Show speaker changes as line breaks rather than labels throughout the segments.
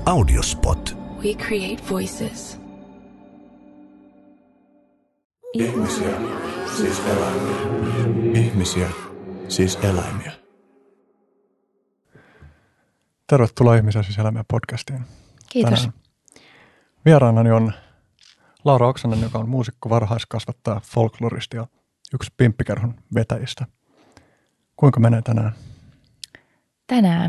Audiospot.
We create voices.
Ihmisiä, siis eläimiä. Ihmisiä, siis eläimiä.
Tervetuloa Ihmisiä, siis eläimiä podcastiin.
Kiitos.
Tänään vieraanani on Laura Oksanen, joka on muusikko, varhaiskasvattaja, folkloristi ja yksi Pimppikerhon vetäjistä. Kuinka menee tänään?
Tänään.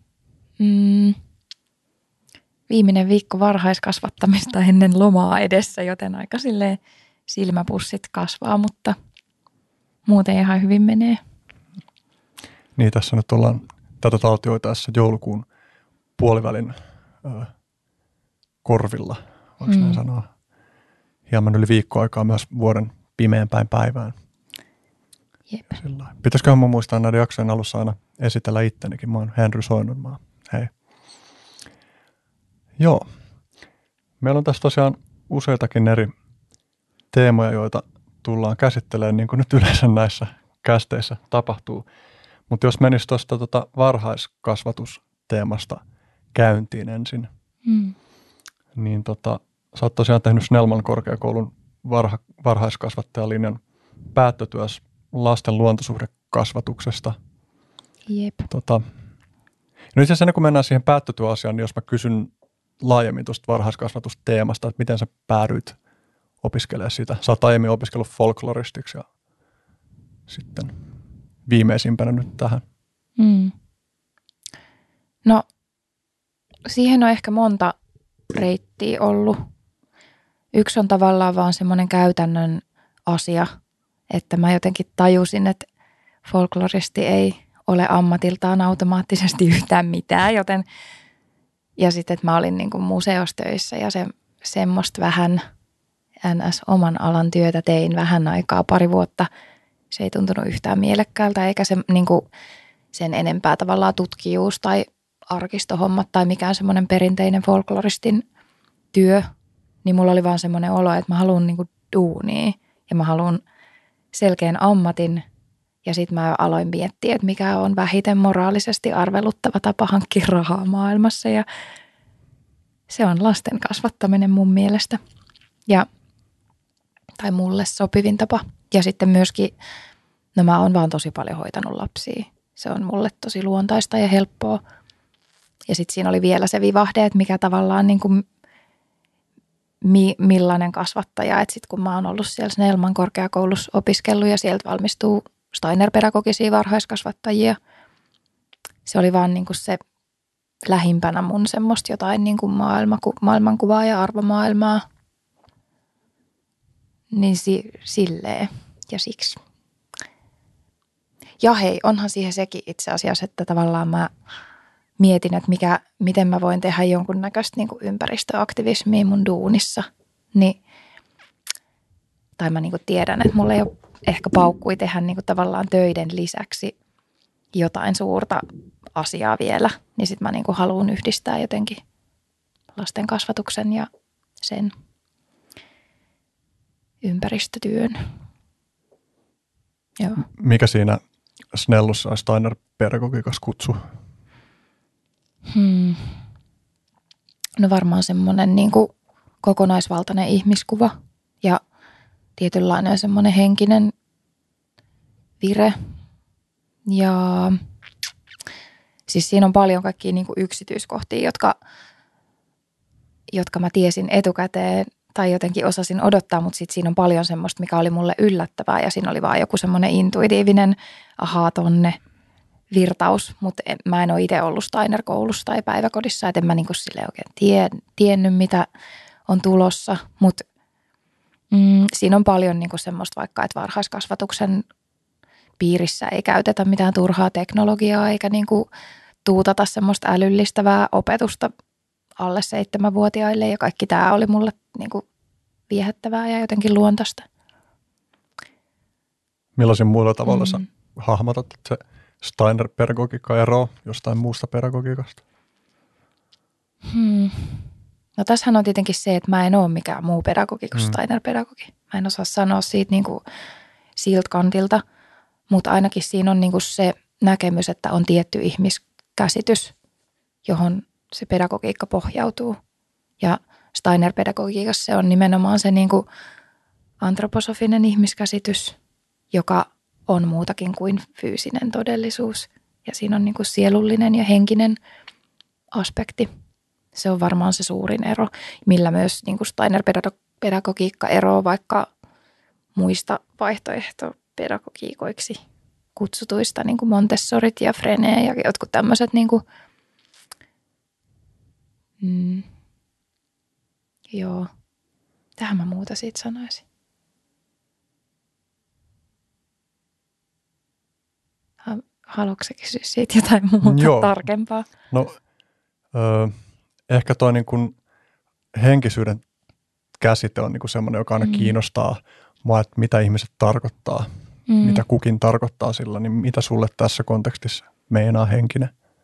Viimeinen viikko varhaiskasvattamista ennen lomaa edessä, joten aika silleen silmäpussit kasvaa, mutta muuten ihan hyvin menee.
Niin, tässä nyt ollaan tätä taltioitaessa joulukuun puolivälin korvilla, voiko näin sanoa. Hieman yli viikkoaikaa myös vuoden pimeämpään päivään.
Jep.
Pitäisiköhän mun muistaa näiden jaksojen alussa aina esitellä ittenikin. Mä oon Henry Soinunmaa. Hei. Joo. Meillä on tässä tosiaan useitakin eri teemoja, joita tullaan käsittelemään, niin kuin nyt yleensä näissä kästeissä tapahtuu. Mutta jos menisi tuosta varhaiskasvatusteemasta käyntiin ensin, niin sä oot tosiaan tehnyt Snellman korkeakoulun varhaiskasvattajalinjan päättötyössä lasten luontosuhdekasvatuksesta.
Jep.
No itse asiassa ennen kuin mennään siihen päättötyöasiaan, niin jos mä kysyn laajemmin tuosta varhaiskasvatusteemasta, että miten sä päädyit opiskelemaan sitä. Sä oot aiemmin opiskellut folkloristiksi ja sitten viimeisimpänä nyt tähän.
No, siihen on ehkä monta reittiä ollut. Yksi on tavallaan vaan semmoinen käytännön asia, että mä jotenkin tajusin, että folkloristi ei ole ammatiltaan automaattisesti yhtään mitään, joten ja sitten, että mä olin niin kuin museostöissä ja semmoista vähän NS oman alan työtä tein vähän aikaa, 2 vuotta. Se ei tuntunut yhtään mielekkäältä eikä se niin kuin sen enempää tavallaan tutkijuus tai arkistohommat tai mikään semmoinen perinteinen folkloristin työ, niin mulla oli vaan semmoinen olo, että mä haluan niin kuin duunia ja mä haluan selkeän ammatin. Ja sitten mä aloin miettiä, että mikä on vähiten moraalisesti arveluttava tapa hankkia rahaa maailmassa. Ja se on lasten kasvattaminen mun mielestä. Tai mulle sopivin tapa. Ja sitten myöskin, no mä oon vaan tosi paljon hoitanut lapsia. Se on mulle tosi luontaista ja helppoa. Ja sitten siinä oli vielä se vivahde, että mikä tavallaan niin kuin millainen kasvattaja. Että sitten kun mä oon ollut siellä Snellman korkeakoulussa opiskellut ja sieltä valmistuu Steiner-pedagogisia varhaiskasvattajia. Se oli vaan niin kuin se lähimpänä mun semmoista jotain niin kuin maailmankuvaa ja arvomaailmaa. Niin silleen ja siksi. Ja hei, onhan siihen sekin itse asiassa, että tavallaan mä mietin, että miten mä voin tehdä jonkunnäköistä niin kuin ympäristöaktivismia mun duunissa. Tai mä niin kuin tiedän, että mulla ei ole ehkä paukkui tehdä niin kuin tavallaan töiden lisäksi jotain suurta asiaa vielä. Niin sit mä niin kuin haluan yhdistää jotenkin lasten kasvatuksen ja sen ympäristötyön. Joo.
Mikä siinä Snellussa Steiner-pedagogiikassa kutsu?
No varmaan semmoinen niin kuin kokonaisvaltainen ihmiskuva ja tietynlainen semmoinen henkinen vire. Ja siis siinä on paljon kaikkia niin kuin yksityiskohtia, jotka mä tiesin etukäteen tai jotenkin osasin odottaa, mutta sitten siinä on paljon semmoista, mikä oli mulle yllättävää ja siinä oli vaan joku semmoinen intuitiivinen tonne virtaus, mutta mä en ole itse ollut Steiner-koulussa tai päiväkodissa, et en mä niinku sille oikein tiennyt, mitä on tulossa, mutta siinä on paljon niinku semmoista vaikka, että varhaiskasvatuksen piirissä ei käytetä mitään turhaa teknologiaa eikä niinku tuutata semmoista älyllistävää opetusta alle 7-vuotiaille ja kaikki tämä oli mulle niinku viehättävää ja jotenkin luontaista.
Millaisin muilla tavalla sä hahmotat, että se Steiner-pedagogiikka eroaa jostain muusta pedagogiikasta?
No tässähän on tietenkin se, että mä en ole mikään muu pedagogi kuin Steiner-pedagogi. Mä en osaa sanoa siitä niinku siltä kantilta, mutta ainakin siinä on niinku se näkemys, että on tietty ihmiskäsitys, johon se pedagogiikka pohjautuu. Ja Steiner-pedagogiikassa se on nimenomaan se niin kuin antroposofinen ihmiskäsitys, joka on muutakin kuin fyysinen todellisuus. Ja siinä on niin kuin sielullinen ja henkinen aspekti. Se on varmaan se suurin ero, millä myös niin kuin Steiner-pedagogiikka eroaa vaikka muista vaihtoehtopedagogiikoiksi kutsutuista, niin kuin Montessorit ja Frenet ja jotkut tämmöiset. Niin kuin, joo, tähän mä muuta siitä sanoisin. Haluatko sä kysyä siitä jotain muuta tarkempaa?
No, ehkä toi niin kuin henkisyyden käsite on niin kuin semmoinen, joka aina kiinnostaa mua, että mitä ihmiset tarkoittaa, mitä kukin tarkoittaa sillä, niin mitä sulle tässä kontekstissa meinaa henkinen?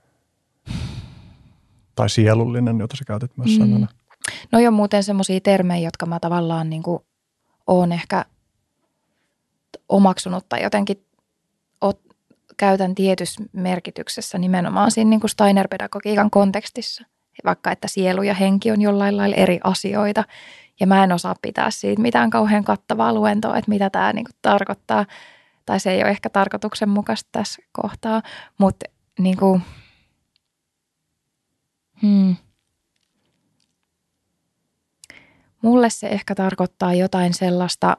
Tai sielullinen, jota sä käytit myös sanana.
No on muuten semmoisia termejä, jotka mä tavallaan niin kuin oon ehkä omaksunut tai jotenkin käytän tietyssä merkityksessä nimenomaan siinä niin kuin Steiner-pedagogiikan kontekstissa. Vaikka että sielu ja henki on jollain lailla eri asioita. Ja mä en osaa pitää siitä mitään kauhean kattavaa luentoa, että mitä tämä niin kuin tarkoittaa. Tai se ei ole ehkä tarkoituksenmukaista tässä kohtaa. Mutta niin kuin, mulle se ehkä tarkoittaa jotain sellaista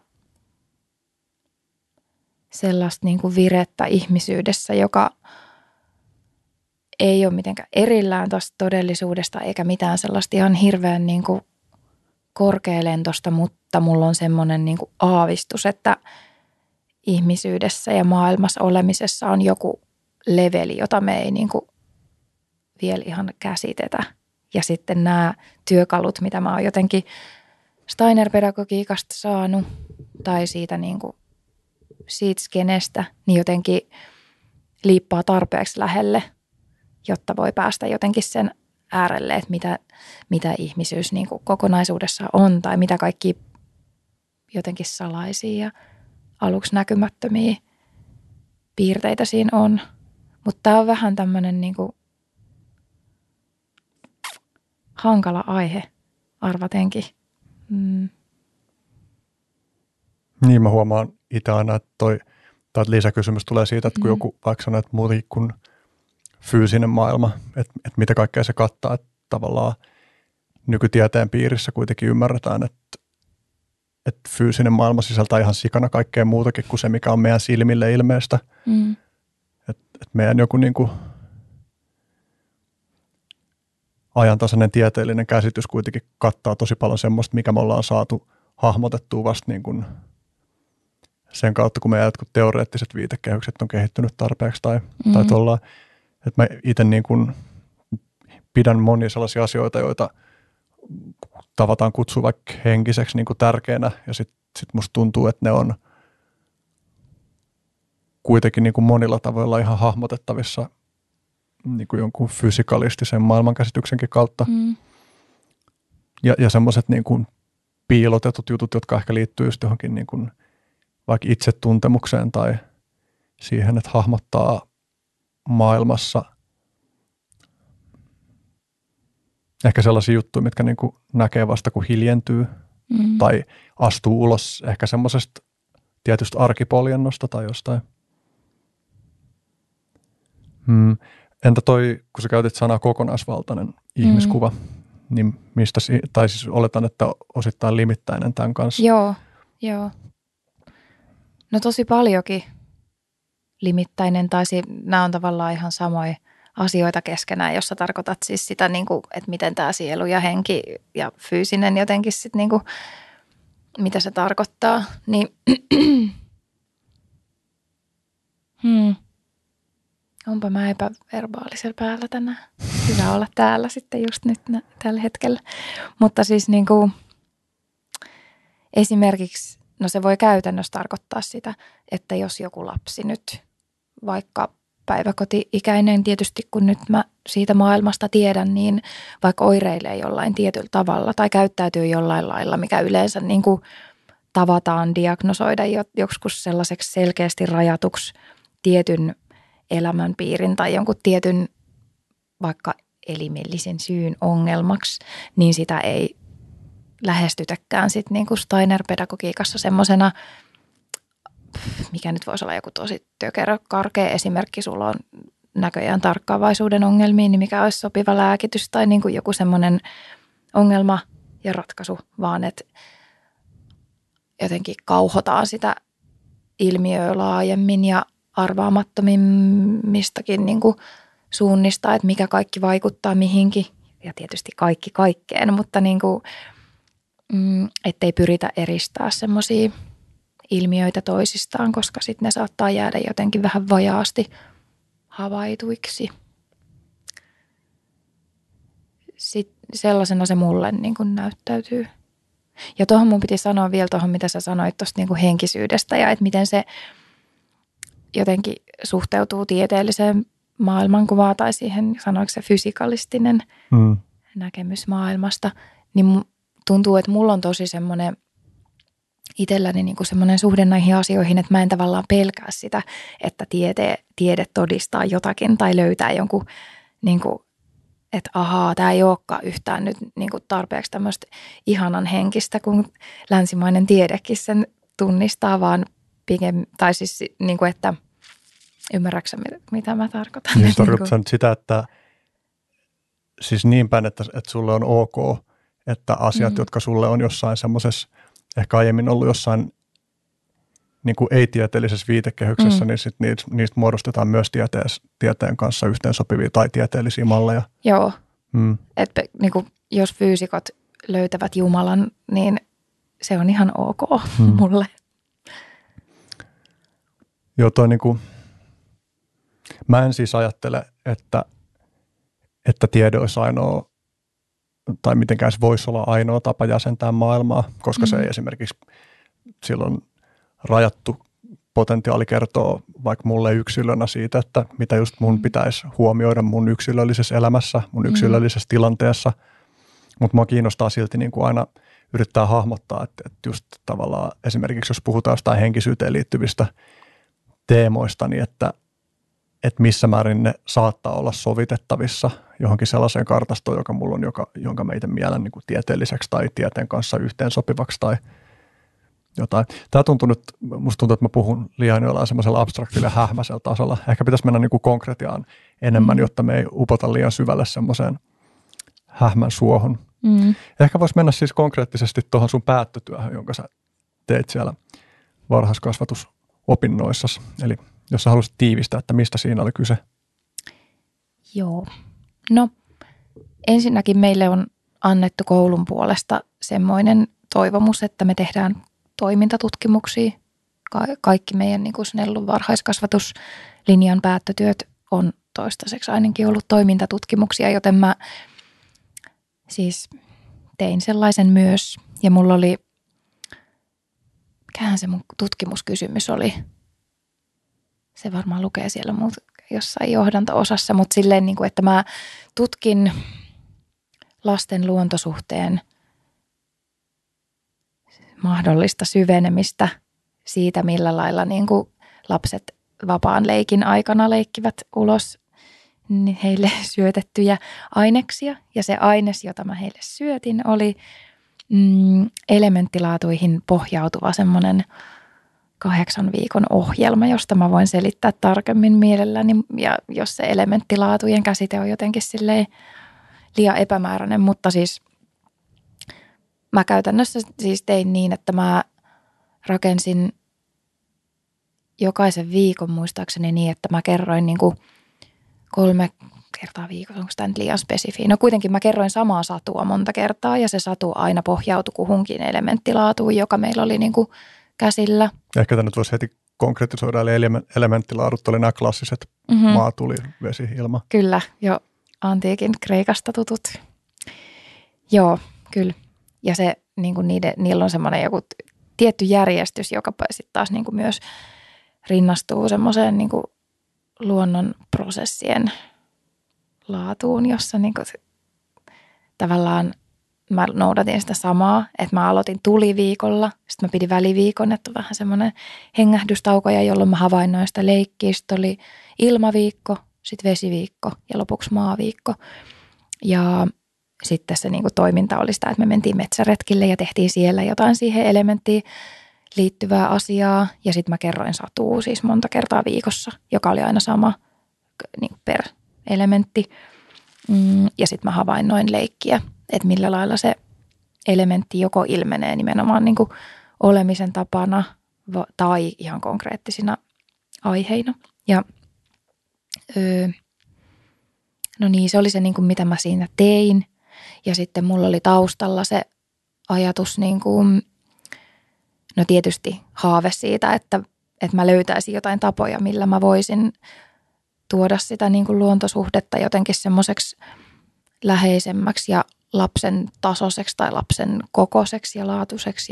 niin kuin virettä ihmisyydessä, joka ei ole mitenkään erillään tästä todellisuudesta eikä mitään sellaista ihan hirveän niin kuin korkealentosta, mutta mulla on semmoinen niin kuin aavistus, että ihmisyydessä ja maailmassa olemisessa on joku leveli, jota me ei niin kuin vielä ihan käsitetä. Ja sitten nämä työkalut, mitä mä oon jotenkin Steiner-pedagogiikasta saanut tai siitä niin kuin siitä skenestä, niin jotenkin liippaa tarpeeksi lähelle, jotta voi päästä jotenkin sen äärelle, että mitä ihmisyys niin kuin kokonaisuudessaan on tai mitä kaikki jotenkin salaisia ja aluksi näkymättömiä piirteitä siinä on. Mutta tämä on vähän tämmöinen niin kuin hankala aihe arvatenkin.
Niin mä huomaan itse aina, että toi lisäkysymys tulee siitä, että kun joku vaikka sanoo, että muutenkin kuin fyysinen maailma, että mitä kaikkea se kattaa, että tavallaan nykytieteen piirissä kuitenkin ymmärretään, että fyysinen maailma sisältää ihan sikana kaikkea muutakin kuin se, mikä on meidän silmille ilmeistä. Että meidän joku niin kuin ajantasainen tieteellinen käsitys kuitenkin kattaa tosi paljon semmoista, mikä me ollaan saatu hahmotettua vasta niin kuin sen kautta, kun meidän jotkut teoreettiset viitekehykset on kehittynyt tarpeeksi tai tuolla, että mä itse niin kuin pidän monia sellaisia asioita, joita tavataan kutsua vaikka henkiseksi niin kuin tärkeänä ja sit musta tuntuu, että ne on kuitenkin niin kuin monilla tavoilla ihan hahmotettavissa niin kuin jonkun fysikalistisen maailmankäsityksenkin kautta. Ja semmoiset niin kuin piilotetut jutut, jotka ehkä liittyy just johonkin niin kuin vaikka itsetuntemukseen tai siihen, että hahmottaa maailmassa ehkä sellaisia juttuja, mitkä niin kuin näkee vasta kun hiljentyy tai astuu ulos ehkä semmoisesta tietystä arkipoljennosta tai jostain. Entä toi, kun sä käytit sanaa kokonaisvaltainen ihmiskuva, niin mistä, tai siis oletan, että osittain limittäinen tämän kanssa.
Joo. No tosi paljonkin limittäinen, tai nämä on tavallaan ihan samoja asioita keskenään, jos sä tarkoitat siis sitä, niin kuin, että miten tämä sielu ja henki ja fyysinen jotenkin sitten, niin kuin, mitä se tarkoittaa. Niin onpa mä epäverbaalisella päällä tänään. Hyvä olla täällä sitten just nyt tällä hetkellä. Mutta siis niin kuin, esimerkiksi, no se voi käytännössä tarkoittaa sitä, että jos joku lapsi nyt, vaikka päiväkoti-ikäinen tietysti, kun nyt mä siitä maailmasta tiedän, niin vaikka oireilee jollain tietyllä tavalla tai käyttäytyy jollain lailla, mikä yleensä niin kuin tavataan diagnosoida joskus sellaiseksi selkeästi rajatuksi tietyn elämänpiirin tai jonkun tietyn vaikka elimellisen syyn ongelmaksi, niin sitä ei lähestytäkään sitten niin kuin Steiner-pedagogiikassa semmoisena, mikä nyt voisi olla joku tosi tökerö, karkea esimerkki, sulla on näköjään tarkkaavaisuuden ongelmiin, niin mikä olisi sopiva lääkitys tai niin kuin joku semmoinen ongelma ja ratkaisu, vaan että jotenkin kauhotaan sitä ilmiöä laajemmin ja arvaamattomimmistakin niin kuin suunnista, että mikä kaikki vaikuttaa mihinkin ja tietysti kaikki kaikkeen, mutta niin kuin, ettei pyritä eristää semmoisia ilmiöitä toisistaan, koska sitten ne saattaa jäädä jotenkin vähän vajaasti havaituiksi. Sitten sellaisena se mulle niin kuin näyttäytyy. Ja tuohon mun piti sanoa vielä tuohon, mitä sä sanoit tuosta niin kuin henkisyydestä ja että miten se jotenkin suhteutuu tieteelliseen maailmankuvaan tai siihen, sanoiko se fysikalistinen näkemys maailmasta. Niin tuntuu, että mulla on tosi semmoinen itselläni niin kuin semmoinen suhde näihin asioihin, että mä en tavallaan pelkää sitä, että tiede todistaa jotakin tai löytää jonkun, niin kuin, että ahaa, tämä ei olekaan yhtään nyt niin kuin tarpeeksi tämmöistä ihanan henkistä, kun länsimainen tiedekin sen tunnistaa, vaan tai siis niin kuin, että ymmärrätkö mitä mä tarkoitan?
Niin tarkoitan nyt sitä, että siis niin päin, että sulle on ok, että asiat, jotka sulle on jossain semmoisessa, ehkä aiemmin ollut jossain niin kuin ei-tieteellisessä viitekehyksessä, niin sit niistä muodostetaan myös tieteen kanssa yhteensopivia tai tieteellisiä malleja.
Joo, että niin kuin, jos fyysikot löytävät Jumalan, niin se on ihan ok mulle.
Joo, toi niin kuin, mä en siis ajattele, että tiede olisi ainoa, tai mitenkään se voisi olla ainoa tapa jäsentää maailmaa, koska se ei esimerkiksi silloin rajattu potentiaali kertoo vaikka mulle yksilönä siitä, että mitä just mun pitäisi huomioida mun yksilöllisessä elämässä, mun yksilöllisessä tilanteessa. Mutta mua kiinnostaa silti niin kuin aina yrittää hahmottaa, että just tavallaan esimerkiksi jos puhutaan jostain henkisyyteen liittyvistä teemoista, niin että missä määrin ne saattaa olla sovitettavissa johonkin sellaiseen kartastoon, joka mulla on, jonka mä itse mielen niin kuin tieteelliseksi tai tieteen kanssa yhteensopivaksi tai jotain. Tämä tuntuu nyt, musta tuntuu, että mä puhun liian jollain semmoisella abstraktilla hähmäisellä tasolla. Ehkä pitäisi mennä niin kuin konkretiaan enemmän, jotta me ei upota liian syvälle semmoiseen hähmän suohon. Ehkä voisi mennä siis konkreettisesti tuohon sun päättötyöhön, jonka sä teet siellä varhaiskasvatusopinnoissasi. Eli jos sä haluaisit tiivistää, että mistä siinä oli kyse.
Joo. No, ensinnäkin meille on annettu koulun puolesta semmoinen toivomus, että me tehdään toimintatutkimuksia. Kaikki meidän niin kuin Snellun varhaiskasvatuslinjan päättötyöt on toistaiseksi ainakin ollut toimintatutkimuksia, joten mä siis tein sellaisen myös. Ja mulla oli, mikähän se mun tutkimuskysymys oli? Se varmaan lukee siellä jossain johdanto-osassa, mutta silleen, niin kuin, että mä tutkin lasten luontosuhteen mahdollista syvenemistä siitä, millä lailla niin kuin lapset vapaan leikin aikana leikkivät ulos heille syötettyjä aineksia. Ja se aines, jota mä heille syötin, oli elementtilaatuihin pohjautuva semmoinen 8 viikon ohjelma, josta mä voin selittää tarkemmin mielelläni. Ja jos se elementtilaatujen käsite on jotenkin silleen liian epämääräinen, mutta siis mä käytännössä siis tein niin, että mä rakensin jokaisen viikon muistaakseni niin, että mä kerroin niin kuin 3 kertaa viikossa, onko tämä nyt liian spesifiä? No kuitenkin mä kerroin samaa satua monta kertaa ja se satu aina pohjautui kuhunkin elementtilaatuun, joka meillä oli niin kuin käsillä. Ehkä
tämä nyt voisi heti konkretisoida, eli elementtilaadut oli nämä klassiset maa, tuli, vesi, ilma.
Kyllä, jo antiikin Kreikasta tutut. Joo, kyllä. Ja se, niin kuin niillä on semmoinen joku tietty järjestys, joka sitten taas niin kuin myös rinnastuu semmoiseen niin kuin luonnon prosessien laatuun, jossa niin kuin tavallaan mä noudatin sitä samaa, että mä aloitin tuliviikolla, sitten mä pidin väliviikon, että on vähän semmoinen hengähdystaukoja, jolloin mä havainnoin sitä leikkiä. Sitten oli ilmaviikko, sitten vesiviikko ja lopuksi maaviikko. Ja sitten se niin kuin toiminta oli sitä, että me mentiin metsäretkille ja tehtiin siellä jotain siihen elementtiin liittyvää asiaa. Ja sitten mä kerroin satua siis monta kertaa viikossa, joka oli aina sama niin per elementti. Ja sitten mä havainnoin leikkiä, että millä lailla se elementti joko ilmenee nimenomaan niin kuin olemisen tapana tai ihan konkreettisina aiheina. Ja no niin, se oli se, niin kuin, mitä mä siinä tein. Ja sitten mulla oli taustalla se ajatus, niin kuin, no tietysti haave siitä, että mä löytäisin jotain tapoja, millä mä voisin tuoda sitä niin kuin luontosuhdetta jotenkin semmoiseksi läheisemmäksi ja lapsen tasoiseksi tai lapsen kokoiseksi ja laatuiseksi.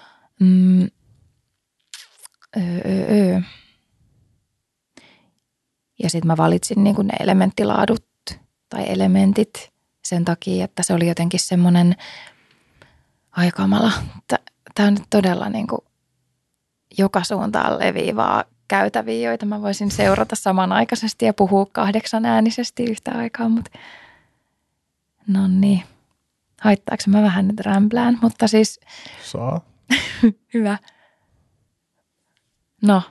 Ja sitten mä valitsin niin kuin ne elementtilaadut tai elementit sen takia, että se oli jotenkin semmoinen aikamala. Tämä on nyt todella niin kuin joka suuntaan leviivaa käytäviä, joita mä voisin seurata samanaikaisesti ja puhua 8 äänisesti yhtä aikaa. No niin, haittaako mä vähän nyt rämplään, mutta siis...
Saa.
Hyvä. No,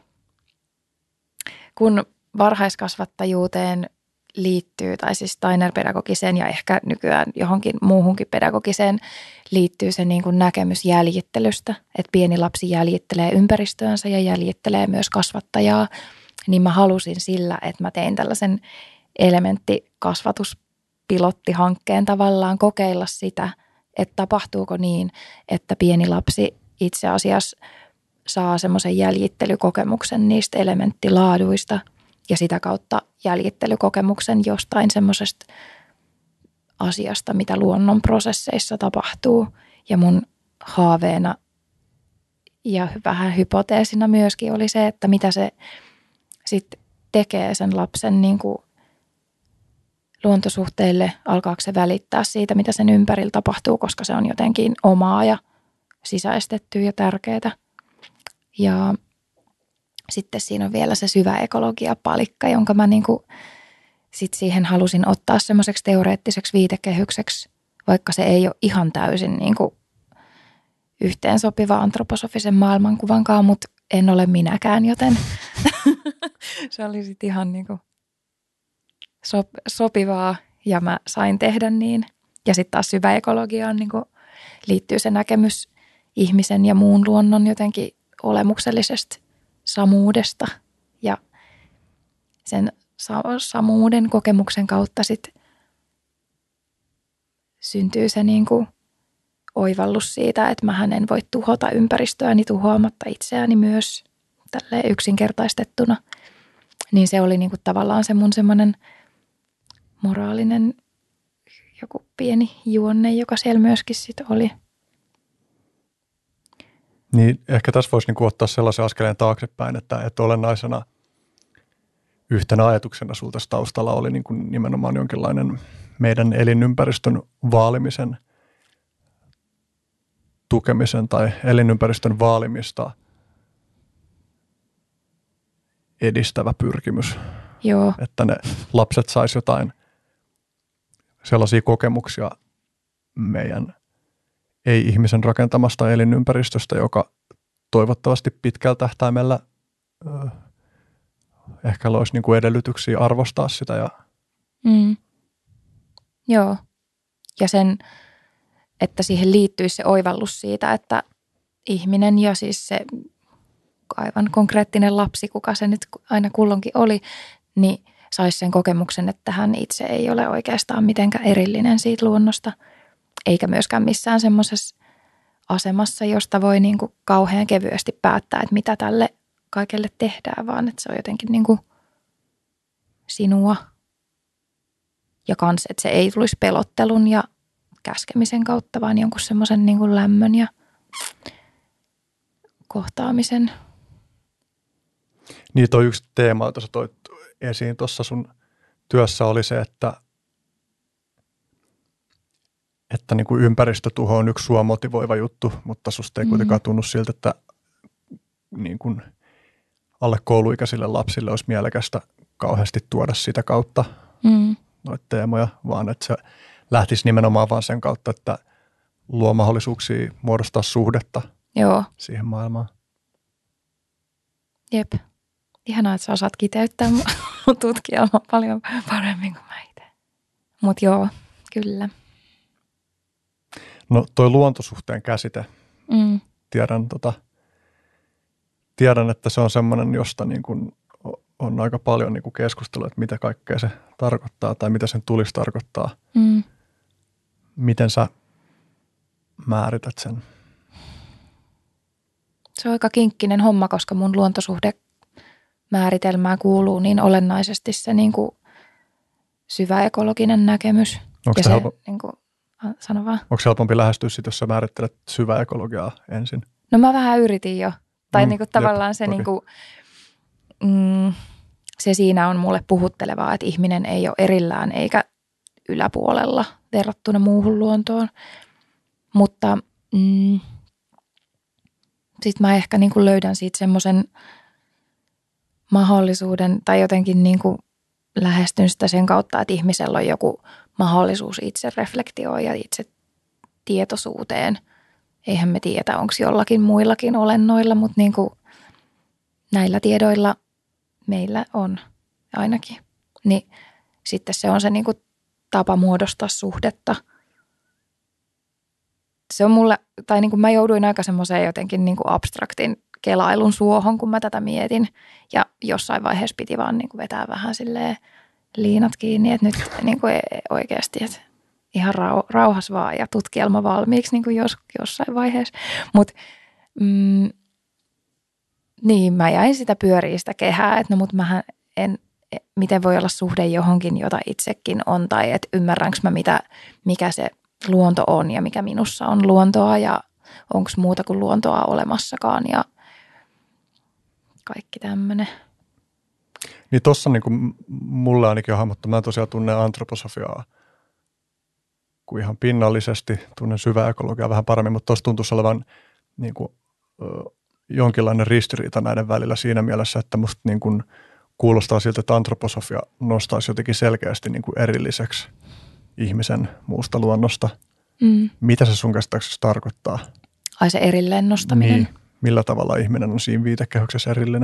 kun varhaiskasvattajuuteen liittyy, tai siis Steiner-pedagogiseen ja ehkä nykyään johonkin muuhunkin pedagogiseen liittyy se niin kuin näkemys jäljittelystä, että pieni lapsi jäljittelee ympäristöönsä ja jäljittelee myös kasvattajaa, niin mä halusin sillä, että mä tein tällaisen elementtikasvatuspilottihankkeen tavallaan kokeilla sitä, että tapahtuuko niin, että pieni lapsi itse asiassa saa semmoisen jäljittelykokemuksen niistä elementtilaaduista ja sitä kautta jäljittelykokemuksen jostain semmoisesta asiasta, mitä luonnon prosesseissa tapahtuu. Ja mun haaveena ja vähän hypoteesina myöskin oli se, että mitä se sitten tekee sen lapsen niin kuin luontosuhteille, alkaako se välittää siitä, mitä sen ympärillä tapahtuu, koska se on jotenkin omaa ja sisäistettyä ja tärkeää. Ja sitten siinä on vielä se syvä ekologia-palikka, jonka mä niinku sit siihen halusin ottaa semmoiseksi teoreettiseksi viitekehykseksi, vaikka se ei ole ihan täysin niinku yhteensopiva antroposofisen maailmankuvankaan, mutta en ole minäkään, joten se oli sitten ihan niinku sopivaa ja mä sain tehdä niin. Ja sitten taas syvä ekologiaan niinku liittyy se näkemys ihmisen ja muun luonnon jotenkin olemuksellisesta samuudesta ja sen samuuden kokemuksen kautta sitten syntyy se niinku oivallus siitä, että mähän en voi tuhota ympäristöäni tuhoamatta itseäni myös tälleen yksinkertaistettuna. Niin se oli niinku tavallaan se mun semmoinen moraalinen joku pieni juonne, joka siellä myöskin sitten oli.
Niin ehkä tässä voisi niinku ottaa sellaisen askeleen taaksepäin, että olennaisena yhtenä ajatuksena sulta taustalla oli niinku nimenomaan jonkinlainen meidän elinympäristön vaalimisen tukemisen tai elinympäristön vaalimista edistävä pyrkimys.
Joo.
Että ne lapset sais jotain sellaisia kokemuksia meidän ei-ihmisen rakentamasta elinympäristöstä, joka toivottavasti pitkällä tähtäimellä ehkä loisi niin kuin edellytyksiä arvostaa sitä.
Joo. Ja sen, että siihen liittyisi se oivallus siitä, että ihminen ja siis se aivan konkreettinen lapsi, kuka se nyt aina kulloinkin oli, niin saisi sen kokemuksen, että hän itse ei ole oikeastaan mitenkään erillinen siitä luonnosta, eikä myöskään missään semmoisessa asemassa, josta voi niin kuin kauhean kevyesti päättää, että mitä tälle kaikelle tehdään, vaan että se on jotenkin niin kuin sinua. Ja kans, että se ei tulisi pelottelun ja käskemisen kautta, vaan jonkun semmoisen niin kuin lämmön ja kohtaamisen.
Niin toi yksi teema, jota sä toit esiin tuossa sun työssä oli se, että niin kuin ympäristötuho on yksi sua motivoiva juttu, mutta susta ei kuitenkaan tunnu siltä, että niin kuin alle kouluikäisille lapsille olisi mielekästä kauheasti tuoda sitä kautta noita teemoja, vaan että se lähtisi nimenomaan vaan sen kautta, että luo mahdollisuuksia muodostaa suhdetta
Joo,
siihen maailmaan.
jep. Ihanaa, että sä osaat kiteyttää mun tutkielmaa paljon paremmin kuin mä itse. Mutta joo, kyllä.
No toi luontosuhteen käsite, tiedän, että se on semmoinen, josta niin kuin on aika paljon niin kuin keskustelua, että mitä kaikkea se tarkoittaa tai mitä sen tulisi tarkoittaa. Miten sä määrität sen?
Se on aika kinkkinen homma, koska mun luontosuhde määritelmään kuuluu niin olennaisesti se niin kuin syvä ekologinen näkemys.
Onko
se niin kuin, sano vaan.
Onko helpompi lähestyä sit, jos sä määrittelet syvää ekologiaa ensin?
No mä vähän yritin jo. Tai niin kuin tavallaan se, niin kuin, se siinä on mulle puhuttelevaa, että ihminen ei ole erillään eikä yläpuolella verrattuna muuhun luontoon. Mutta sitten mä ehkä niin kuin löydän siitä semmoisen mahdollisuuden tai jotenkin niin kuin lähestyn sitä sen kautta, että ihmisellä on joku mahdollisuus itse reflektioon ja itse tietoisuuteen. Eihän me tiedä, onko jollakin muillakin olennoilla, mutta niin kuin näillä tiedoilla meillä on ainakin. Niin sitten se on se niin kuin tapa muodostaa suhdetta. Se on mulle, tai niin kuin mä jouduin aika semmoiseen jotenkin niin kuin abstraktin kelailun suohon, kun mä tätä mietin. Ja jossain vaiheessa piti vaan niin kuin vetää vähän silleen liinat kiinni, että nyt niin kuin oikeasti, että ihan rauhas vaan ja tutkielma valmiiksi niin kuin jossain vaiheessa. Mutta niin, mä jäin sitä pyöriä sitä kehää, että no mutta mähän miten voi olla suhde johonkin, jota itsekin on, tai että ymmärränkö mä mikä se luonto on ja mikä minussa on luontoa ja onko muuta kuin luontoa olemassakaan ja kaikki tämmöinen.
Niin tossa niin kuin mulle ainakin on hahmottu, mä tosiaan tunnen antroposofiaa kuin ihan pinnallisesti, tunnen syvää ekologiaa vähän paremmin, mutta tuossa tuntuisi olevan niin kuin, jonkinlainen ristiriita näiden välillä siinä mielessä, että musta niin kuin kuulostaa siltä, että antroposofia nostaisi jotenkin selkeästi niin kuin erilliseksi ihmisen muusta luonnosta. Mitä se sun käsittääksesi tarkoittaa?
Ai se erilleen nostaminen?
Niin. Millä tavalla ihminen on siinä viitekehyksessä erillinen?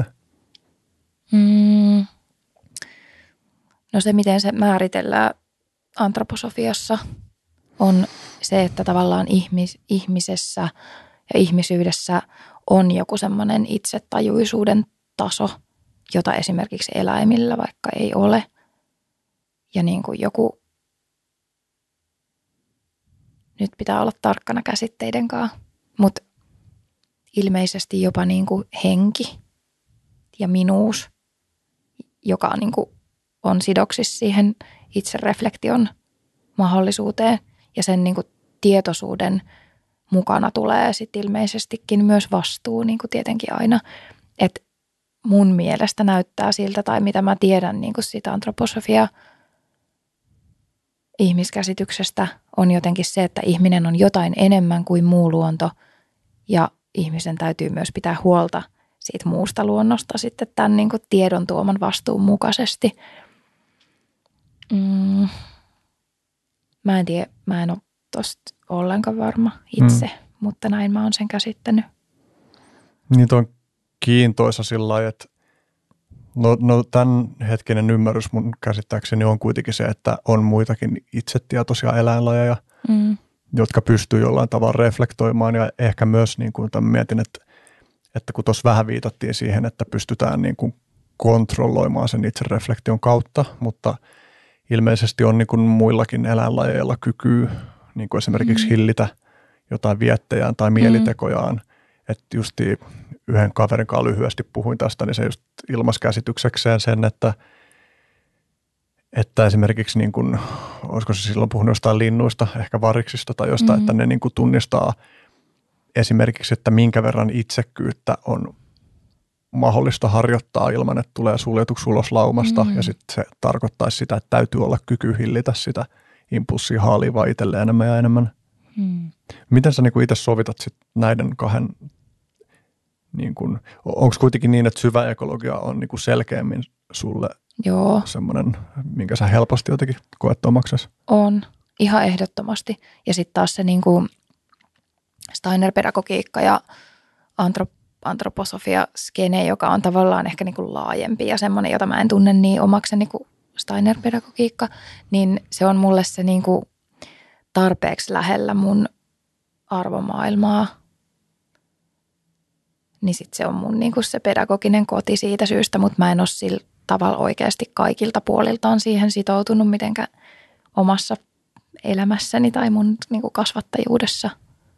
No se, miten se määritellään antroposofiassa, on se, että tavallaan ihmisessä ja ihmisyydessä on joku semmoinen itsetajuisuuden taso, jota esimerkiksi eläimillä vaikka ei ole. Ja niin kuin joku, nyt pitää olla tarkkana käsitteiden kanssa, mutta ilmeisesti jopa niin kuin henki ja minuus, joka niin kuin on sidoksissa siihen itsereflektion mahdollisuuteen ja sen niin kuin tietoisuuden mukana tulee sitten ilmeisestikin myös vastuu niin kuin tietenkin aina, että mun mielestä näyttää siltä tai mitä mä tiedän niin kuin siitä antroposofia ihmiskäsityksestä on jotenkin se, että ihminen on jotain enemmän kuin muu luonto ja ihmisen täytyy myös pitää huolta siitä muusta luonnosta sitten tämän niin kuin tiedon tuoman vastuun mukaisesti. Mä en tiedä, mä en ole tosta ollenkaan varma itse, mutta näin mä oon sen käsittänyt.
Niin on kiintoisa sillä lailla, että no tämän hetkinen ymmärrys mun käsittääkseni on kuitenkin se, että on muitakin itsetietoisia eläinlajeja, jotka pystyy jollain tavalla reflektoimaan ja ehkä myös niin kuin mietin, että kun tuossa vähän viitattiin siihen, että pystytään niin kuin kontrolloimaan sen itsereflektion kautta, mutta ilmeisesti on niin kuin muillakin eläinlajeilla kykyy niin kuin esimerkiksi hillitä jotain viettejään tai mielitekojaan. Että just yhden kaverin kanssa lyhyesti puhuin tästä, niin se just ilmaisi käsityksekseen sen, että esimerkiksi niin kuin, olisiko se silloin puhunut jostain linnuista, ehkä variksista tai jostain, että ne niin kuin tunnistaa esimerkiksi, että minkä verran itsekkyyttä on mahdollista harjoittaa ilman, että tulee suljetuksi ulos laumasta ja sitten se tarkoittaisi sitä, että täytyy olla kyky hillitä sitä impulssia haaliva itselleen enemmän ja enemmän. Miten sä niin kuin itse sovitat sit näiden kahden, niin kuin, onko kuitenkin niin, että syvä ekologia on niin kuin selkeämmin sulle semmoinen, minkä sä helposti jotenkin koet omaksesi?
On. ihan ehdottomasti. Ja sitten taas se niin kuin Steiner-pedagogiikka ja antroposofia-skene, joka on tavallaan ehkä niin kuin laajempi ja semmoinen, jota mä en tunne niin omakseni kuin Steiner-pedagogiikka, niin se on mulle se niin kuin tarpeeksi lähellä mun arvomaailmaa. Niin sitten se on mun niin kuin se pedagoginen koti siitä syystä, mutta mä en ole sillä tavalla oikeasti kaikilta puoliltaan siihen sitoutunut mitenkään omassa elämässäni tai mun niin kuin kasvattajuudessa.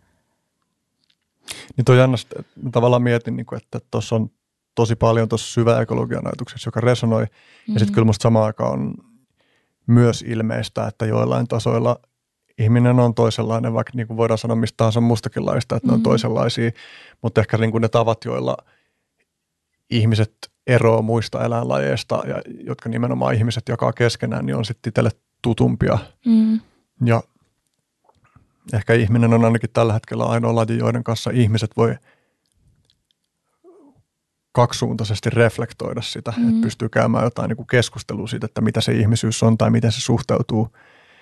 Niin toi jännä, mä tavallaan mietin, niin kuin, että tuossa on tosi paljon tuossa syväekologian ajatuksessa, joka resonoi. Ja sitten kyllä musta samaan aikaan on myös ilmeistä, että joillain tasoilla ihminen on toisenlainen, vaikka niin kuin voidaan sanoa mistä tahansa mustakin laista, että ne on toisenlaisia. Mutta ehkä niin kuin ne tavat, joilla ihmiset eroavat muista eläinlajeista ja jotka nimenomaan ihmiset jakaa keskenään, niin on sitten itselle tutumpia. Ja ehkä ihminen on ainakin tällä hetkellä ainoa laji, joiden kanssa ihmiset voi kaksisuuntaisesti reflektoida sitä, että pystyy käymään jotain niin kuin keskustelua siitä, että mitä se ihmisyys on tai miten se suhteutuu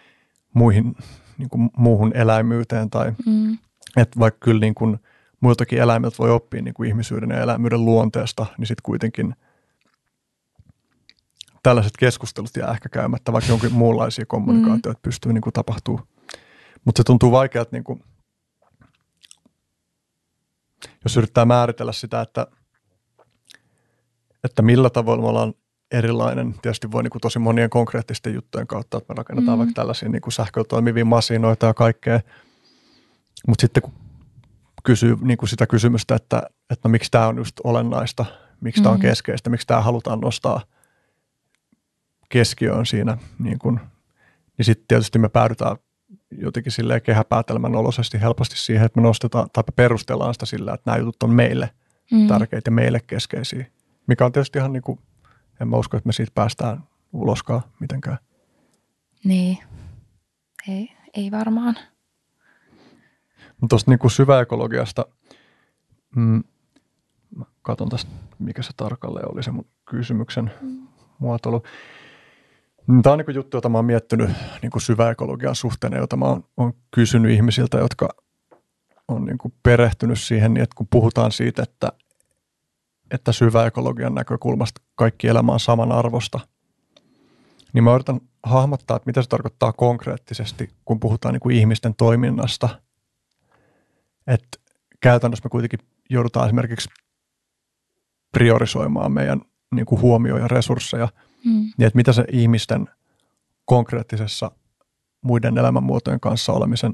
muuhun eläimyyteen. Tai, että vaikka kyllä niin kuin muiltakin eläimiltä voi oppia niin kuin ihmisyyden ja eläimyyden luonteesta, niin sitten kuitenkin tällaiset keskustelut jää ehkä käymättä, vaikka jonkin muunlaisia kommunikaatioita pystyy niin kuin tapahtuu. Mutta se tuntuu vaikealta, niin kuin, jos yrittää määritellä sitä, että millä tavalla me ollaan erilainen. Tietysti voi niin kuin tosi monien konkreettisten juttujen kautta, että me rakennetaan vaikka tällaisia niin kuin sähköllä toimivia masinoita ja kaikkea. Mutta sitten kun kysyy niin kuin sitä kysymystä, että no, miksi tämä on just olennaista, miksi tämä on keskeistä, miksi tämä halutaan nostaa keskiöön siinä, niin sitten tietysti me päädytään jotenkin silleen kehäpäätelmän oloisesti helposti siihen, että me nostetaan tai perustellaan sitä sillä, että nämä jutut on meille tärkeitä ja meille keskeisiä. Mikä on tietysti ihan niin kuin, en mä usko, että me siitä päästään uloskaan mitenkään.
Niin, ei varmaan.
Mutta tuosta niin kuin syväekologiasta, mä katson tästä, mikä se tarkalleen oli se mun kysymyksen muotoilu. Tämä on niin kuin juttu, jota mä oon miettinyt niin kuin syväekologian suhteen, jota mä oon kysynyt ihmisiltä, jotka on niin kuin perehtynyt siihen, niin että kun puhutaan siitä, että syväekologian näkökulmasta kaikki elämä on samanarvosta, niin mä yritän hahmottaa, että mitä se tarkoittaa konkreettisesti, kun puhutaan niin kuin ihmisten toiminnasta. Että käytännössä me kuitenkin joudutaan esimerkiksi priorisoimaan meidän niin kuin huomioon ja resursseja, ja että mitä se ihmisten konkreettisessa muiden elämänmuotojen kanssa olemisen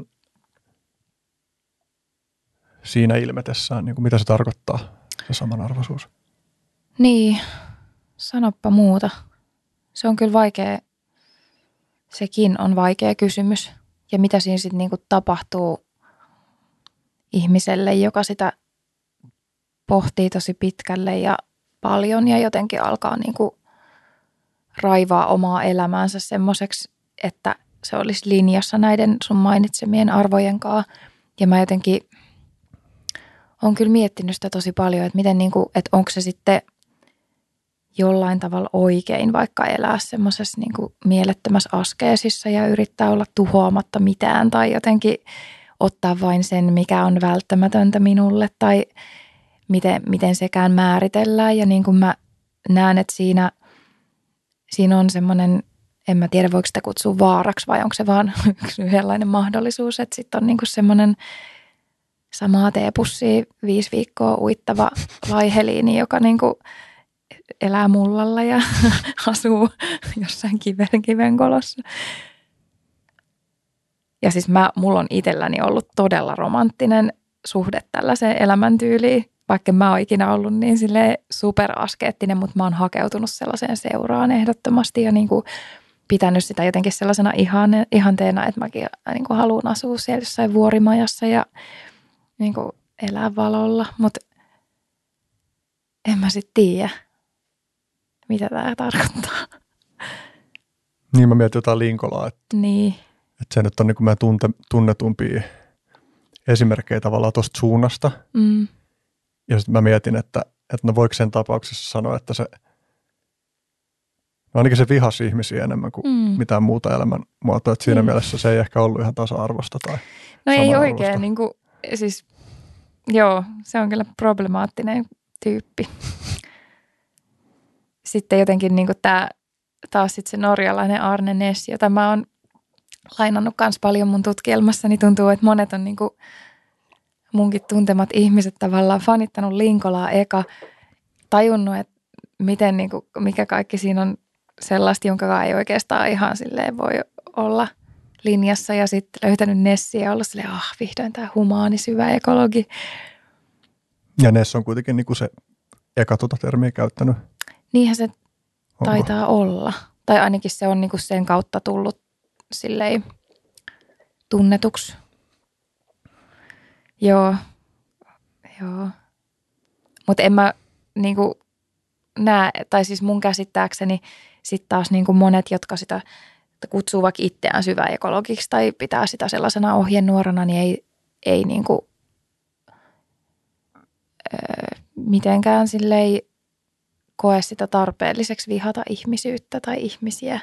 siinä ilmetessään, niin kuin mitä se tarkoittaa, se samanarvoisuus.
Niin, sanoppa muuta. Se on kyllä vaikea, sekin on vaikea kysymys. Ja mitä siinä sitten niinku tapahtuu ihmiselle, joka sitä pohtii tosi pitkälle ja paljon ja jotenkin alkaa niinku raivaa omaa elämäänsä semmoiseksi, että se olisi linjassa näiden sun mainitsemien arvojen kanssa. Ja mä jotenkin olen kyllä miettinyt sitä tosi paljon, että miten niinku, että onko se sitten jollain tavalla oikein vaikka elää semmoisessa niinku mielettömässä askeesissa ja yrittää olla tuhoamatta mitään tai jotenkin ottaa vain sen, mikä on välttämätöntä minulle tai miten sekään määritellään. Ja niin kuin mä näen, että siinä on semmoinen, en mä tiedä voiko sitä kutsua vaaraksi vai onko se vaan yhdenlainen mahdollisuus, että sitten on niin kuin semmoinen samaa teepussia 5 viikkoa uittava vaiheliini, joka niin kuin elää mullalla ja asuu jossain kivenkolossa. Ja siis mulla on itselläni ollut todella romanttinen suhde tällaiseen elämäntyyliin, vaikka mä oon ikinä ollut niin silleen superaskeettinen, mutta mä oon hakeutunut sellaiseen seuraan ehdottomasti ja niin kuin pitänyt sitä jotenkin sellaisena ihanteena, että mäkin niin kuin haluan asua siellä jossain vuorimajassa ja niin kuin elää valolla, mutta en mä sitten tiedä, mitä tämä tarkoittaa.
Niin mä mietin jotain Linkolaa, että se nyt on niin kuin meidän tunnetumpia esimerkkejä tavallaan tuosta suunnasta. Ja sitten mä mietin, että no voiko sen tapauksessa sanoa, että se No ainakin se vihasi ihmisiä enemmän kuin mitään muuta elämänmuotoa. Että siinä mielessä se ei ehkä ollut ihan tasa-arvosta tai
no ei oikein, niin kuin, siis joo, se on kyllä problemaattinen tyyppi. Sitten jotenkin niin kuin tämä taas sitten se norjalainen Arne Næss, jota mä oon lainannut myös paljon mun tutkielmassa, niin tuntuu, että monet on niin kuin munkin tuntemat ihmiset tavallaan fanittanut Linkolaa eka, tajunnut, että miten, niin kuin, mikä kaikki siinä on sellaista, jonka ei oikeastaan ihan silleen voi olla linjassa, ja sitten löytänyt Nessiä ja ollut silleen, vihdoin tämä humaani, syvä ekologi.
Ja Ness on kuitenkin niin kuin se eka termiä käyttänyt.
Niinhän se taitaa olla. Tai ainakin se on niin kuin sen kautta tullut silleen tunnetuksi. Joo. Mutta en mä niinku näe, tai siis mun käsittääkseni sitten taas niinku monet, jotka sitä kutsuu vaikka itseään syväekologiksi tai pitää sitä sellaisena ohjenuorana, niin ei niinku mitenkään silleen koe sitä tarpeelliseksi vihata ihmisyyttä tai ihmisiä.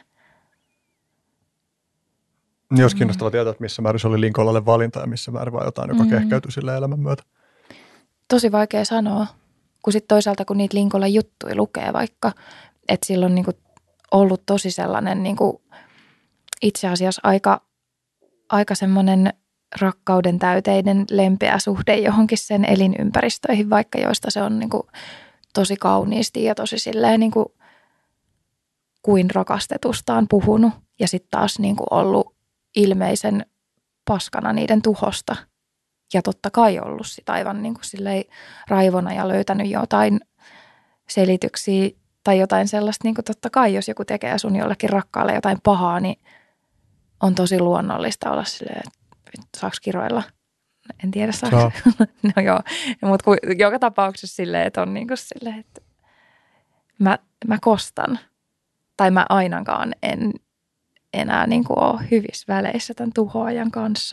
Jos kiinnostava tietää, että missä määrin se oli Linkolalle valinta ja missä määrin vai jotain, joka kehkeytyi sille elämän myötä.
Tosi vaikea sanoa, kun sitten toisaalta kun niitä Linkolan juttuja lukee vaikka, että sillä on niinku ollut tosi sellainen niinku itse asiassa aika semmoinen rakkauden täyteinen lempeä suhde johonkin sen elinympäristöihin, vaikka joista se on niinku tosi kauniisti ja tosi silleen niinku kuin rakastetustaan puhunut ja sitten taas niinku ollut ilmeisen paskana niiden tuhosta. Ja totta kai ollut sit aivan niin kuin silleen raivona ja löytänyt jotain selityksiä tai jotain sellaista, niin kuin totta kai jos joku tekee sun jollekin rakkaalle jotain pahaa, niin on tosi luonnollista olla silleen, että saako kiroilla? En tiedä saako. No joo, mutta joka tapauksessa silleen, että on niin kuin silleen, että mä kostan tai mä ainakaan en enää niin kuin ole hyvissä väleissä tämän tuhoajan kanssa.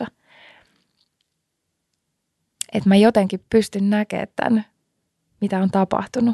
Että mä jotenkin pystyn näkemään tämän, mitä on tapahtunut.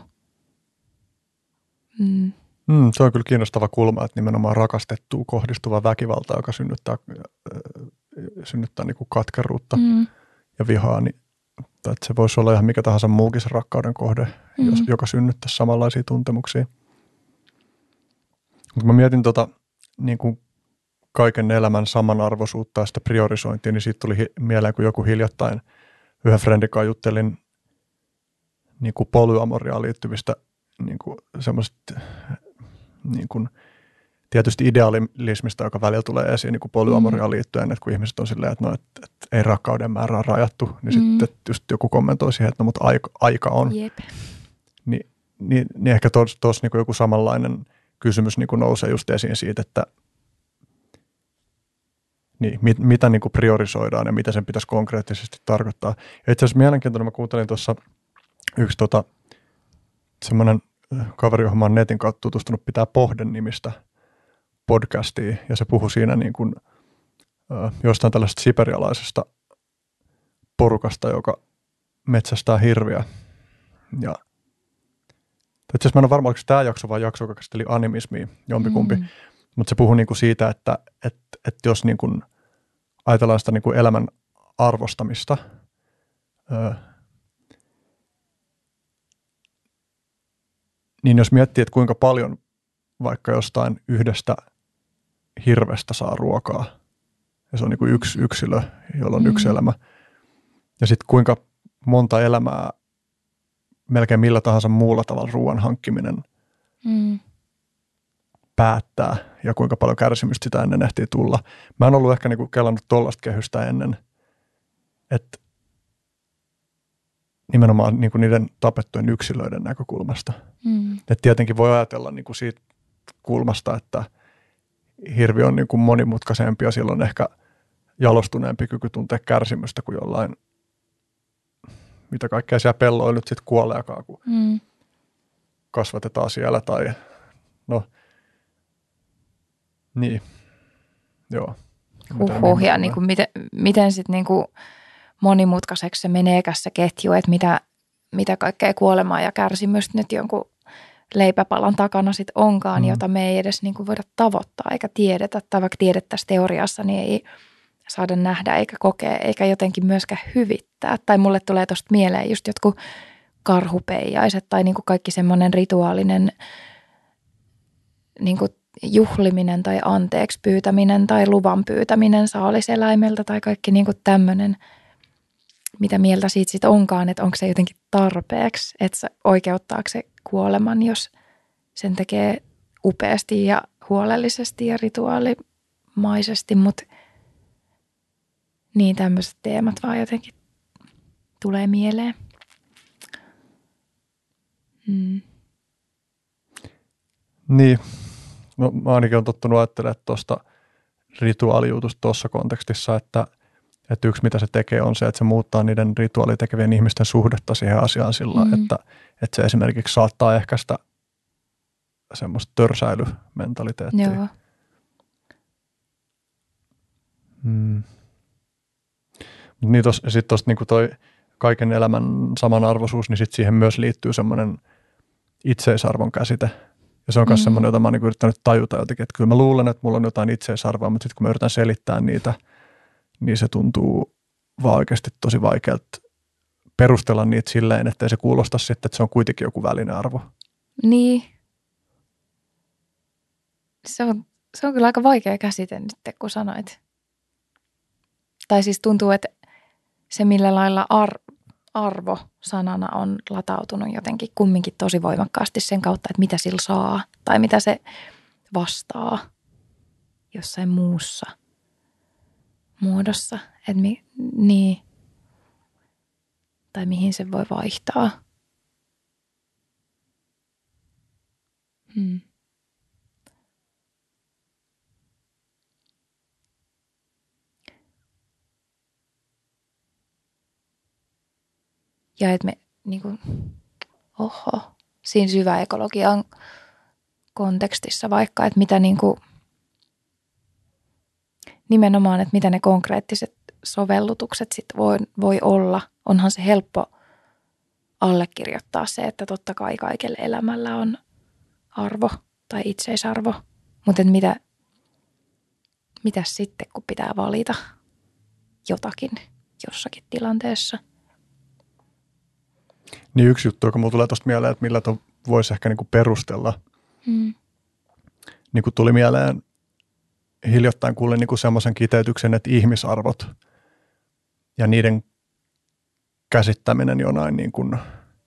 Se on kyllä kiinnostava kulma, että nimenomaan rakastettuun kohdistuva väkivalta, joka synnyttää niin kuin katkeruutta ja vihaa, niin että se voisi olla ihan mikä tahansa muukin se rakkauden kohde, joka synnyttäisi samanlaisia tuntemuksia. Mutta mä mietin niin kuin kaiken elämän samanarvoisuutta ja sitä priorisointia, niin siitä tuli mieleen, kun joku hiljattain yhden friendin kanssa juttelin niin kuin polyamoriaan liittyvistä niin kuin semmoisesta niin kuin tietysti idealismista, joka välillä tulee esiin niin kuin polyamoriaan liittyen, että kun ihmiset on silleen, että, että ei rakkauden määrä on rajattu, niin sitten just joku kommentoi siihen, että no, mutta aika on.
Jep.
Niin ehkä tuossa niin kuin joku samanlainen kysymys niin kuin nousee just esiin siitä, että niin, mitä niin kuin priorisoidaan ja mitä sen pitäisi konkreettisesti tarkoittaa. Ja itse asiassa mielenkiintoinen, mä kuuntelin tuossa yksi semmoinen kaveri, johon mä oon netin kautta tutustunut, pitää Pohden-nimistä podcastia, ja se puhui siinä niin kuin, jostain tällaisesta siperialaisesta porukasta, joka metsästää hirviä. Ja itse asiassa mä en ole varma, oliko tämä jakso vai jakso, joka käsitteli animismia, jompikumpi, mutta se puhui niin kuin siitä, että jos niin kuin ajatellaan sitä niin kuin elämän arvostamista, niin jos miettii, että kuinka paljon vaikka jostain yhdestä hirvestä saa ruokaa, ja se on niin kuin yksi yksilö, jolla on yksi elämä, ja sitten kuinka monta elämää melkein millä tahansa muulla tavalla ruoan hankkiminen päättää, ja kuinka paljon kärsimystä sitä ennen ehtii tulla. Mä en ollut ehkä niin kuin kelannut tollaista kehystä ennen, että nimenomaan niin kuin niiden tapettujen yksilöiden näkökulmasta. Et tietenkin voi ajatella niin kuin siitä kulmasta, että hirvi on niin kuin monimutkaisempi ja sillä on ehkä jalostuneempi kyky tuntea kärsimystä kuin jollain, mitä kaikkea siellä pelloilla nyt sitten kuoleekaan, kun kasvatetaan siellä tai no, niin, joo.
Ja niin kuin miten sitten niin kuin monimutkaiseksi se meneekäs se ketju, että mitä kaikkea kuolemaa ja kärsimystä nyt jonkun leipäpalan takana sit onkaan, jota me ei edes niin kuin voida tavoittaa eikä tiedetä. Tai vaikka tiedettäisiin teoriassa, niin ei saada nähdä eikä kokea eikä jotenkin myöskään hyvittää. Tai mulle tulee tuosta mieleen just jotkut karhupeijaiset tai niin kuin kaikki semmoinen rituaalinen niin kuin juhliminen tai anteeksi pyytäminen tai luvan pyytäminen saaliseläimeltä tai kaikki niin kuin tämmöinen, mitä mieltä siitä sitten onkaan, että onko se jotenkin tarpeeksi, että oikeuttaako se kuoleman, jos sen tekee upeasti ja huolellisesti ja rituaalimaisesti, mutta niin tämmöiset teemat vaan jotenkin tulee mieleen.
Niin, no, mä ainakin olen tottunut ajattelemaan tuosta rituaalijutusta tuossa kontekstissa, että yksi mitä se tekee on se, että se muuttaa niiden rituaalitekevien ihmisten suhdetta siihen asiaan sillä, että se esimerkiksi saattaa ehkäistä semmoista törsäilymentaliteettia.
Joo.
Niin sitten tuosta niin toi kaiken elämän samanarvoisuus, niin sitten siihen myös liittyy semmoinen itseisarvon käsite. Ja se on myös semmoinen, jota mä oon niin yrittänyt tajuta jotenkin, että kyllä mä luulen, että mulla on jotain itseisarvoa, mutta sitten kun mä yritän selittää niitä, niin se tuntuu vaan oikeasti tosi vaikealta perustella niitä silleen, ettei se kuulosta sitten, että se on kuitenkin joku välinearvo.
Niin. Se on kyllä aika vaikea käsite nyt, kun sanoit. Tai siis tuntuu, että se millä lailla arvo sanana on latautunut jotenkin kumminkin tosi voimakkaasti sen kautta, että mitä sillä saa tai mitä se vastaa jossain muussa muodossa. Niin. Tai mihin se voi vaihtaa. Ja että me niinku, siinä syväekologian kontekstissa vaikka, että mitä niinku, nimenomaan, että mitä ne konkreettiset sovellutukset sit voi olla. Onhan se helppo allekirjoittaa se, että totta kai kaikella elämällä on arvo tai itseisarvo. Mutta mitä sitten, kun pitää valita jotakin jossakin tilanteessa?
Niin yksi juttu, joka mulle tulee tuosta mieleen, että millä voisi ehkä niinku perustella. Niin kuin tuli mieleen, hiljattain kuulin niinku semmoisen kiteytyksen, että ihmisarvot ja niiden käsittäminen jonain niin kuin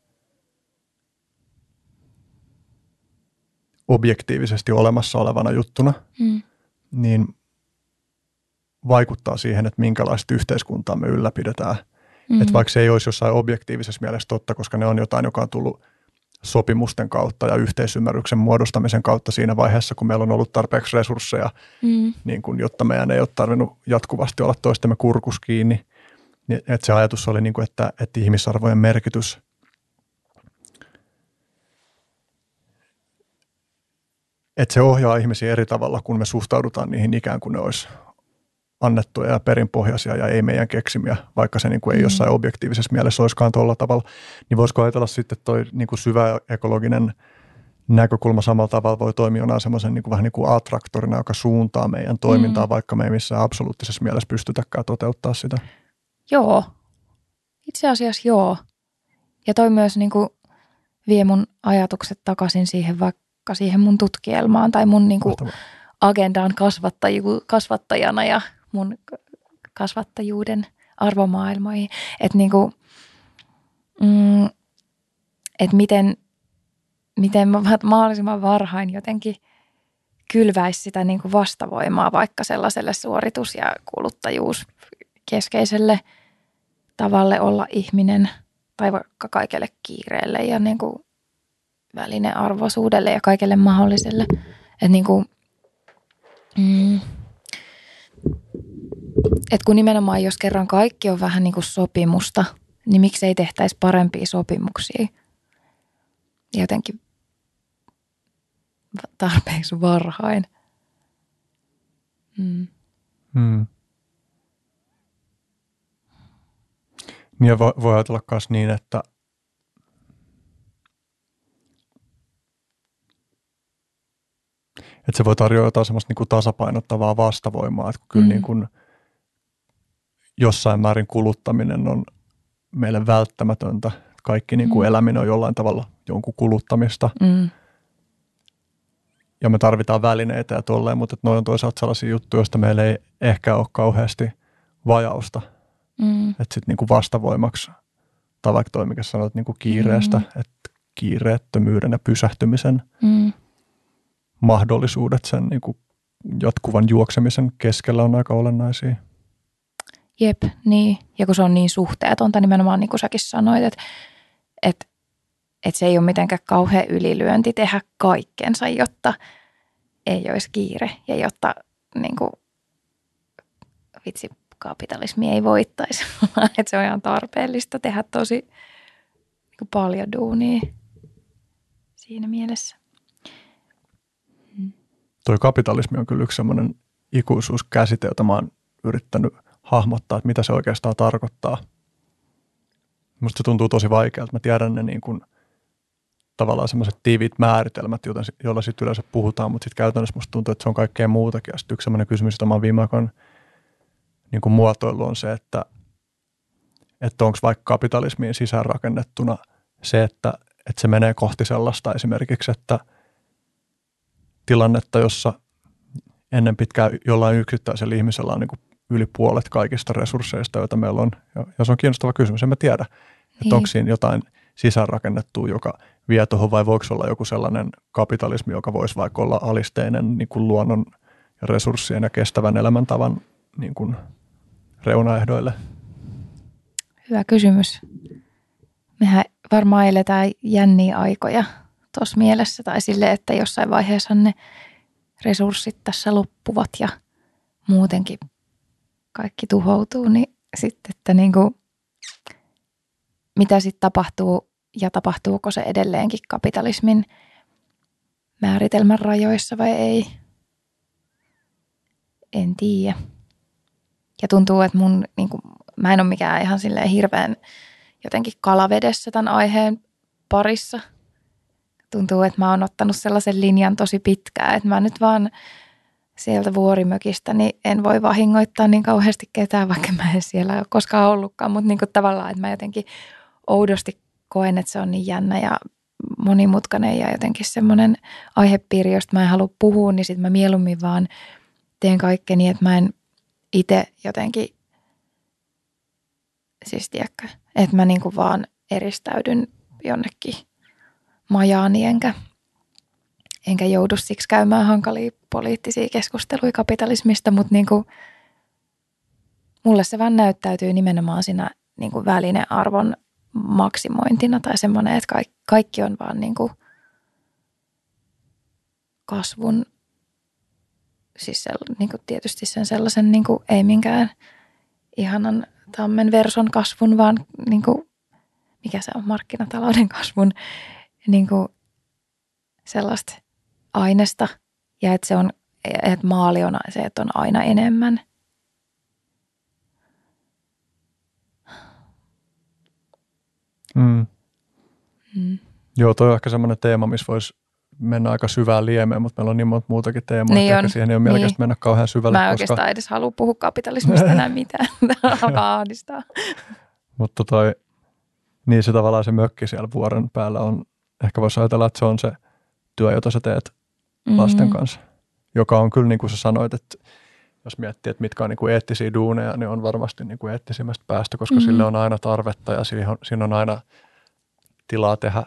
objektiivisesti olemassa olevana juttuna, niin vaikuttaa siihen, että minkälaista yhteiskuntaa me ylläpidetään. Että vaikka se ei olisi jossain objektiivisessa mielessä totta, koska ne on jotain, joka on tullut sopimusten kautta ja yhteisymmärryksen muodostamisen kautta siinä vaiheessa, kun meillä on ollut tarpeeksi resursseja, niin kun, jotta meidän ei ole tarvinnut jatkuvasti olla toistemme kurkus kiinni. Niin, että se ajatus oli, niin kuin, että ihmisarvojen merkitys että se ohjaa ihmisiä eri tavalla, kun me suhtaudutaan niihin ikään kuin ne olisi annettuja ja perinpohjaisia ja ei meidän keksimiä, vaikka se niin kuin ei jossain objektiivisessa mielessä olisikaan tuolla tavalla. Niin voisiko ajatella sitten toi niin kuin syvä ekologinen näkökulma samalla tavalla voi toimia jonain semmoisen niin kuin vähän niin kuin attraktorina, joka suuntaa meidän toimintaa, vaikka me ei missään absoluuttisessa mielessä pystytäkään toteuttaa sitä.
Joo. Itse asiassa joo. Ja toi myös niin kuin vie mun ajatukset takaisin siihen vaikka siihen mun tutkielmaan tai mun niin kuin agendaan kasvattajana ja mun kasvattajuuden arvomaailmoihin. Että niin kuin, että miten mahdollisimman varhain jotenkin kylväisi sitä niin kuin vastavoimaa vaikka sellaiselle suoritus- ja kuluttajuuskeskeiselle tavalle olla ihminen tai vaikka kaikelle kiireelle ja niin kuin välinearvoisuudelle ja kaikelle mahdolliselle. Että niin kuin, että kun nimenomaan jos kerran kaikki on vähän niin kuin sopimusta, niin miksei tehtäisi parempia sopimuksia jotenkin tarpeeksi varhain.
Niin ja voi ajatella myös niin, että Että se voi tarjoa jotain semmoista niin kuin tasapainottavaa vastavoimaa, että kyllä niin kuin jossain määrin kuluttaminen on meille välttämätöntä. Kaikki niin kuin eläminen on jollain tavalla jonkun kuluttamista. Ja me tarvitaan välineitä ja tolleen, mutta noin on toisaalta sellaisia juttuja, joista meillä ei ehkä ole kauheasti vajausta. Että sitten niin kuin vastavoimaksi, tai vaikka toi, mikä sanoit niin kuin kiireestä, että kiireettömyyden ja pysähtymisen mahdollisuudet sen niin kuin jatkuvan juoksemisen keskellä on aika olennaisia.
Jep, niin. Ja kun se on niin suhteetonta nimenomaan, niin kuin säkin sanoit, että se ei ole mitenkään kauhean ylilyönti tehdä kaikkensa, jotta ei olisi kiire ja jotta niin kuin, vitsi, kapitalismi ei voittaisi. Että se on ihan tarpeellista tehdä tosi niin kuin paljon duunia siinä mielessä.
Toi kapitalismi on kyllä yksi semmoinen ikuisuuskäsite, jota mä oon yrittänyt hahmottaa, että mitä se oikeastaan tarkoittaa. Musta se tuntuu tosi vaikealta. Mä tiedän ne niin kuin tavallaan semmoiset tiiviit määritelmät, joilla sitten yleensä puhutaan, mutta sitten käytännössä musta tuntuu, että se on kaikkea muutakin. Ja sitten yksi semmoinen kysymys, jota mä oon viime aikoina niin kuin muotoillut on se, että onko vaikka kapitalismiin sisäänrakennettuna se, että se menee kohti sellaista esimerkiksi, että tilannetta, jossa ennen pitkään jollain yksittäisellä ihmisellä on niin kuin yli puolet kaikista resursseista, joita meillä on. Ja se on kiinnostava kysymys, en mä tiedä, että onko siinä jotain sisäänrakennettua, joka vie tuohon, vai voiko olla joku sellainen kapitalismi, joka voisi vaikka olla alisteinen niin kuin luonnon ja resurssien ja kestävän elämäntavan niin kuin reunaehdoille?
Hyvä kysymys. Mehän varmaan eletään jänniä aikoja tuossa mielessä, tai silleen, että jossain vaiheessa ne resurssit tässä loppuvat ja muutenkin kaikki tuhoutuu, niin sitten, että niin kuin, mitä sitten tapahtuu ja tapahtuuko se edelleenkin kapitalismin määritelmän rajoissa vai ei? En tiedä. Ja tuntuu, että mä en ole mikään ihan silleen hirveän jotenkin kalavedessä tämän aiheen parissa. Tuntuu, että mä oon ottanut sellaisen linjan tosi pitkään, että mä nyt vaan sieltä vuorimökistä niin en voi vahingoittaa niin kauheasti ketään, vaikka mä en siellä ole koskaan ollutkaan. Mutta niin kuin tavallaan, että mä jotenkin oudosti koen, että se on niin jännä ja monimutkainen ja jotenkin semmoinen aihepiiri, josta mä en halua puhua, niin sitten mä mieluummin vaan teen kaikkeni, että mä en itse jotenkin, siis tiedätkö, että mä niin kuin vaan eristäydyn jonnekin majaani enkä joudu siksi käymään hankalia poliittisia keskusteluja kapitalismista, mutta niin kuin, mulle se vaan näyttäytyy nimenomaan siinä niin kuin välinearvon maksimointina tai semmoinen, että kaikki on vaan niin kuin kasvun, siis niin kuin tietysti sen sellaisen niin kuin ei minkään ihanan tammen verson kasvun, vaan niin kuin, mikä se on, markkinatalouden kasvun niin kuin sellaista aineesta ja että se on, että maali on se, että on aina enemmän.
Joo, toi on ehkä semmoinen teema, missä voisi mennä aika syvään liemeen, mutta meillä on niin monta muutakin teemaa, niin että siihen ei ole mielekästä mennä kauhean syvälle.
Mä en oikeastaan edes halua puhua kapitalismista enää mitään. Tämä alkaa ahdistaa.
Mutta niin se tavallaan se mökki siellä vuoren päällä on, ehkä voisi ajatella, että se on se työ, jota sä teet lasten kanssa, joka on kyllä niin kuin sä sanoit, että jos miettii, että mitkä on niin kuin eettisiä duuneja, niin on varmasti niin kuin eettisimmästä päästä, koska sille on aina tarvetta ja siinä on aina tilaa tehdä.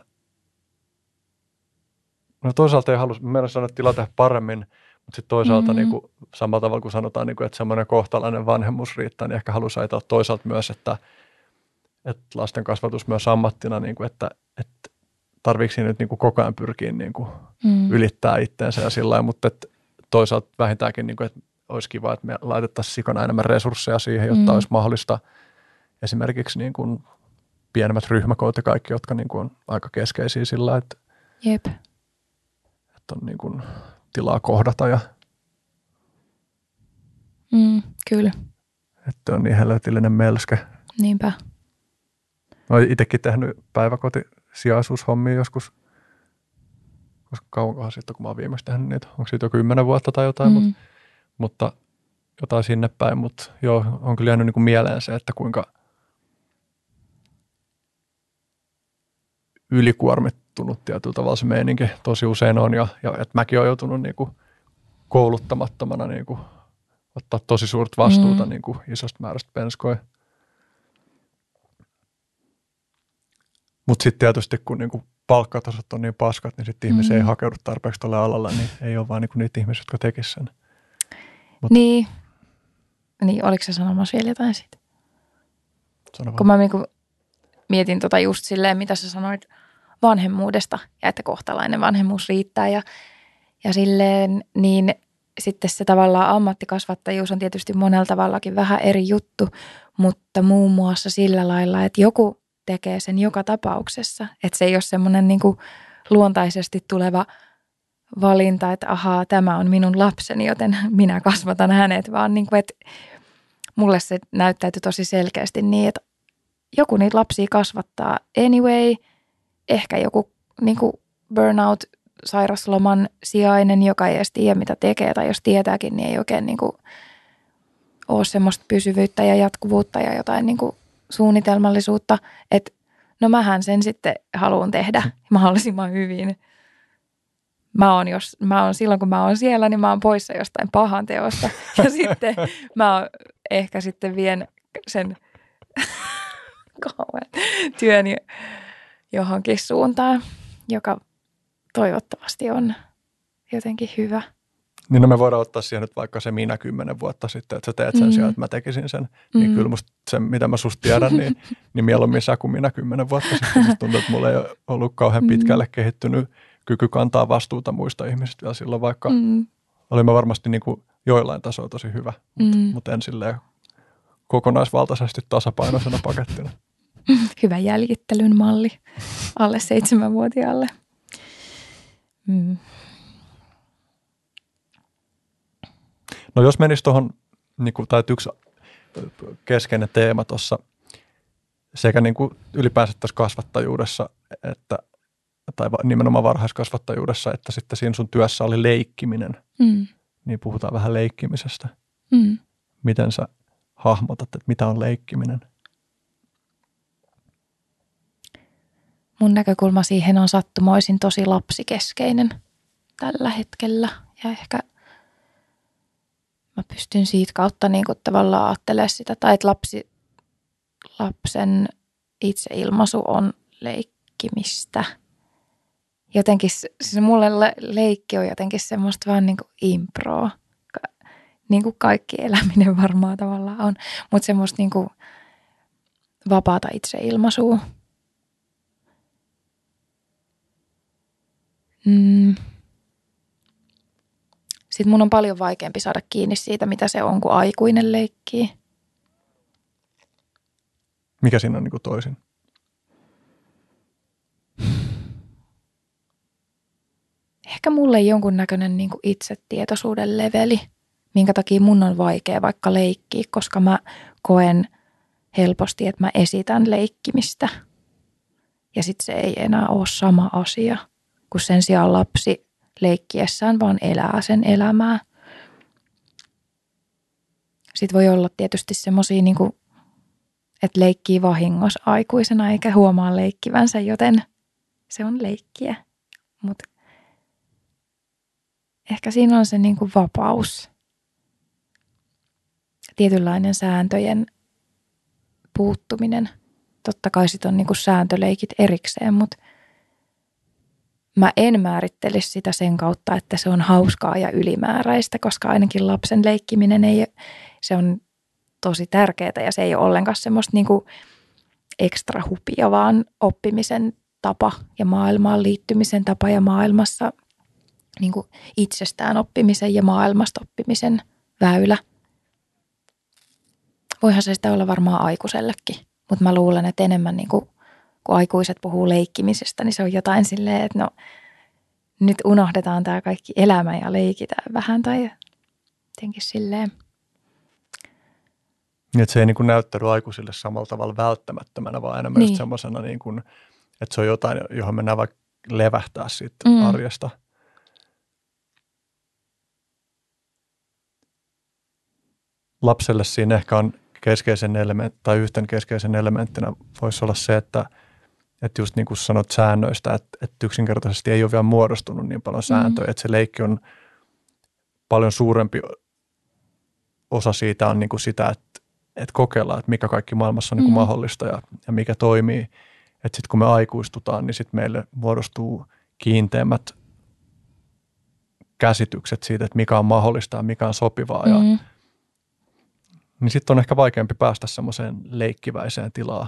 No toisaalta ei halua, mä sanoa, että tilaa tehdä paremmin, mutta sitten toisaalta niin kuin, samalla tavalla kuin sanotaan, niin kuin, että semmoinen kohtalainen vanhemmuus riittää, niin ehkä haluaisi ajatella toisaalta myös, että lasten kasvatus myös ammattina, niin kuin, että tarviiko siinä nyt niin kuin koko ajan pyrkiä niin kuin ylittää itteensä ja sillä lailla, mutta että toisaalta vähintäänkin, niin kuin, että olisi kiva, että me laitettaisiin sikana enemmän resursseja siihen, jotta olisi mahdollista esimerkiksi niin kuin pienemmät ryhmäkoot ja kaikki, jotka niin kuin on aika keskeisiä sillä, että on niin kuin tilaa kohdata ja
kyllä.
Että on niin helvetillinen melske.
Niinpä.
Olen itsekin tehnyt päiväkotisijaisuushommia joskus koska kauankohan sitten, kun mä oon viimeksi tehnyt niitä, onko siitä jo 10 vuotta tai jotain, mutta jotain sinne päin, mutta joo, on kyllä jäänyt niin kuin mieleen se, että kuinka ylikuormittunut tietyllä tavalla se meininki tosi usein on, ja että mäkin olen joutunut niin kuin kouluttamattomana niin kuin ottaa tosi suurta vastuuta niin kuin isosta määrästä penskoja. Mutta sitten tietysti, kun niin kuin palkkatasot on niin paskat, niin sitten ihmisiä ei hakeudu tarpeeksi tuolle alalle, niin ei ole vaan niin kuin niitä ihmisiä, jotka tekisivät sen. Niin,
oliko sä sanomassa vielä jotain siitä? Kun mä niin kuin mietin just silleen, mitä sä sanoit vanhemmuudesta ja että kohtalainen vanhemmuus riittää ja silleen, niin sitten se tavallaan ammattikasvattajuus on tietysti monella tavallakin vähän eri juttu, mutta muun muassa sillä lailla, että joku tekee sen joka tapauksessa, että se ei ole semmoinen niin kuin luontaisesti tuleva valinta, että ahaa, tämä on minun lapseni, joten minä kasvatan hänet, vaan niin kuin, että mulle se näyttäytyi tosi selkeästi niin, että joku niitä lapsia kasvattaa anyway, ehkä joku niin kuin burnout-sairasloman sijainen, joka ei edes tiedä, mitä tekee, tai jos tietääkin, niin ei oikein niin kuin ole semmoista pysyvyyttä ja jatkuvuutta ja jotain niin kuin suunnitelmallisuutta, että no mähän sen sitten haluan tehdä mahdollisimman hyvin. Mä oon silloin, kun mä oon siellä, niin mä oon poissa jostain pahan teosta. Ja sitten mä ehkä sitten vien sen kauan työn johonkin suuntaan, joka toivottavasti on jotenkin hyvä.
Niin no me voidaan ottaa siihen nyt vaikka se minä 10 vuotta sitten, että sä teet sen sijaan, että mä tekisin sen. Niin kyllä musta se, mitä mä susta tiedän, niin mieluummin sä kuin minä 10 vuotta sitten. Musta tuntuu, että mulla ei ole ollut kauhean pitkälle kehittynyt kyky kantaa vastuuta muista ihmisistä vielä silloin, vaikka olin mä varmasti niin kuin joillain tasoilla tosi hyvä, mutta en silleen kokonaisvaltaisesti tasapainoisena pakettina.
Hyvä jäljittelyn malli alle 7-vuotiaalle.
No jos menisi tuohon, niin tai yksi keskeinen teema tuossa sekä niin kuin ylipäänsä tässä kasvattajuudessa, että, tai nimenomaan varhaiskasvattajuudessa, että sitten siinä sun työssä oli leikkiminen, niin puhutaan vähän leikkimisestä. Miten sä hahmotat, että mitä on leikkiminen?
Mun näkökulma siihen on sattumoisin tosi lapsikeskeinen tällä hetkellä ja ehkä mä pystyn siitä kautta niin kuin tavallaan ajattelemaan sitä, tai että lapsen itseilmaisu on leikkimistä. Jotenkin siis mulle leikki on jotenkin semmoista vaan niin kuin improa, niin kuin kaikki eläminen varmaan tavallaan on, mutta semmoista niin kuin vapaata itseilmaisua. Sitten mun on paljon vaikeampi saada kiinni siitä, mitä se on, kun aikuinen leikkii.
Mikä siinä on niin kuin toisin?
Ehkä mulle jonkunnäköinen niin kuin itsetietoisuuden leveli, minkä takia mun on vaikea vaikka leikkiä, koska mä koen helposti, että mä esitän leikkimistä. Ja sitten se ei enää ole sama asia, kun sen sijaan lapsi leikkiessään vaan elää sen elämää. Sitten voi olla tietysti semmoisia, niin kuin, että leikkii vahingossa aikuisena eikä huomaa leikkivänsä, joten se on leikkiä. Mutta ehkä siinä on se niin kuin vapaus. Tietynlainen sääntöjen puuttuminen. Totta kai sit on niin kuin sääntöleikit erikseen, mutta mä en määrittelisi sitä sen kautta, että se on hauskaa ja ylimääräistä, koska ainakin lapsen leikkiminen se on tosi tärkeää ja se ei ole ollenkaan semmoista niinku ekstra hupia, vaan oppimisen tapa ja maailmaan liittymisen tapa ja maailmassa niinku itsestään oppimisen ja maailmasta oppimisen väylä. Voihan se sitä olla varmaan aikuisellekin, mutta mä luulen, että enemmän niinku kun aikuiset puhuu leikkimisestä, niin se on jotain silleen, että no nyt unohdetaan tämä kaikki elämä ja leikitään vähän tai jotenkin silleen.
Niin, että se ei niin kuin näyttäydy aikuisille samalla tavalla välttämättömänä, vaan enemmän
niin.
semmoisena, niin kuin, että se on jotain, johon mennään vaikka levähtää siitä arjesta. Lapselle siinä ehkä on yhten keskeisen elementtinä voisi olla se, että just niin kuin sanot säännöistä, että yksinkertaisesti ei ole vielä muodostunut niin paljon sääntöjä, että se leikki on paljon suurempi osa siitä on niin kuin sitä, että kokeillaan, että mikä kaikki maailmassa on niin kuin mahdollista ja mikä toimii. Että sitten kun me aikuistutaan, niin sitten meille muodostuu kiinteämmät käsitykset siitä, että mikä on mahdollista ja mikä on sopivaa. Niin sitten on ehkä vaikeampi päästä semmoiseen leikkiväiseen tilaan.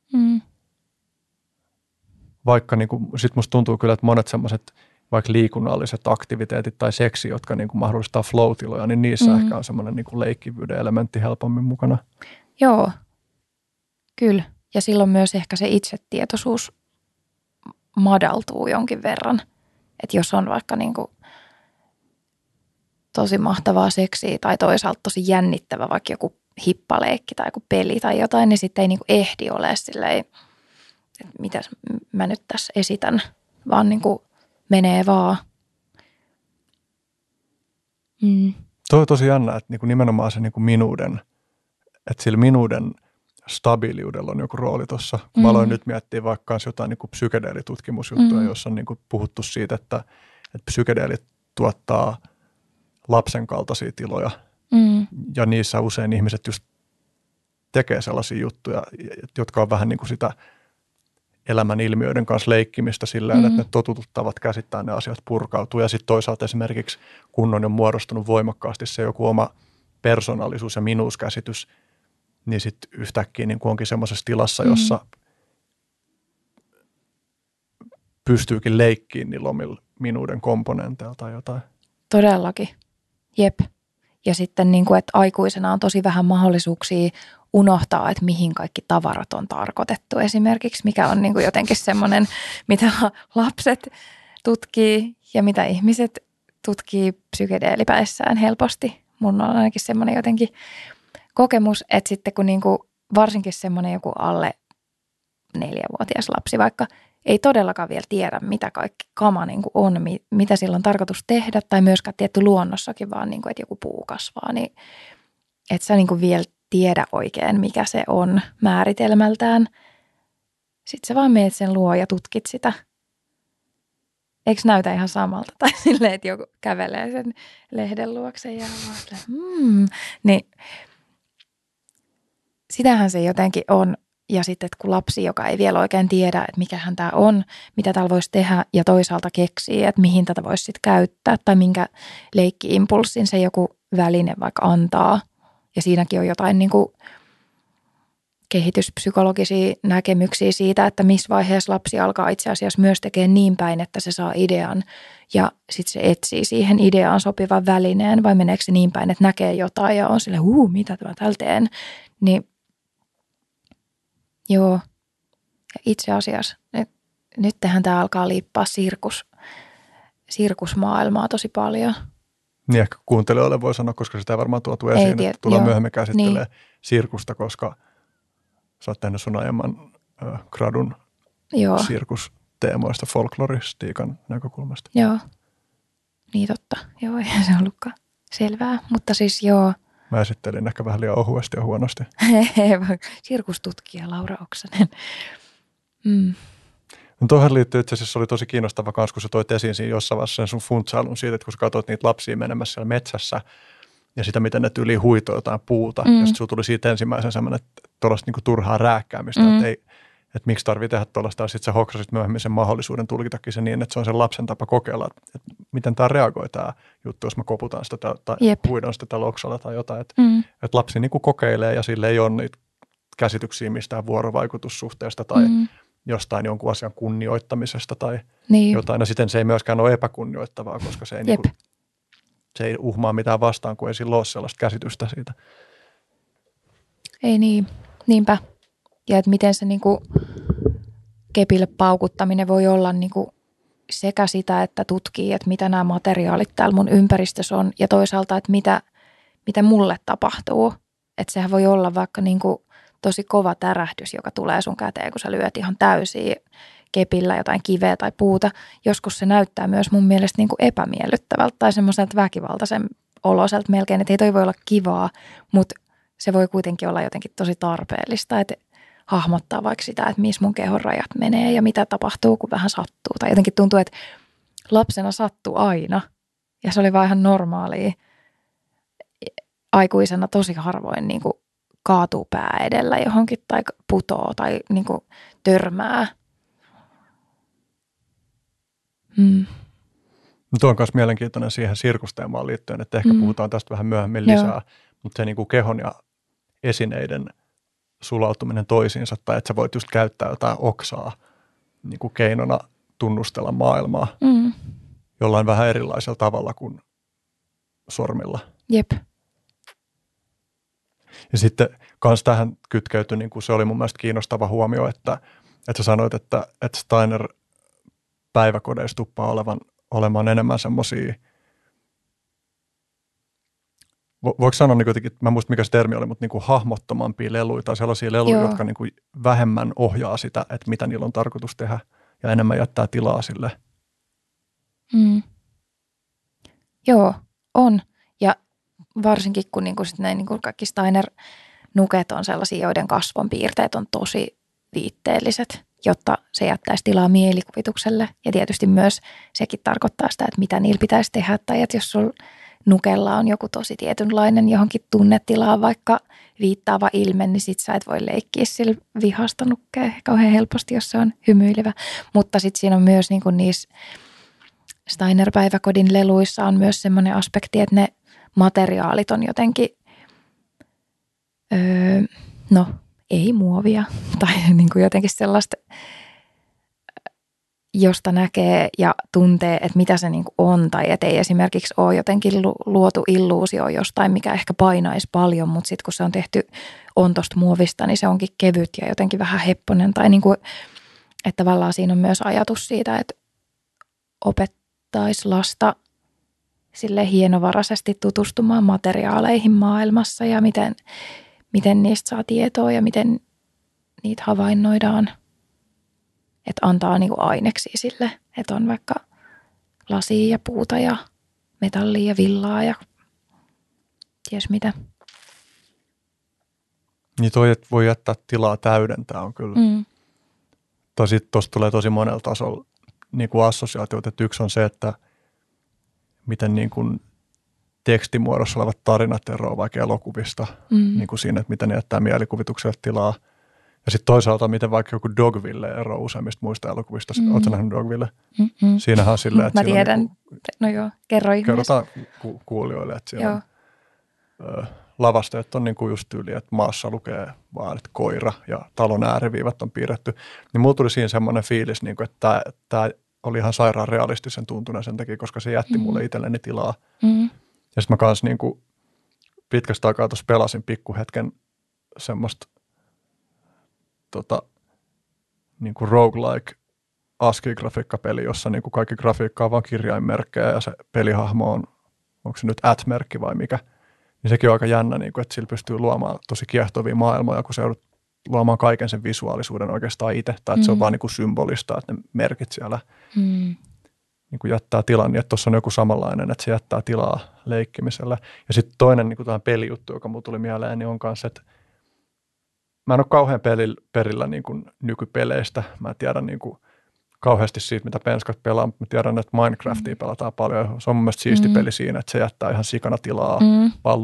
Vaikka niin kuin, sit musta tuntuu kyllä, että monet semmoiset vaikka liikunnalliset aktiviteetit tai seksi, jotka niin kuin mahdollistaa flow-tiloja, niin niissä ehkä on semmoinen niin kuin leikkivyyden elementti helpommin mukana.
Joo, kyllä. Ja silloin myös ehkä se itsetietoisuus madaltuu jonkin verran. Että jos on vaikka niin kuin tosi mahtavaa seksiä tai toisaalta tosi jännittävä vaikka joku hippaleikki tai joku peli tai jotain, niin sitten ei niin kuin ehdi ole silleen, että mitä mä nyt tässä esitän, vaan niin kuin menee vaan.
Tuo on tosi jännä, että niin kuin nimenomaan se niin kuin minuuden, että sillä minuuden stabiiliudella on joku rooli tuossa. Mä aloin nyt miettiä vaikka jotain niin kuin psykedeelitutkimusjuttuja, jossa on niin kuin puhuttu siitä, että psykedeelit tuottaa lapsen kaltaisia tiloja. Ja niissä usein ihmiset just tekee sellaisia juttuja, jotka on vähän niin kuin sitä elämän ilmiöiden kanssa leikkimistä silleen, että ne totutut tavat käsittää ne asiat purkautuu. Ja sitten toisaalta esimerkiksi kun on jo muodostunut voimakkaasti se joku oma persoonallisuus ja minuuskäsitys, niin sitten yhtäkkiä niin kuin onkin semmoisessa tilassa, jossa pystyykin leikkiin niillä omilla minuuden komponenteilla tai jotain.
Todellakin. Jep. Ja sitten, niin kuin, että aikuisena on tosi vähän mahdollisuuksia unohtaa, että mihin kaikki tavarat on tarkoitettu esimerkiksi, mikä on niin kuin jotenkin semmoinen, mitä lapset tutkii ja mitä ihmiset tutkii psykedeelipäissään helposti. Mun on ainakin semmoinen jotenkin kokemus, että sitten kun niin kuin varsinkin semmoinen joku alle 4-vuotias lapsi vaikka ei todellakaan vielä tiedä, mitä kaikki kama niin kuin on, mitä sillä on tarkoitus tehdä, tai myöskään tietty luonnossakin, vaan niin kuin, että joku puu kasvaa, niin et sä niin kuin vielä tiedä oikein, mikä se on määritelmältään. Sitten sä vaan meet sen luo ja tutkit sitä. Eikö näytä ihan samalta? Tai silleen, että joku kävelee sen lehden luokse ja vaan niin sitähän se jotenkin on. Ja sitten, että kun lapsi, joka ei vielä oikein tiedä, että mikähän tämä on, mitä täällä voisi tehdä, ja toisaalta keksii, että mihin tätä voisi sitten käyttää, tai minkä leikki-impulssin se joku väline vaikka antaa. Ja siinäkin on jotain niin kuin kehityspsykologisia näkemyksiä siitä, että missä vaiheessa lapsi alkaa itse asiassa myös tekemään niin päin, että se saa idean, ja sitten se etsii siihen ideaan sopivan välineen, vai meneekö se niin päin, että näkee jotain, ja on silleen, mitä mä täällä teen, niin joo, ja itse asiassa nyt tämä alkaa liippaa sirkusmaailmaa tosi paljon.
Niin ehkä kuuntelijoille voi sanoa, koska sitä ei varmaan tuotu esiin, että tulee myöhemmin käsittelee sirkusta, koska sä oot tehnyt sun aiemman gradun sirkusteemoista folkloristiikan näkökulmasta. Joo,
niin totta. Joo, eihän se ollutkaan selvää, mutta siis joo.
Mä esittelin ehkä vähän liian ohuesti ja huonosti.
Sirkustutkija Laura Oksanen.
No tuohon liittyy itse asiassa oli tosi kiinnostava kans, kun sä toit esiin siinä jossain vaiheessa sen sun funtsailun siitä, että kun sä katsoit niitä lapsia menemässä siellä metsässä ja sitä, miten ne yli huitoi jotain puuta. Ja sitten sulla tuli siitä ensimmäisen semmoinen, että tuollaista niinku turhaa rääkkäämistä, että miksi tarvitsee tehdä tuollaista. Ja sitten sä hoksasit myöhemmin sen mahdollisuuden tulkitakin se niin, että se on sen lapsen tapa kokeilla, että miten tämä reagoi tämä juttu, jos mä koputan sitä tai huidon sitä tällä oksalla tai jotain. Että lapsi niinku kokeilee ja sille ei ole niitä käsityksiä mistään vuorovaikutussuhteesta tai jostain jonkun asian kunnioittamisesta tai jotain. Ja siten se ei myöskään ole epäkunnioittavaa, koska se ei, se ei uhmaa mitään vastaan, kun ei sillä ole sellaista käsitystä siitä.
Ei niin, niinpä. Ja että miten se niinku kepille paukuttaminen voi olla niinku sekä sitä, että tutkii, että mitä nämä materiaalit täällä mun ympäristössä on ja toisaalta, että mitä mulle tapahtuu. Että sehän voi olla vaikka niinku tosi kova tärähdys, joka tulee sun käteen, kun sä lyöt ihan täysiä kepillä jotain kiveä tai puuta. Joskus se näyttää myös mun mielestä niin kuin epämiellyttävältä tai semmoiselta väkivaltaisen oloselta melkein, että ei toi voi olla kivaa, mutta se voi kuitenkin olla jotenkin tosi tarpeellista, että hahmottaa vaikka sitä, että missä mun kehon rajat menee ja mitä tapahtuu, kun vähän sattuu. Tai jotenkin tuntuu, että lapsena sattuu aina ja se oli vaan ihan normaalia. Aikuisena tosi harvoin niin kuin kaatuu pää edellä johonkin tai putoo tai niin kuin törmää.
Tuo on myös mielenkiintoinen siihen sirkusteemaan liittyen, että ehkä puhutaan tästä vähän myöhemmin lisää, mutta se niin kuin kehon ja esineiden sulautuminen toisiinsa tai että sä voit just käyttää jotain oksaa niin kuin keinona tunnustella maailmaa jollain vähän erilaisella tavalla kuin sormilla.
Jep.
Ja sitten kans tähän kytkeytyi, niin kuin se oli mun mielestä kiinnostava huomio, että sä sanoit, että Steiner päiväkodeissa tuppaa olemaan enemmän semmoisia, voiko sanoa niin jotenkin, mä en muista mikä se termi oli, mutta niin kuin hahmottomampia leluja tai sellaisia leluja, jotka niin kuin vähemmän ohjaa sitä, että mitä niillä on tarkoitus tehdä ja enemmän jättää tilaa sille.
Joo, on. Ja varsinkin kun niinku sit näin niinku kaikki Steiner-nuket on sellaisia, joiden kasvonpiirteet on tosi viitteelliset, jotta se jättäisi tilaa mielikuvitukselle. Ja tietysti myös sekin tarkoittaa sitä, että mitä niillä pitäisi tehdä. Tai että jos sulla nukella on joku tosi tietynlainen johonkin tunnetilaan vaikka viittaava ilme, niin sit sä et voi leikkiä sillä vihasta nukkea kauhean helposti, jos se on hymyilevä. Mutta sitten siinä on myös niinku niissä Steiner-päiväkodin leluissa on myös semmoinen aspekti, että ne materiaalit on jotenkin, ei muovia tai niin kuin jotenkin sellaista, josta näkee ja tuntee, että mitä se niin kuin on. Tai että ei esimerkiksi ole jotenkin luotu illuusio jostain, mikä ehkä painaisi paljon, mutta sitten kun se on tehty ontosta muovista, niin se onkin kevyt ja jotenkin vähän hepponen. Tai niin kuin, että tavallaan siinä on myös ajatus siitä, että opettaisi lasta sille hienovaraisesti tutustumaan materiaaleihin maailmassa ja miten niistä saa tietoa ja miten niitä havainnoidaan. Että antaa niinku aineksia sille, että on vaikka lasia ja puuta ja metallia ja villaa ja ties mitä.
Niin toi, että voi jättää tilaa täydentää on kyllä. Tuosta tulee tosi monella tasolla niin kuin assosiaatiot, että yksi on se, että miten niin kuin tekstimuodossa olevat tarinat eroavat vaikka elokuvista, niin kuin siinä, että miten ne jättää mielikuvitukselle tilaa. Ja sitten toisaalta, miten vaikka joku Dogville eroaa useimmista muista elokuvista. Oletko nähnyt Dogville? Siinähän on silleen, että
mä tiedän.
Niin
no joo, kerro ihmeessä.
Kerrotaan kuulijoille, että siellä on lavasteet on niin kuin just tyyli, että maassa lukee vaan, että koira ja talon ääriviivat on piirretty. Niin mulla tuli siinä semmoinen fiilis, niin kuin, että tämä oli ihan sairaan realistisen tuntunen sen takia, koska se jätti mulle itselleni tilaa. Ja sitten mä kanssa niin kuin pitkästä aikaa tuossa pelasin pikkuhetken semmoista niin kuin roguelike ASCII-grafiikkapeli, jossa niin kuin kaikki grafiikka on vaan kirjainmerkkejä ja se pelihahmo on, onko se nyt @merkki vai mikä, niin sekin on aika jännä, niin kuin, että sillä pystyy luomaan tosi kiehtovia maailmoja, kun se joudut luomaan kaiken sen visuaalisuuden oikeastaan itse, tai että se on vaan niin kuin symbolista, että ne merkit siellä niin kuin jättää tilan, niin että tuossa on joku samanlainen, että se jättää tilaa leikkimiselle. Ja sitten toinen niin kuin tämä pelijuttu, joka mulle tuli mieleen, niin on kanssa, että mä en ole kauhean perillä niin kuin nykypeleistä. Mä tiedän niin kuin kauheasti siitä, mitä penskat pelaa, mutta mä tiedän, että Minecraftia pelataan paljon. Se on mun mielestä siisti peli siinä, että se jättää ihan sikana tilaa, vaan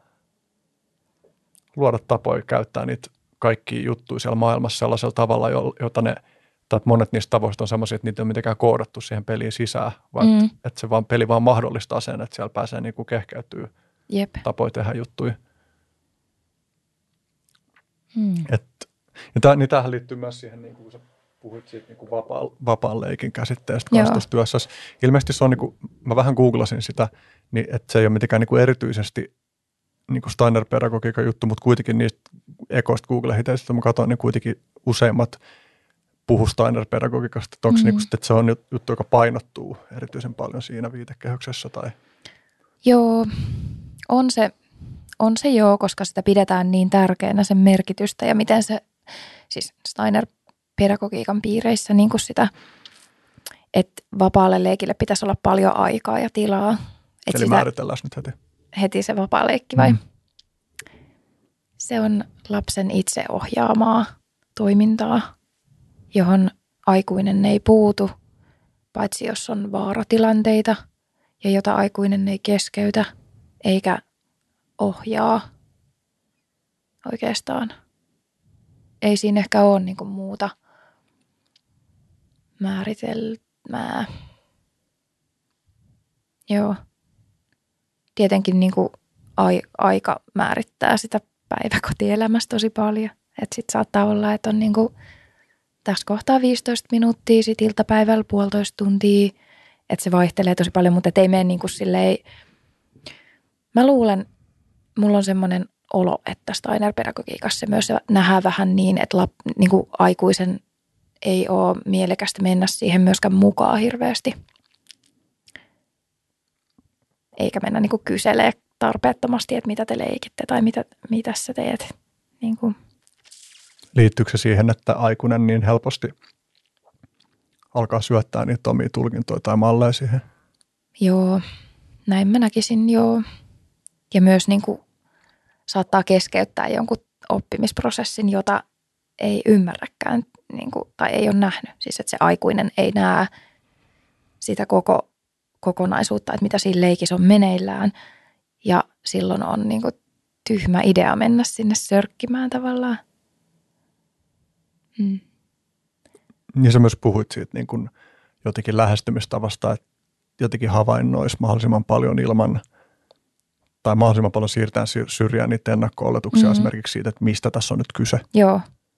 luoda tapoja käyttää niitä kaikkia juttuja siellä maailmassa sellaisella tavalla, jota ne, tai monet niistä tavoista on sellaisia, että niitä ei ole mitenkään koodattu siihen peliin sisään, vaan että se peli vaan mahdollistaa sen, että siellä pääsee niin kuin kehkeytyä tapoja tehdä juttuja. Niin tämähän liittyy myös siihen, niin kun sä puhuit siitä niin kuin vapaan leikin käsitteestä kanssa tuossa työssä. Ilmeisesti se on, niin kuin, mä vähän googlasin sitä, niin että se ei ole mitenkään niin kuin erityisesti niin kuin Steiner-pedagogiikan juttu, mutta kuitenkin niistä ekoista Google-hiteistä, mä katsoin, niin kuitenkin useimmat puhu Steiner-pedagogiikasta. Onko niin kuin, että se on juttu, joka painottuu erityisen paljon siinä viitekehyksessä? Tai?
Joo, on se joo, koska sitä pidetään niin tärkeänä sen merkitystä ja miten se, siis Steiner pedagogiikan piireissä niin kuin sitä, että vapaalle leikille pitäisi olla paljon aikaa ja tilaa.
Eli määritellään nyt heti.
Heti se vapaa leikki vai? Se on lapsen itse ohjaamaa toimintaa, johon aikuinen ei puutu, paitsi jos on vaaratilanteita ja jota aikuinen ei keskeytä eikä ohjaa oikeastaan. Ei siinä ehkä ole niin kuin muuta määritelmää. Joo. Tietenkin niin kuin aika määrittää sitä päiväkotielämässä tosi paljon. Että sitten saattaa olla, että on niin kuin tässä kohtaa 15 minuuttia, sitten iltapäivällä 1,5 tuntia. Että se vaihtelee tosi paljon, mutta ei mene niin kuin silleen. Mä luulen, mulla on semmoinen olo, että Steiner-pedagogiikassa myös nähdään vähän niin, että niin kuin aikuisen ei ole mielekästä mennä siihen myöskään mukaan hirveästi. Eikä mennä niin kuin kyselee tarpeettomasti, että mitä te leikitte tai mitä sä teet. Niin kuin.
Liittyykö se siihen, että aikuinen niin helposti alkaa syöttää niitä omia tulkintoja tai malleja siihen?
Joo, näin mä näkisin, joo. Ja myös niin kuin saattaa keskeyttää jonkun oppimisprosessin, jota ei ymmärräkään niin kuin, tai ei ole nähnyt. Siis että se aikuinen ei näe sitä kokonaisuutta, että mitä siinä leikissä on meneillään. Ja silloin on niin kuin tyhmä idea mennä sinne sörkkimään tavallaan.
Ja sä myös puhuit siitä niin kuin jotenkin lähestymistavasta, että jotenkin havainnoisi mahdollisimman paljon ilman tai mahdollisimman paljon siirtää syrjään niitä ennakko-oletuksia esimerkiksi siitä, että mistä tässä on nyt kyse.
Joo.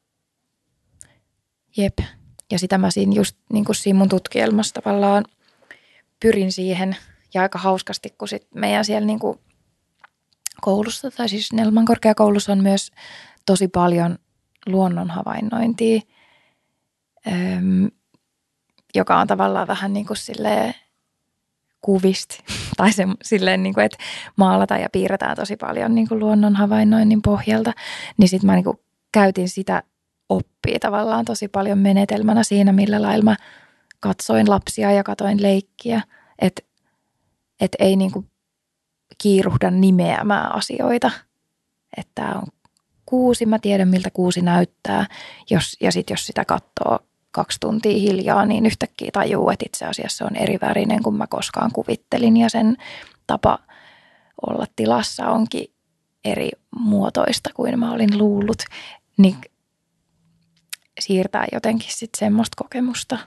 Jep. Ja sitä mä siinä just niin kuin siinä mun tutkielmassa tavallaan pyrin siihen ja aika hauskasti, kun sit meidän siellä niin kuin koulussa tai siis Snellman korkeakoulussa on myös tosi paljon luonnon havainnointia, joka on tavallaan vähän niin kuin silleen kuvista tai silleen, niin kuin, että maalataan ja piirretään tosi paljon niin kuin luonnon havainnoinnin pohjalta, niin sitten mä niin kuin käytin sitä oppia tavallaan tosi paljon menetelmänä siinä, millä lailla mä katsoin lapsia ja katoin leikkiä, että ei niin kuin kiiruhda nimeämään asioita, että tämä on kuusi, mä tiedän miltä kuusi näyttää, ja sitten jos sitä katsoo 2 tuntia hiljaa, niin yhtäkkiä tajuu, että itse asiassa se on eri värinen kuin mä koskaan kuvittelin ja sen tapa olla tilassa onkin eri muotoista kuin mä olin luullut, niin siirtää jotenkin sitten semmoista kokemusta.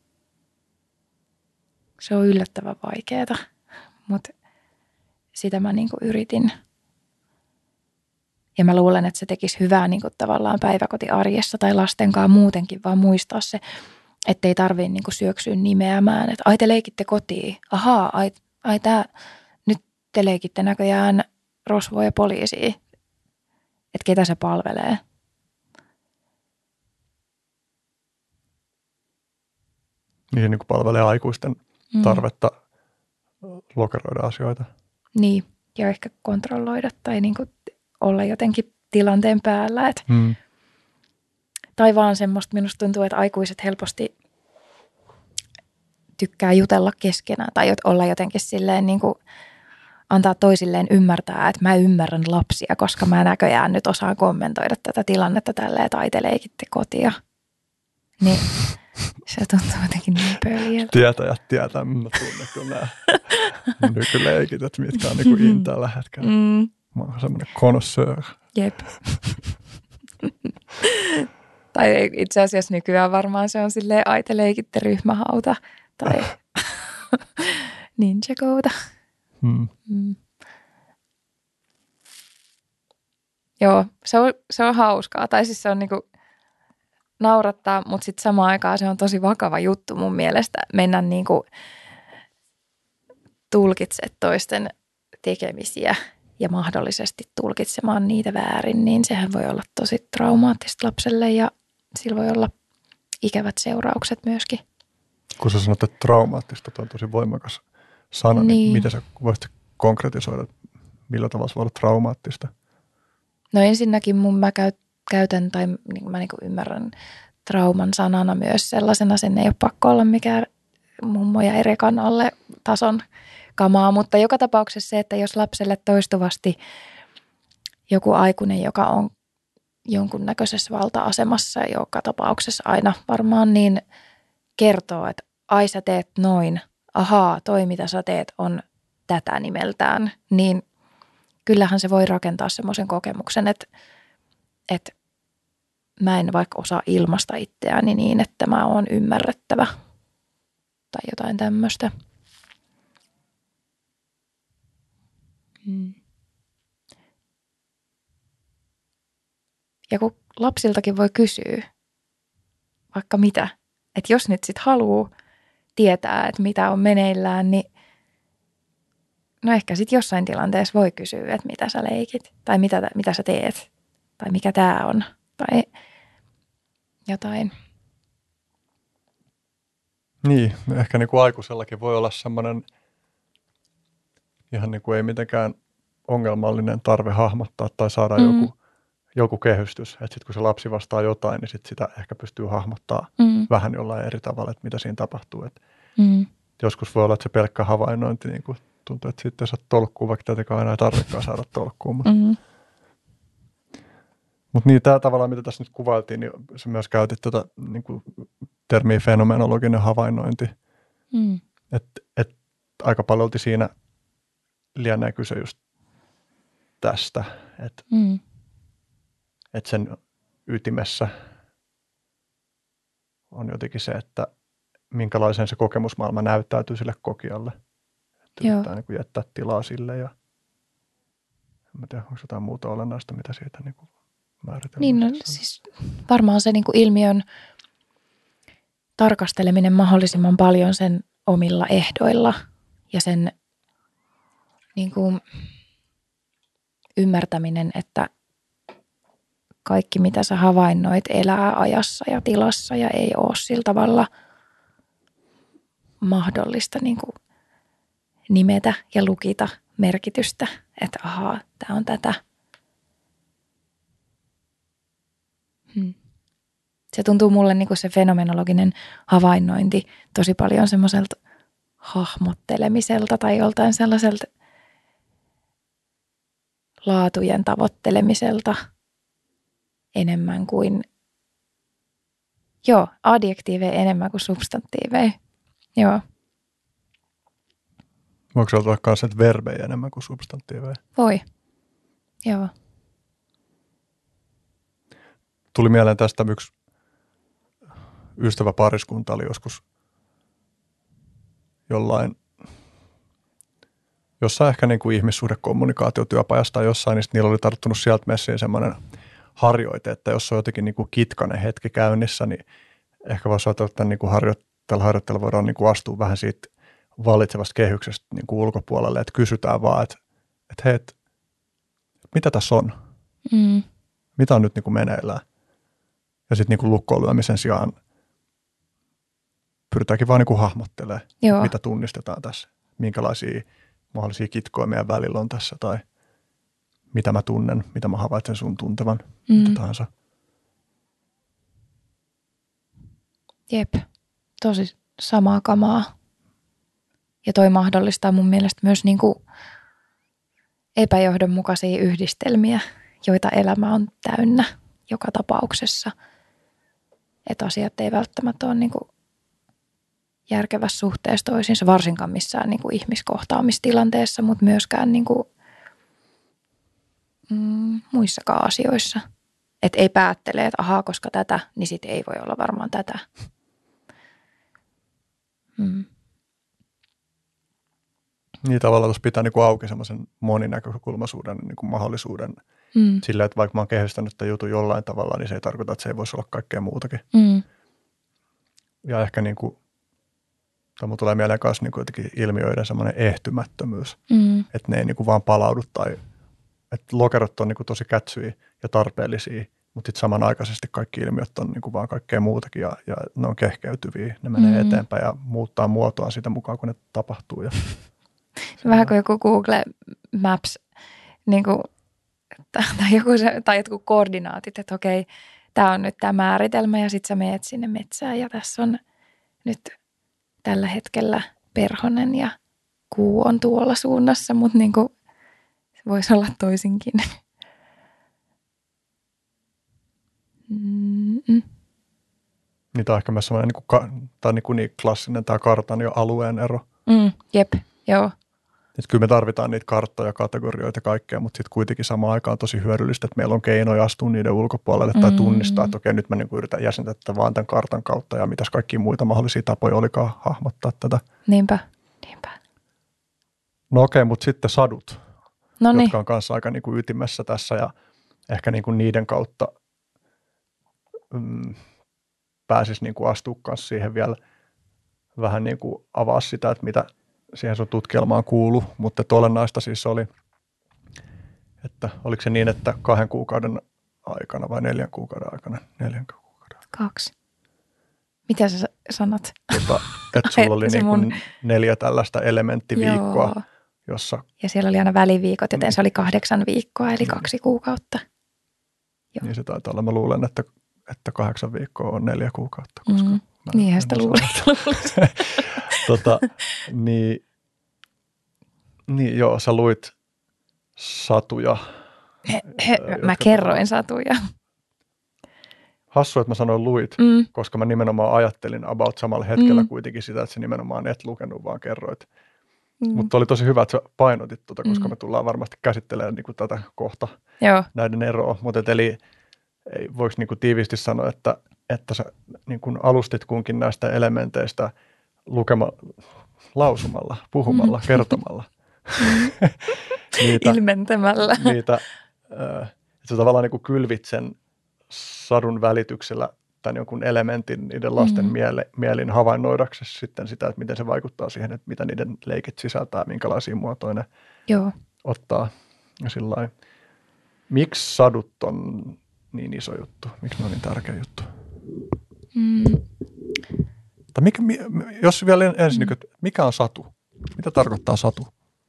Se on yllättävän vaikeaa, mutta sitä mä niinku yritin. Ja mä luulen, että se tekisi hyvää niin kuin tavallaan päiväkotiarjessa tai lastenkaan muutenkin, vaan muistaa se, ettei tarvitse niin kuin syöksyä nimeämään, että ai te leikitte kotiin, ahaa, ai tää, nyt te leikitte näköjään rosvoa ja poliisia, että ketä se palvelee.
Niin kuin palvelee aikuisten tarvetta lokeroida asioita.
Niin, ja ehkä kontrolloida tai niin kuin olla jotenkin tilanteen päällä. Tai vaan semmoista, minusta tuntuu, että aikuiset helposti tykkää jutella keskenään tai olla jotenkin silleen niin kuin antaa toisilleen ymmärtää, että mä ymmärrän lapsia, koska mä näköjään nyt osaan kommentoida tätä tilannetta tälleen, tai te leikitte kotia. Niin se tuntuu jotenkin niin pöljältä.
Tietäjät tietää, mä tunnen kyllä nämä nykyleikit, että mitkä on niin kuin in tällä hetkellä. Mä oon semmoinen connoisseur.
Jep. Tai itse asiassa nykyään varmaan se on silleen ai te leikitte ryhmähauta tai ninjakouta. Joo, se on hauskaa. Tai siis se on niinku naurattaa, mutta sitten samaan aikaan se on tosi vakava juttu mun mielestä mennä niinku tulkitsemaan toisten tekemisiä ja mahdollisesti tulkitsemaan niitä väärin, niin sehän voi olla tosi traumaattista lapselle ja sillä voi olla ikävät seuraukset myöskin.
Kun sä sanot, että traumaattista, tuo on tosi voimakas sana, niin miten sä voisit konkretisoida, millä tavalla se voi olla traumaattista?
No ensinnäkin mä käytän tai niin mä niin kuin ymmärrän trauman sanana myös sellaisena. Sen ei ole pakko olla mikään mummo ja Erekan alle tason kamaa, mutta joka tapauksessa se, että jos lapselle toistuvasti joku aikuinen, joka on jonkunnäköisessä valta-asemassa, joka tapauksessa aina varmaan, niin kertoo, että ai sä teet noin, ahaa, toi mitä sä teet on tätä nimeltään, niin kyllähän se voi rakentaa semmoisen kokemuksen, että mä en vaikka osaa ilmaista itseäni niin, että mä oon ymmärrettävä tai jotain tämmöistä. Ja kun lapsiltakin voi kysyä vaikka mitä, että jos nyt sit haluaa tietää, että mitä on meneillään, niin no ehkä sit jossain tilanteessa voi kysyä, että mitä sä leikit tai mitä sä teet tai mikä tää on tai jotain.
Niin, ehkä niin kuin aikuisellakin voi olla semmoinen ihan niin kuin ei mitenkään ongelmallinen tarve hahmottaa tai saada joku kehystys. Että sitten kun se lapsi vastaa jotain, niin sit sitä ehkä pystyy hahmottaa vähän jollain eri tavalla, että mitä siinä tapahtuu. Et joskus voi olla, että se pelkkä havainnointi niin kuin tuntuu, että sitten saat tolkkuu, vaikka tätäkään enää tarvitsekaan saada tolkkuun. Mutta niin, tämä tavallaan, mitä tässä nyt kuvailtiin, niin se myös käytit niin kuin termiä fenomenologinen havainnointi. Että aika paljon oltiin siinä lienee kyse just tästä, että sen ytimessä on jotenkin se, että minkälaisen se kokemusmaailma näyttäytyy sille kokijalle. Että yritetään niin kuin jättää tilaa sille ja en tiedä, onko jotain muuta olennaista, mitä siitä niin kuin määritellään.
Niin, no, siis varmaan se niin kuin ilmiön tarkasteleminen mahdollisimman paljon sen omilla ehdoilla ja sen niin kuin ymmärtäminen, että kaikki mitä sä havainnoit elää ajassa ja tilassa ja ei ole sillä tavalla mahdollista niin kuin nimetä ja lukita merkitystä, että ahaa, tää on tätä. Se tuntuu mulle niin kuin se fenomenologinen havainnointi tosi paljon semmoiselta hahmottelemiselta tai joltain sellaiselta laatujen tavoittelemiselta enemmän kuin, adjektiiveja enemmän kuin substantiiveja. Joo.
Voiko se olla myös verbejä enemmän kuin substantiiveja?
Voi, joo.
Tuli mieleen tästä yksi ystäväpariskunta oli joskus jossain ehkä niin kuin ihmissuhdekommunikaatiotyöpajasta tai jossain, niin niillä oli tarttunut sieltä messiin semmoinen harjoite, että jos on jotenkin niin kuin kitkainen hetki käynnissä, niin ehkä voisi ajatella, että niin kuin harjoitteella voidaan niin kuin astua vähän siitä vallitsevasta kehyksestä niin kuin ulkopuolelle, että kysytään vaan, että hei, mitä tässä on? Mitä on nyt niin kuin meneillään? Ja sitten niin kuin lukkoon lyömisen sijaan pyritäänkin vaan niin kuin hahmottelemaan, mitä tunnistetaan tässä, minkälaisia mahdollisia kitkoja meidän välillä on tässä tai mitä mä tunnen, mitä mä havaitsen sun tuntevan, mitä tahansa.
Jep, tosi samaa kamaa. Ja toi mahdollistaa mun mielestä myös niinku epäjohdonmukaisia yhdistelmiä, joita elämä on täynnä joka tapauksessa. Että asiat ei välttämättä ole niinku järkevässä suhteessa toisiinsa, varsinkaan missään niinku ihmiskohtaamistilanteessa, mutta myöskään niinku, muissakaan asioissa. Että ei päättele, että ahaa, koska tätä, niin sit ei voi olla varmaan tätä.
Niin tavallaan tuossa pitää niinku auki semmoisen moninäkökulmaisuuden niinku mahdollisuuden sillä, että vaikka mä oon kehystänyt tämän jutun jollain tavalla, niin se ei tarkoita, että se ei voisi olla kaikkea muutakin. Ja ehkä niinku, mun tulee mieleen myös niinku jotenkin ilmiöiden semmoinen ehtymättömyys, että ne ei niinku vaan palaudu tai että lokerot on niinku tosi kätsyjä ja tarpeellisia, mutta sitten samanaikaisesti kaikki ilmiöt on niinku vaan kaikkea muutakin ja ne on kehkeytyviä, ne menee eteenpäin ja muuttaa muotoa sitä mukaan, kun ne tapahtuu. Ja
vähän kuin joku Google Maps niin kuin, tai jotkut koordinaatit, että okei, tämä on nyt tämä määritelmä ja sitten sä meet sinne metsään ja tässä on nyt tällä hetkellä perhonen ja kuu on tuolla suunnassa, mutta niin kuin se voisi olla toisinkin. Mm-mm.
Niin tämä on ehkä myös sellainen niin klassinen tämä kartan ja alueen ero.
Jep, joo.
Et kyllä me tarvitaan niitä karttoja, kategorioita ja kaikkea, mutta sitten kuitenkin samaan aikaan on tosi hyödyllistä, että meillä on keinoja astua niiden ulkopuolelle tai tunnistaa, että okei, nyt mä niin yritän jäsentää tätä vaan tämän kartan kautta ja mitäs kaikkia muita mahdollisia tapoja olikaan hahmottaa tätä.
Niinpä.
No okei, mutta sitten sadut,
Noniin.
jotka on kanssa aika niin kuin ytimessä tässä ja ehkä niin kuin niiden kautta pääsisi niin kuin astua kanssa siihen vielä vähän niin kuin avaa sitä, että mitä siihen sun tutkielmaan kuuluu, mutta olennaista siis oli, että oliko se niin, että 2 kuukauden aikana vai 4 kuukauden aikana? 4 kuukauden.
2. Mitä sä sanot?
Että sulla oli niin kuin
mun
4 tällaista elementtiviikkoa,
Joo.
jossa...
Ja siellä oli aina väliviikot, joten se oli 8 viikkoa, eli 2 kuukautta. Joo.
Niin se taitaa olla. Mä luulen, että 8 viikkoa on 4 kuukautta. Koska
niinhän sitä luulet.
Niin joo, sä luit satuja.
Mä kerroin satuja.
Hassu, että mä sanoin luit, koska mä nimenomaan ajattelin about samalla hetkellä kuitenkin sitä, että sä nimenomaan et lukenut, vaan kerroit. Mutta oli tosi hyvä, että sä painotit koska me tullaan varmasti käsittelemään niin kuin tätä kohta näiden eroa. Mutta eli voiko niin kuin tiiviisti sanoa, että sä niin kuin alustit kunkin näistä elementeistä lausumalla, puhumalla, kertomalla.
Ilmentämällä.
Että sä tavallaan niin kuin kylvit sen sadun välityksellä tämän jonkun elementin niiden lasten mielin havainnoidaksesi sitten sitä, että miten se vaikuttaa siihen, että mitä niiden leikit sisältää, minkälaisia muotoja ne ottaa. Ja sillain. Miksi sadut on niin iso juttu? Miksi ne on niin tärkeä juttu? Tai jos vielä ensin, mikä on satu? Mitä tarkoittaa satu?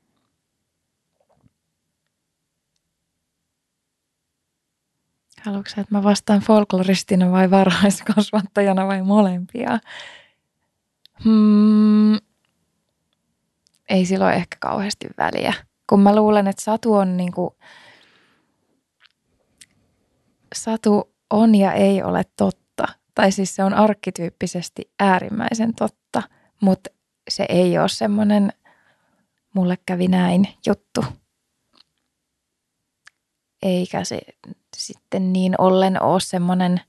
Haluatko että mä vastaan folkloristina vai varhaiskasvattajana vai molempia? Ei silloin ehkä kauheasti väliä. Kun mä luulen, että satu on niinku, satu on ja ei ole totta. Tai siis se on arkkityyppisesti äärimmäisen totta, mutta se ei ole semmoinen mulle kävi näin juttu. Eikä se sitten niin ollen ole semmoinen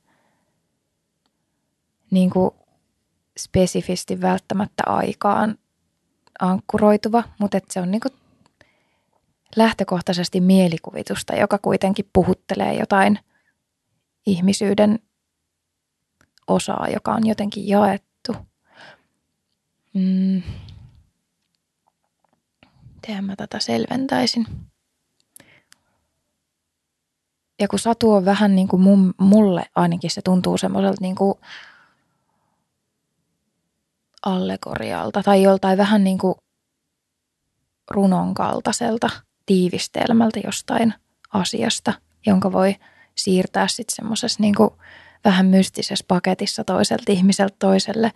niin kuin spesifisti välttämättä aikaan ankkuroituva, mutta että se on niin kuin lähtökohtaisesti mielikuvitusta, joka kuitenkin puhuttelee jotain ihmisyyden osaa, joka on jotenkin jaettu. Miten mä tätä selventäisin? Ja kun satu on vähän niin kuin mulle ainakin se tuntuu semmoiselta niin kuin allegorialta tai joltain vähän niin kuin runon kaltaiselta tiivistelmältä jostain asiasta, jonka voi siirtää sitten semmoisessa niin kuin vähän mystisessä paketissa toiselta ihmiseltä toiselle.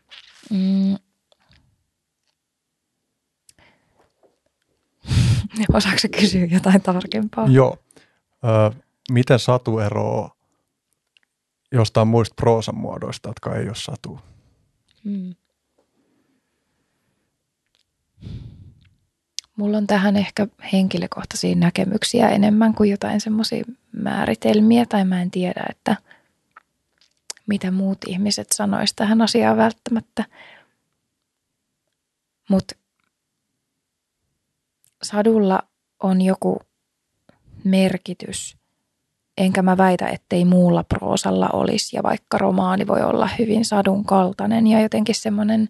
Osaatko sä kysyä jotain tarkempaa?
Joo. Miten satu eroaa jostain muista proosan muodoista, jotka ei ole satua?
Mulla on tähän ehkä henkilökohtaisia näkemyksiä enemmän kuin jotain semmoisia määritelmiä, tai mä en tiedä, että mitä muut ihmiset sanois tähän asiaan välttämättä. Mutta sadulla on joku merkitys, enkä mä väitä, ettei muulla proosalla olisi, ja vaikka romaani voi olla hyvin sadun kaltainen ja jotenkin semmoinen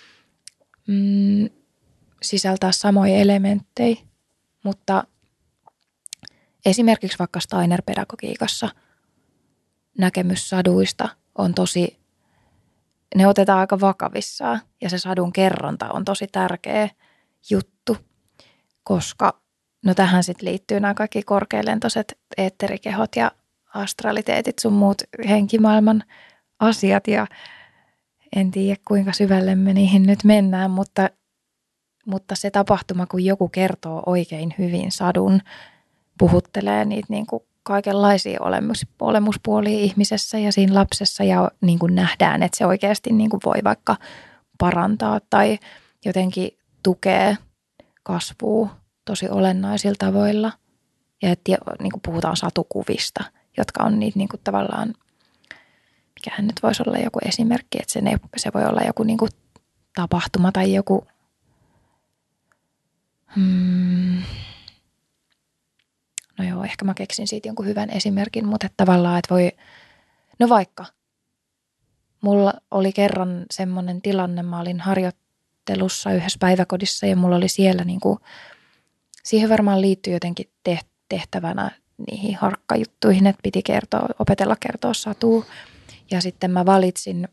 sisältää samoja elementtejä, mutta esimerkiksi vaikka Steiner-pedagogiikassa näkemys saduista on tosi, ne otetaan aika vakavissaan ja se sadun kerronta on tosi tärkeä juttu, koska no tähän sitten liittyy nämä kaikki korkealentoiset eetterikehot ja astraliteetit sun muut henkimaailman asiat ja en tiedä kuinka syvälle me niihin nyt mennään, mutta se tapahtuma, kun joku kertoo oikein hyvin sadun, puhuttelee niitä niin kuin kaikenlaisia olemuspuolia ihmisessä ja siinä lapsessa ja niin kuin nähdään, että se oikeasti niin kuin voi vaikka parantaa tai jotenkin tukee kasvua tosi olennaisilla tavoilla. Ja että niin kuin puhutaan satukuvista, jotka on niitä niin kuin tavallaan, mikähän nyt voisi olla joku esimerkki, että se voi olla joku niin kuin tapahtuma tai joku no joo, ehkä mä keksin siitä jonkun hyvän esimerkin, mutta että tavallaan, että voi, no vaikka, mulla oli kerran semmoinen tilanne, mä olin harjoittelussa yhdessä päiväkodissa ja mulla oli siellä niin kuin, siihen varmaan liittyy jotenkin tehtävänä niihin harkkajuttuihin, että piti opetella kertoa satua. Ja sitten mä valitsin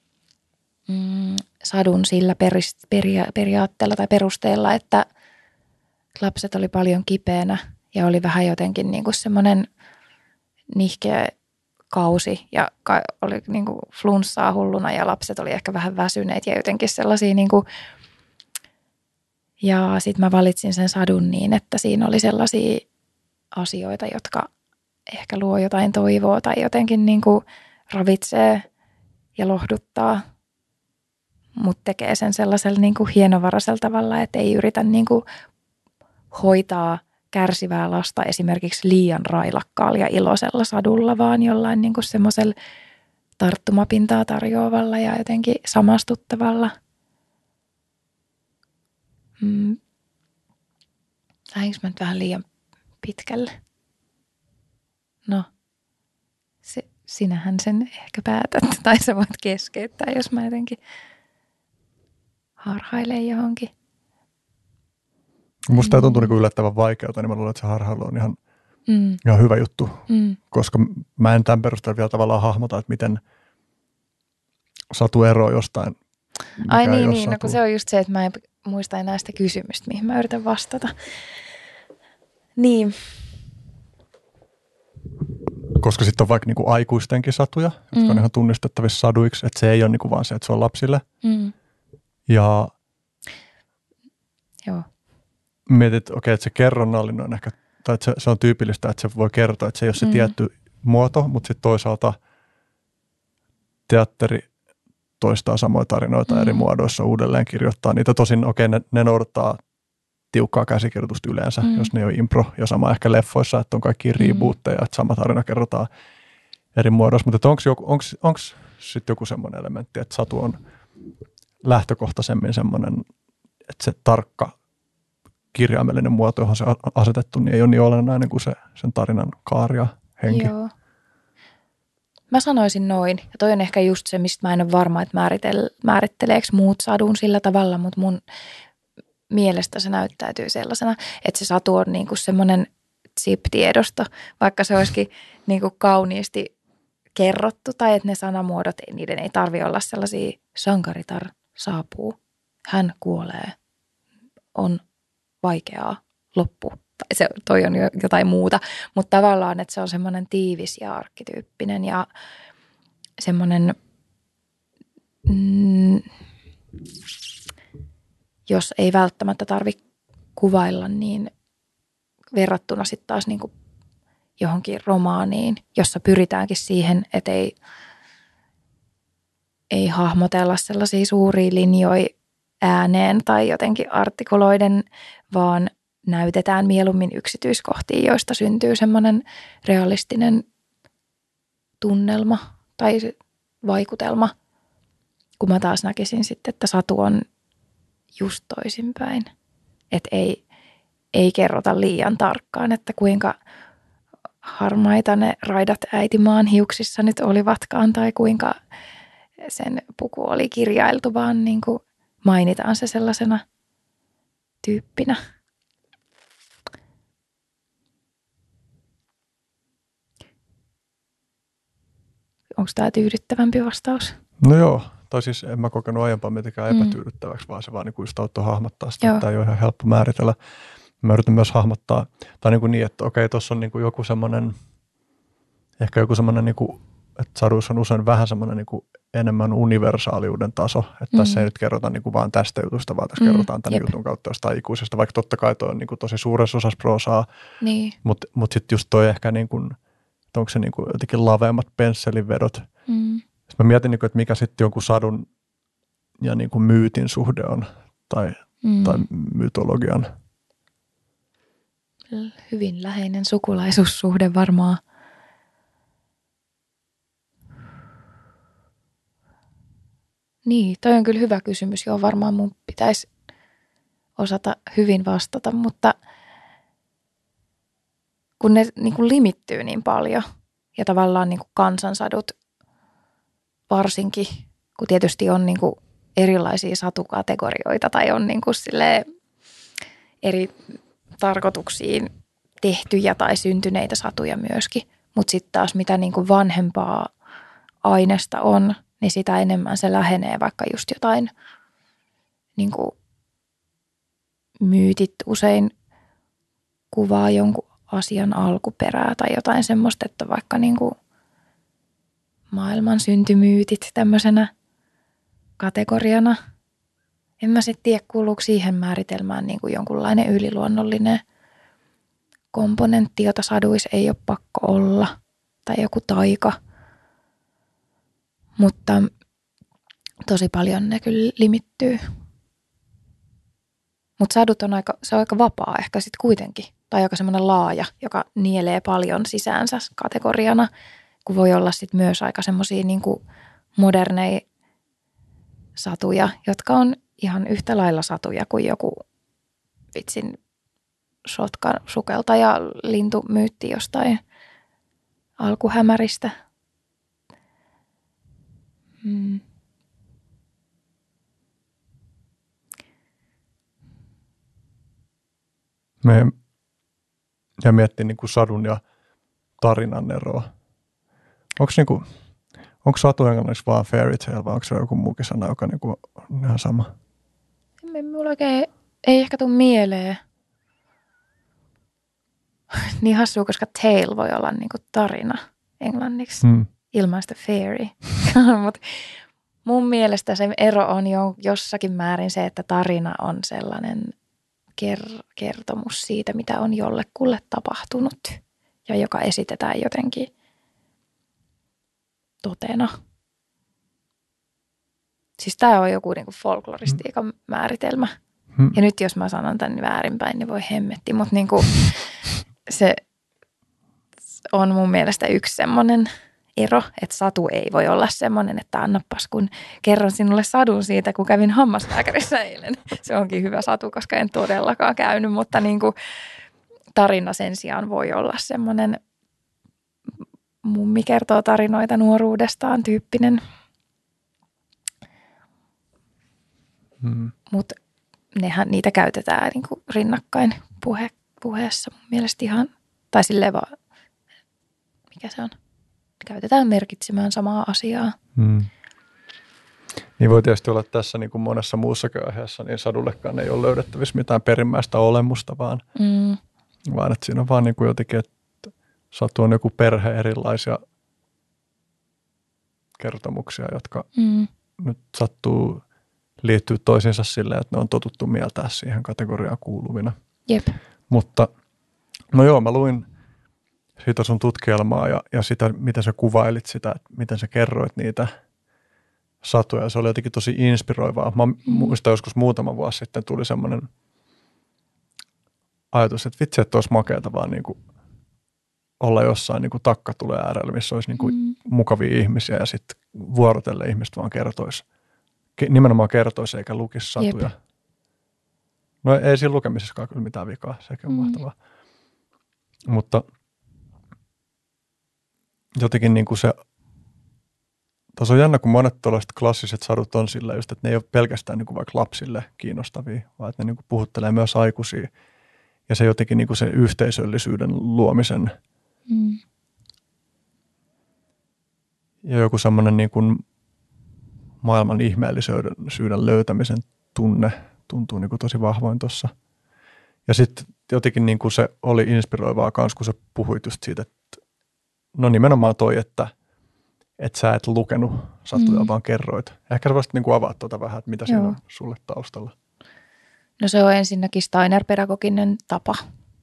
sadun sillä periaatteella tai perusteella, että lapset oli paljon kipeänä ja oli vähän jotenkin niin kuin semmoinen nihkeä kausi ja oli niin kuin flunssaa hulluna ja lapset oli ehkä vähän väsyneet ja jotenkin sellaisia niin kuin. Ja sitten mä valitsin sen sadun niin, että siinä oli sellaisia asioita, jotka ehkä luo jotain toivoa tai jotenkin niin kuin ravitsee ja lohduttaa, mutta tekee sen sellaisella niin kuin hienovaraisella tavalla, että ei yritä niin kuin hoitaa kärsivää lasta esimerkiksi liian railakkaalla ja iloisella sadulla, vaan jollain niin kuin semmoisella tarttumapintaa tarjoavalla ja jotenkin samastuttavalla. Lähinkö mä nyt vähän liian pitkälle? No, sinähän sen ehkä päätät, tai sä voit keskeyttää, jos mä jotenkin harhailen johonkin.
Musta tämä tuntuu niin yllättävän vaikealta, niin mä luulen, että se harhailu on ihan hyvä juttu, koska mä en tämän perusteella vielä tavallaan hahmota, että miten satu eroa jostain.
Ai niin, no kun se on just se, että mä en muista enää sitä kysymystä, mihin mä yritän vastata. Niin.
Koska sitten on vaikka niinku aikuistenkin satuja, jotka on ihan tunnistettavissa saduiksi, että se ei ole niinku vaan se, että se on lapsille. Ja
joo.
Mietit, okei, että se kerronnallinen on ehkä, tai että se on tyypillistä, että se voi kertoa, että se ei ole se tietty muoto, mutta sitten toisaalta teatteri toistaa samoja tarinoita eri muodoissa uudelleen kirjoittaa niitä. Tosin okei, ne noudattaa tiukkaa käsikirjoitusta yleensä, jos ne ei ole impro. Ja sama ehkä leffoissa, että on kaikki rebootteja, että sama tarina kerrotaan eri muodoissa. Mutta onko sitten joku semmoinen elementti, että satu on lähtökohtaisemmin semmoinen, että se tarkka kirjaimellinen muoto, johon se on asetettu, niin ei ole niin olennainen kuin se sen tarinan kaari ja henki.
Joo. Mä sanoisin noin. Ja toi on ehkä just se, mistä mä en ole varma, että määritteleekö muut sadun sillä tavalla, mutta mun mielestä se näyttäytyy sellaisena, että se satu on niinku semmoinen zip-tiedosto, vaikka se olisikin niinku kauniisti kerrottu tai että ne sanamuodot, niiden ei tarvitse olla sellaisia sankaritar saapuu, hän kuolee, on vaikeaa loppu. Toi on jotain muuta, mutta tavallaan, että se on semmoinen tiivis ja arkkityyppinen ja semmoinen, jos ei välttämättä tarvitse kuvailla, niin verrattuna sitten taas niin kuin johonkin romaaniin, jossa pyritäänkin siihen, että ei hahmotella sellaisia suuria linjoja ääneen tai jotenkin artikuloiden, vaan näytetään mieluummin yksityiskohtia, joista syntyy semmoinen realistinen tunnelma tai vaikutelma, kun mä taas näkisin sitten, että satu on just toisinpäin. Että ei kerrota liian tarkkaan, että kuinka harmaita ne raidat äitimaan hiuksissa nyt olivatkaan tai kuinka sen puku oli kirjailtu, vaan niin kuin mainitaan se sellaisena tyyppinä. Onko tämä tyydyttävämpi vastaus?
No joo, tai siis en mä kokenut aiempaa mitenkään epätyydyttäväksi, vaan se vaan niin kuin just auttoi hahmottaa sitä, että tämä ei ole ihan helppo määritellä. Mä yritän myös hahmottaa, tai niin, että okei, tuossa on niin kuin joku semmoinen ehkä joku semmoinen, niin kuin, että saduissa on usein vähän semmoinen niin kuin enemmän universaaliuden taso, että tässä ei nyt kerrota niin kuin vaan tästä jutusta, vaan tässä kerrotaan tämän jutun kautta jostain ikuisesta, vaikka totta kai toi on niin kuin tosi suuressa osassa proosaa,
Niin.
mutta sitten just toi ehkä, niin kuin, että onko se niin kuin jotenkin laveammat pensselinvedot. Sitten mä mietin, niin kuin, että mikä sitten jonkun sadun ja niin kuin myytin suhde on, tai mytologian.
Hyvin läheinen sukulaisuussuhde varmaan. Niin, toi on kyllä hyvä kysymys. Joo, varmaan mun pitäisi osata hyvin vastata, mutta kun ne niin kuin limittyy niin paljon ja tavallaan niin kuin kansansadut varsinkin, kun tietysti on niin kuin erilaisia satukategorioita tai on niin kuin eri tarkoituksiin tehtyjä tai syntyneitä satuja myöskin, mutta sitten taas mitä niin kuin vanhempaa aineesta on, niin sitä enemmän se lähenee vaikka just jotain niin kuin myytit usein kuvaa jonkun asian alkuperää tai jotain semmoista, että vaikka niin kuin maailman syntymyytit tämmöisenä kategoriana. En mä sitten tiedä, kuuluuko siihen määritelmään niin kuin jonkunlainen yliluonnollinen komponentti, jota saduissa ei ole pakko olla, tai joku taika. Mutta tosi paljon ne kyllä limittyy. Mutta sadut se on aika vapaa ehkä sitten kuitenkin, tai aika semmoinen laaja, joka nielee paljon sisäänsä kategoriana, kun voi olla sitten myös aika semmoisia niin kuin moderneja satuja, jotka on ihan yhtä lailla satuja kuin joku vitsin sukeltaja lintumyytti jostain alkuhämäristä.
Me miettii niin kuin sadun ja tarinan eroa. Onko satu englanniksi vaan fairy tale vai onko se joku muukin sana, joka niin kuin on ihan sama?
Mulla oikein ei ehkä tule mieleen. Niin hassua, koska tale voi olla niin kuin tarina englanniksi ilman sitä fairy. Mutta mun mielestä se ero on jo jossakin määrin se, että tarina on sellainen kertomus siitä, mitä on jollekulle tapahtunut ja joka esitetään jotenkin totena. Siis tää on joku niinku folkloristiikan määritelmä. Ja nyt jos mä sanon tän väärinpäin, niin voi hemmetti. Mutta niinku se on mun mielestä yksi semmoinen ero, että satu ei voi olla semmoinen, että annapas kun kerron sinulle sadun siitä, kun kävin hammaslääkärissä eilen. Se onkin hyvä satu, koska en todellakaan käynyt, mutta niinku tarina sen sijaan voi olla semmoinen mummi kertoo tarinoita nuoruudestaan tyyppinen. Mutta niitä käytetään niinku rinnakkain puheessa mun mielestä ihan, tai silleen vaan, mikä se on, käytetään merkitsemään samaa asiaa.
Niin voi tietysti olla tässä niin kuin monessa muussakin aiheessa, niin sadullekaan ei ole löydettävissä mitään perimmäistä olemusta, vaan että siinä on vaan niin kuin jotenkin, että satu on joku perhe erilaisia kertomuksia, jotka nyt sattuu liittyy toisiinsa silleen, että ne on totuttu mieltää siihen kategoriaan kuuluvina.
Jep.
Mutta no joo, mä luin siitä sun tutkielmaa ja sitä, miten sä kuvailit sitä, että miten sä kerroit niitä satuja. Se oli jotenkin tosi inspiroivaa. Mä muistan joskus muutama vuosi sitten tuli semmoinen ajatus, että vitsi, että olisi makeata vaan niin kuin olla jossain niin kuin takkatulen äärellä, missä olisi niin kuin mukavia ihmisiä ja sitten vuorotelle ihmiset vaan kertoisi. Nimenomaan kertoisi eikä lukisi satuja. Jep. No ei siinä lukemisessakaan kyllä mitään vikaa, sekin on mahtavaa. Mutta jotenkin niin kuin se, tuossa on jännä, kun monet tällaiset klassiset sadut on sillä just, että ne ei ole pelkästään niin kuin vaikka lapsille kiinnostavia, vaan että ne niin kuin puhuttelee myös aikuisia. Ja se jotenkin niin kuin se yhteisöllisyyden luomisen ja joku semmoinen niin kuin maailman ihmeellisyyden löytämisen tunne tuntuu niin kuin tosi vahvoin tuossa. Ja sitten jotenkin niin kuin se oli inspiroivaa myös, kun sä puhuit just siitä, että no nimenomaan toi, että sä et lukenut satuja, vaan kerroit. Ehkä sä voisit niin kuin avaa tuota vähän, että mitä siinä on sulle taustalla.
No se on ensinnäkin Steiner-pedagoginen tapa.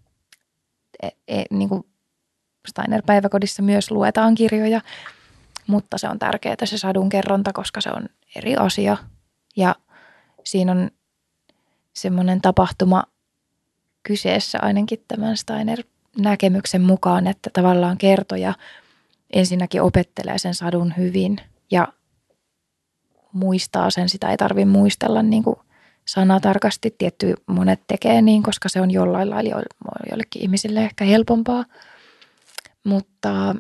Niin kuin Steiner-päiväkodissa myös luetaan kirjoja, mutta se on tärkeää se sadunkerronta, koska se on eri asia. Ja siinä on semmoinen tapahtuma kyseessä ainakin tämän Steiner-näkemyksen mukaan, että tavallaan kertoja ensinnäkin opettelee sen sadun hyvin ja muistaa sen. Sitä ei tarvitse muistella niin kuin sanatarkasti. Tietty monet tekee niin, koska se on jollain lailla jollekin ihmisille ehkä helpompaa. Mutta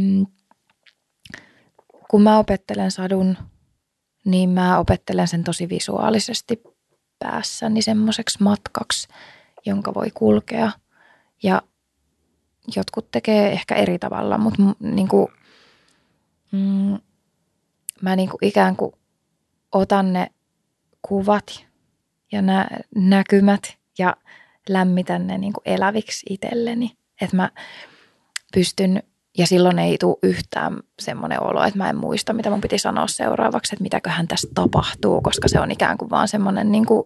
kun mä opettelen sadun, niin mä opettelen sen tosi visuaalisesti päässäni semmoiseksi matkaksi, jonka voi kulkea. Ja jotkut tekee ehkä eri tavalla, mutta mä ikään kuin otan ne kuvat ja nämä näkymät ja lämmitän ne eläviksi itselleni. Että mä pystyn, ja silloin ei tule yhtään semmoinen olo, että mä en muista, mitä mun piti sanoa seuraavaksi, että mitäköhän tässä tapahtuu, koska se on ikään kuin vaan semmoinen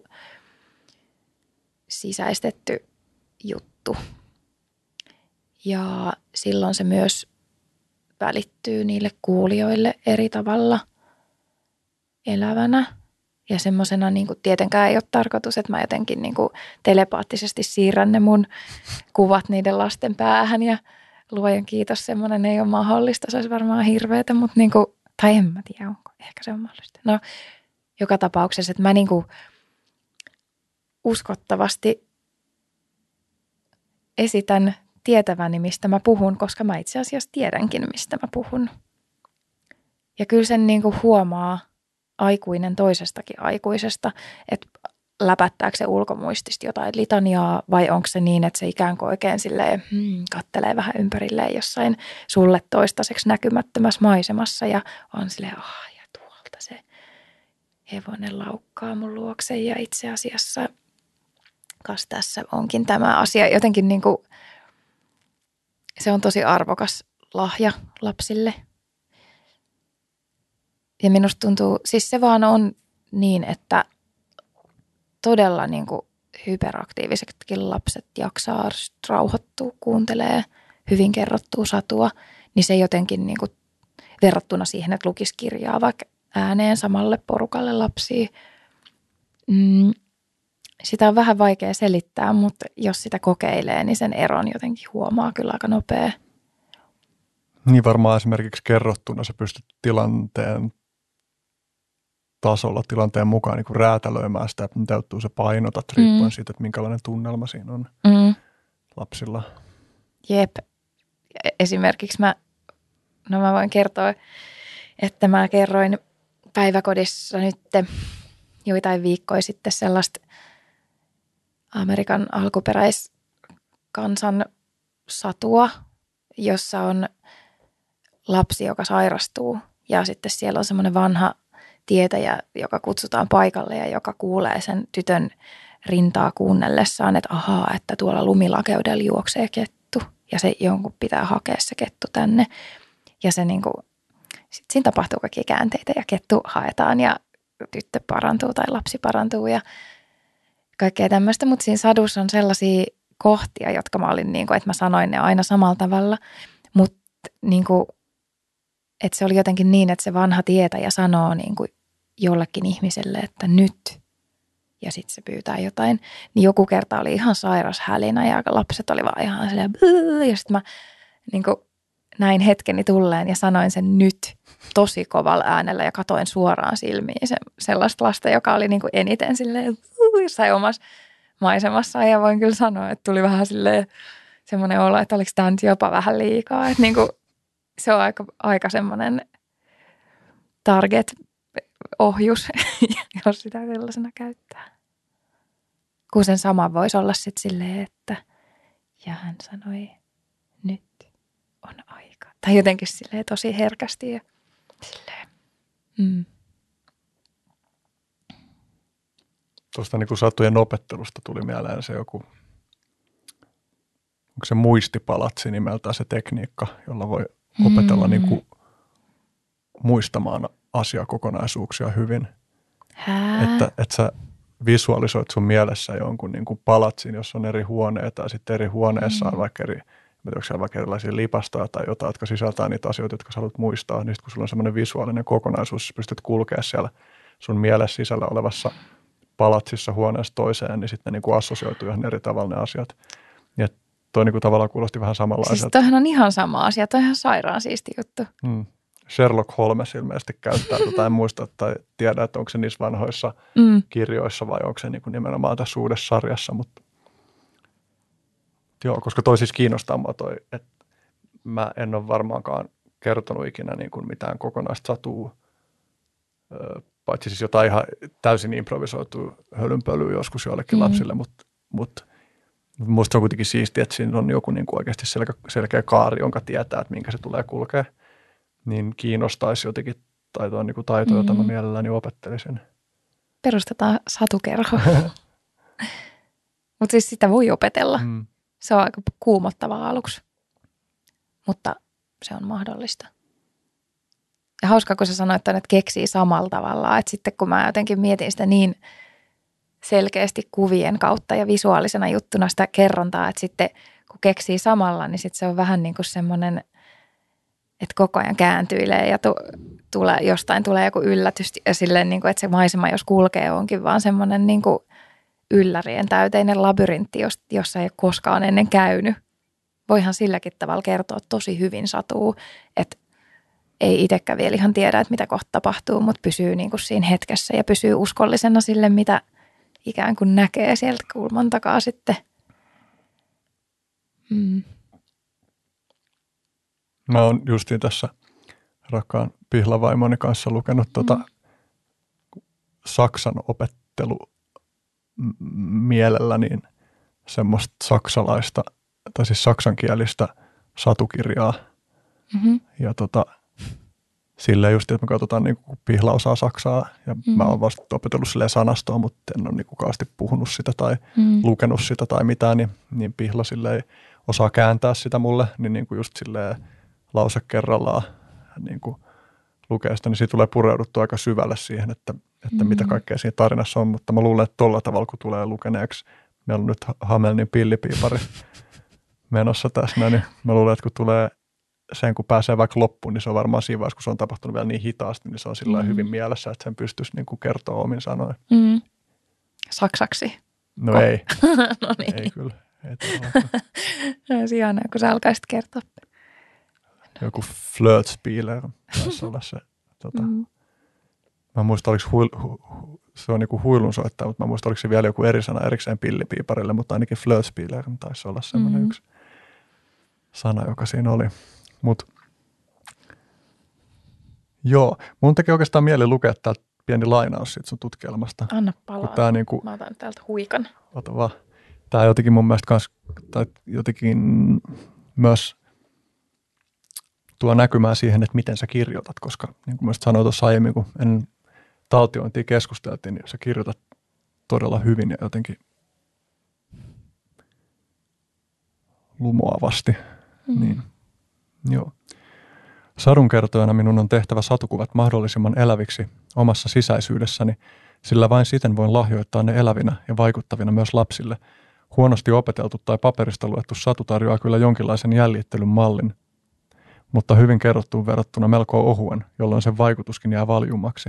sisäistetty juttu. Ja silloin se myös välittyy niille kuulijoille eri tavalla elävänä. Ja semmoisena tietenkään ei ole tarkoitus, että mä jotenkin telepaattisesti siirrän ne mun kuvat niiden lasten päähän. Ja luojan kiitos, semmoinen ei ole mahdollista. Se olisi varmaan hirveätä, mutta tai en mä tiedä, onko. Ehkä se on mahdollista. No, joka tapauksessa, että mä uskottavasti esitän tietäväni, mistä mä puhun, koska mä itse asiassa tiedänkin, mistä mä puhun. Ja kyllä sen huomaa aikuinen toisestakin aikuisesta, että läpättääkö se ulkomuistista jotain litaniaa vai onko se niin, että se ikään kuin oikein silleen kattelee vähän ympärilleen jossain sulle toistaiseksi näkymättömässä maisemassa ja on silleen, ja tuolta se hevonen laukkaa mun luokse ja itse asiassa kas tässä onkin tämä asia jotenkin se on tosi arvokas lahja lapsille. Ja minusta tuntuu, siis se vaan on niin, että todella hyperaktiivisetkin lapset jaksaa rauhoittua, kuuntelee hyvin kerrottua satua, niin se jotenkin verrattuna siihen, että lukisi kirjaa vaikka ääneen samalle porukalle lapsia. Sitä on vähän vaikea selittää, mutta jos sitä kokeilee, niin sen eron jotenkin huomaa kyllä aika nopea.
Niin varmaan esimerkiksi kerrottuna sä pystyt tilanteen tasolla, tilanteen mukaan räätälöimään sitä, että mitä se painotat riippuen siitä, että minkälainen tunnelma siinä on lapsilla.
Jep. Esimerkiksi mä voin kertoa, että mä kerroin päiväkodissa nyt joitain viikkoja sitten sellaista Amerikan alkuperäiskansan satua, jossa on lapsi, joka sairastuu ja sitten siellä on semmoinen vanha tietäjä, joka kutsutaan paikalle ja joka kuulee sen tytön rintaa kuunnellessaan, että että tuolla lumilakeudella juoksee kettu ja se jonkun pitää hakea se kettu tänne. Ja se sit siinä tapahtuu kaikkia käänteitä ja kettu haetaan ja tyttö parantuu tai lapsi parantuu ja kaikkea tämmöistä, mutta siinä sadussa on sellaisia kohtia, jotka mä olin että mä sanoin ne aina samalla tavalla, mutta että se oli jotenkin niin, että se vanha tietäjä sanoo jollekin ihmiselle, että nyt, ja sitten se pyytää jotain, niin joku kerta oli ihan sairas hälinä ja lapset oli vaan ihan silleen, ja sitten mä näin hetkeni tulleen ja sanoin sen nyt tosi kovalla äänellä ja katoin suoraan silmiin sellaista lasta, joka oli eniten silleen jossain omassa maisemassa. Ja voin kyllä sanoa, että tuli vähän silleen semmoinen olo, että oliko tämä nyt jopa vähän liikaa. Että se on aika semmoinen target-ohjus, jos sitä sellaisena käyttää. Kun sen sama voisi olla sitten silleen, että ja hän sanoi nyt on aika. Tai jotenkin silleen tosi herkästi ja silleen.
Tuosta satujen opettelusta tuli mieleen se joku, onko se muistipalatsi nimeltään se tekniikka, jolla voi opetella niin kuin muistamaan asiakokonaisuuksia hyvin. Että sä visualisoit sun mielessä jonkun niin kuin palatsin, jos on eri huoneita ja sitten eri huoneessa on vaikka vaikka erilaisia lipastoja tai jotain, jotka sisältää niitä asioita, jotka sä haluat muistaa. Niin kun sulla on semmoinen visuaalinen kokonaisuus, pystyt kulkea siellä sun mielessä sisällä olevassa palatsissa huoneesta toiseen, niin sitten ne niin kuin assosioituu ihan eri tavalla ne asiat. Ja toi niin kuin tavallaan kuulosti vähän samanlaiselta.
Siis toihan on ihan sama asia, toi on ihan sairaan siisti juttu.
Sherlock Holmes ilmeisesti käyttää en muista tai tiedä, että onko se niissä vanhoissa kirjoissa vai onko se niin kuin nimenomaan tässä uudessa sarjassa, mutta joo, koska toi siis kiinnostaa mua toi, että mä en ole varmaankaan kertonut ikinä niin kuin mitään kokonaista satua, paitsi siis jotain ihan täysin improvisoitua hölynpölyä joskus joillekin lapsille, mutta musta on kuitenkin siistiä, että siinä on joku niin kuin oikeasti selkeä kaari, jonka tietää, että minkä se tulee kulkea, niin kiinnostaisi jotenkin, tai tuo on niin kuin taito, jota mä mielelläni opettelisin.
Perustetaan satukerho. Mutta siis sitä voi opetella. Se on aika kuumottavaa aluksi, mutta se on mahdollista. Ja hauskaa, kun sä sanoit, että keksii samalla tavalla, että sitten kun mä jotenkin mietin sitä niin selkeästi kuvien kautta ja visuaalisena juttuna sitä kerrontaa, että sitten kun keksii samalla, niin sitten se on vähän niin kuin semmoinen, että koko ajan kääntyilee ja jostain tulee joku yllätys ja silleen, niin kuin, että se maisema, jos kulkee, onkin vaan semmoinen niin kuin yllärien täyteinen labyrintti, jossa ei ole koskaan ennen käynyt. Voihan silläkin tavalla kertoa tosi hyvin satuu, että ei itsekään vielä ihan tiedä, että mitä kohta tapahtuu, mutta pysyy niin kuin siinä hetkessä ja pysyy uskollisena sille, mitä ikään kuin näkee sieltä kulman takaa sitten.
Mä oon justiin tässä rakkaan pihlavaimoni kanssa lukenut Saksan opettelu mielellä niin semmoista saksalaista, tai siis saksankielistä satukirjaa. Ja silleen just, että me katsotaan niin kuin Pihla osaa saksaa ja mä oon vasta opetellut silleen sanastoa, mutta en ole niin kuin kaasti puhunut sitä tai lukenut sitä tai mitään, niin Pihla silleen osaa kääntää sitä mulle, niin kuin just silleen lause kerrallaan niin kuin lukee sitä, niin siitä tulee pureuduttua aika syvälle siihen, että mitä kaikkea siinä tarinassa on, mutta mä luulen, että tolla tavalla, kun tulee lukeneeksi, meillä on nyt Hamelnin pillipiipari menossa tässä, niin mä luulen, että kun tulee sen, kun pääsee vaikka loppuun, niin se on varmaan siinä vaiheessa, kun se on tapahtunut vielä niin hitaasti, niin se on sillä hyvin mielessä, että sen pystyisi niin kuin kertoa omin sanoin.
Saksaksi?
No ei.
No niin.
Ei kyllä. Ei
Siana, kun sä alkaisit kertoa.
Joku Flirtspieler taisi olla se. Mä muistan, oliko se on niinku huilun soittaa, mutta mä muistan, oliko se vielä joku eri sana erikseen pillipiiparille, mutta ainakin Flirtspieler taisi olla semmoinen yksi sana, joka siinä oli. Mut joo, mun teki oikeastaan mieli lukea täältä pieni lainaus siitä sun tutkielmasta.
Anna palaa. Mä otan täältä huikan.
Ota vaan. Tää jotenkin mun mielestä jotenkin myös tuo näkymään siihen, että miten sä kirjoitat, koska niin kuin mä sanoin tuossa aiemmin, kun ennen taltiointia keskusteltiin, niin sä kirjoitat todella hyvin ja jotenkin lumoavasti. Niin, joo. Sadunkertojana minun on tehtävä satukuvat mahdollisimman eläviksi omassa sisäisyydessäni, sillä vain siten voin lahjoittaa ne elävinä ja vaikuttavina myös lapsille. Huonosti opeteltu tai paperista luettu satu tarjoaa kyllä jonkinlaisen jäljittelyn mallin, mutta hyvin kerrottuun verrattuna melko ohuen, jolloin sen vaikutuskin jää valjummaksi.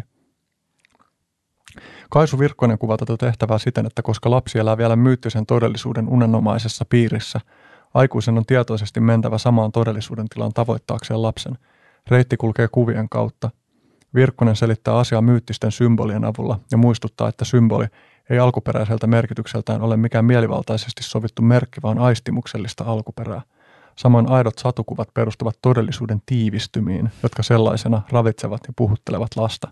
Kaisu Virkkonen kuvaa tätä tehtävää siten, että koska lapsi elää vielä myyttisen todellisuuden unenomaisessa piirissä, aikuisen on tietoisesti mentävä samaan todellisuuden tilaan tavoittaakseen lapsen. Reitti kulkee kuvien kautta. Virkkonen selittää asiaa myyttisten symbolien avulla ja muistuttaa, että symboli ei alkuperäiseltä merkitykseltään ole mikään mielivaltaisesti sovittu merkki, vaan aistimuksellista alkuperää. Samoin aidot satukuvat perustuvat todellisuuden tiivistymiin, jotka sellaisena ravitsevat ja puhuttelevat lasta.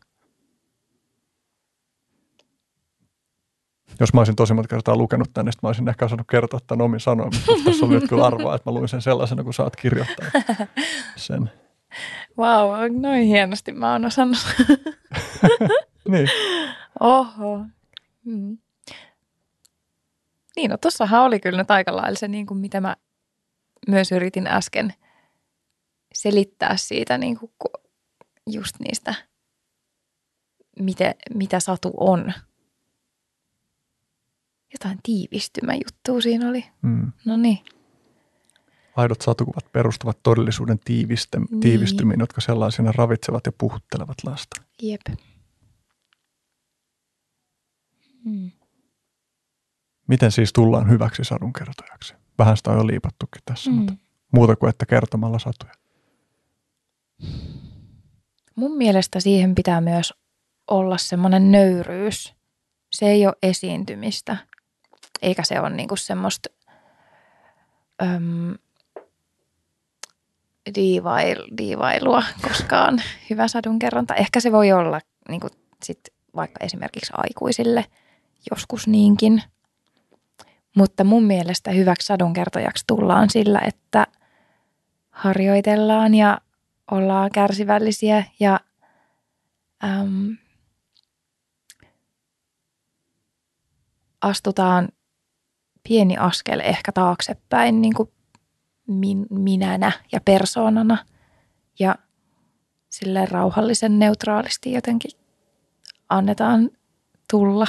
Jos mä olisin tosi monta kertaa lukenut tänne, niin mä olisin ehkä osannut kertoa tämän omin sanoin, mutta tässä oli nyt kyllä arvoa, että mä luin sen sellaisena, kun sä oot kirjoittanut sen.
Vau, noin hienosti mä oon osannut.
Niin.
Oho. Niin, no tossahan oli kyllä nyt aika lailla se, niin kuin mitä mä myös yritin äsken selittää siitä niin kuin just niistä, mitä satu on. Jotain tiivistymäjuttua siinä oli. No niin.
Aidot satukuvat perustuvat todellisuuden tiivistymiin, jotka sellaisina ravitsevat ja puhuttelevat lasta.
Jep.
Miten siis tullaan hyväksi sadunkertojaksi? Vähän sitä on jo liipattukin tässä, mutta muuta kuin että kertomalla satuja.
Mun mielestä siihen pitää myös olla semmoinen nöyryys. Se ei ole esiintymistä, eikä se ole niinku semmoista diivailua koskaan hyvä sadunkerronta. Ehkä se voi olla niinku sit vaikka esimerkiksi aikuisille joskus niinkin. Mutta mun mielestä hyväksi sadunkertojaksi tullaan sillä, että harjoitellaan ja ollaan kärsivällisiä ja astutaan pieni askel ehkä taaksepäin niin kuin minänä ja persoonana ja silleen rauhallisen neutraalisti jotenkin annetaan tulla.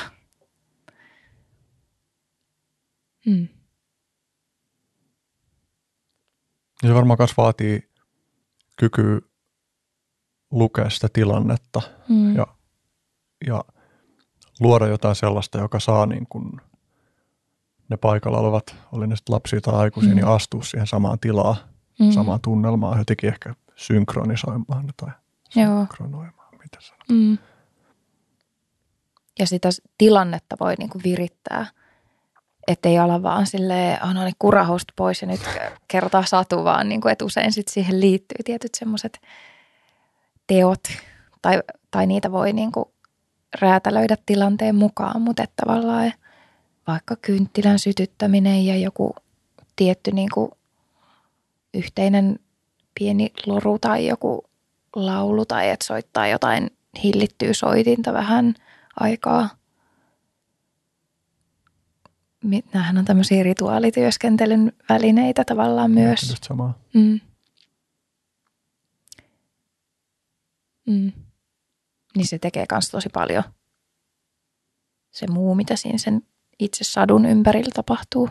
Se varmaan myös vaatii kykyä lukea sitä tilannetta ja luoda jotain sellaista, joka saa niin kuin ne paikalla olevat, oli ne sitten lapsia tai aikuisia, niin astua siihen samaan tilaan, samaan tunnelmaan, jotenkin ehkä synkronisoimaan tai synkronoimaan, mitä sanotaan.
Ja sitä tilannetta voi niin kuin virittää, ettei ala vaan silleen, no niin, kurahosta pois ja nyt kertaa satu, vaan niin kuin, että usein sit siihen liittyy tietyt semmoiset teot tai niitä voi niin kuin räätälöidä tilanteen mukaan, mutta että tavallaan vaikka kynttilän sytyttäminen ja joku tietty niin kuin yhteinen pieni loru tai joku laulu tai että soittaa jotain hillittyä soitinta vähän aikaa. Nämähän on tämmöisiä rituaalityöskentelyn välineitä tavallaan myös.
Just samaa.
Niin se tekee myös tosi paljon se muu, mitä siinä sen itse sadun ympärillä tapahtuu.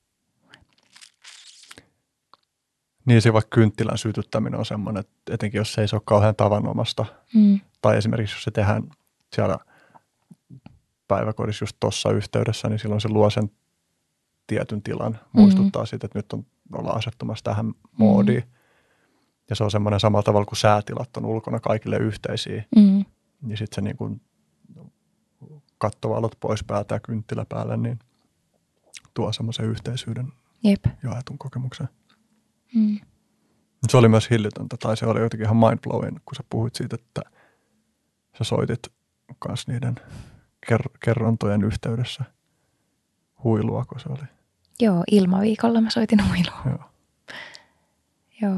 Niin se vaikka kynttilän sytyttäminen on semmoinen, että etenkin jos se ei ole kauhean tavanomasta. Tai esimerkiksi jos se tehdään siellä päiväkodissa just tuossa yhteydessä, niin silloin se luo sen tietyn tilan. Muistuttaa siitä, että nyt ollaan asettumassa tähän moodiin. Ja se on semmoinen samalla tavalla kuin säätilat on ulkona kaikille yhteisiä. Niin sitten se niin kuin kattovalot pois päältä ja kynttilä päälle, niin tuo semmoisen yhteisyyden jaetun kokemuksen. Se oli myös hillitöntä, tai se oli jotenkin ihan mindblowing, kun sä puhuit siitä, että sä soitit kanssa niiden kerrontojen yhteydessä huilua, kun se oli.
Joo, ilmaviikolla mä soitin huilua. Joo.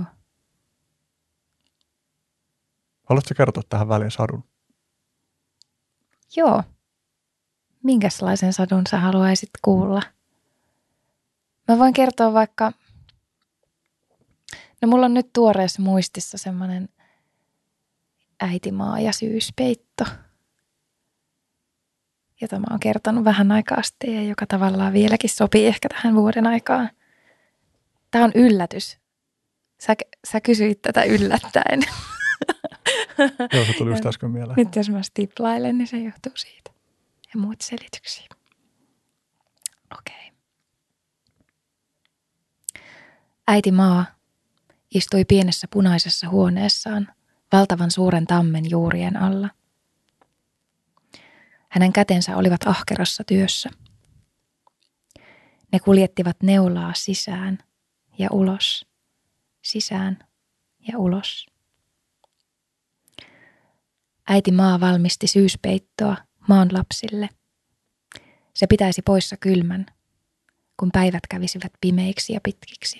Haluatko kertoa tähän väliin sadun?
Joo. Minkälaisen sadun sä haluaisit kuulla? Mä voin kertoa vaikka, no mulla on nyt tuoreessa muistissa semmoinen äitimaa ja syyspeitto, jota mä oon kertonut vähän aikaa sitten ja joka tavallaan vieläkin sopii ehkä tähän vuoden aikaan. Tää on yllätys. Sä kysyit tätä yllättäen.
Joo, se tuli just äsken mieleen.
Nyt jos mä stiplailen, niin se johtuu siitä. Ja muut selityksiä. Okei. Äiti maa istui pienessä punaisessa huoneessaan valtavan suuren tammen juurien alla. Hänen kätensä olivat ahkerassa työssä. Ne kuljettivat neulaa sisään ja ulos, sisään ja ulos. Äiti maa valmisti syyspeittoa maan lapsille. Se pitäisi poissa kylmän, kun päivät kävisivät pimeiksi ja pitkiksi.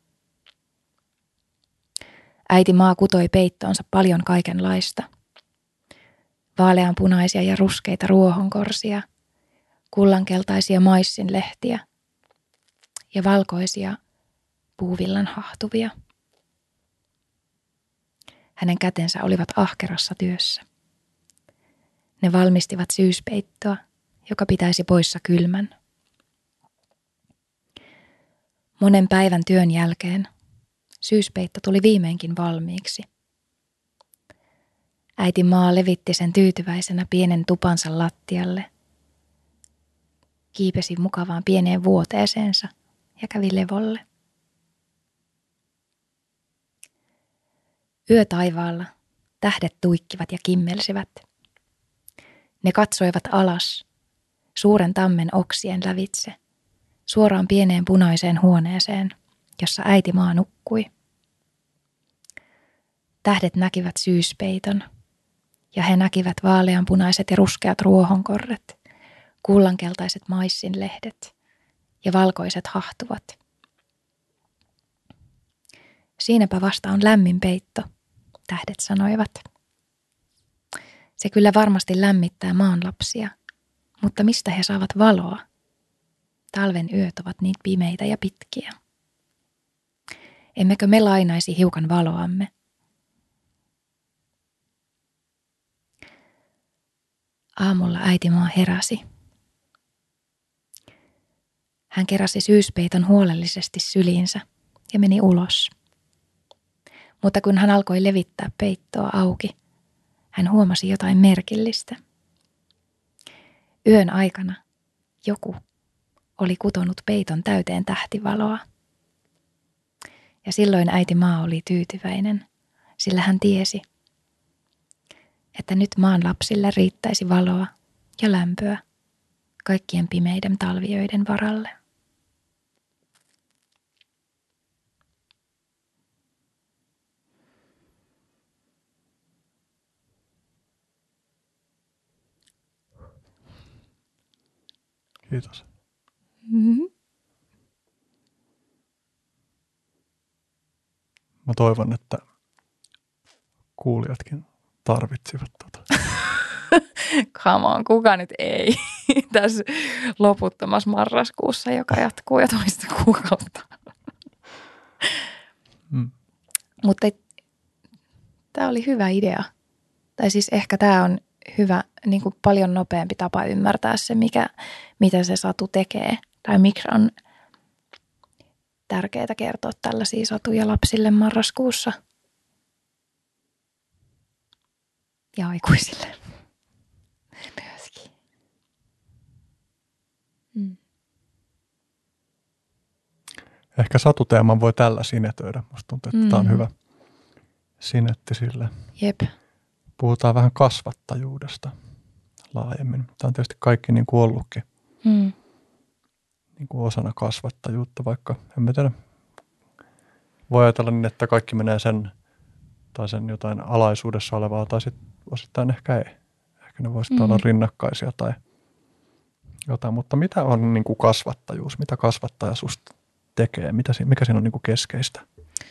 Äiti maa kutoi peittoonsa paljon kaikenlaista. Vaaleanpunaisia ja ruskeita ruohonkorsia, kullankeltaisia maissinlehtiä ja valkoisia puuvillan hahtuvia. Hänen kätensä olivat ahkerassa työssä. Ne valmistivat syyspeittoa, joka pitäisi poissa kylmän. Monen päivän työn jälkeen syyspeitto tuli viimeinkin valmiiksi. Äiti Maa levitti sen tyytyväisenä pienen tupansa lattialle, kiipesi mukavaan pieneen vuoteeseensa ja kävi levolle. Yötaivaalla tähdet tuikkivat ja kimmelsivät. Ne katsoivat alas, suuren tammen oksien lävitse, suoraan pieneen punaiseen huoneeseen, jossa äiti Maa nukkui. Tähdet näkivät syyspeiton, ja he näkivät vaaleanpunaiset ja ruskeat ruohonkorret, kullankeltaiset maissinlehdet ja valkoiset hahtuvat. Siinäpä vasta on lämmin peitto, tähdet sanoivat. Se kyllä varmasti lämmittää maan lapsia, mutta mistä he saavat valoa? Talven yöt ovat niin pimeitä ja pitkiä. Emmekö me lainaisi hiukan valoamme? Aamulla äiti Maa heräsi. Hän keräsi syyspeiton huolellisesti syliinsä ja meni ulos. Mutta kun hän alkoi levittää peittoa auki, hän huomasi jotain merkillistä. Yön aikana joku oli kutonut peiton täyteen tähtivaloa. Ja silloin äiti Maa oli tyytyväinen, sillä hän tiesi, että nyt maan lapsille riittäisi valoa ja lämpöä kaikkien pimeiden talviöiden varalle.
Kiitos.
Mm-hmm.
Mä toivon, että kuulijatkin tarvitsivat tota.
Come on, kuka nyt ei tässä loputtomassa marraskuussa, joka jatkuu jo toista kuukautta. Mutta tämä oli hyvä idea. Tai siis ehkä tämä on hyvä, niin kuin paljon nopeampi tapa ymmärtää se, mitä se satu tekee. Tai miksi on tärkeää kertoa tällaisia satuja lapsille marraskuussa ja aikuisille myöskin.
Ehkä satuteeman voi tällä sinetöidä. Musta tuntuu, että tämä on hyvä sinetti sille.
Jep.
Puhutaan vähän kasvattajuudesta laajemmin. Tämä on tietysti kaikki niin kuin ollutkin niin kuin osana kasvattajuutta, vaikka en mä tiedä. Voi ajatella niin, että kaikki menee sen tai sen jotain alaisuudessa olevaa tai sitten osittain ehkä ei. Ehkä ne voisivat olla rinnakkaisia tai jotain. Mutta mitä on niin kuin kasvattajuus? Mitä kasvattaja susta tekee? Mikä siinä on niin kuin keskeistä?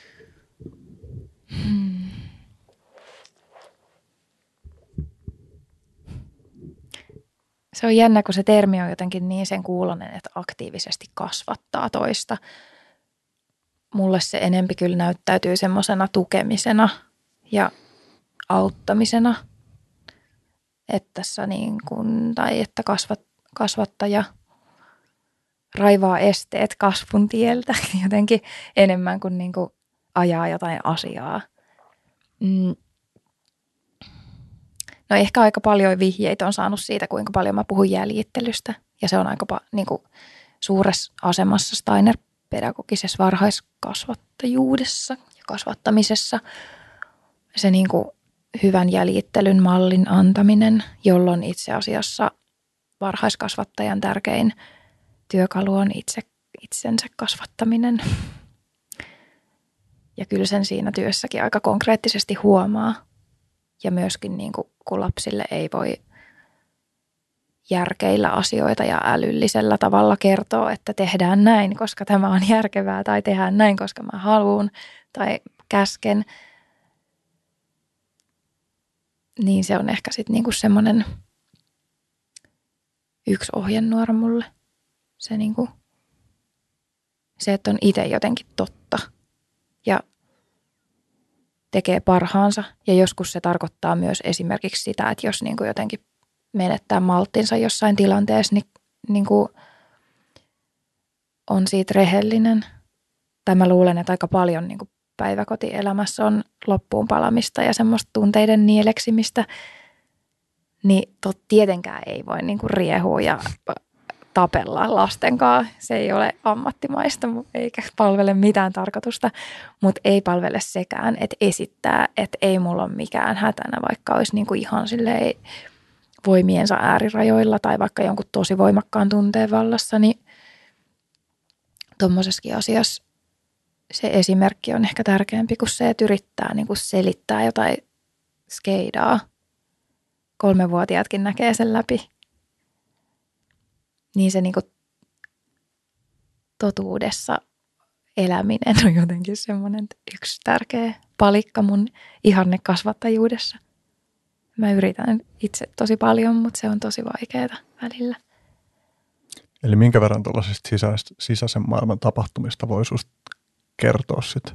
Se on jännä, kun se termi on jotenkin niin sen kuulonen, että aktiivisesti kasvattaa toista. Mulle se enempi kyllä näyttäytyy semmoisena tukemisena ja auttamisena. Että tässä niin kuin, tai että kasvattaja raivaa esteet kasvun tieltä jotenkin enemmän kuin, niin kuin ajaa jotain asiaa. No ehkä aika paljon vihjeitä on saanut siitä, kuinka paljon mä puhun jäljittelystä. Ja se on aika niin kuin suuressa asemassa Steiner-pedagogisessa varhaiskasvattajuudessa ja kasvattamisessa. Se niin kuin hyvän jäljittelyn mallin antaminen, jolloin itse asiassa varhaiskasvattajan tärkein työkalu on itsensä kasvattaminen. Ja kyllä sen siinä työssäkin aika konkreettisesti huomaa. Ja myöskin niin kun lapsille ei voi järkeillä asioita ja älyllisellä tavalla kertoa, että tehdään näin, koska tämä on järkevää, tai tehdään näin, koska mä haluan, tai käsken. Niin se on ehkä sitten niinku semmoinen yksi ohjenuora mulle. Se, niinku, se, että on itse jotenkin totta. Ja tekee parhaansa. Ja joskus se tarkoittaa myös esimerkiksi sitä, että jos niin kuin jotenkin menettää malttinsa jossain tilanteessa, niin kuin on siitä rehellinen. Tai mä luulen, että aika paljon niin kuin päiväkotielämässä on loppuun palamista ja semmoista tunteiden nieleksimistä. Niin tietenkään ei voi niin kuin riehua ja tapella lasten kanssa. Se ei ole ammattimaista eikä palvele mitään tarkoitusta, mutta ei palvele sekään, että esittää, että ei mulla ole mikään hätänä, vaikka olisi niin kuin ihan silleen voimiensa äärirajoilla tai vaikka jonkun tosi voimakkaan tunteen vallassa, niin tuommoisessakin asiassa se esimerkki on ehkä tärkeämpi kuin se, että yrittää niin kuin selittää jotain skeidaa. 3-vuotiaatkin näkee sen läpi. Niin se niin kuin totuudessa eläminen on jotenkin semmoinen yksi tärkeä palikka mun ihanne kasvattajuudessa. Mä yritän itse tosi paljon, mutta se on tosi vaikeaa välillä.
Eli minkä verran tuollaisista sisäisen maailman tapahtumista voi susta kertoa sitten?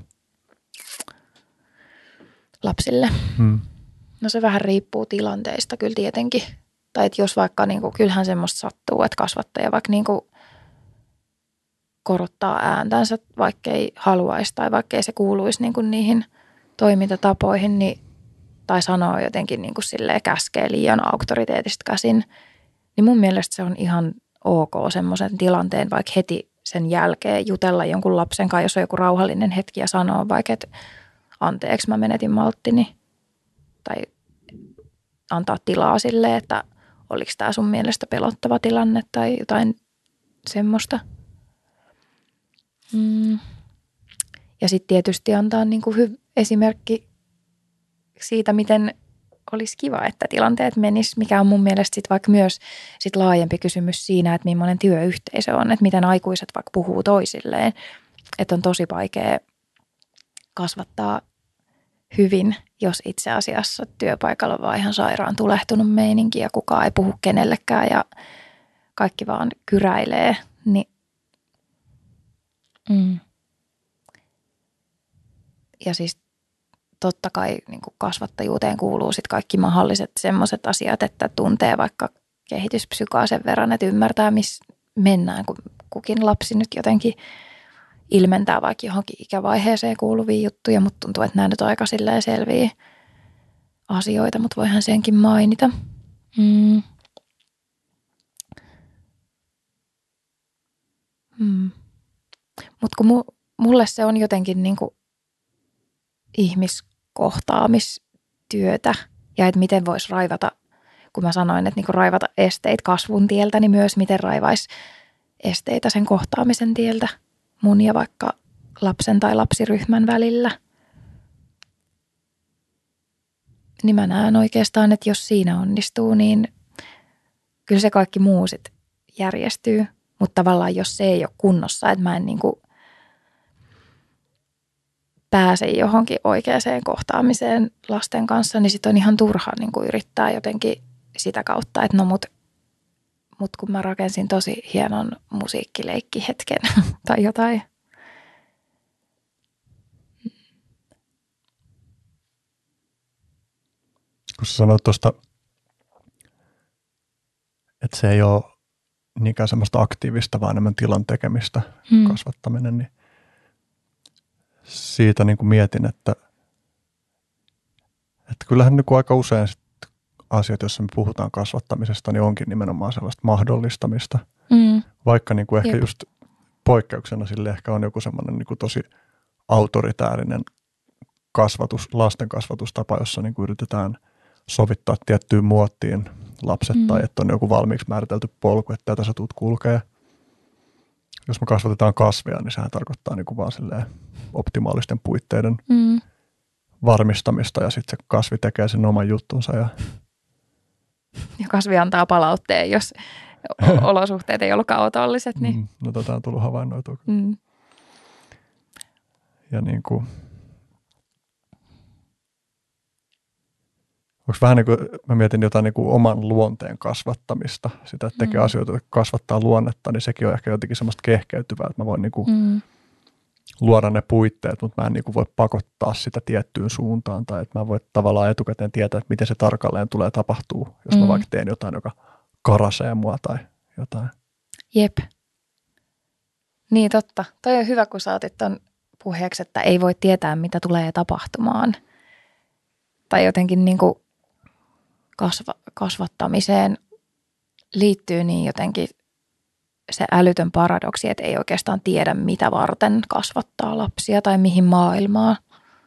Lapsille? No se vähän riippuu tilanteista kyllä tietenkin. Tai että jos vaikka, niin kuin, kyllähän semmoista sattuu, että kasvattaja vaikka niin kuin korottaa ääntänsä, vaikkei haluaisi tai vaikkei se kuuluisi niin kuin niihin toimintatapoihin, niin, tai sanoo jotenkin niin kuin silleen käskee liian auktoriteetista käsin, niin mun mielestä se on ihan ok semmoisen tilanteen vaikka heti sen jälkeen jutella jonkun lapsen kanssa, jos on joku rauhallinen hetki ja sanoo vaikka, että anteeksi mä menetin malttini tai antaa tilaa sille, että oliko tämä sun mielestä pelottava tilanne tai jotain semmoista. Ja sitten tietysti antaa niinku esimerkki siitä, miten olisi kiva, että tilanteet menis, mikä on mun mielestä sit vaikka myös sit laajempi kysymys siinä, että millainen työyhteisö on, että miten aikuiset vaikka puhuu toisilleen. Että on tosi vaikea kasvattaa hyvin, jos itse asiassa työpaikalla on vaan ihan sairaan tulehtunut meininki ja kukaan ei puhu kenellekään ja kaikki vaan kyräilee. Ja siis totta kai niin kuin kasvattajuuteen kuuluu sit kaikki mahdolliset semmoiset asiat, että tuntee vaikka kehityspsykaa sen verran, että ymmärtää, missä mennään, kun kukin lapsi nyt jotenkin ilmentää vaikka johonkin ikävaiheeseen kuuluvia juttuja, mutta tuntuu, että nämä nyt on aika silleen selviä asioita, mutta voihan senkin mainita. Mutta kun mulle se on jotenkin niinku ihmiskohtaamistyötä ja että miten voisi raivata, kun mä sanoin, että niinku raivata esteitä kasvun tieltä, niin myös miten raivaisi esteitä sen kohtaamisen tieltä mun ja vaikka lapsen tai lapsiryhmän välillä. Niin mä näen oikeastaan, että jos siinä onnistuu, niin kyllä se kaikki muu sit järjestyy. Mutta tavallaan jos se ei ole kunnossa, että mä en niinku pääse johonkin oikeaan kohtaamiseen lasten kanssa, niin sit on ihan turha niinku yrittää jotenkin sitä kautta, että no mut kun mä rakensin tosi hienon musiikkileikkihetken tai jotain.
Kun sä sanoit tuosta, että se ei ole niinkään semmoista aktiivista, vaan enemmän tilan tekemistä kasvattaminen, niin siitä niin kuin mietin, että kyllähän niin kuin aika usein asiat, joissa me puhutaan kasvattamisesta, niin onkin nimenomaan sellaista mahdollistamista. Vaikka niin kuin ehkä just poikkeuksena sille ehkä on joku semmoinen niin kuin tosi autoritäärinen lasten kasvatustapa, jossa niin kuin yritetään sovittaa tiettyyn muottiin lapset tai että on joku valmiiksi määritelty polku, että tätä sä tulet kulkee. Jos me kasvatetaan kasveja, niin sehän tarkoittaa niin kuin vaan silleen optimaalisten puitteiden varmistamista ja sitten se kasvi tekee sen oman juttunsa. Ja
kasvi antaa palautteen, jos olosuhteet ei ollutkaan otolliset. Niin.
No tätä on tullut havainnoitua. Ja niin kuin onko vähän niin kuin, mä mietin jotain niin kuin oman luonteen kasvattamista, sitä, että tekee asioita, että kasvattaa luonnetta, niin sekin on ehkä jotenkin semmoista kehkeytyvää, että mä voin niin kuin luoda ne puitteet, mutta mä en niin kuin voi pakottaa sitä tiettyyn suuntaan tai että mä voin tavallaan etukäteen tietää, että miten se tarkalleen tulee tapahtuu, jos mä vaikka teen jotain, joka karasee mua tai jotain.
Jep. Niin totta. Toi on hyvä, kun sä otit ton puheeksi, että ei voi tietää, mitä tulee tapahtumaan. Tai jotenkin niin kuin kasvattamiseen liittyy niin jotenkin se älytön paradoksi, että ei oikeastaan tiedä, mitä varten kasvattaa lapsia tai mihin maailmaa.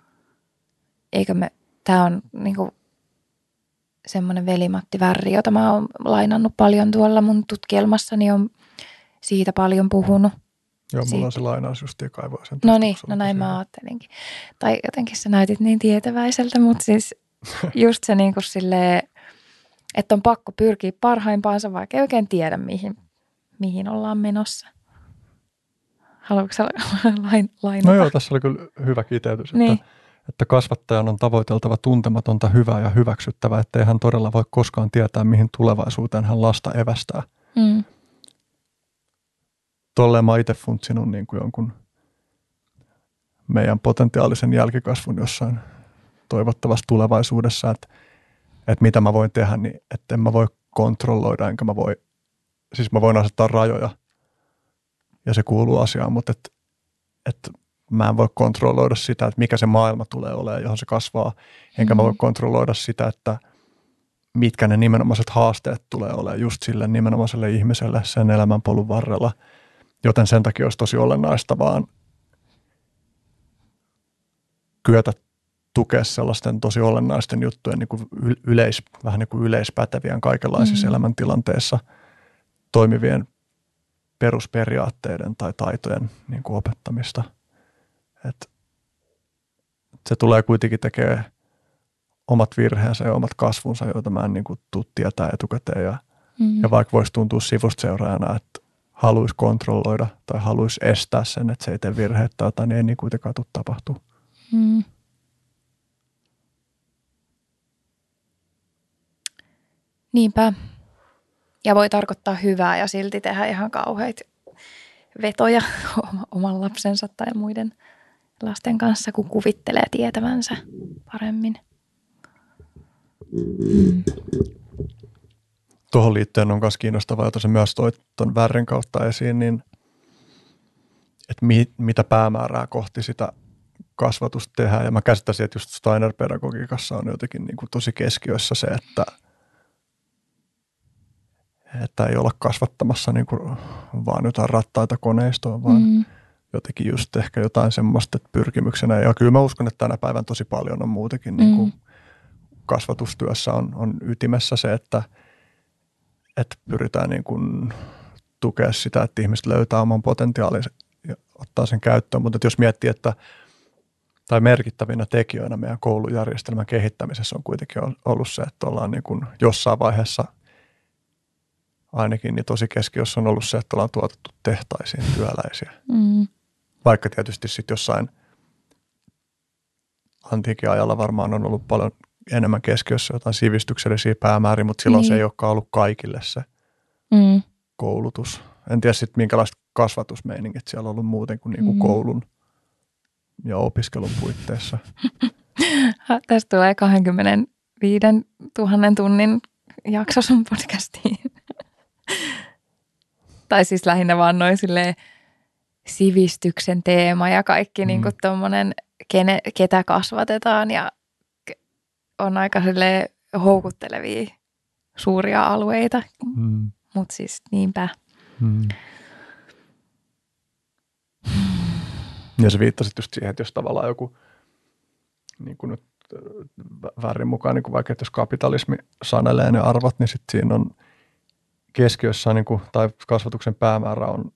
Tämä on niin kuin semmoinen Veli-Matti Värri, jota mä oon lainannut paljon tuolla mun tutkielmassani, on siitä paljon puhunut.
Joo, mulla on se lainaus justiin kaivoa sen.
No niin, no näin mä ajattelinkin. Tai jotenkin sä näytit niin tietäväiseltä, mutta siis just se niin kuin silleen, että on pakko pyrkiä parhaimpaansa, vaikka ei oikein tiedä, mihin ollaan menossa. Haluatko sä lainata?
No joo, tässä oli kyllä hyvä kiteytys,
niin.
että kasvattajan on tavoiteltava tuntematonta hyvää ja hyväksyttävää, ettei hän todella voi koskaan tietää, mihin tulevaisuuteen hän lasta evästää. Tolleen mä itse funtsinut niin kuin jonkun meidän potentiaalisen jälkikasvun jossain toivottavassa tulevaisuudessa, että mitä mä voin tehdä, niin että en mä voi kontrolloida, enkä mä voin asettaa rajoja ja se kuuluu asiaan, mutta että mä en voi kontrolloida sitä, että mikä se maailma tulee olemaan, johon se kasvaa, enkä mä voi kontrolloida sitä, että mitkä ne nimenomaiset haasteet tulee olemaan just sille nimenomaiselle ihmiselle sen elämänpolun varrella, joten sen takia olisi tosi olennaista vaan kyetä tukea sellaisten tosi olennaisten juttujen niin kuin vähän niin kuin yleispätevien kaikenlaisissa elämäntilanteissa toimivien perusperiaatteiden tai taitojen niin kuin opettamista. Et se tulee kuitenkin tekemään omat virheensä ja omat kasvunsa, joita mä en niin kuin tuu tietää etukäteen. Ja vaikka voisi tuntua sivusta seuraajana, että haluaisi kontrolloida tai haluaisi estää sen, että se ei tee virheitä tai jotain, niin ei niin kuitenkaan tule tapahtua.
Niinpä. Ja voi tarkoittaa hyvää ja silti tehdä ihan kauheita vetoja oman lapsensa tai muiden lasten kanssa, kun kuvittelee tietävänsä paremmin.
Tuohon liittyen on myös kiinnostavaa, jota se myös toi tuon Värren kautta esiin, niin että mitä päämäärää kohti sitä kasvatusta tehdään. Ja mä käsittäisin, että just Steiner-pedagogiikassa on jotenkin niin kuin tosi keskiössä se, että ei olla kasvattamassa niin kuin vaan jotain rattaita koneistoon, vaan jotenkin just ehkä jotain semmoista että pyrkimyksenä. Ja kyllä mä uskon, että tänä päivän tosi paljon on muutenkin niin kuin kasvatustyössä on ytimessä se, että pyritään niin kuin tukea sitä, että ihmiset löytää oman potentiaalinsa ja ottaa sen käyttöön. Mutta jos miettii, tai merkittävinä tekijöinä meidän koulujärjestelmän kehittämisessä on kuitenkin ollut se, että ollaan niin kuin jossain vaiheessa ainakin niin tosi keskiössä on ollut se, että ollaan tuotettu tehtaisiin työläisiä. Vaikka tietysti sitten jossain antiikin ajalla varmaan on ollut paljon enemmän keskiössä jotain sivistyksellisiä päämääriä, mutta silloin se ei olekaan ollut kaikille se koulutus. En tiedä sitten minkälaiset kasvatusmeiningit siellä on ollut muuten kuin niinku koulun ja opiskelun puitteissa.
Tästä tulee 25 000 tunnin jakso sun podcastiin. Tai siis lähinnä vaan noin silleen sivistyksen teema ja kaikki niinku tommonen, ketä kasvatetaan ja on aika silleen houkuttelevia suuria alueita, mutta siis niinpä.
Ja se viittasit just siihen, että jos tavallaan joku, niin kuin nyt Värrin mukaan, niin kuin vaikka että jos kapitalismi sanelee ne arvot, niin sitten siinä on keskiössä, niin kuin, tai kasvatuksen päämäärä on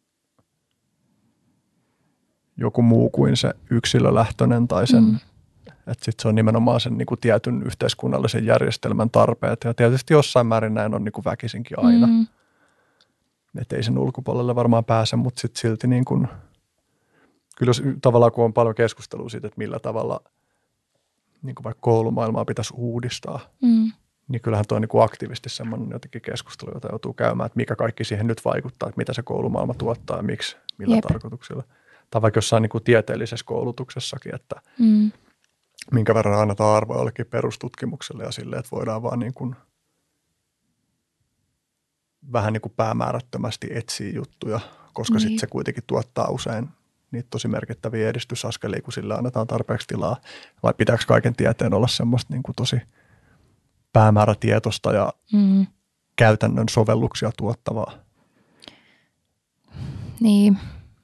joku muu kuin se yksilölähtöinen tai sen, että sitten se on nimenomaan sen niin kuin tietyn yhteiskunnallisen järjestelmän tarpeet. Ja tietysti jossain määrin näin on niin kuin väkisinkin aina. Että ei sen ulkopuolelle varmaan pääse, mutta sitten silti niin kuin, kyllä jos tavallaan kun on paljon keskustelua siitä, että millä tavalla niin kuin vaikka koulumaailmaa pitäisi uudistaa, niin kyllähän tuo on niin kuin aktiivisesti semmoinen jotenkin keskustelu, jota joutuu käymään, että mikä kaikki siihen nyt vaikuttaa, että mitä se koulumaailma tuottaa ja miksi, millä tarkoituksella. tai vaikka jossain niin kuin tieteellisessä koulutuksessakin, että
Mm.
minkä verran annetaan arvoa jollekin perustutkimukselle ja silleen, että voidaan vaan niin kuin vähän niin kuin päämäärättömästi etsiä juttuja, koska sitten se kuitenkin tuottaa usein niitä tosi merkittäviä edistysaskelia, kun sillä annetaan tarpeeksi tilaa. Vai pitääkö kaiken tieteen olla semmoista niin kuin tosi päämäärätietoista ja käytännön sovelluksia tuottavaa?
Niin.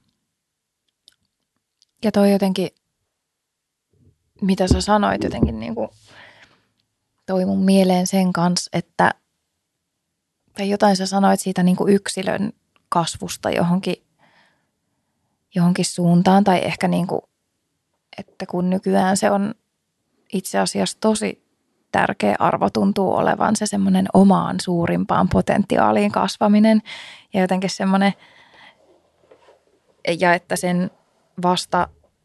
Ja toi jotenkin, mitä sä sanoit jotenkin niin kuin toi mun mieleen sen kanssa, että tai jotain sä sanoit siitä niin kuin yksilön kasvusta johonkin suuntaan tai ehkä niin kuin, että kun nykyään se on itse asiassa tosi tärkeä arvo tuntuu olevan se semmoinen omaan suurimpaan potentiaaliin kasvaminen ja jotenkin semmoinen, ja että sen vasta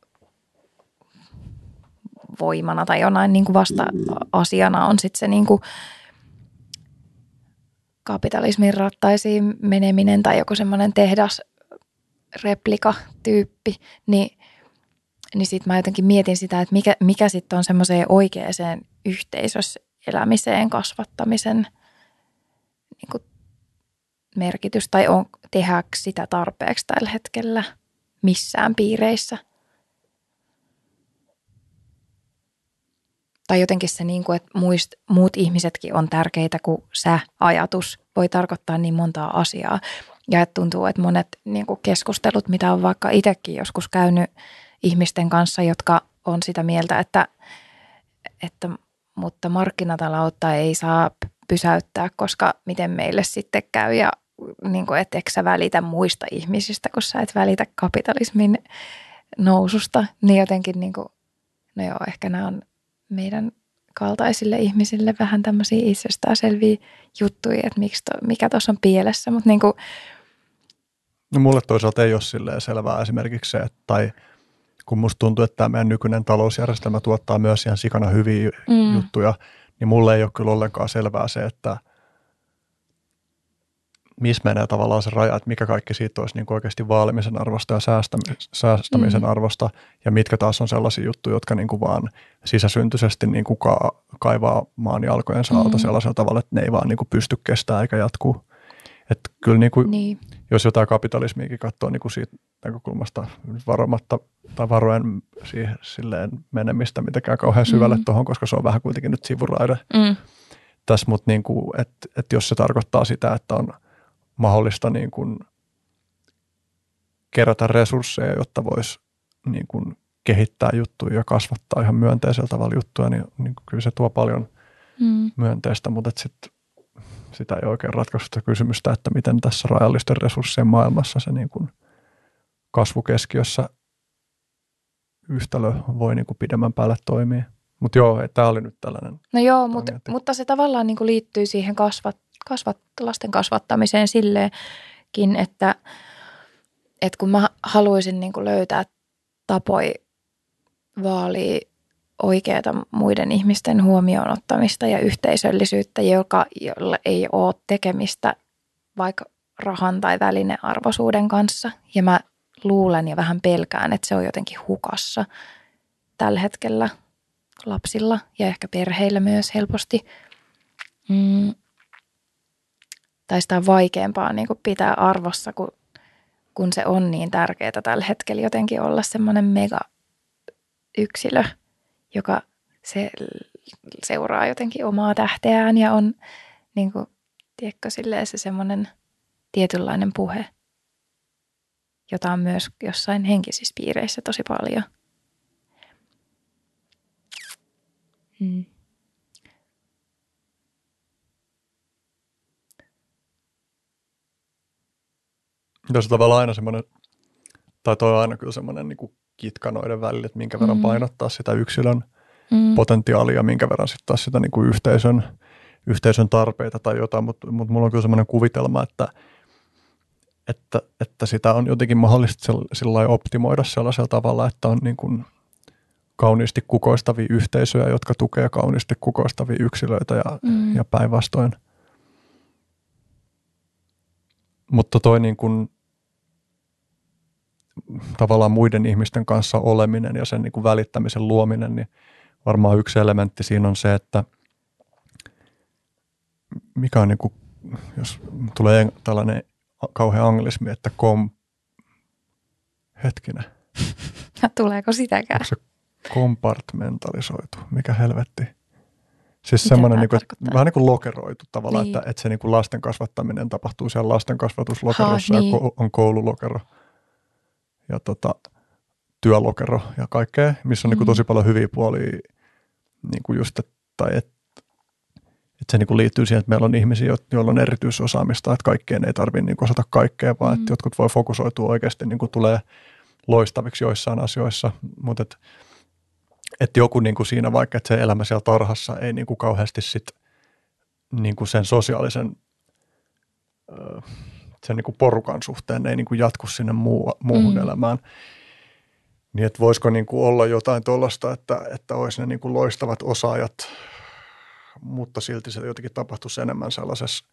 voimana tai jonain niin kuin vasta asiana on sitten se niin kuin kapitalismin rattaisiin meneminen tai joku semmoinen tehdasreplika-tyyppi, niin sitten mä jotenkin mietin sitä, että mikä sitten on semmoiseen oikeaan yhteisössä elämiseen kasvattamisen niin kuin merkitys tai tehdäänkö sitä tarpeeksi tällä hetkellä missään piireissä. Tai jotenkin se, niin kuin, että muut ihmisetkin on tärkeitä kuin ajatus voi tarkoittaa niin montaa asiaa. Ja että tuntuu, että monet niin kuin keskustelut, mitä on vaikka itsekin joskus käynyt ihmisten kanssa, jotka on sitä mieltä, että mutta markkinataloutta ei saa pysäyttää, koska miten meille sitten käy ja niin kuin, että eikö sä välitä muista ihmisistä, kun sä et välitä kapitalismin noususta. Niin jotenkin, niin kuin, no joo, ehkä nämä on meidän kaltaisille ihmisille vähän tämmöisiä itsestäänselviä juttuja, että mikä tuossa on pielessä, mutta niin kuin.
No mulle toisaalta ei ole silleen selvää esimerkiksi se, että tai kun musta tuntuu, että tämä meidän nykyinen talousjärjestelmä tuottaa myös ihan sikana hyviä juttuja, niin mulle ei ole kyllä ollenkaan selvää se, että missä menee tavallaan se raja, että mikä kaikki siitä olisi niin kuin oikeasti vaalimisen arvosta ja säästämisen arvosta, ja mitkä taas on sellaisia juttuja, jotka niin kuin vaan sisäsyntyisesti niin kuin kaivaa maan jalkojensa alta sellaisella tavalla, että ne ei vaan niin kuin pysty kestämään eikä jatkuu. Että kyllä niin kuin, jos jotain kapitalismiakin katsoo niin kuin siitä näkökulmasta varomatta tai varoen siihen silleen menemistä mitenkään kauhean syvälle tuohon, koska se on vähän kuitenkin nyt sivuraide tässä, mutta niin kuin, että jos se tarkoittaa sitä, että on mahdollista niin kuin kerätä resursseja, jotta voisi niin kuin kehittää juttuja ja kasvattaa ihan myönteisellä tavalla juttuja, niin kyllä se tuo paljon myönteistä, mutta sitten sitä ei oikein ratkaista kysymystä, että miten tässä rajallisten resurssien maailmassa se niin kuin kasvukeskiössä yhtälö voi niin kuin pidemmän päälle toimia. Mutta joo, tämä oli nyt tällainen.
No joo, mutta se tavallaan niin kuin liittyy siihen lasten kasvattamiseen silleenkin, että kun mä haluaisin niin kuin löytää tapoja vaalia oikeata muiden ihmisten huomioon ottamista ja yhteisöllisyyttä, jolla ei ole tekemistä vaikka rahan tai välinearvoisuuden kanssa. Ja mä luulen ja vähän pelkään, että se on jotenkin hukassa tällä hetkellä lapsilla ja ehkä perheillä myös helposti. Tai sitä on vaikeampaa niin kuin pitää arvossa, kun se on niin tärkeää tällä hetkellä jotenkin olla semmoinen mega-yksilö, joka se seuraa jotenkin omaa tähteään ja on niin kuin, tiedätkö, silleen se semmoinen tietynlainen puhe, jota on myös jossain henkisissä piireissä tosi paljon.
Tässä on tavallaan aina semmoinen, tai toi on aina kyllä semmoinen niin kuin kitka noiden välillä, että minkä verran painottaa sitä yksilön potentiaalia, minkä verran sitten taas sitä niin kuin yhteisön tarpeita tai jotain, mutta mulla on kyllä semmoinen kuvitelma, että sitä on jotenkin mahdollista sillä optimoida sellaisella tavalla, että on niin kuin kauniisti kukoistavia yhteisöjä, jotka tukee kauniisti kukoistavia yksilöitä ja päinvastoin. Mutta toi niin kuin, tavallaan muiden ihmisten kanssa oleminen ja sen niin kuin välittämisen luominen, niin varmaan yksi elementti siinä on se, että mikä on, niin kuin, jos tulee tällainen kauhean anglismi, että hetkinen.
Tuleeko sitäkään?
Onko se kompartmentalisoitu? Mikä helvetti? Siis semmoinen niin kuin, vähän niin kuin lokeroitu tavallaan, niin. Että se niin kuin lasten kasvattaminen tapahtuu siellä lasten kasvatuslokerossa niin. Ja on koululokero ja työlokero ja kaikkea, missä on niin kuin tosi paljon hyviä puolia niin kuin just, että se niin kuin liittyy siihen, että meillä on ihmisiä, joilla on erityisosaamista, että kaikkeen ei tarvitse niin kuin osata kaikkea, vaan että jotkut voi fokusoitua oikeasti, niin kuin tulee loistaviksi joissain asioissa, mutta että joku niin kuin siinä vaikka, että se elämä siellä tarhassa ei niin kuin kauheasti sit niin kuin sen sosiaalisen sen niin kuin porukan suhteen ei niin kuin jatku sinne muuhun elämään. Niin että voisiko niin kuin olla jotain tuollaista, että olisi ne niin kuin loistavat osaajat, mutta silti se jotenkin tapahtuisi enemmän sellaisessa,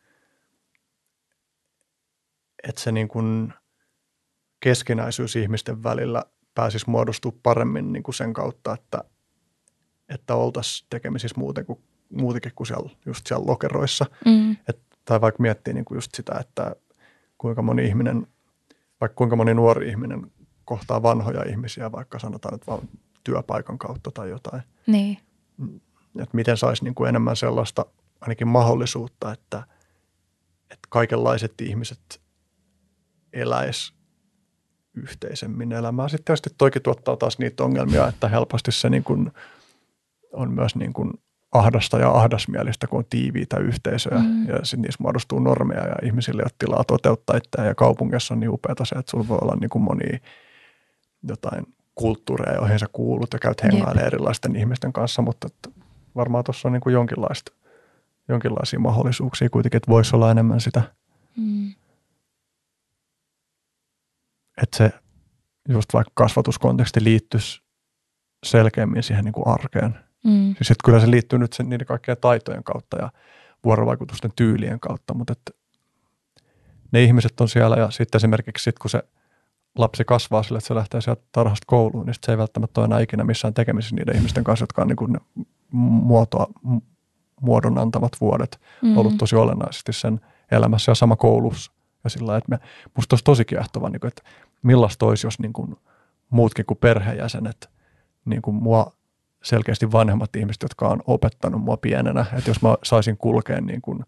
että se niin kuin keskinäisyys ihmisten välillä pääsisi muodostua paremmin niin kuin sen kautta, että oltaisiin tekemisissä muutenkin kuin just siellä lokeroissa. Tai vaikka miettii niin kuin just sitä, että kuinka moni ihminen, vaikka kuinka moni nuori ihminen kohtaa vanhoja ihmisiä, vaikka sanotaan, että vaan työpaikan kautta tai jotain.
Niin.
Että miten saisi niin kuin enemmän sellaista ainakin mahdollisuutta, että kaikenlaiset ihmiset eläis yhteisemmin elämää. Sitten tietysti toikin tuottaa taas niitä ongelmia, että helposti se niin kuin on myös niin kuin ahdasta ja ahdasmielistä, kun on tiiviitä yhteisöjä ja sitten niissä muodostuu normeja ja ihmisille ei ole tilaa toteuttaa itseään ja kaupungissa on niin upeata se, että sulla voi olla niin kuin monia jotain kulttuureja, joihin sä kuulut ja käyt hengailemaan erilaisten ihmisten kanssa, mutta varmaan tuossa on niin kuin jonkinlaisia mahdollisuuksia kuitenkin, että voisi olla enemmän sitä, että se just vaikka kasvatuskonteksti liittyisi selkeämmin siihen niin kuin arkeen. Siis että kyllä se liittyy nyt niiden kaikkien taitojen kautta ja vuorovaikutusten tyylien kautta, mutta että ne ihmiset on siellä ja sitten esimerkiksi kun se lapsi kasvaa sille, että se lähtee sieltä tarhasta kouluun, niin se ei välttämättä ole enää ikinä missään tekemisissä niiden ihmisten kanssa, jotka on niin kuin ne muodon antavat vuodet ollut tosi olennaisesti sen elämässä ja sama koulussa. Ja sillä että musta olisi tosi kiehtova, niin kuin, että millaista olisi, jos niin kuin muutkin kuin perheenjäsenet, niin kuin mua selkeästi vanhemmat ihmiset, jotka on opettanut mua pienenä, että jos mä saisin kulkea niin kuin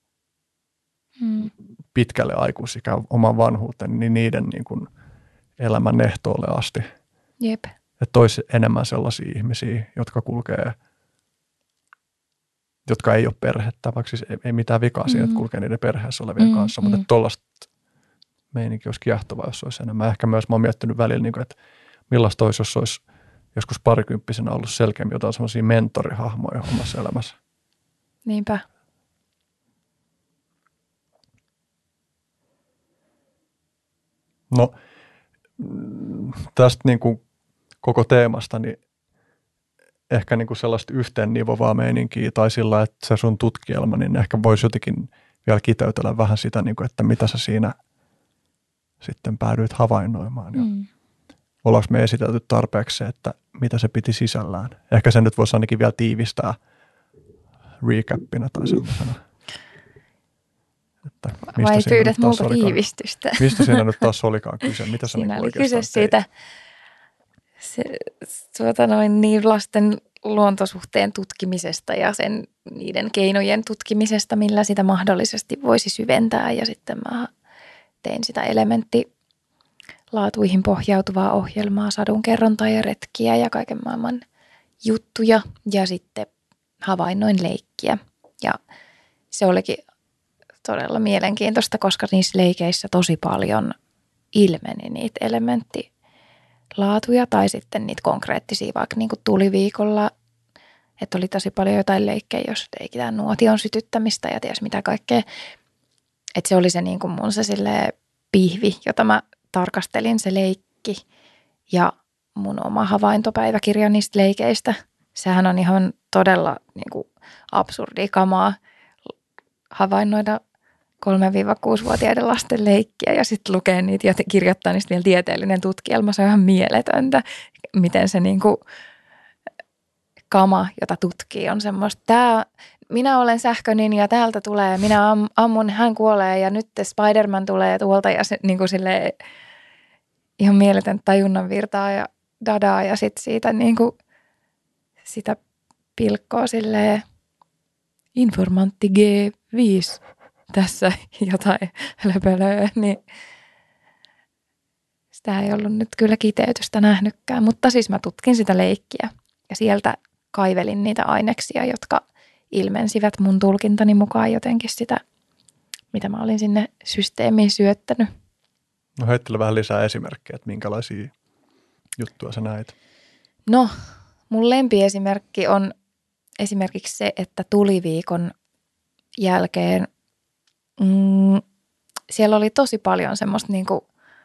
pitkälle aikuisikään oman vanhuuteen, niin niiden niin kuin elämän ehtoolle asti.
Jep.
Että olisi enemmän sellaisia ihmisiä, jotka kulkee, jotka ei ole perhettä, vaikka siis ei mitään vikaa siihen, että kulkee niiden perheessä olevien kanssa, mutta tuollaista meininki olisi kiehtovaa, jos olisi enemmän. Ehkä myös mä oon miettinyt välillä, niin kuin, että millaista olisi, jos olisi joskus parikymppisenä ollut selkeämmin jotain sellaisia mentorihahmoja omassa elämässä.
Niinpä.
No tästä niin kuin koko teemasta, niin ehkä niin kuin sellaista yhteennivovaa meininkiä tai sillä, että se sun tutkielma, niin ehkä voisi jotenkin vielä kiteytellä vähän sitä, niin kuin, että mitä sä siinä sitten päädyit havainnoimaan. Ja ollaanko me esitelty tarpeeksi se, että mitä se piti sisällään. Ehkä sen nyt voisi ainakin vielä tiivistää recapina tai sellaisena.
Vai pyydät multa tiivistystä?
Mistä siinä nyt taas olikaan kyse? Mitä
siinä oli kyse siitä niin lasten luontosuhteen tutkimisesta ja niiden keinojen tutkimisesta, millä sitä mahdollisesti voisi syventää. Ja sitten mä tein sitä elementtilaatuihin pohjautuvaa ohjelmaa, sadunkerrontaa ja retkiä ja kaiken maailman juttuja ja sitten havainnoin leikkiä. Ja se olikin todella mielenkiintoista, koska niissä leikeissä tosi paljon ilmeni niitä elementtilaatuja tai sitten niitä konkreettisia, vaikka niin kuin tuliviikolla, että oli tosi paljon jotain leikkejä, jos leikitään nuotion sytyttämistä ja ties mitä kaikkea. Että se oli se niin kuin mun se pihvi, jota mä tarkastelin, se leikki ja mun oma havaintopäiväkirja niistä leikeistä. Sehän on ihan todella niin kuin absurdia kamaa havainnoida 3-6-vuotiaiden lasten leikkiä ja sitten lukee niitä ja kirjoittaa niistä vielä tieteellinen tutkielma. Se on ihan mieletöntä, miten se niinku kama, jota tutkii, on semmoista. Minä olen sähköninja, täältä tulee, minä ammun, hän kuolee ja nyt Spider-Man tulee tuolta ja se, niinku silleen, ihan mieletön tajunnan virtaa ja dadaa ja sitten siitä niinku, sitä pilkkoa silleen informantti G5 tässä jotain löpölöä, niin sitä ei ollut nyt kyllä kiteytystä nähnytkään, mutta siis mä tutkin sitä leikkiä ja sieltä kaivelin niitä aineksia, jotka ilmensivät mun tulkintani mukaan jotenkin sitä, mitä mä olin sinne systeemiin syöttänyt.
No heittele vähän lisää esimerkkejä, että minkälaisia juttuja sä näit.
No, mun lempiesimerkki on esimerkiksi se, että tuliviikon jälkeen siellä oli tosi paljon semmoista niinku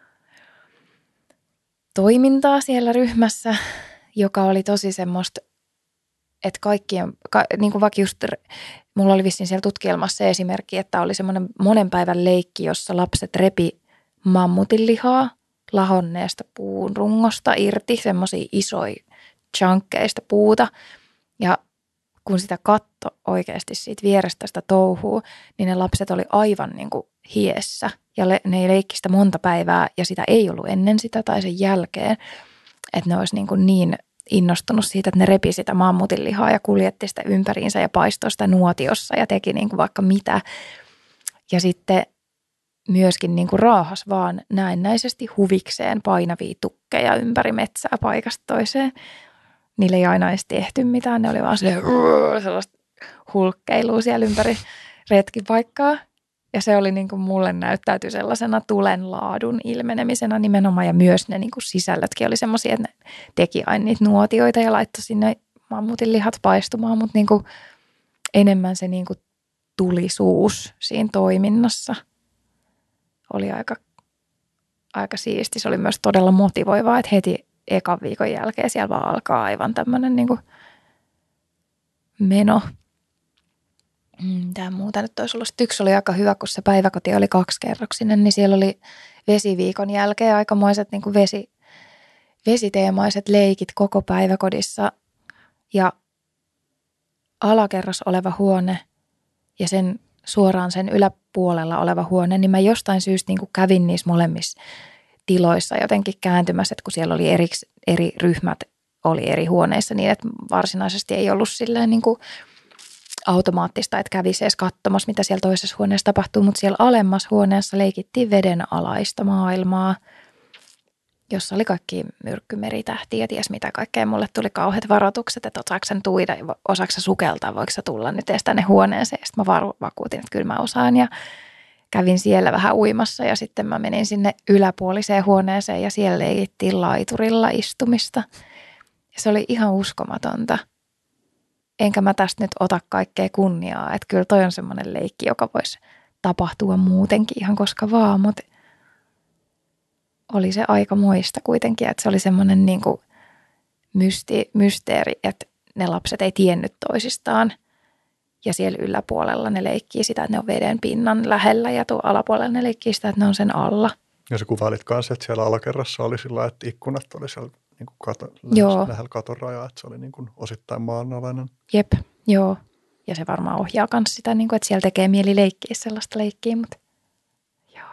toimintaa siellä ryhmässä, joka oli tosi semmoista, että kaikkien, niin kuin vaikka just, mulla oli vissiin siellä tutkielmassa se esimerkki, että oli semmoinen monen päivän leikki, jossa lapset repi mammutinlihaa lahonneesta puun rungosta irti, semmoisia isoja chunkkeista puuta. Ja kun sitä katto oikeasti siitä vierestä sitä touhuu, niin ne lapset oli aivan niin kuin hiessä. Ja ne leikki sitä monta päivää ja sitä ei ollut ennen sitä tai sen jälkeen, että ne olisi niin innostunut siitä, että ne repi sitä mammutinlihaa ja kuljetti sitä ympäriinsä ja paistoi sitä nuotiossa ja teki niin kuin vaikka mitä. Ja sitten myöskin niin kuin raahas vaan näennäisesti huvikseen painavia tukkeja ympäri metsää paikasta toiseen. Niille ei aina edes tehty mitään, ne oli vaan sellaista hulkkeilua siellä ympäri retkipaikkaa. Ja se oli niin kuin mulle näyttäytyi sellaisena tulen laadun ilmenemisenä nimenomaan. Ja myös ne niin kuin sisällötkin oli semmoisia, että ne teki aina niitä nuotioita ja laittoi sinne mammutin lihat paistumaan. Mutta niin kuin enemmän se niin kuin tulisuus siinä toiminnassa oli aika siisti. Se oli myös todella motivoivaa, että heti ekan viikon jälkeen siellä vaan alkaa aivan tämmöinen niin kuin meno. Tämä muuta nyt olisi ollut. Yksi oli aika hyvä, kun se päiväkoti oli 2-kerroksinen, niin siellä oli vesiviikon jälkeen aikamoiset niin kuin vesiteemaiset leikit koko päiväkodissa ja alakerras oleva huone ja sen suoraan sen yläpuolella oleva huone, niin mä jostain syystä niin kuin kävin niissä molemmissa tiloissa jotenkin kääntymässä, että kun siellä oli eri ryhmät oli eri huoneissa niin, että varsinaisesti ei ollut silleen niin kuin automaattista, että kävisi edes katsomassa, mitä siellä toisessa huoneessa tapahtuu, mutta siellä alemmassa huoneessa leikittiin vedenalaista maailmaa, jossa oli kaikki myrkkymeritähtiä ja ties mitä kaikkea. Mulle tuli kauheat varoitukset, että osaako sen tuida, osaako se sukeltaa, voiko se tulla nyt edes tänne huoneeseen. Sitten mä vakuutin, että kyllä mä osaan ja kävin siellä vähän uimassa ja sitten mä menin sinne yläpuoliseen huoneeseen ja siellä leikittiin laiturilla istumista. Ja se oli ihan uskomatonta. Enkä mä tästä nyt ota kaikkea kunniaa, että kyllä toi on semmoinen leikki, joka voisi tapahtua muutenkin ihan koska vaan, mutta oli se aika moista kuitenkin, että se oli semmoinen niin kuin mysteeri, että ne lapset ei tiennyt toisistaan ja siellä yläpuolella ne leikkii sitä, että ne on veden pinnan lähellä ja tuo alapuolella ne leikkii sitä, että ne on sen alla. Ja
sä kuvailit kanssa, että siellä alakerrassa oli sillä, että ikkunat oli siellä niin kuin lähellä katon rajaa, että se oli niin kuin osittain maanalainen.
Jep, joo. Ja se varmaan ohjaa myös sitä, niin kuin, että siellä tekee mieli leikkiä sellaista leikkiä, mutta joo.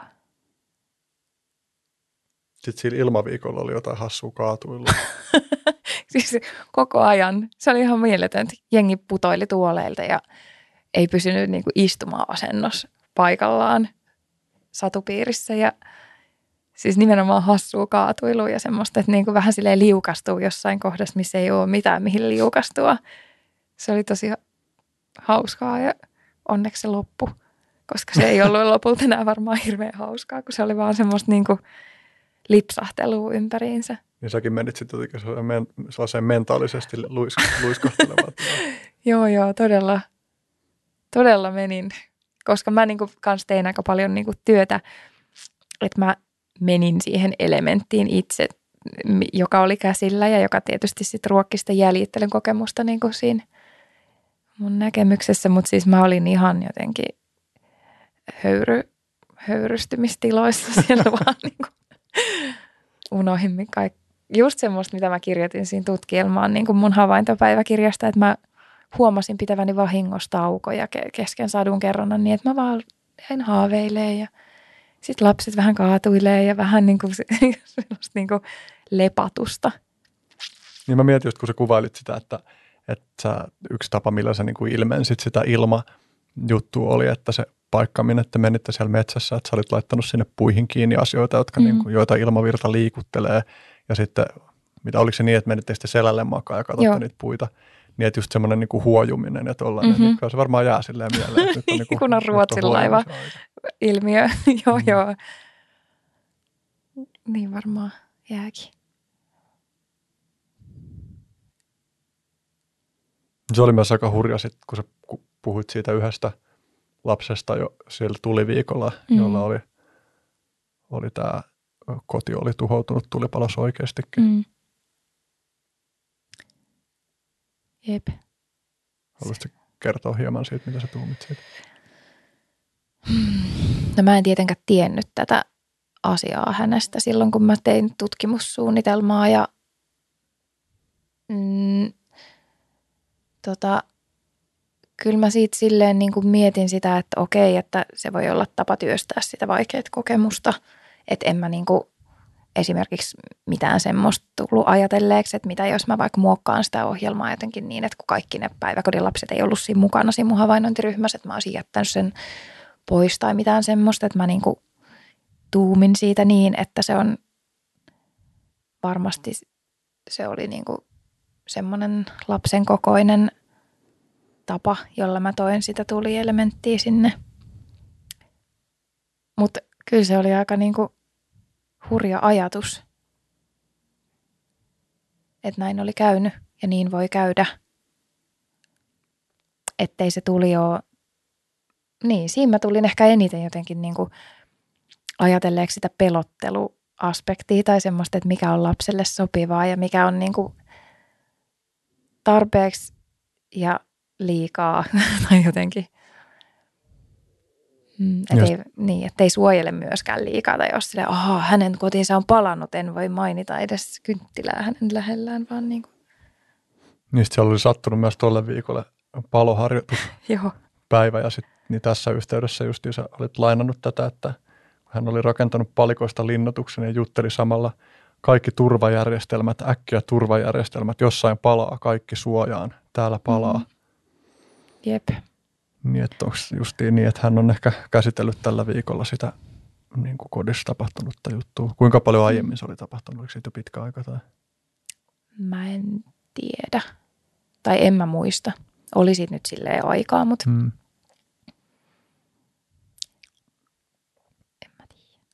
Sitten siinä ilmaviikolla oli jotain hassua kaatuilla.
Siis koko ajan. Se oli ihan mieletöntä. Jengi putoili tuoleilta ja ei pysynyt niin kuin istuma-asennossa paikallaan satupiirissä ja siis nimenomaan hassua kaatuilua ja semmoista, että niin kuin vähän silleen liukastuu jossain kohdassa, missä ei ole mitään mihin liukastua. Se oli tosi hauskaa ja onneksi se loppui, koska se ei ollut lopulta enää varmaan hirveän hauskaa, kun se oli vaan semmoista niin kuin lipsahtelua ympäriinsä.
Ja säkin menit sitten jotenkin sellaiseen mentaalisesti luiskahtelevaan.
Joo, todella menin, koska mä niin kuin kans tein aika paljon niin kuin työtä, että mä menin siihen elementtiin itse, joka oli käsillä ja joka tietysti sitten ruokki sitä jäljittelyn kokemusta niin kuin siinä mun näkemyksessä, mutta siis mä olin ihan jotenkin höyrystymistiloissa siellä vaan niin kuin unohimme kaikki. Just semmoista, mitä mä kirjoitin siinä tutkielmaan niin kuin mun havaintopäiväkirjasta, että mä huomasin pitäväni vahingosta taukoja kesken sadun kerronnan niin, että mä vaan jäin haaveilemaan ja sitten lapset vähän kaatuilee ja vähän niin kuin sellaista niin kuin lepatusta.
Niin mä mietin just, kun sä kuvailit sitä, että sä, yksi tapa, millä sä niin kuin ilmensit sitä ilmajuttua oli, että se paikka, minne te menitte siellä metsässä, että sä olit laittanut sinne puihin kiinni asioita, jotka niin kuin, joita ilmavirta liikuttelee. Ja sitten, oliko se niin, että menitte sitten selälle makaan ja katsotte niitä puita. Niin, että just semmoinen niin kuin huojuminen ja tollainen, niin se varmaan jää silleen mieleen. Että nyt on, niin kuin,
kun on Ruotsin laiva ilmiö. Joo. Niin varmaan jääkin.
Se oli myös aika hurja sit, kun sä puhuit siitä yhdestä lapsesta jo siellä tuliviikolla, jolla oli tämä koti oli tuhoutunut tulipalossa oikeastikin.
Jep.
Haluaisitko kertoa hieman siitä, mitä sä tuumit siitä?
No mä en tietenkään tiennyt tätä asiaa hänestä silloin, kun mä tein tutkimussuunnitelmaa ja kyllä mä siitä silleen niin kuin mietin sitä, että okei, että se voi olla tapa työstää sitä vaikeaa kokemusta, että en mä niin kuin esimerkiksi mitään semmoista tullut ajatelleeksi, että mitä jos mä vaikka muokkaan sitä ohjelmaa jotenkin niin, että kun kaikki ne päiväkodin lapset ei ollut siinä mukana siinä mun havainnointiryhmässä, että mä olisin jättänyt sen pois tai mitään semmoista, että mä niin kuin tuumin siitä niin, että se on varmasti, se oli niin kuin semmoinen lapsen kokoinen tapa, jolla mä toin sitä tulielementtiä sinne. Mutta kyllä se oli aika niinku hurja ajatus, että näin oli käynyt ja niin voi käydä. Ettei se tuli ole, niin siinä mä tulin ehkä eniten jotenkin niinku ajatelleeksi sitä pelotteluaspektia tai semmoista, että mikä on lapselle sopivaa ja mikä on niinku tarpeeksi ja liikaa tai jotenkin. Ettei suojele myöskään liikaa tai jos silleen, hänen kotinsa on palannut, en voi mainita edes kynttilää hänen lähellään, vaan niin kuin.
Niistä siellä oli sattunut myös tolle viikolle paloharjoituspäivä ja sitten niin tässä yhteydessä just sä olit lainannut tätä, että hän oli rakentanut palikoista linnoituksen ja jutteli samalla kaikki turvajärjestelmät, äkkiä turvajärjestelmät, jossain palaa, kaikki suojaan, täällä palaa.
Jep.
Niin, että onko justiin niin, että hän on ehkä käsitellyt tällä viikolla sitä niin kuin kodissa tapahtunutta juttua. Kuinka paljon aiemmin se oli tapahtunut? Oliko siitä jo pitkä aika? Tai?
Mä en tiedä. Tai en mä muista. Oli siitä nyt silleen aikaa, mutta en mä tiedä.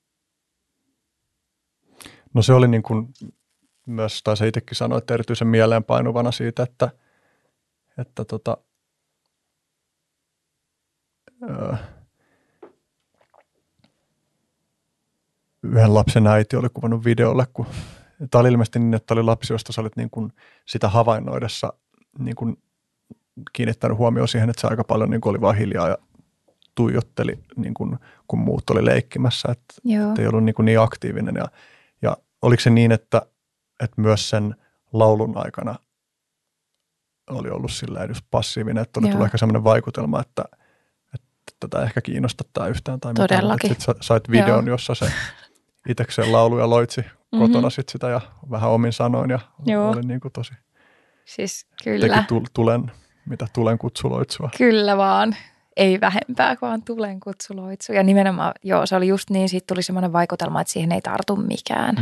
No se oli niin kuin myös, tai se itsekin sanoi, että erityisen mieleenpainuvana siitä, että yhden lapsen äiti oli kuvannut videolle, kun tämä oli ilmeisesti niin, että oli lapsi, josta sä olit niin kuin sitä havainnoidessa niin kuin kiinnittänyt huomioon siihen, että se aika paljon niin kuin oli vaan hiljaa ja tuijotteli, niin kuin, kun muut oli leikkimässä, että ei ollut niin aktiivinen. Ja oliko se niin, että myös sen laulun aikana oli ollut silleen just passiivinen, että oli tullut ehkä sellainen vaikutelma, että tätä ehkä kiinnostaa tämä yhtään tai mitään.
Todellakin.
Sitten sait videon, jossa se itsekseen laulu ja loitsi kotona sit sitä ja vähän omin sanoin ja oli niin kuin tosi,
siis kyllä.
Teki tulen kutsuloitsua.
Kyllä vaan, ei vähempää, vaan tulen kutsuloitsu. Ja nimenomaan, se oli just niin, siitä tuli semmoinen vaikutelma, että siihen ei tartu mikään.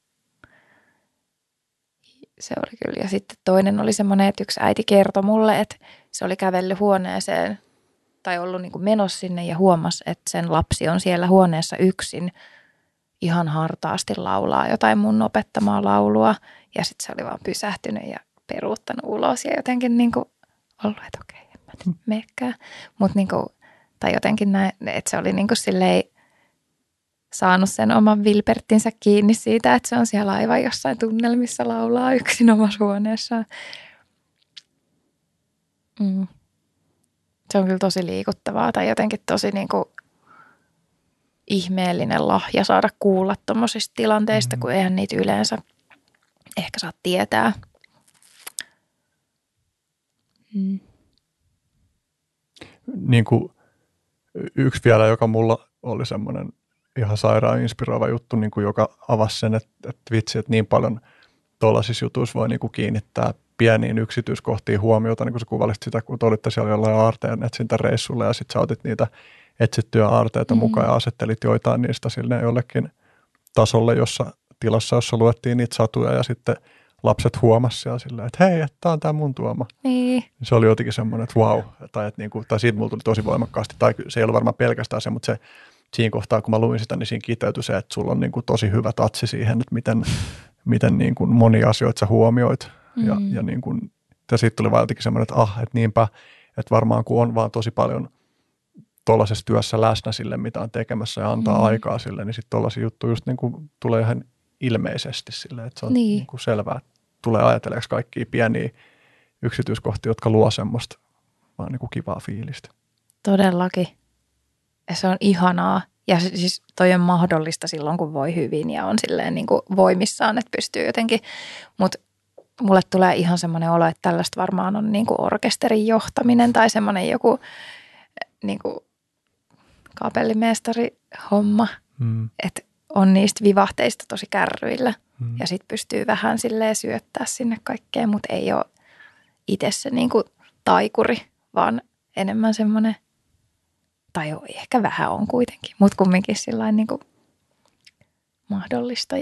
Se oli kyllä. Ja sitten toinen oli semmoinen, että yksi äiti kertoi mulle, että se oli kävellyt huoneeseen tai ollut niin kuin menossa sinne ja huomasi, että sen lapsi on siellä huoneessa yksin ihan hartaasti laulaa jotain mun opettamaa laulua. Ja sitten se oli vaan pysähtynyt ja peruuttanut ulos ja jotenkin niin kuin ollut, että okei, en mä nyt meekään. Mutta niin kuin, tai jotenkin näin, että se oli niin kuin silleen saanut sen oman Wilbertinsä kiinni siitä, että se on siellä aivan jossain tunnelmissa laulaa yksin omassa huoneessaan. Se on kyllä tosi liikuttavaa tai jotenkin tosi niin kuin ihmeellinen lahja saada kuulla tuommoisista tilanteista, kun eihän niitä yleensä ehkä saa tietää.
Niin kuin yksi vielä, joka mulla oli semmoinen ihan sairaan inspiroiva juttu, niin kuin joka avasi sen, että vitsi, että niin paljon tuollaisissa jutuissa voi niin kuin kiinnittää pieniin yksityiskohtiin huomiota, niin kuin sä kuvailisit sitä, kun olitte siellä jollain aarteen etsintäreissulla ja sitten sä otit niitä etsittyjä aarteita mukaan ja asettelit joitain niistä sille jollekin tasolle, tilassa, jossa luettiin niitä satuja ja sitten lapset huomasivat siellä silleen, että hei, tämä on tämä mun tuoma.
Niin.
Se oli jotenkin semmoinen, että vau, tai siitä mulla tuli tosi voimakkaasti, tai se ei ollut varmaan pelkästään se, mutta se siinä kohtaa, kun mä luin sitä, niin siinä kiteytyi se, että sulla on niin kuin tosi hyvä tatsi siihen, että miten niin kuin monia asioita sä huomioit. Ja, niin kuin, ja siitä tuli vaan jotenkin semmoinen, että niinpä, että varmaan kun on vaan tosi paljon tuollaisessa työssä läsnä sille, mitä on tekemässä ja antaa aikaa sille, niin sitten tuollaisia juttuja just niin kuin tulee ihan ilmeisesti sille, että se on niin kuin selvää, että tulee ajatelleeksi kaikkia pieniä yksityiskohtia, jotka luo semmoista vaan niin kuin kivaa fiilistä.
Todellakin. Ja se on ihanaa. Ja siis toi on mahdollista silloin, kun voi hyvin ja on silleen niin kuin voimissaan, että pystyy jotenkin. Mutta mulle tulee ihan semmoinen olo, että tällaista varmaan on niin kuin orkesterin johtaminen tai semmoinen joku niin kuin kapellimestari homma. Että on niistä vivahteista tosi kärryillä. Ja sitten pystyy vähän silleen syöttää sinne kaikkeen, mutta ei ole itse se niin kuin taikuri, vaan enemmän semmoinen, tai ehkä vähän on kuitenkin, mutta kumminkin sillain niin kuin mahdollista.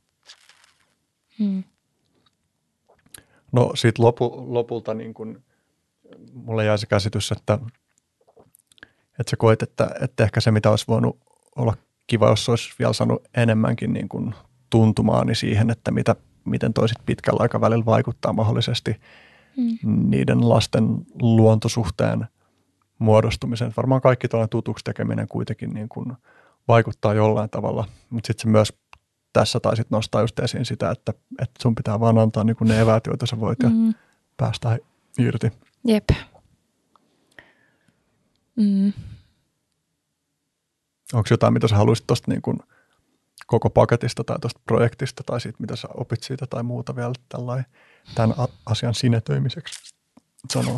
No siitä lopulta niin kun mulle jäi se käsitys, että sä koet, että ehkä se mitä olisi voinut olla kiva, jos olisi vielä saanut enemmänkin niin kun tuntumaani siihen, että miten toisit pitkällä aikavälillä vaikuttaa mahdollisesti niiden lasten luontosuhteen muodostumiseen. Varmaan kaikki tuollainen tutuksi tekeminen kuitenkin niin kun vaikuttaa jollain tavalla, mutta sitten se myös tässä taisit nostaa just esiin sitä, että sun pitää vaan antaa niin kuin ne eväät, joita sä voit ja päästä irti.
Jep.
Onko jotain, mitä sä haluaisit tuosta niin kuin koko paketista tai tuosta projektista tai siitä, mitä sä opit siitä tai muuta vielä tämän asian sinetöimiseksi sanoa?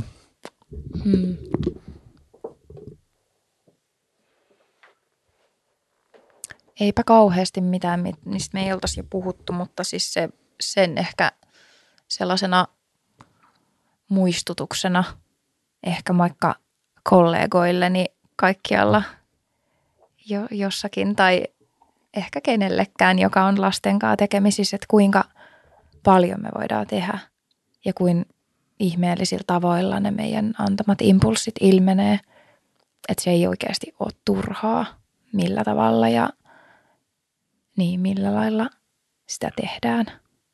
Eipä kauheasti mitään, mistä me ei oltaisi jo puhuttu, mutta siis sen ehkä sellaisena muistutuksena ehkä vaikka kollegoilleni kaikkialla jossakin tai ehkä kenellekään, joka on lasten kanssa tekemisissä, että kuinka paljon me voidaan tehdä ja kuin ihmeellisillä tavoilla ne meidän antamat impulssit ilmenee, että se ei oikeasti ole turhaa millä tavalla ja niin millä lailla sitä tehdään.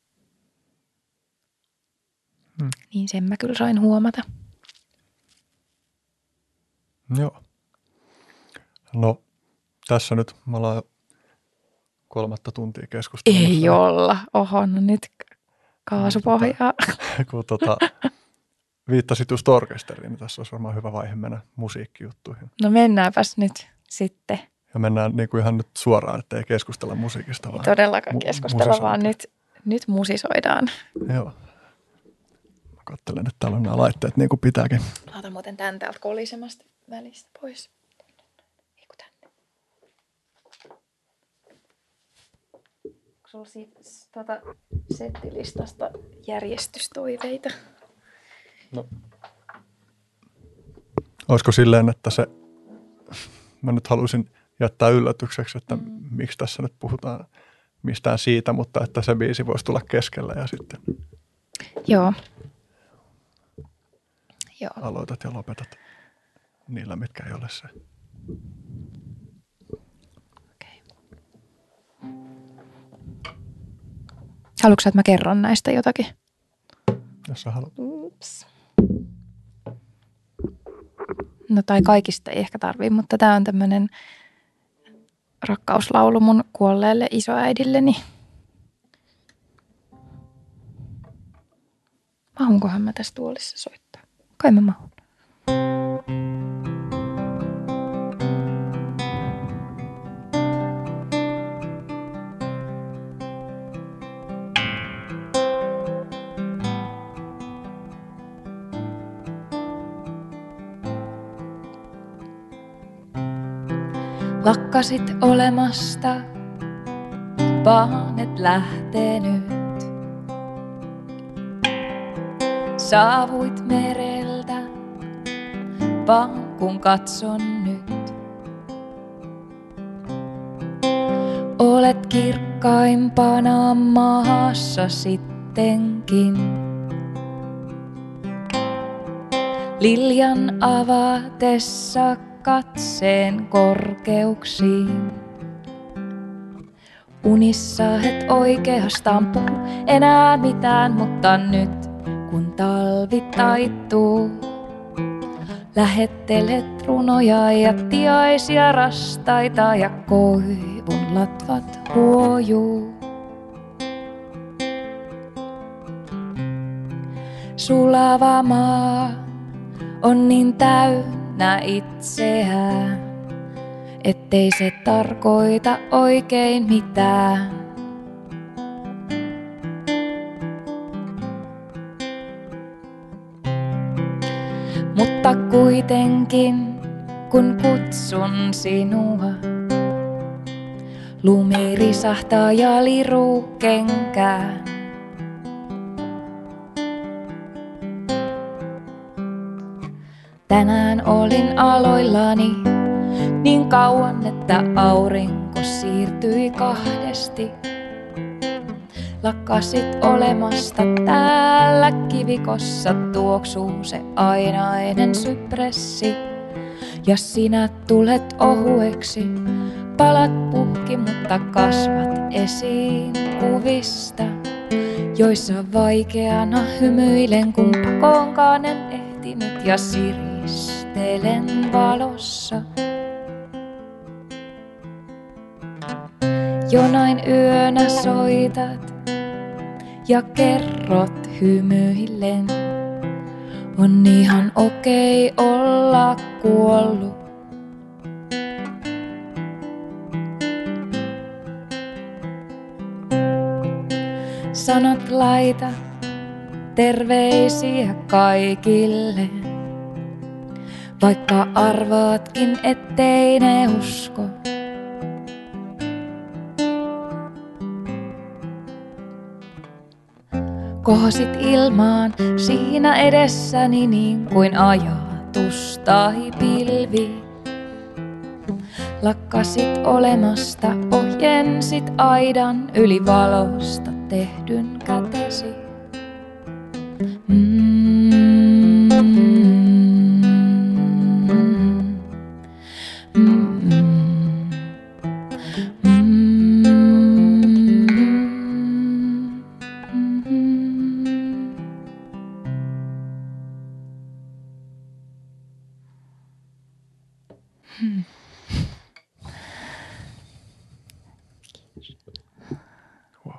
Niin sen mä kyllä sain huomata.
Joo. No tässä nyt me ollaan 3 tuntia keskustelussa.
Ei olla. Oho, no nyt kaasupohjaa.
Kun viittasit just orkesteriin, niin tässä olisi varmaan hyvä vaihe mennä musiikkijuttuihin.
No mennäänpäs nyt sitten.
Ja mennään niin kuin ihan nyt suoraan, että ei keskustella musiikista.
Ei todellakaan keskustella, vaan nyt musisoidaan.
Joo. Mä katselen, että täällä on nämä laitteet niin kuin pitääkin.
Ota muuten tän täältä kolisemasta välistä pois. Eiku tänne. Onko sulla siitä settilistasta järjestystoiveita?
No. Olisiko silleen, että mä nyt halusin jättää yllätykseksi, että miksi tässä nyt puhutaan mistään siitä, mutta että se biisi voisi tulla keskellä ja sitten
Joo.
aloitat ja lopetat niillä, mitkä ei ole se.
Okay. Haluatko että mä kerron näistä jotakin?
Jos sä haluat.
Ups. No tai kaikista ei ehkä tarvii, mutta tää on tämmönen rakkauslaulu mun kuolleelle isoäidilleni. Mahunkohan mä tässä tuolissa soittaa? Kai mä mahun. Lakkasit olemasta, vaan et lähtenyt. Saavuit mereltä, vaan kun katson nyt. Olet kirkkaimpana maassa sittenkin. Liljan avatessa katseen korkeuksiin. Unissa et oikeastaan puhu enää mitään, mutta nyt kun talvi taittuu, lähettelet runoja ja tiaisia rastaita ja koivun latvat huojuu. Sulava maa on niin täynnä itseään, ettei se tarkoita oikein mitään. Mutta kuitenkin, kun kutsun sinua, lumi risahtaa ja liruu kenkään. Tänään olin aloillani niin kauan, että aurinko siirtyi kahdesti. Lakkasit olemasta täällä kivikossa, tuoksuu se ainainen sypressi. Ja sinä tulet ohueksi, palat puhki, mutta kasvat esiin kuvista, joissa vaikeana hymyilen, kun pakoonkaan en ehtinyt ja siristelen valossa. Jonain yönä soitat ja kerrot hymyillen, on ihan okei olla kuollut. Sanot laita terveisiä kaikille, vaikka arvaatkin ettei ne usko. Kohosit ilmaan siinä edessäni niin kuin ajatus tai pilvi. Lakkasit olemasta, ohjensit aidan yli valosta tehdyn kätesi.
Wow.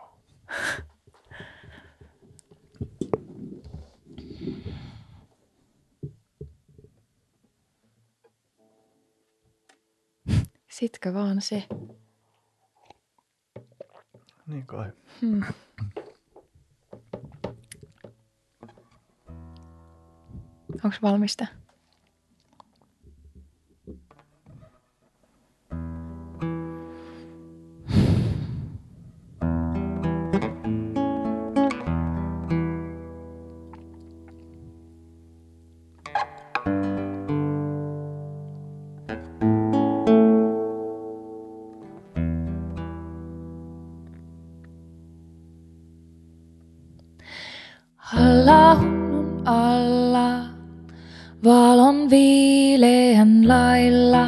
Sitkö vaan se?
Niin kai.
Onks valmista? Halla-hunnun alla, valon viileän lailla.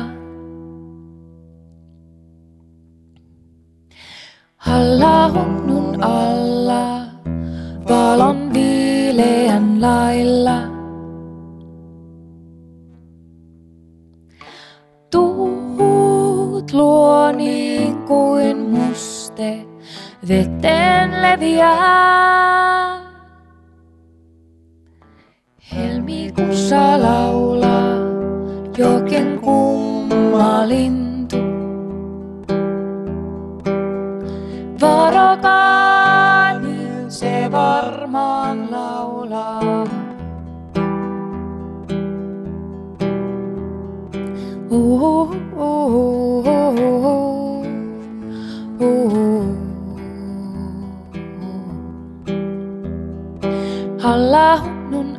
Halla-hunnun alla, valon viileän lailla. Tuut luo niin kuin muste veteen leviää. Helmikuussa laulaa jokin kumma lintu. Varokaa, niin se varmaan laulaa.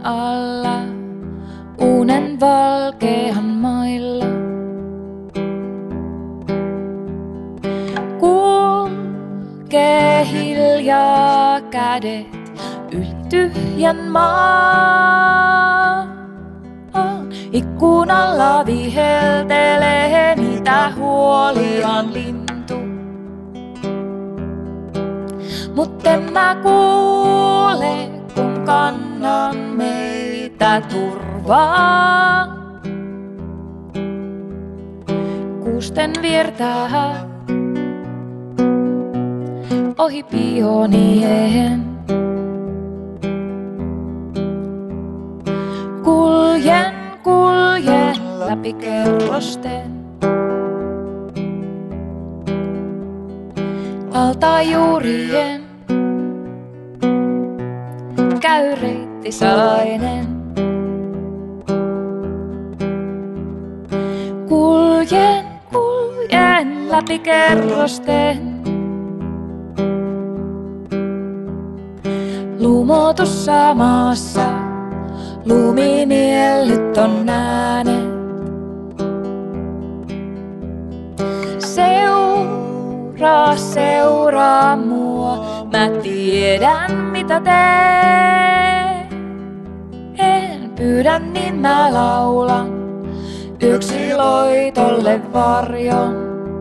alla, unen valkean mailla. Kulkee hiljaa kädet yli tyhjän maan. Ikkunalla viheltelee niitä huoliaan lintu. Mut en mä kuule, kun kannan meitä turvaa. Kuusten viertää ohi pionien. Kuljen läpi kerrosten. Alta juurien käy reitti salainen. Kuljen läpi kerrosten. Lumotussa maassa luminiellyt on äänet. Seuraa mua, mä tiedän mitä teen. Pyydän niin mä laulan yksi loitolle varjon.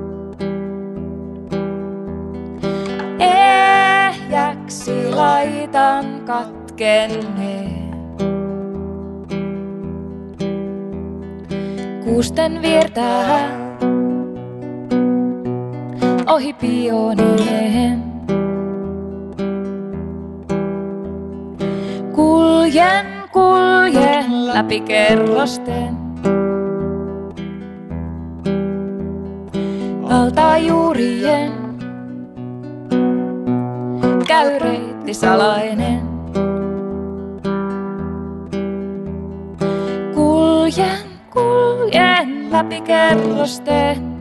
Ehjäksi laitan katkenneen. Kuusten viertää ohi pionien. Kuljen läpi kerrosten. Alta juurien käy reitti salainen. Kuljen läpi kerrosten.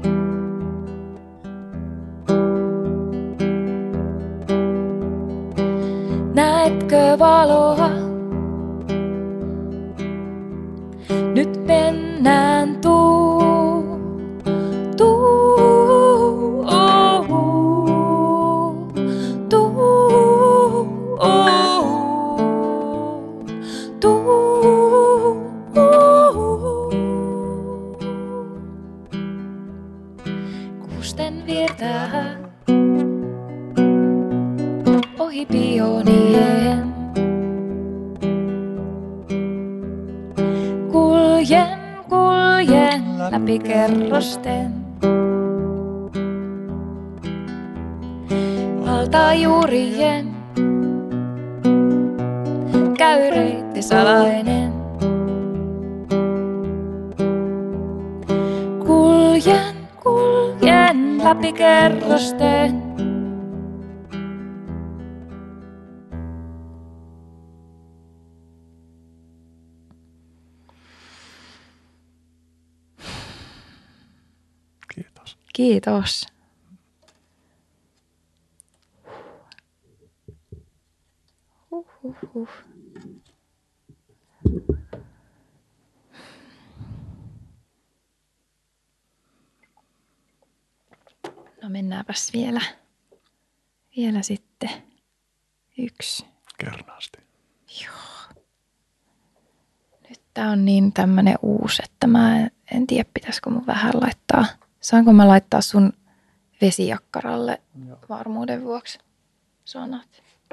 Näetkö valoa? Nyt mennään Kuusten viertää ohi pionien. Kuljen läpi kerrosten. Alta juurien käy reitti salainen. Kuljen läpi kerrosten.
Kiitos.
Kiitos. Huh. No mennäänpäs vielä sitten yksi.
Kernaasti.
Joo. Nyt tää on niin tämmönen uusi, että mä en tiedä pitäisikö mun vähän laittaa. Saanko mä laittaa sun vesijakkaralle varmuuden vuoksi sanat?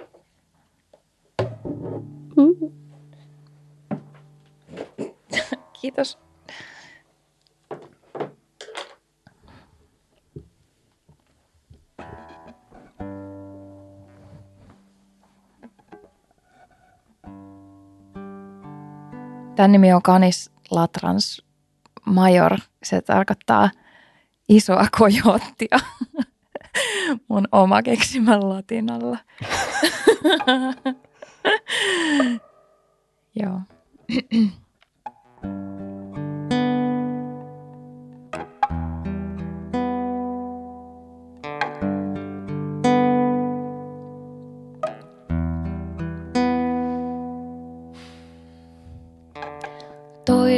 Kiitos. Tämän nimi on Canis latrans major. Se tarkoittaa isoa kojoottia. Mun oma keksimän latinalla. Joo.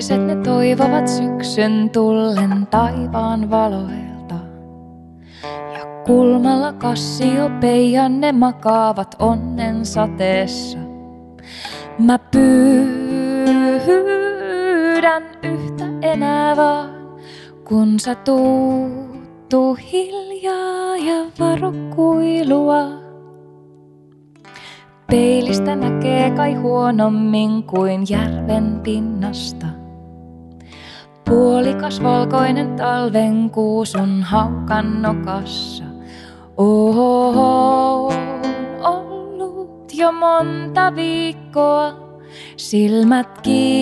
Toiset ne toivovat syksyn tullen taivaan valoilta. Ja kulmalla Kassiopeian ne makaavat onnen sateessa. Mä pyydän yhtä enää vaan, kun sä tuu hiljaa ja varo kuilua. Peilistä näkee kai huonommin kuin järven pinnasta. Puolikas valkoinen talvenkuu sun haukan nokassa. On ollut jo monta viikkoa, silmät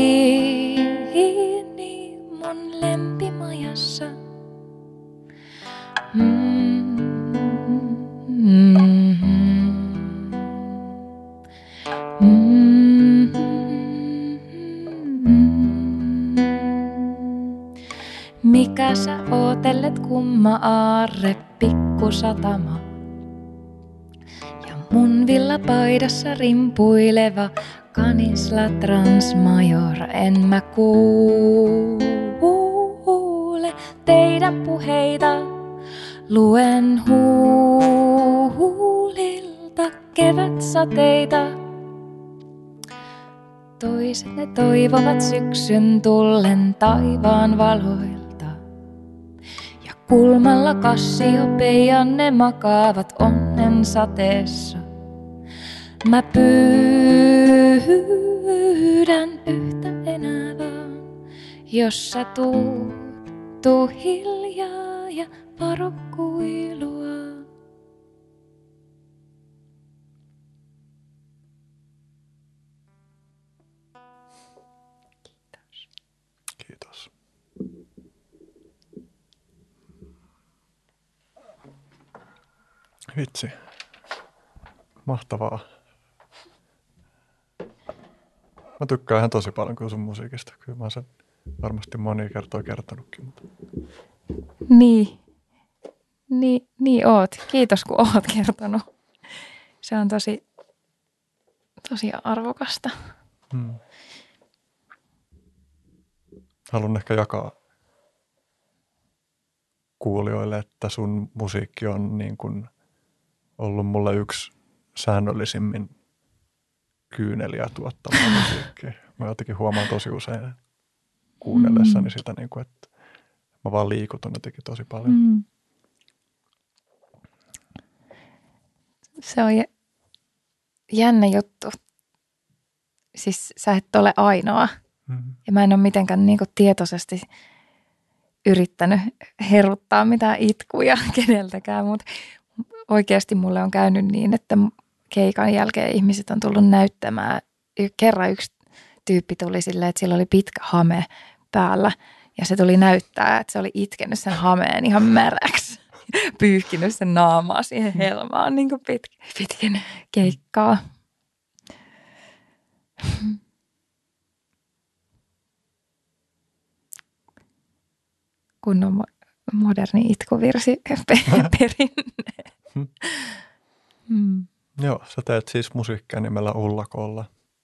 kiinni mun lempimajassa. Mikä sä ootellet, kumma aarre, pikkusatama? Ja mun villapaidassa rimpuileva kanisla transmajor. En mä kuule teidän puheita, luen huulilta kevätsateita. Toiset ne toivovat syksyn tullen taivaan valoilta. Ja kulmalla Kassiopeian ne makaavat onnen sateessa. Mä pyydän yhtä enää vaan, jos sä tuu hiljaa ja varo kuilua.
Kiitos. Vitsi. Mahtavaa. Mä tykkään ihan tosi paljon kyllä sun musiikista. Kyllä mä oon sen varmasti monia kertoja kertonutkin. Mutta...
Niin oot. Kiitos kun oot kertonut. Se on tosi arvokasta.
Haluan ehkä jakaa kuulijoille, että sun musiikki on niin kuin ollut mulle yksi säännöllisimmin kyyneliä tuottavaa musiikkia. Mä jotenkin huomaan tosi usein kuunnellessani sitä, niin kuin, että mä vaan liikutun jotenkin tosi paljon.
Se on jännä juttu. Siis sä et ole ainoa. Ja mä en ole mitenkään niin kuin tietoisesti yrittänyt heruttaa mitään itkuja keneltäkään, mutta oikeasti mulle on käynyt niin, että keikan jälkeen ihmiset on tullut näyttämään. Kerran yksi tyyppi tuli silleen, että sillä oli pitkä hame päällä ja se tuli näyttää, että se oli itkenyt sen hameen ihan märäksi. Pyyhkinyt sen naamaa siihen helmaan niin kuin pitkin keikkaa. Kunnon moderni itkuvirsi perinne.
Joo, sä teet siis musiikkia nimellä Ulla Kolla.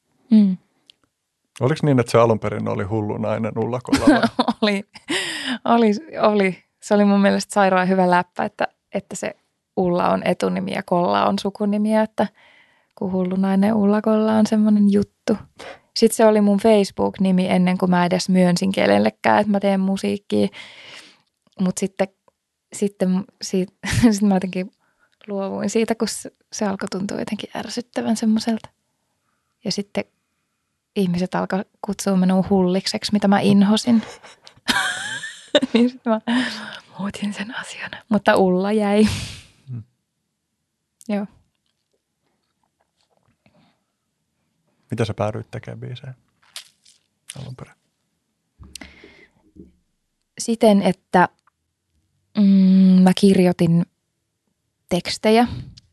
Oliko niin, että se alun perin oli hullu nainen Ulla Kolla?
oli. Se oli mun mielestä sairaan hyvä läppä, että se Ulla on etunimi ja Kolla on sukunimi, että kun hullu nainen Ulla Kolla on semmoinen juttu. Sitten se oli mun Facebook-nimi ennen kuin mä edes myönsin kenellekään, että mä teen musiikkia. Mutta sitten mä jotenkin luovuin siitä, kun se alkoi tuntua jotenkin ärsyttävän semmoiselta. Ja sitten ihmiset alkoi kutsua minua hullikseksi, mitä mä inhosin. Niin sitten mä muutin sen asian. Mutta Ulla jäi. Joo.
Mitä sä päädyit tekemään biisejä alun perin?
Siten, että mä kirjoitin tekstejä.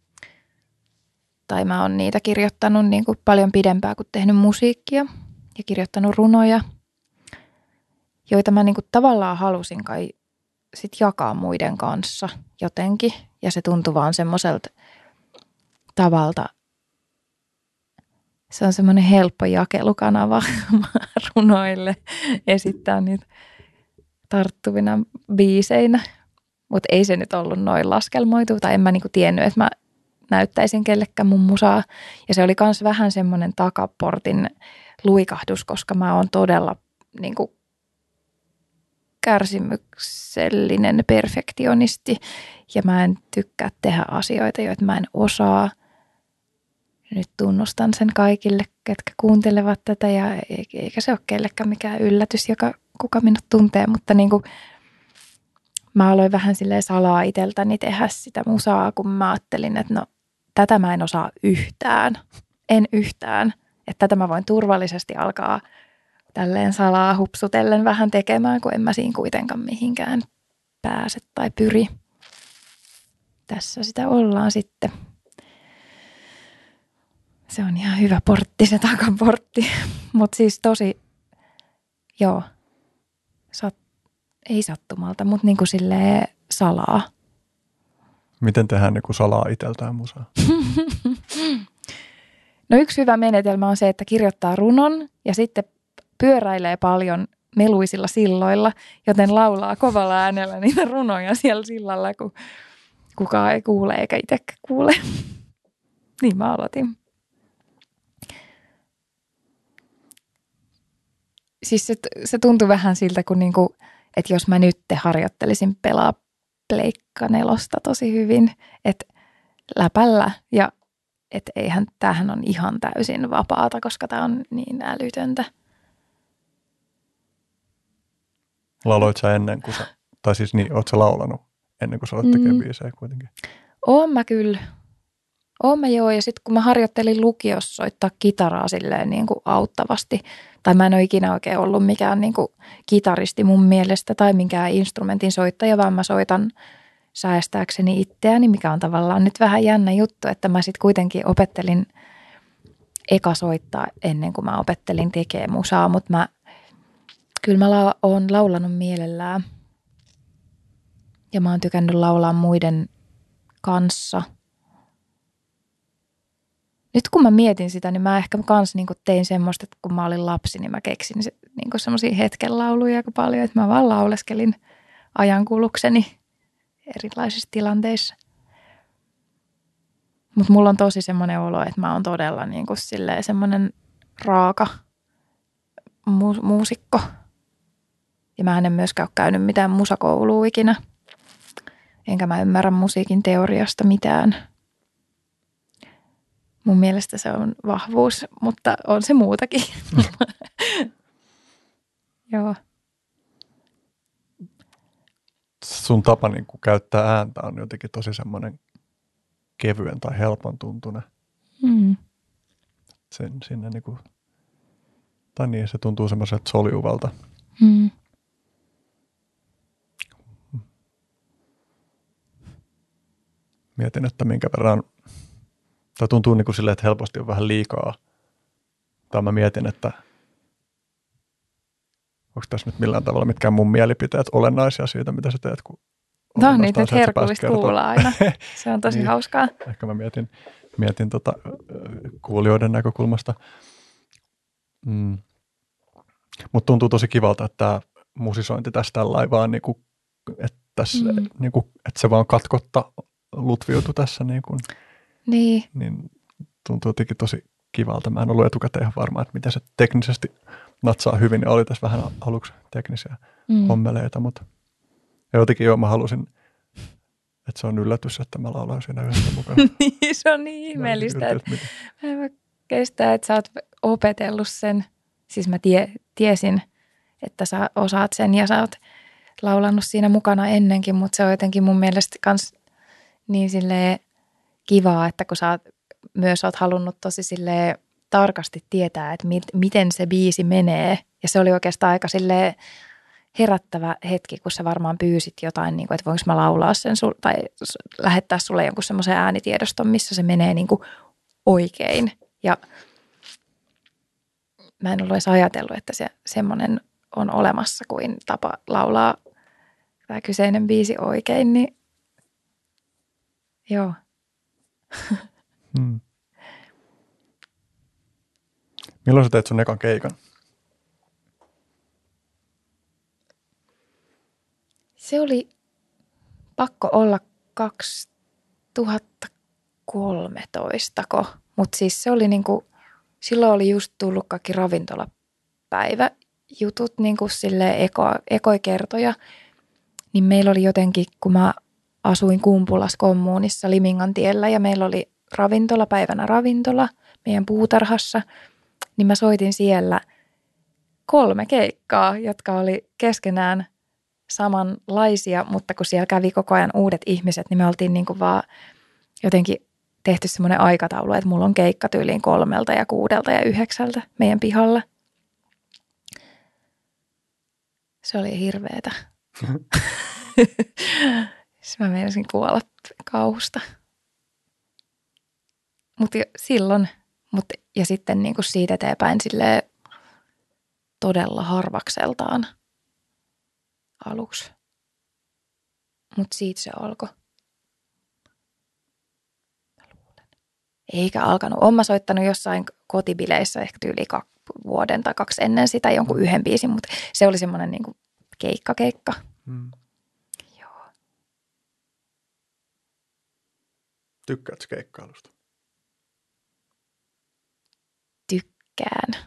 Tai mä oon niitä kirjoittanut niin kuin paljon pidempään kuin tehnyt musiikkia. Ja kirjoittanut runoja, joita mä niin kuin tavallaan halusin kai sit jakaa muiden kanssa jotenkin. Ja se tuntui vaan semmoiselta tavalta se on semmoinen helppo jakelukanava runoille esittää niitä tarttuvina biiseinä. Mutta ei se nyt ollut noin laskelmoitu, tai en mä niinku tiennyt, että mä näyttäisin kellekään mun musaa. Ja se oli myös vähän semmoinen takaportin luikahdus, koska mä oon todella niinku kärsimyksellinen perfektionisti. Ja mä en tykkää tehdä asioita, joita mä en osaa. Nyt tunnustan sen kaikille, ketkä kuuntelevat tätä, ja eikä se ole kellekään mikään yllätys, kuka minut tuntee, mutta niinku mä aloin vähän silleen salaa itseltäni tehdä sitä musaa, kun mä ajattelin, että no tätä mä en osaa yhtään. En yhtään. Että tätä mä voin turvallisesti alkaa tälleen salaa hupsutellen vähän tekemään, kun en mä siinä kuitenkaan mihinkään pääse tai pyri. Tässä sitä ollaan sitten. Se on ihan hyvä portti, se takaportti. Mutta siis tosi, joo, ei sattumalta, mutta niin kuin silleen salaa.
Miten tehdään niin kuin salaa itseltään musaa?
No yksi hyvä menetelmä on se, että kirjoittaa runon ja sitten pyöräilee paljon meluisilla silloilla, joten laulaa kovalla äänellä niitä runoja siellä sillalla, kun kukaan ei kuule eikä itsekään kuule. Niin mä aloitin. Siis se tuntui vähän siltä, kun niinku, että jos mä nyt harjoittelisin pelaa Pleikka 4 tosi hyvin, että läpällä ja että tämähän on ihan täysin vapaata, koska tämä on niin älytöntä.
Lauloit sä ennen kuin tai siis niin, oot sä laulanut ennen kuin sä olet tekemään biisejä kuitenkin?
Oon mä kyllä. Oon mä joo, ja sitten kun mä harjoittelin lukiossa soittaa kitaraa silleen niin kuin auttavasti, tai mä en ole ikinä oikein ollut mikään niin kuin kitaristi mun mielestä tai minkään instrumentin soittaja, vaan mä soitan säästääkseni itseäni, mikä on tavallaan nyt vähän jännä juttu, että mä sitten kuitenkin opettelin eka soittaa ennen kuin mä opettelin tekemään musaa, mutta kyllä mä oon laulanut mielellään ja mä oon tykännyt laulaa muiden kanssa. Nyt kun mä mietin sitä, niin mä ehkä kans niin tein semmoista, että kun mä olin lapsi, niin mä keksin niin semmoisia hetkenlauluja aika paljon, että mä vaan lauleskelin ajankulukseni erilaisissa tilanteissa. Mutta mulla on tosi semmoinen olo, että mä oon todella niin kuin semmoinen raaka muusikko. Ja mä en myöskään ole käynyt mitään musakoulua ikinä. Enkä mä ymmärrä musiikin teoriasta mitään. Mun mielestä se on vahvuus, mutta on se muutakin. Joo.
Sun tapa niin kuin käyttää ääntä on jotenkin tosi semmoinen kevyen tai helpon tuntunen. Sinne niin kuin, tai niin, se tuntuu semmoiselta soljuvalta. Mietin, että minkä verran, tai tuntuu niin kuin silleen, että helposti on vähän liikaa. Tai mä mietin, että onko tässä nyt millään tavalla mitkään mun mielipiteet olennaisia siitä, mitä sä teet, kun
no niitä nyt herkullista kuulla aina. Se on tosi
niin,
hauskaa.
Ehkä mä mietin kuulijoiden näkökulmasta. Mutta tuntuu tosi kivalta, että tämä musisointi tässä tällä vaan, niinku, että se vaan katkotta lutviutui tässä. Niin tuntuu jotenkin tosi kivalta. Mä en ollut etukäteen ihan varma, että miten se teknisesti natsaa hyvin. Ja oli tässä vähän aluksi teknisiä hommeleita, mutta jotenkin mä halusin, että se on yllätys, että mä laulan siinä yhdessä mukana.
Niin, se on niin ihmeellistä, että mä en voi kestää, että sä oot opetellut sen. Siis mä tiesin, että sä osaat sen ja sä oot laulanut siinä mukana ennenkin, mutta se on jotenkin mun mielestä kans niin silleen kivaa, että kun sä oot halunnut tosi silleen tarkasti tietää, että miten se biisi menee. Ja se oli oikeastaan aika silleen herättävä hetki, kun sä varmaan pyysit jotain, niin kuin, että voinko mä laulaa sen tai lähettää sulle jonkun semmoisen äänitiedoston, missä se menee niin kuin oikein. Ja mä en ollut edes ajatellut, että se semmoinen on olemassa kuin tapa laulaa tämä kyseinen biisi oikein, niin joo.
Milloin sä teet sun ekan keikan?
Se oli pakko olla 2013, mutta siis se oli niinku, silloin oli just tullut kaikki ravintolapäiväjutut niinku silleen ekoi kertoja. Niin meillä oli jotenkin, kun mä asuin Kumpulassa kommunissa Limingan tiellä ja meillä oli ravintolapäivänä ravintola meidän puutarhassa, niin mä soitin siellä 3 keikkaa, jotka oli keskenään samanlaisia, mutta kun siellä kävi koko ajan uudet ihmiset, niin me oltiin niin kuin vaan jotenkin tehty semmoinen aikataulu, että mulla on keikka tyyliin 3 ja 6 ja 9 meidän pihalla. Se oli hirveetä. Mä meinasin kuolla kauhusta. Mutta silloin, ja sitten niinku siitä eteenpäin silleen todella harvakseltaan aluksi. Mutta siitä se alkoi. Eikä alkanut. Olen mä soittanut jossain kotibileissä ehkä tyyli 2 vuoden tai 2 ennen sitä jonkun yhden biisin, mutta se oli semmoinen niinku keikka. Joo.
Tykkäätkö keikkailusta?
Tykkään.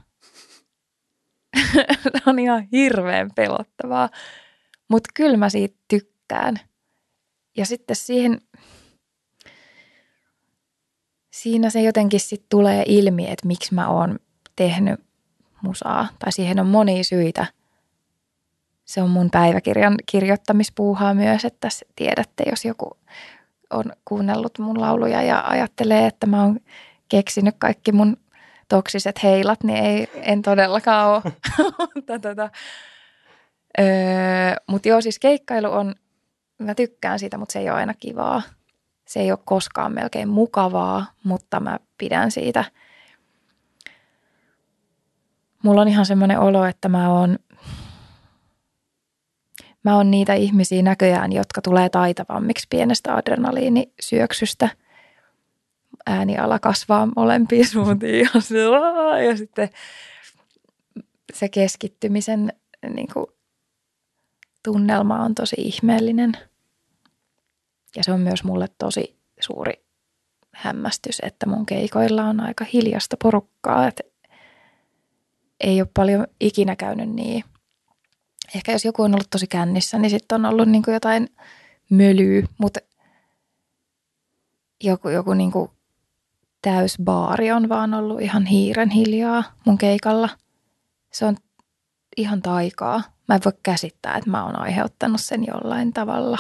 Se on ihan hirveän pelottavaa, mutta kyllä mä siitä tykkään. Ja sitten siinä se jotenkin sitten tulee ilmi, että miksi mä oon tehnyt musaa. Tai siihen on monia syitä. Se on mun päiväkirjan kirjoittamispuuhaa myös, että tiedätte, jos joku on kuunnellut mun lauluja ja ajattelee, että mä oon keksinyt kaikki mun toksiset heilat, niin en todellakaan ole. Mutta joo, siis keikkailu on, mä tykkään siitä, mutta se ei ole aina kivaa. Se ei ole koskaan melkein mukavaa, mutta mä pidän siitä. Mulla on ihan semmoinen olo, että mä oon niitä ihmisiä näköjään, jotka tulee taitavammiksi pienestä adrenaliinisyöksystä. Ääniala kasvaa molempiin suuntiin ja sitten se keskittymisen niin kuin, tunnelma on tosi ihmeellinen. Ja se on myös mulle tosi suuri hämmästys, että mun keikoilla on aika hiljasta porukkaa. Että ei ole paljon ikinä käynyt niin. Ehkä jos joku on ollut tosi kännissä, niin sitten on ollut niin kuin jotain mölyä, mutta joku niin kuin täysbaari on vaan ollut ihan hiiren hiljaa mun keikalla. Se on ihan taikaa. Mä en voi käsittää, että mä oon aiheuttanut sen jollain tavalla.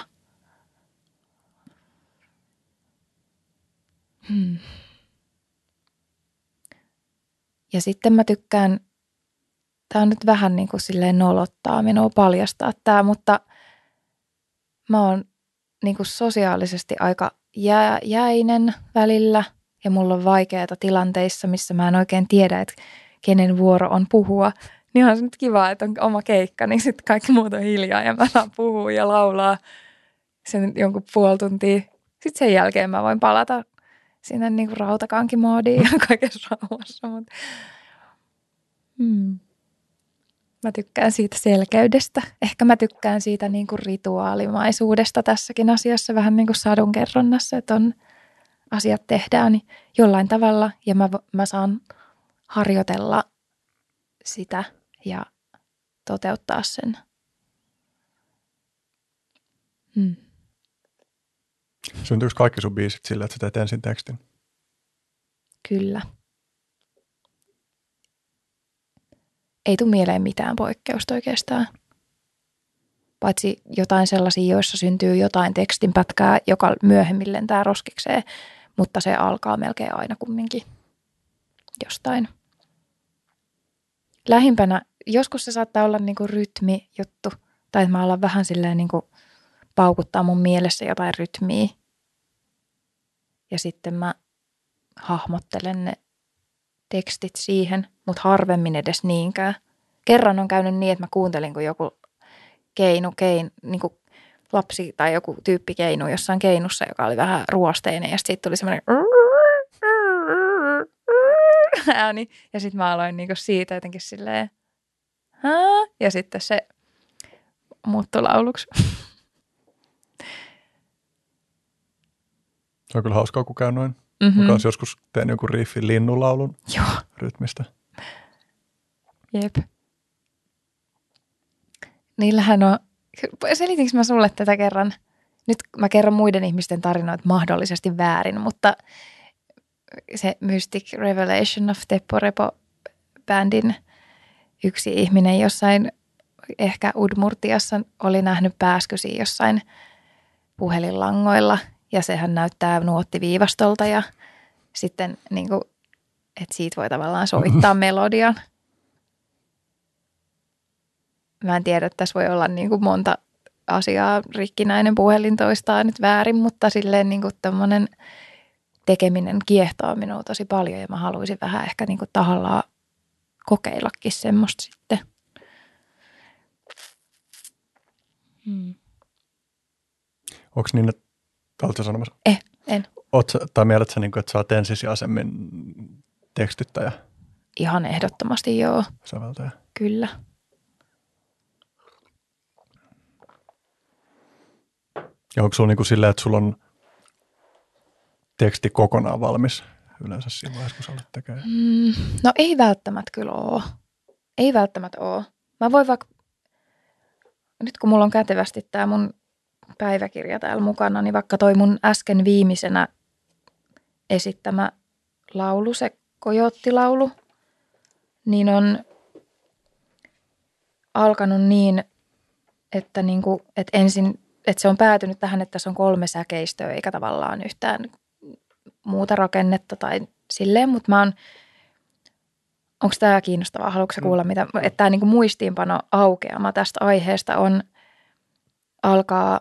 Ja sitten mä tykkään, tää on nyt vähän niin kuin silleen nolottaa minua paljastaa tää, mutta mä oon niin kuin sosiaalisesti aika jäinen välillä ja mulla on vaikeaa tilanteissa, missä mä en oikein tiedä, että kenen vuoro on puhua. Niin on se nyt kiva, että on oma keikka, niin sitten kaikki muut on hiljaa ja mä saan puhua ja laulaa sen jonkun puoli tuntia. Sitten sen jälkeen mä voin palata sinne niin kuin rautakankimoodiin ja kaikessa rauhassa. Mä tykkään siitä selkeydestä. Ehkä mä tykkään siitä niin kuin rituaalimaisuudesta tässäkin asiassa, vähän niin kuin sadunkerronnassa, että asiat tehdään jollain tavalla ja mä saan harjoitella sitä ja toteuttaa sen.
Syntyykö kaikki sun biisit sillä, että sä teet ensin tekstin?
Kyllä. Ei tule mieleen mitään poikkeusta oikeastaan. Paitsi jotain sellaisia, joissa syntyy jotain tekstinpätkää, joka myöhemmin lentää roskikseen, mutta se alkaa melkein aina kumminkin jostain. Lähimpänä, joskus se saattaa olla niinku rytmijuttu, tai että mä alan vähän silleen niinku paukuttaa mun mielessä jotain rytmiä. Ja sitten mä hahmottelen ne tekstit siihen, mutta harvemmin edes niinkään. Kerran on käynyt niin, että mä kuuntelin, kun joku niin kuin lapsi tai joku tyyppi keinui jossain keinussa, joka oli vähän ruosteinen ja sitten tuli semmoinen ääni. Ja sitten mä aloin niinku siitä jotenkin silleen, haa? Ja sitten se muuttui lauluksi.
Se on kyllä hauskaa, kun käy noin.
Mm-hmm.
Mä kanssa joskus tein jonkun riffin linnunlaulun
Joo.
rytmistä.
Jep. Niillähän on, selitinkö mä sulle tätä kerran? Nyt mä kerron muiden ihmisten tarinoita mahdollisesti väärin, mutta se Mystic Revelation of Teppo Repo-bändin yksi ihminen jossain, ehkä Udmurtiassa, oli nähnyt pääskysiä jossain puhelinlangoilla ja sehän näyttää nuottiviivastolta ja sitten niin kuin, että siitä voi tavallaan soittaa melodian. Mä en tiedä, että tässä voi olla niin kuin monta asiaa, rikkinäinen puhelin toistaa nyt väärin, mutta silleen niin kuin tommonen tekeminen kiehtoo minua tosi paljon ja mä haluaisin vähän ehkä niin kuin tahallaan kokeillakin semmoista sitten.
Onko niin, että oletko sanomassa?
En.
Tai mielet sä, että sä oot ensisijaisemmin tekstyttäjä?
Ihan ehdottomasti joo.
Säveltäjä?
Kyllä.
Ja onko sulla niin kuin silleen, että sulla on teksti kokonaan valmis yleensä siinä vaiheessa, kun sä olet tekemään?
No ei välttämättä kyllä ole. Ei välttämättä ole. Mä voin vaikka, nyt kun mulla on kätevästi tää mun päiväkirja täällä mukana, niin vaikka toi mun äsken viimeisenä esittämä laulu, se Kojoottilaulu, niin on alkanut niin, että, niinku, että ensin, että se on päätynyt tähän, että tässä on 3 säkeistöä eikä tavallaan yhtään muuta rakennetta tai silleen, mutta mä oon, onko tämä kiinnostavaa? Haluatko kuulla, mitä, että tämä niinku muistiinpano aukeama tästä aiheesta on, alkaa,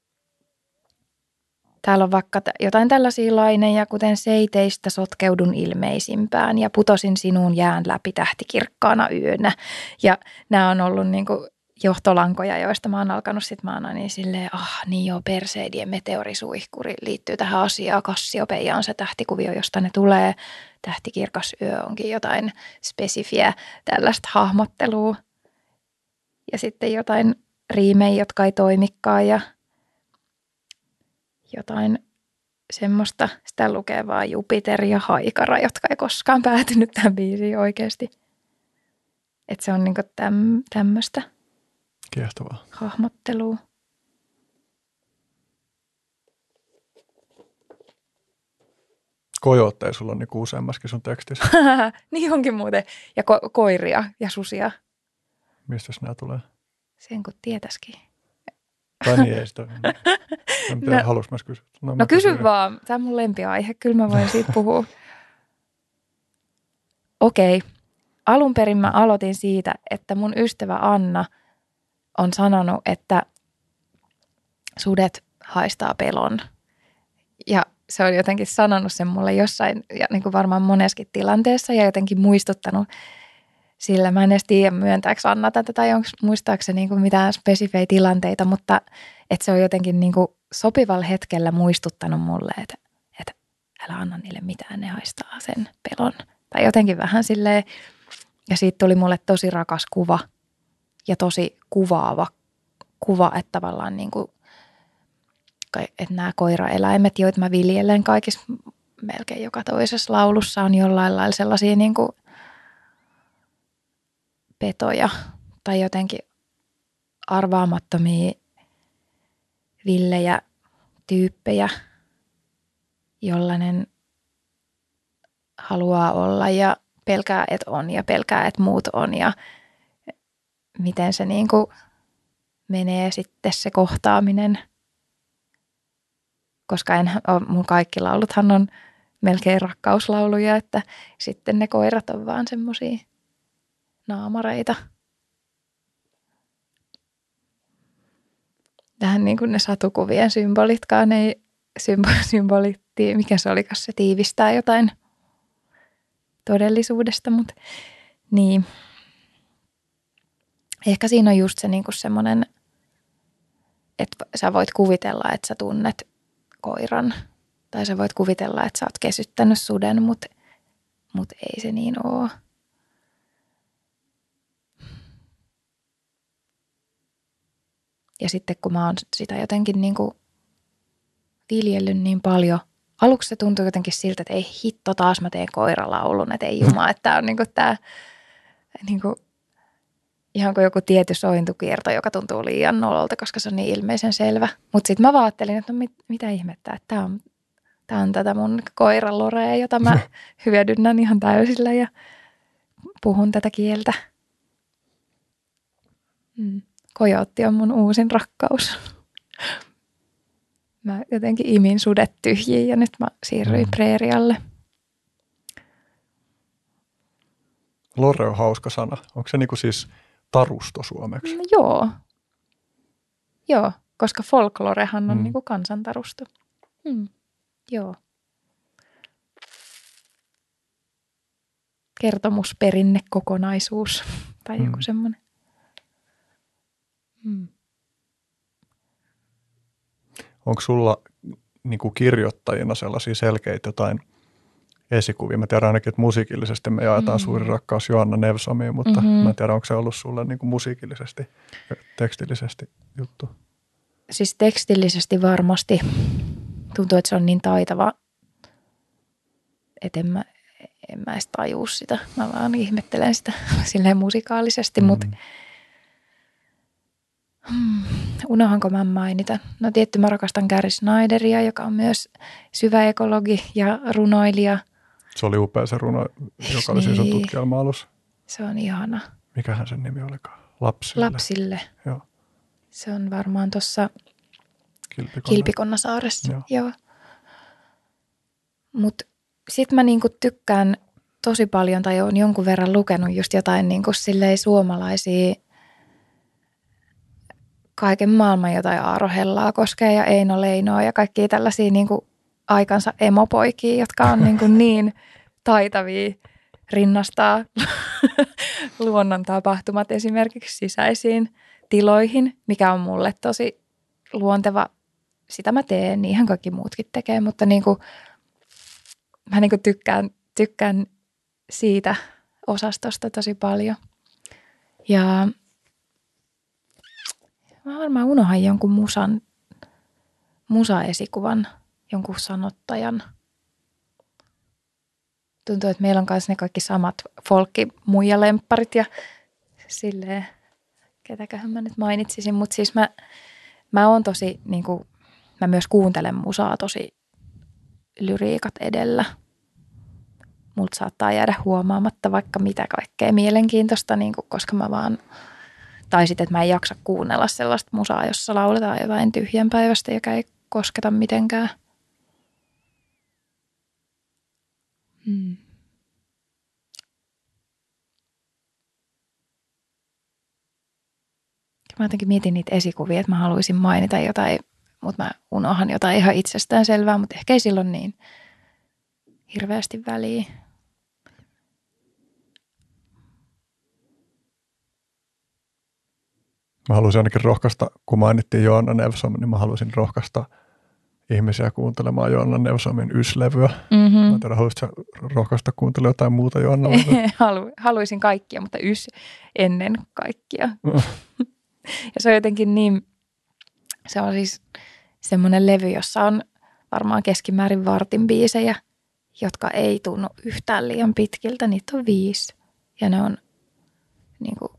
täällä on vaikka jotain tällaisia laineja, kuten seiteistä sotkeudun ilmeisimpään ja putosin sinuun jään läpi tähtikirkkaana yönä. Ja nämä on ollut niinku johtolankoja, joista mä oon alkanut sitten, mä oon niin silleen, niin joo, Perseidien meteorisuihkuri liittyy tähän asiaan, Kassiopeia on se tähtikuvio, josta ne tulee, tähtikirkas yö onkin jotain spesifiä tällaista hahmottelua ja sitten jotain riimejä, jotka ei toimikaan ja jotain semmoista, sitä lukee vaan Jupiter ja Haikara, jotka ei koskaan päätynyt tähän biisiin oikeasti. Että se on niinku tämmöistä.
Kiehtovaa.
Hahmottelua.
Kojootteja sulla on niinku useammaskin sun tekstissä.
Niin onkin muuten. Ja koiria ja susia.
Mistäs nämä tulee?
Sen kun tietäisikin.
Tai niin ei sitä. En tiedä, haluaisin myös kysyä.
No kysy vaan. Tämä on mun lempiaihe. Kyllä mä voin siitä puhua. Okei. Alun perin mä aloitin siitä, että mun ystävä Anna on sanonut, että sudet haistaa pelon. Ja se on jotenkin sanonut sen mulle jossain, ja niin kuin varmaan moneskin tilanteessa, ja jotenkin muistuttanut sillä. Mä en edes tiedä, myöntääkö Anna tätä, tai muistaako se niin kuin mitään spesifejä tilanteita, mutta että se on jotenkin niin kuin sopivalla hetkellä muistuttanut mulle, että älä anna niille mitään, ne haistaa sen pelon. Tai jotenkin vähän silleen, ja siitä tuli mulle tosi rakas kuva, ja tosi kuvaava kuva, että tavallaan niin kuin, että nämä koiraeläimet, joita mä viljelen kaikissa melkein joka toisessa laulussa, on jollain lailla sellaisia niin kuin petoja tai jotenkin arvaamattomia villejä tyyppejä, jollainen haluaa olla ja pelkää, että on ja pelkää, että muut on ja miten se niin kuin menee sitten se kohtaaminen. Koska mun kaikki lauluthan on melkein rakkauslauluja, että sitten ne koirat on vaan semmosia naamareita. Tähän niin kuin ne satukuvien symbolitkaan ei mikä se olikas, se tiivistää jotain todellisuudesta, mutta niin. Ehkä siinä on just se niin kuin semmoinen, että sä voit kuvitella, että sä tunnet koiran. Tai sä voit kuvitella, että sä oot kesyttänyt suden, mutta mutta ei se niin ole. Ja sitten kun mä oon sitä jotenkin niin kuin viljellyt niin paljon, aluksi se tuntui jotenkin siltä, että ei hitto, taas mä teen koiralaulun, että ei juma, että tää on niin kuin tää niin kuin ihan kuin joku tietty sointukierto, joka tuntuu liian nololta, koska se on niin ilmeisen selvä. Mutta sitten mä ajattelin, että no mitä ihmettä, että tää on tätä mun koiralorea, jota mä hyödynnän ihan täysillä ja puhun tätä kieltä. Kojootti on mun uusin rakkaus. Mä jotenkin imin sudet tyhjiin ja nyt mä siirryin preerialle.
Lore on hauska sana. Onko se niinku siis tarusto suomeksi?
No, joo, koska folklorehan on niinku kansantarusto. Joo. Kertomusperinnekokonaisuus tai joku semmoinen.
Onko sulla niinku kirjoittajina sellaisia selkeitä jotain esikuvia? Mä tiedän ainakin, että musiikillisesti me jaetaan suuri rakkaus Joanna Nevsomiin, mutta mä en tiedä, onko se ollut sulle niinku musiikillisesti, tekstillisesti juttu?
Siis tekstillisesti varmasti. Tuntuu, että se on niin taitava, että en mä edes tajuu sitä. Mä vaan ihmettelen sitä silleen musikaalisesti, mutta unohanko mä mainita? No tietty mä rakastan Gary Snyderia, joka on myös syvä ekologi ja runoilija.
Se oli upea se runo, joka oli siis tutkielma alussa.
Se on ihana.
Mikähän sen nimi olikaan?
Lapsille.
Joo.
Se on varmaan tuossa Kilpikonnasaaressa. Joo. Mutta sit mä niinku tykkään tosi paljon tai oon jonkun verran lukenut just jotain niinku silleen suomalaisia kaiken maailman jotain Aaro Hellaa-koskea ja Eino Leinoa ja kaikkia tällaisia niinku aikansa emopoikia, jotka on niinku niin taitavia rinnastaa luonnon tapahtumat esimerkiksi sisäisiin tiloihin, mikä on mulle tosi luonteva. Sitä mä teen, niinhän kaikki muutkin tekee, mutta niinku, mä niinku tykkään siitä osastosta tosi paljon. Ja mä varmaan unohan jonkun musaesikuvan, jonkun sanottajan. Tuntuu, että meillä on myös ne kaikki samat folkkimuijalempparit ja silleen, ketäköhän mä nyt mainitsisin. Mutta siis mä oon tosi, niinku, mä myös kuuntelen musaa tosi lyriikat edellä. Multa saattaa jäädä huomaamatta vaikka mitä kaikkea mielenkiintoista, niinku, koska mä vaan, tai sitten, että mä en jaksa kuunnella sellaista musaa, jossa lauletaan jotain tyhjänpäiväistä, joka ei kosketa mitenkään. Mä jotenkin mietin niitä esikuvia, että mä haluaisin mainita jotain, mutta mä unohan jotain ihan itsestään selvää, mutta ehkä ei silloin niin hirveästi väliä.
Mä haluaisin ainakin rohkaista, kun mainittiin Joanna Nevsom, niin mä haluaisin rohkaista ihmisiä kuuntelemaan Joanna Nevsomin Ys-levyä. Mä en tiedä, haluaisitko rohkaista kuuntelemaan jotain muuta Joanna?
Haluaisin kaikkia, mutta Ys ennen kaikkia. Ja se on jotenkin niin, se on siis semmoinen levy, jossa on varmaan keskimäärin vartin biisejä, jotka ei tunnu yhtään liian pitkiltä. Niitä on 5 ja ne on niinku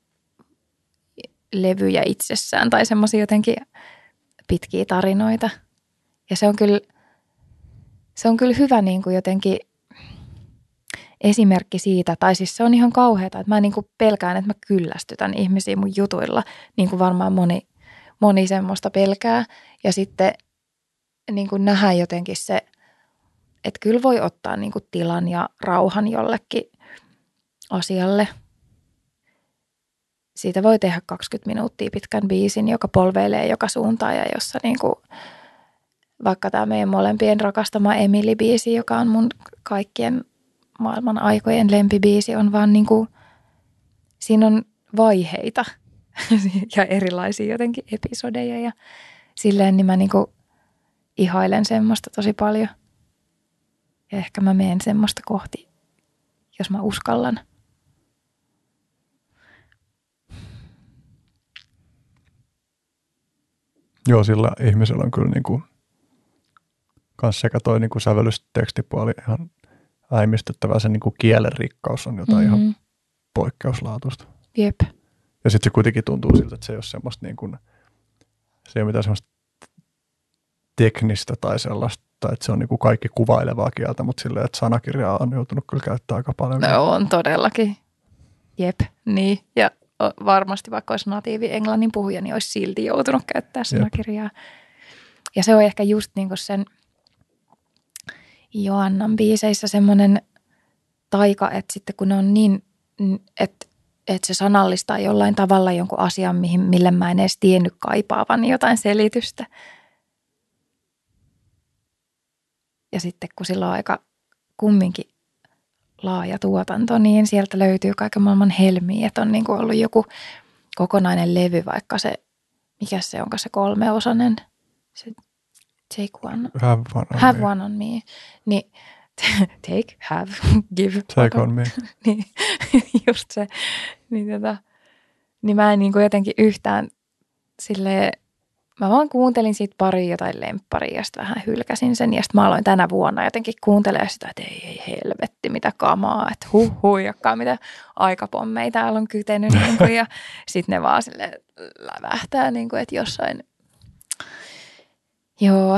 levyjä itsessään tai semmoisia jotenkin pitkiä tarinoita. Ja se on kyllä hyvä niinku jotenkin esimerkki siitä, tai siis se on ihan kauheata, että mä niinku pelkään, että mä kyllästytän ihmisiä mun jutuilla, niin kuin varmaan moni semmoista pelkää. Ja sitten niinku nähdä jotenkin se, että kyllä voi ottaa niinku tilan ja rauhan jollekin asialle. Siitä voi tehdä 20 minuuttia pitkän biisin, joka polveilee joka suuntaan ja jossa niinku, vaikka tämä meidän molempien rakastama Emily-biisi, joka on mun kaikkien maailman aikojen lempibiisi, on vaan niinku, siinä on vaiheita ja erilaisia jotenkin episodeja ja silleen niin mä niinku ihailen semmoista tosi paljon. Ja ehkä mä menen semmoista kohti jos mä uskallan.
Joo, sillä ihmisellä on kyllä niinku kans sekä toi niinku sävellystekstipuoli ihan äimistyttävää, sen niinku kielen rikkaus on jotain ihan poikkeuslaatuista.
Jep.
Ja sitten se kuitenkin tuntuu siltä, että se ei ole semmoista niinku, se ei ole mitään semmoista teknistä tai sellaista, että se on niinku kaikki kuvailevaa kieltä, mutta silleen, että sanakirjaa on joutunut kyllä käyttää aika paljon.
No on todellakin. Jep, niin. Ja varmasti vaikka olisi natiivi englannin puhuja, niin olisi silti joutunut käyttää sanakirjaa. Ja se on ehkä just niin kuin sen Joannan biiseissä semmoinen taika, että sitten kun ne on niin, että se sanallistaa jollain tavalla jonkun asian, mille mä en edes tiennyt kaipaavan jotain selitystä. Ja sitten kun sillä on aika kumminkin laaja tuotanto, niin sieltä löytyy kaiken maailman helmiä. Että on niin kuin ollut joku kokonainen levy, vaikka se, mikä se onko se 3-osainen, se Take One. Have One on Me. Niin, take, have, give.
Take on me.
Niin, just se. Niin mä en niin kuin jotenkin yhtään silleen, mä vaan kuuntelin siitä pari jotain lempparia ja sitten vähän hylkäsin sen. Ja sitten mä aloin tänä vuonna jotenkin kuuntelemaan sitä, että ei helvetti, mitä kamaa. Että huijakkaa, mitä aikapommeja täällä on kytenyt. Niin kuin, ja sitten ne vaan silleen lävähtää, niin kuin, että jossain. Joo.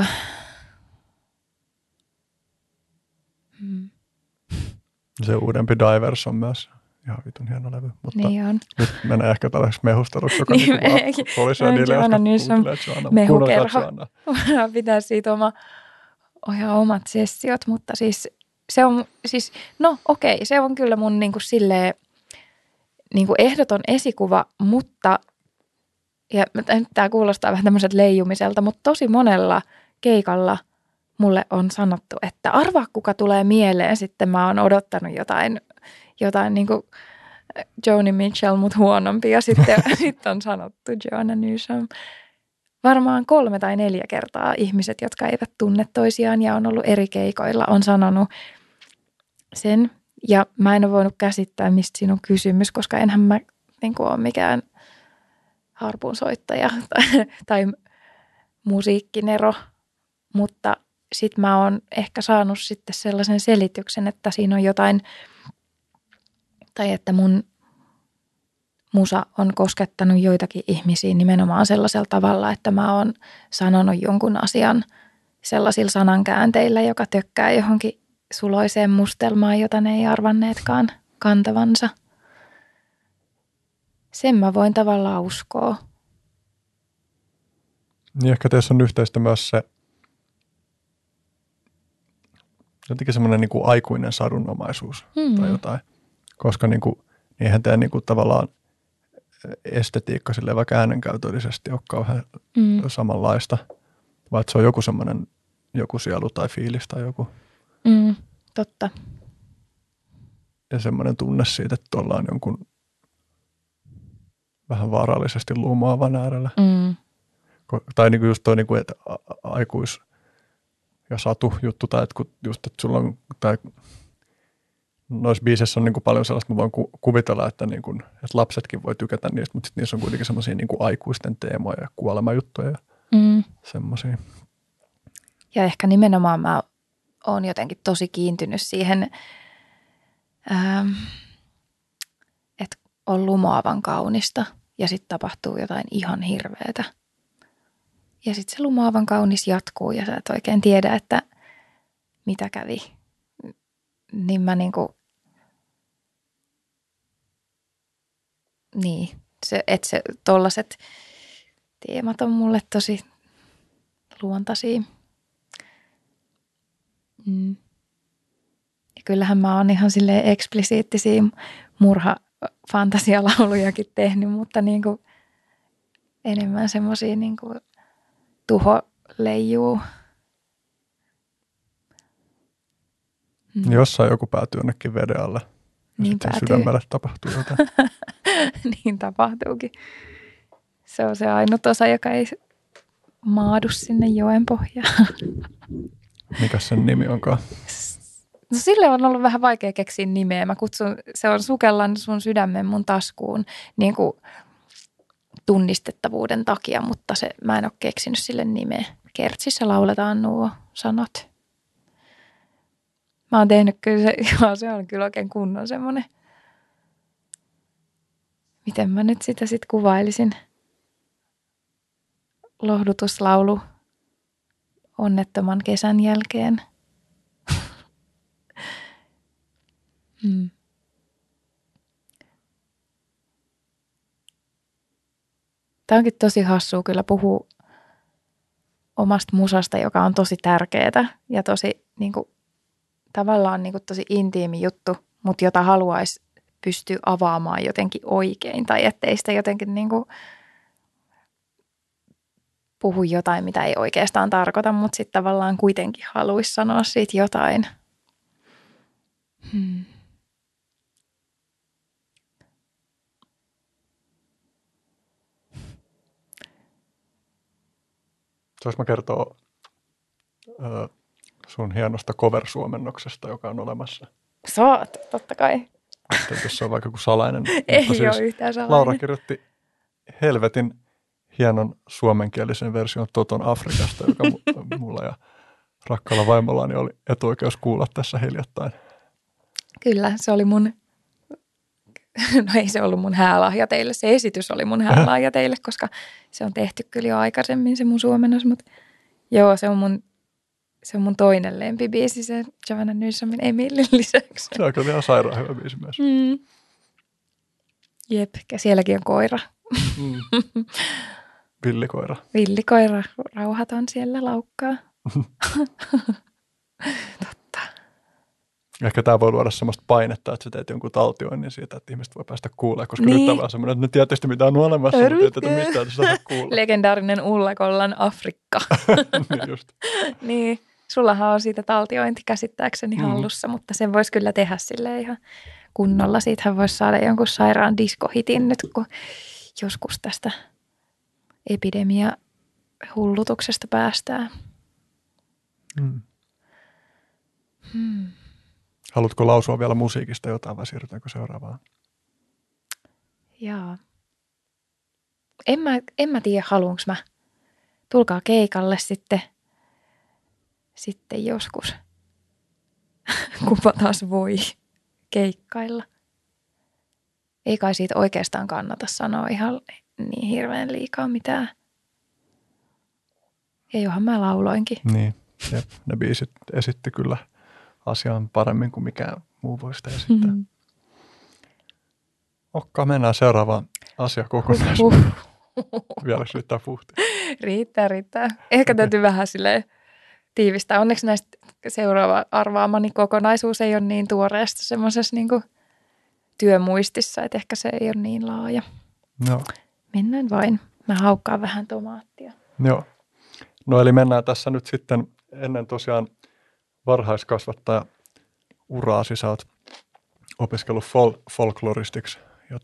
Se uudempi Divers on myös ihan vitun hieno levy, mutta
niin on.
nyt menee ehkä tällaiseksi mehusteluksi, joka niin olisi ja niille, jotka kuuntelee Joanna.
Mehukerho. Pitää siitä omat sessiot, mutta siis se on, siis, no okei, se on kyllä mun niinku silleen niinku ehdoton esikuva, mutta, ja tämä kuulostaa vähän tämmöiseltä leijumiselta, mutta tosi monella keikalla mulle on sanottu, että arvaa kuka tulee mieleen, sitten mä oon odottanut jotain niinku Joni Mitchell, mutta huonompi, ja sitten on sanottu Joanna Newsom. Varmaan 3 tai 4 kertaa ihmiset, jotka eivät tunne toisiaan ja on ollut eri keikoilla, on sanonut sen. Ja mä en ole voinut käsittää, mistä siinä on kysymys, koska enhän mä niin kuin ole mikään harpunsoittaja tai musiikkinero, mutta sitten mä oon ehkä saanut sitten sellaisen selityksen, että siinä on jotain, tai että mun musa on koskettanut joitakin ihmisiä nimenomaan sellaisella tavalla, että mä oon sanonut jonkun asian sellaisilla sanankäänteillä, joka tökkää johonkin suloiseen mustelmaan, jota ne ei arvanneetkaan kantavansa. Sen mä voin tavallaan uskoa.
Niin ehkä teissä on yhteistä myös se jotenkin semmoinen niin kuin aikuinen sadunomaisuus tai jotain, koska niin kuin, eihän tämä niin kuin tavallaan estetiikka silleen vaikka äänenkäytöllisesti olekaan vähän samanlaista, vaan se on joku semmoinen joku sielu tai fiilis tai joku.
Totta.
Ja semmoinen tunne siitä, että ollaan jonkun vähän vaarallisesti lumoavan äärellä. Tai niin kuin just toi, niin kuin, että aikuis- ja satu-juttu, tai että just, että sulla on, tai noissa biiseissä on niin kuin paljon sellaista, mä voin kuvitella, että, niin kuin, että lapsetkin voi tykätä niistä, mutta sitten niissä on kuitenkin semmoisia niin kuin aikuisten teemoja ja kuolemajuttuja ja semmoisia.
Ja ehkä nimenomaan mä oon jotenkin tosi kiintynyt siihen, että on lumoavan kaunista ja sitten tapahtuu jotain ihan hirveätä. Ja sitten se lumoavan kaunis jatkuu ja sä et oikein tiedä, että mitä kävi. Niin mä niinku, niin, se tollaset teemat on mulle tosi luontaisia. Ja kyllähän mä oon ihan silleen eksplisiittisiä murhafantasialaulujakin tehnyt, mutta niinku enemmän semmosia niinku tuho leijuu.
Jossain joku päätyy jonnekin veden alle.
Niin päätyy.
Sydämelle tapahtuu jotain.
Niin tapahtuukin. Se on se ainut osa, joka ei maadu sinne joen pohjaan.
Mikäs sen nimi onkaan?
No sille on ollut vähän vaikea keksiä nimeä. Mä kutsun, se on Sukellan sun sydämen mun taskuun niin kuin tunnistettavuuden takia, mutta mä en ole keksinyt sille nimeä. Kertsissä lauletaan nuo sanat. Mä oon tehnyt kyllä se on kyllä oikein kunnon semmoinen. Miten mä nyt sitä sitten kuvailisin? Lohdutuslaulu onnettoman kesän jälkeen. Tämä onkin tosi hassua kyllä puhua omasta musasta, joka on tosi tärkeää ja tosi niin kuin, tavallaan niin kuin, tosi intiimi juttu, mutta jota haluaisi pystyä avaamaan jotenkin oikein tai ettei sitä jotenkin niin kuin, puhu jotain, mitä ei oikeastaan tarkoita, mutta sitten tavallaan kuitenkin haluaisi sanoa siitä jotain.
Saanko mä kertoa sun hienosta cover-suomennoksesta, joka on olemassa?
Saat, totta kai.
Tässä on vaikka kuin salainen.
Ei siis ole yhtään salainen.
Laura kirjoitti helvetin hienon suomenkielisen version Toton Afrikasta, joka mulla ja rakkaalla vaimollani oli etuoikeus kuulla tässä hiljattain.
Kyllä, se oli mun, no ei se ollut mun häälahja teille, se esitys oli mun häälahja teille, koska se on tehty kyllä jo aikaisemmin se mun suomennos, mutta joo, se on mun toinen lempibiisi, se Joanna Newsomin Emilin lisäksi.
Se on kyllä ihan sairaan hyvä biisi myös.
Jep, ja sielläkin on koira.
Villikoira.
Villikoira, rauhaton siellä laukkaa. Totta.
Ehkä tämä voi luoda sellaista painetta, että sä teet jonkun taltioinnin siitä, että ihmiset voi päästä kuulemaan, koska nyt on vaan semmoinen, että ne tietysti mitä on olemassa, mutta ei tätä mistään tästä saa kuulla.
Legendaarinen Ulla-Kollan Afrikka.
Niin just.
Niin, sullahan on siitä taltiointi käsittääkseni hallussa, mutta sen voisi kyllä tehdä silleen ihan kunnolla. Siitähän voisi saada jonkun sairaan diskohitin nyt, kun joskus tästä epidemia-hullutuksesta päästään.
Haluatko lausua vielä musiikista jotain vai siirrytäänkö seuraavaan?
Jaa. En mä tiedä, haluanko mä. Tulkaa keikalle sitten joskus, kunpa taas voi keikkailla. Ei kai siitä oikeastaan kannata sanoa ihan niin hirveän liikaa mitään. Ja johan mä lauloinkin.
Niin, jep. Ne biisit esitti kyllä asian paremmin kuin mikään muu voi sitä esittää. Okka, mennään seuraavaan asiakokonaisuuteen. Vieläkö riittää puhtia?
Riittää. Ehkä täytyy vähän silleen tiivistää. Onneksi näistä seuraava arvaamani kokonaisuus ei ole niin tuoreesta semmoisessa niin kuin työmuistissa, että ehkä se ei ole niin laaja.
Joo.
Mennään vain. Mä haukkaan vähän tomaattia.
Joo. No eli mennään tässä nyt sitten ennen tosiaan varhaiskasvattaja uraasi. Sä oot opiskellut folkloristiksi. Ja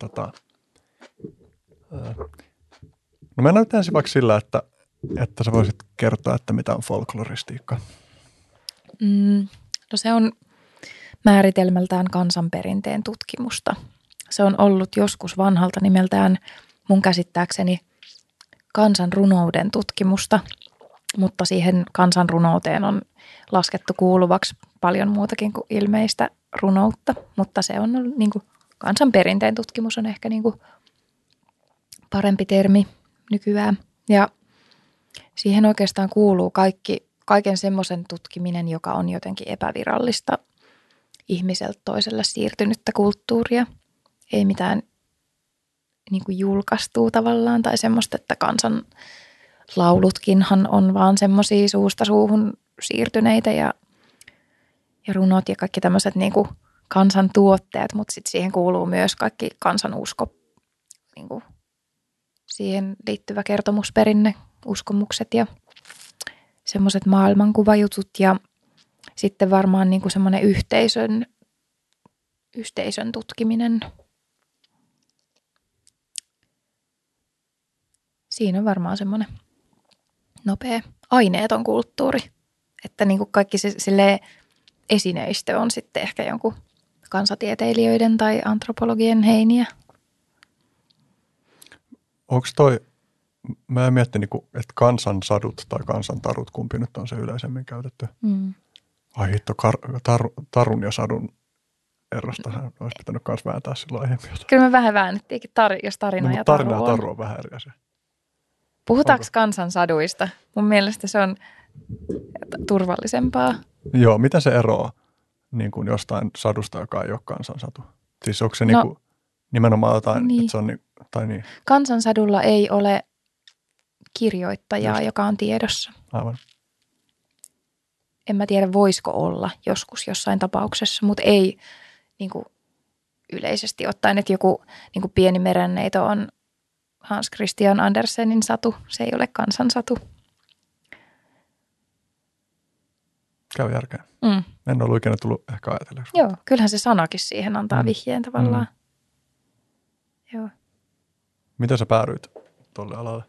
no mennään nyt ensin vaikka sillä, että sä voisit kertoa, että mitä on folkloristiikka.
No se on määritelmältään kansanperinteen tutkimusta. Se on ollut joskus vanhalta nimeltään mun käsittääkseni kansanrunouden tutkimusta, mutta siihen kansanrunouteen on laskettu kuuluvaksi paljon muutakin kuin ilmeistä runoutta, mutta se on niin kuin kansanperinteen tutkimus on ehkä niin kuin parempi termi nykyään. Ja siihen oikeastaan kuuluu kaiken semmoisen tutkiminen, joka on jotenkin epävirallista ihmiseltä toiselle siirtynyttä kulttuuria. Ei mitään niin kuin julkaistuu tavallaan tai semmoista, että kansan laulutkinhan on vaan semmoisia suusta suuhun siirtyneitä ja runot ja kaikki tämmöiset niin kuin kansan tuotteet, mutta sitten siihen kuuluu myös kaikki kansan usko, niin kuin siihen liittyvä kertomusperinne, uskomukset ja semmoiset maailmankuvajutut ja sitten varmaan niin kuin semmoinen yhteisön tutkiminen. Siinä on varmaan semmoinen nopea aineeton kulttuuri, että niin kuin kaikki se silleen esineistö on sitten ehkä jonkun kansatieteilijöiden tai antropologien heiniä.
Onko toi, mä en mietti, että kansansadut tai kansantarut, kumpi nyt on se yleisemmin käytetty? Ai hitto, tarun ja sadun erostahan olisi pitänyt myös vääntää silloin aiemmin.
Kyllä me vähän väännettiinkin, jos tarina ja taru
tarina
on.
ja taru on vähän eri asia.
Puhutaanko kansansaduista? Mun mielestä se on turvallisempaa.
Joo, miten se eroaa niin kuin jostain sadusta, joka ei ole kansansatu? Siis onko se nimenomaan jotain,
niin.
että se on tai niin?
Kansansadulla ei ole kirjoittajaa, joka on tiedossa.
Aivan.
En mä tiedä, voisiko olla joskus jossain tapauksessa, mutta ei niin kuin yleisesti ottaen, että joku niin kuin Pieni merenneito on Hans Christian Andersenin satu. Se ei ole kansansatu.
Käy järkeä. En ollut ikinä tullut ehkä ajatelleeksi.
Joo, kyllähän se sanakin siihen antaa vihjeen tavallaan. Joo.
Miten sä päädyit tuolle alalle?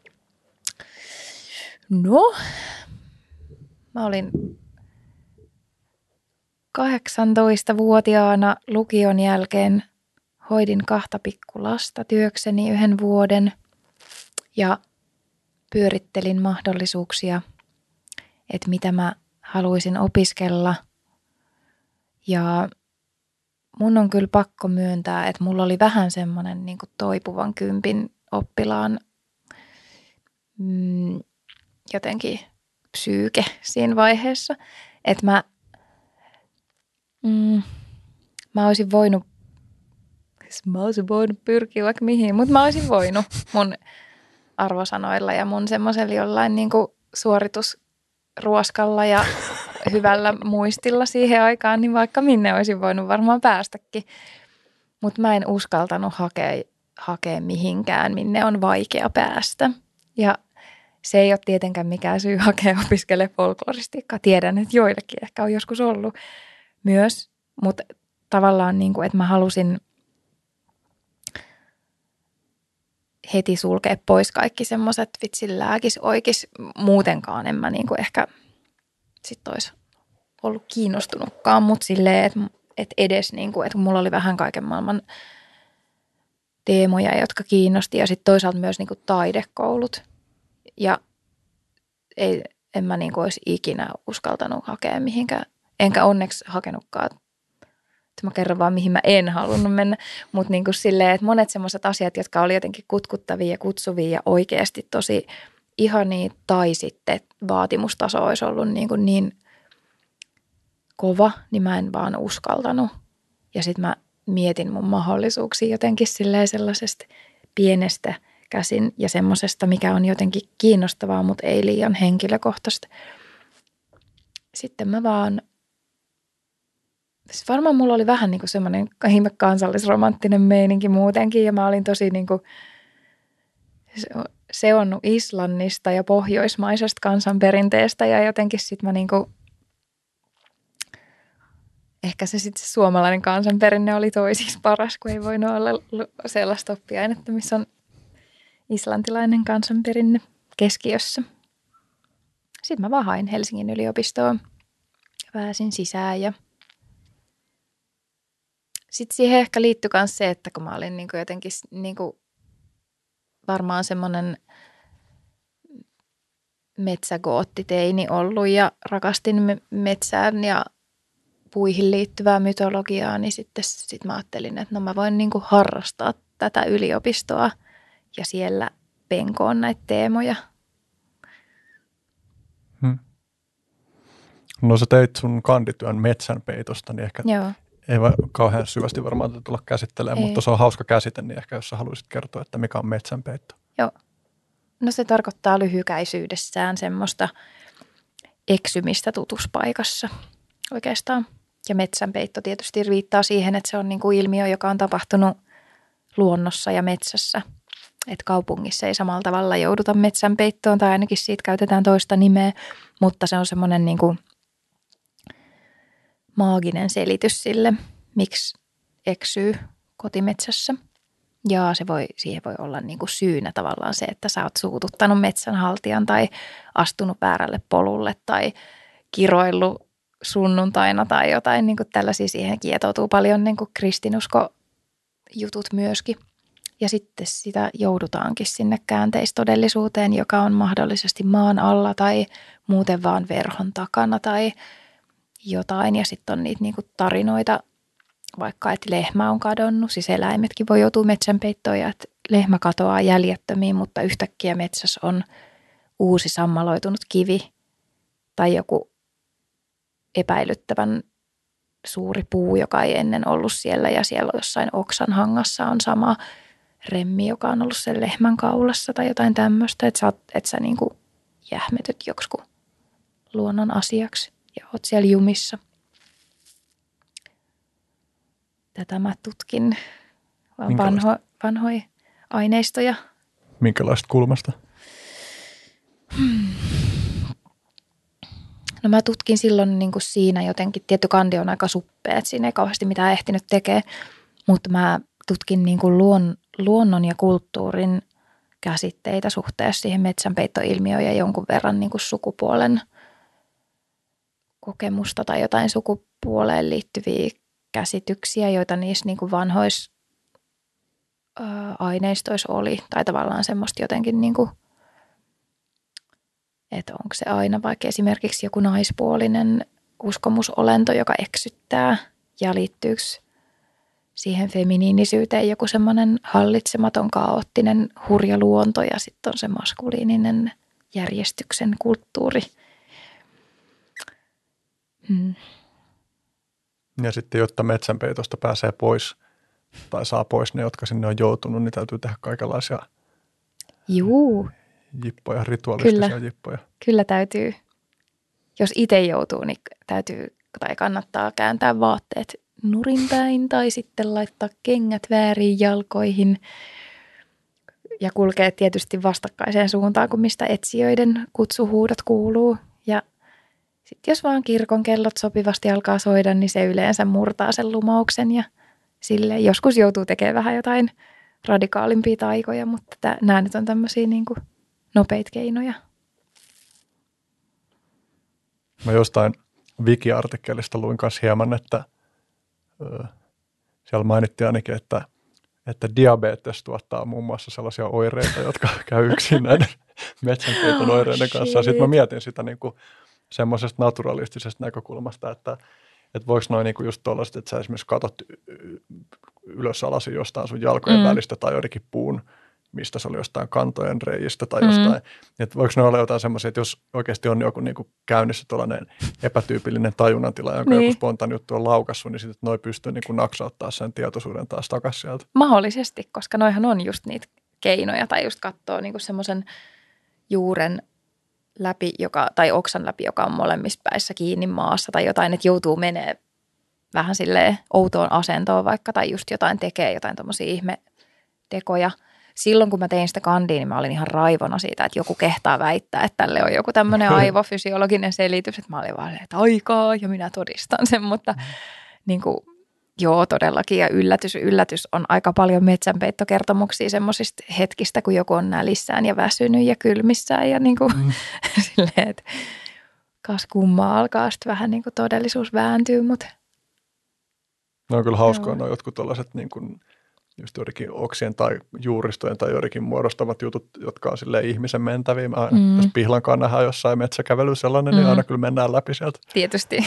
No, mä olin 18-vuotiaana lukion jälkeen hoidin 2 pikkulasta työkseni 1 vuoden ja pyörittelin mahdollisuuksia, että mitä mä haluaisin opiskella. Ja mun on kyllä pakko myöntää, että mulla oli vähän semmoinen niin kuin toipuvan 10 oppilaan jotenkin psyyke siinä vaiheessa, että mä olisin voinut pyrkiä vaikka mihin, mutta mä olisin voinut mun arvosanoilla ja mun semmoisella jollain niin kuin suoritusruoskalla ja hyvällä muistilla siihen aikaan, niin vaikka minne olisin voinut varmaan päästäkin. Mutta mä en uskaltanut hakea mihinkään, minne on vaikea päästä. Ja se ei ole tietenkään mikään syy hakea opiskele folkloristiikkaa. Tiedän, että joillekin ehkä on joskus ollut myös, mutta tavallaan niin kuin, että mä halusin heti sulkea pois kaikki semmoiset vitsin lääkis oikis. Muutenkaan en mä niin kuin ehkä sitten olisi ollut kiinnostunutkaan, mutta silleen, että edes niin kuin, että mulla oli vähän kaiken maailman teemoja, jotka kiinnosti ja sitten toisaalta myös niin kuin taidekoulut. Ja en mä niin kuin olisi ikinä uskaltanut hakea mihinkään, enkä onneksi hakenutkaan. Mä kerron vaan, mihin mä en halunnut mennä, mutta niin kuin silleen, että monet semmoiset asiat, jotka oli jotenkin kutkuttavia ja kutsuvia ja oikeasti tosi ihania, tai sitten vaatimustaso olisi ollut niin kova, niin mä en vaan uskaltanut. Ja sitten mä mietin mun mahdollisuuksia jotenkin silleen sellaisesta pienestä käsin ja semmoisesta, mikä on jotenkin kiinnostavaa, mutta ei liian henkilökohtaista. Sitten mä vaan, siis varmaan mulla oli vähän niin kuin semmoinen ihme kansallisromanttinen meininki muutenkin ja mä olin tosi niin kuin seonnut Islannista ja pohjoismaisesta kansanperinteestä ja jotenkin sitten mä niin kuin, ehkä se sitten se suomalainen kansanperinne oli toisiksi paras, kun ei voinut olla sellaista oppiainetta, missä on islantilainen kansanperinne keskiössä. Sitten mä vaan hain Helsingin yliopistoon ja pääsin sisään ja sitten siihen ehkä liittyi myös se, että kun mä olin niin kuin jotenkin niin kuin varmaan semmoinen metsägoottiteini ollut ja rakastin metsään ja puihin liittyvää mytologiaa, niin sitten mä ajattelin, että no mä voin niin kuin harrastaa tätä yliopistoa ja siellä penkoon näitä teemoja.
No sä teit sun kandityön metsänpeitosta, niin ehkä ei kauhean syvästi varmaan tulla käsittelemään, mutta se on hauska käsite, niin ehkä jos sä haluaisit kertoa, että mikä on metsänpeitto.
Joo. No se tarkoittaa lyhykäisyydessään semmoista eksymistä tutuspaikassa oikeastaan. Ja metsänpeitto tietysti viittaa siihen, että se on niin kuin ilmiö, joka on tapahtunut luonnossa ja metsässä. Että kaupungissa ei samalla tavalla jouduta metsänpeittoon tai ainakin siitä käytetään toista nimeä, mutta se on semmoinen niin kuin maaginen selitys miksi eksyy kotimetsässä. Ja siihen voi olla niin kuin syynä tavallaan se, että sä oot suututtanut metsänhaltijan tai astunut väärälle polulle tai kiroillut sunnuntaina tai jotain niin kuin tällaisia. Siihen kietoutuu paljon niin kuin kristinuskojutut myöskin. Ja sitten sitä joudutaankin sinne käänteistodellisuuteen, joka on mahdollisesti maan alla tai muuten vaan verhon takana tai jotain. Ja sitten on niitä niin kuin tarinoita, vaikka että lehmä on kadonnut. Siis eläimetkin voi joutua metsänpeittoon ja että lehmä katoaa jäljettömiin, mutta yhtäkkiä metsässä on uusi sammaloitunut kivi tai joku epäilyttävän suuri puu, joka ei ennen ollut siellä ja siellä jossain oksan hangassa on sama remmi, joka on ollut sen lehmän kaulassa tai jotain tämmöistä, että sä niinku jähmetyt joksikin luonnon asiaksi ja oot siellä jumissa. Tätä mä tutkin vanhoja aineistoja.
Minkälaista kulmasta?
No mä tutkin silloin niin kuin siinä jotenkin, tietty kandi on aika suppea, että siinä ei kauheasti mitään ehtinyt tekemään, mutta mä tutkin niin kuin luonnon ja kulttuurin käsitteitä suhteessa siihen metsänpeittoilmiöön ja jonkun verran niin kuin sukupuolen kokemusta tai jotain sukupuoleen liittyviä käsityksiä, joita niissä niin kuin vanhoissa aineistoissa oli. Tai tavallaan semmoista jotenkin, niin kuin, että onko se aina vaikka esimerkiksi joku naispuolinen uskomusolento, joka eksyttää ja liittyykö siihen feminiinisyyteen joku semmoinen hallitsematon, kaoottinen, hurja luonto ja sitten on se maskuliininen järjestyksen kulttuuri.
Ja sitten, jotta metsänpeitosta pääsee pois tai saa pois ne, jotka sinne on joutunut, niin täytyy tehdä kaikenlaisia jippoja, rituaalistisia jippoja.
Kyllä täytyy. Jos itse joutuu, niin täytyy tai kannattaa kääntää vaatteet nurinpäin tai sitten laittaa kengät väärin jalkoihin ja kulkee tietysti vastakkaiseen suuntaan kuin mistä etsijöiden kutsuhuudot kuuluu. Ja sitten jos vaan kirkon kellot sopivasti alkaa soida, niin se yleensä murtaa sen lumouksen ja sille joskus joutuu tekemään vähän jotain radikaalimpia taikoja, mutta nämä nyt on tämmöisiä niin kuin nopeita keinoja.
Mä jostain Wiki-artikkelista luin kanssa hieman, että siellä mainittiin ainakin, että diabetes tuottaa muun muassa sellaisia oireita, jotka käy yksin näiden metsänpeiton oireiden kanssa. Sitten mä mietin sitä niin kuin semmoisesta naturalistisesta näkökulmasta, että voiko noin niin kuin just tuollaiset, että sä esimerkiksi katot ylös alasin jostain sun jalkojen välistä tai joidenkin puun, mistä se oli jostain kantojen reijistä tai jostain. Että voiko ne olla jotain semmoisia, että jos oikeasti on joku niin kuin käynnissä tuollainen epätyypillinen tajunnantila, jonka joku spontaan juttu on laukassut, niin sitten noi pystyy niin kuin naksauttaa sen tietoisuuden taas takaisin sieltä.
Mahdollisesti, koska noihan on just niitä keinoja tai just katsoo niin kuin semmoisen juuren läpi, tai oksan läpi, joka on molemmissa päissä kiinni maassa tai jotain, että joutuu menee vähän silleen outoon asentoon vaikka tai just jotain tekee, jotain tommosia ihmetekoja. Silloin kun mä tein sitä kandia, niin mä olin ihan raivona siitä, että joku kehtaa väittää, että tälle on joku tämmöinen aivofysiologinen selitys, että mä olin vaan, että aikaa ja minä todistan sen, mutta niin kuin, joo todellakin ja yllätys on aika paljon metsänpeittokertomuksia semmoisista hetkistä, kun joku on nälissään ja väsynyt ja kylmissään ja niin kuin silleen, että kas kummaa alkaa sitten vähän niin kuin todellisuus vääntyy, mutta.
No on kyllä hauskaa, no jotkut tällaiset niin kuin just joidenkin oksien tai juuristojen tai joidenkin muodostavat jutut, jotka on silleen ihmisen mentäviä. Jos Pihlankaan nähdään jossain metsäkävely sellainen, niin aina kyllä mennään läpi sieltä.
Tietysti.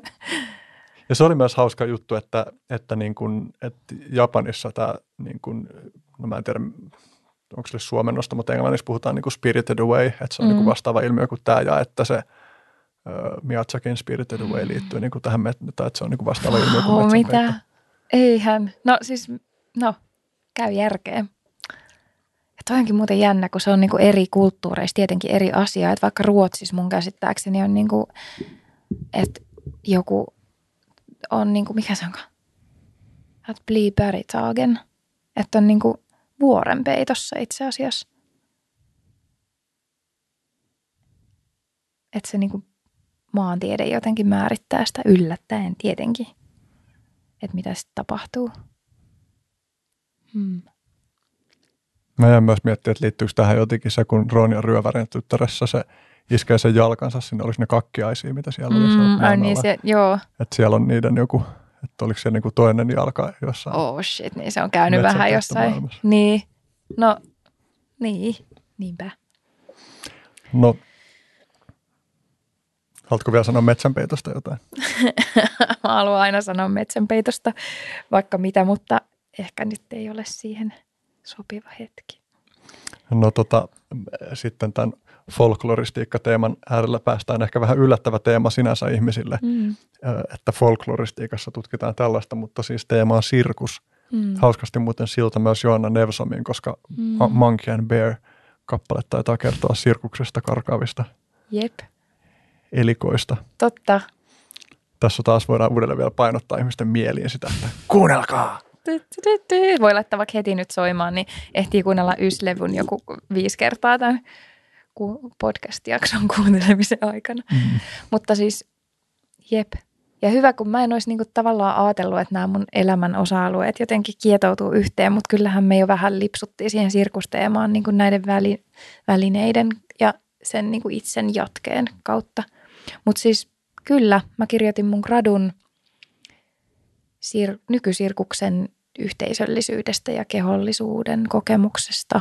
Ja se oli myös hauska juttu, että, niin kuin, että Japanissa tämä, niin kuin, no mä en tiedä, onko se suomennosta, mutta englannissa puhutaan niin kuin spirited away, että se on niin kuin vastaava ilmiö kuin tämä ja että se Miyazakin Spirited Away liittyy niin kuin tähän, että se on niin kuin vastaava ilmiö kuin metsänpeitto.
Mitä? Eihän. No, käy järkeä. Ja toi onkin muuten jännä, kun se on niin kuin eri kulttuureissa tietenkin eri asia. Että vaikka Ruotsissa mun käsittääkseni on niin kuin, että joku on niin kuin, mikä se onkaan? Att bli bergtagen. Että on niin kuin vuorenpeitossa itse asiassa. Että se niin kuin maantiede jotenkin määrittää sitä yllättäen tietenkin, että mitä sitten tapahtuu.
Mä jään myös miettiä, että liittyykö tähän jotenkin se, kun Ronja Ryövärin tyttäressä se iskee sen jalkansa sinne, oliko ne kakkiaisia, mitä siellä oli siellä
niin joo.
Että siellä on niiden joku, että oliko siellä niinku toinen jalka jossain.
Oh shit, niin se on käynyt vähän jossain.
Maailmassa.
Niin, no niinpä.
No, haluatko vielä sanoa metsänpeitosta jotain?
Mä haluan aina sanoa metsänpeitosta vaikka mitä, mutta ehkä nyt ei ole siihen sopiva hetki.
No sitten tämän folkloristiikka-teeman äärellä päästään ehkä vähän yllättävä teema sinänsä ihmisille, että folkloristiikassa tutkitaan tällaista, mutta siis teema on sirkus. Hauskasti muuten siltä myös Joanna Nevsomin, koska Monkey and Bear-kappale taitaa kertoa sirkuksesta karkaavista elikoista.
Totta.
Tässä taas voidaan uudelleen vielä painottaa ihmisten mieliin sitä, että kuunnelkaa!
Voi laittaa vaikka heti nyt soimaan, niin ehtii kuunnella Yslevyn joku 5 kertaa tämän podcast-jakson kuuntelemisen aikana. Mutta siis, jep. Ja hyvä, kun mä en olisi niinku tavallaan ajatellut, että nämä mun elämän osa-alueet jotenkin kietoutuu yhteen, mutta kyllähän me jo vähän lipsuttiin siihen sirkusteemaan niinku näiden välineiden ja sen niinku itsen jatkeen kautta. Mutta siis kyllä, mä kirjoitin mun gradun nykysirkuksen yhteisöllisyydestä ja kehollisuuden kokemuksesta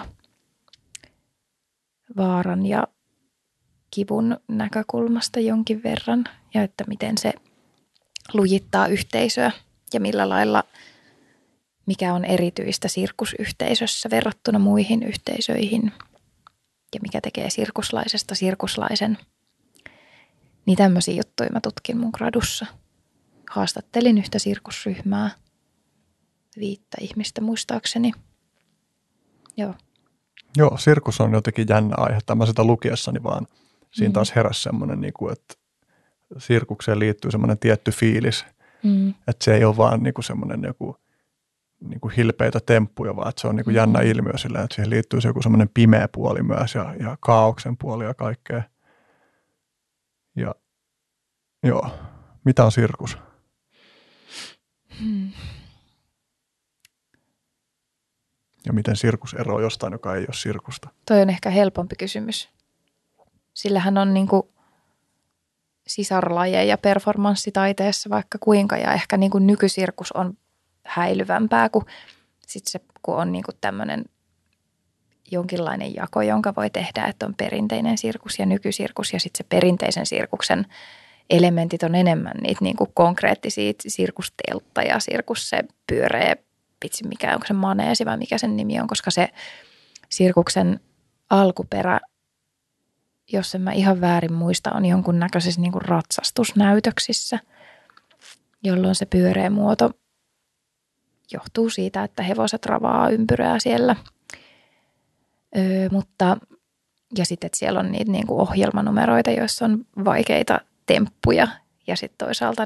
vaaran ja kivun näkökulmasta jonkin verran ja että miten se lujittaa yhteisöä ja millä lailla, mikä on erityistä sirkusyhteisössä verrattuna muihin yhteisöihin ja mikä tekee sirkuslaisesta sirkuslaisen. Niin tämmöisiä juttuja mä tutkin mun gradussa. Haastattelin yhtä sirkusryhmää, 5 ihmistä muistaakseni.
Joo, sirkus on jotenkin jännä aihe. Mä sitä lukiessani vaan siinä taas heräsi semmoinen, että sirkukseen liittyy semmoinen tietty fiilis. Että se ei ole vaan semmoinen joku hilpeitä temppuja, vaan että se on jännä ilmiö sillä, että siihen liittyy se joku semmoinen pimeä puoli myös ja kaaoksen puoli ja kaikkea. Ja joo, mitä on sirkus? Ja miten sirkus eroaa jostain, joka ei ole sirkusta?
Toi on ehkä helpompi kysymys. Sillähän on sisarlajeja performanssitaiteessa vaikka kuinka, ja ehkä nykysirkus on häilyvämpää kuin sit se, kun on tämmöinen jonkinlainen jako, jonka voi tehdä, että on perinteinen sirkus ja nykysirkus, ja sitten se perinteisen sirkuksen elementit on enemmän niitä konkreettisia sirkusteltta ja sirkus se pyöreä, vitsi mikä onko se maneesi vai mikä sen nimi on, koska se sirkuksen alkuperä, jos en mä ihan väärin muista, on jonkunnäköisissä ratsastusnäytöksissä, jolloin se pyöreä muoto johtuu siitä, että hevoset ravaa ympyrää siellä. Ja sitten, että siellä on niitä ohjelmanumeroita, joissa on vaikeita temppuja ja sitten toisaalta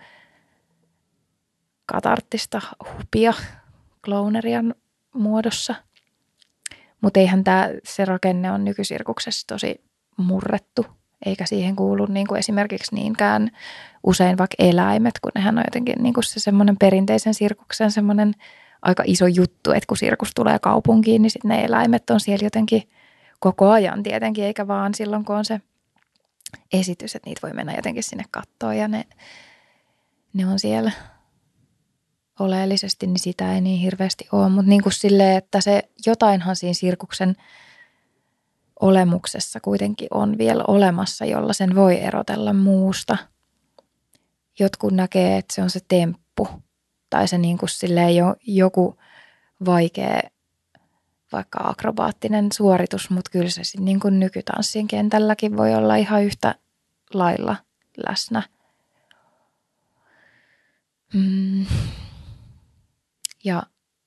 katarttista hupia klounerian muodossa. Mutta eihän se rakenne on nykysirkuksessa tosi murrettu, eikä siihen kuulu esimerkiksi niinkään usein vaikka eläimet, kun nehän on jotenkin se semmoinen perinteisen sirkuksen semmoinen aika iso juttu, että kun sirkus tulee kaupunkiin, niin sitten ne eläimet on siellä jotenkin koko ajan tietenkin, eikä vaan silloin, kun on se esitys, että niitä voi mennä jotenkin sinne kattoon ja ne on siellä oleellisesti, niin sitä ei niin hirveästi ole. Mutta silleen, että se jotainhan siinä sirkuksen olemuksessa kuitenkin on vielä olemassa, jolla sen voi erotella muusta. Jotkut näkee, että se on se temppu tai se silleen joku vaikea vaikka akrobaattinen suoritus, mutta kyllä se sitten nykytanssin kentälläkin voi olla ihan yhtä lailla läsnä. Ja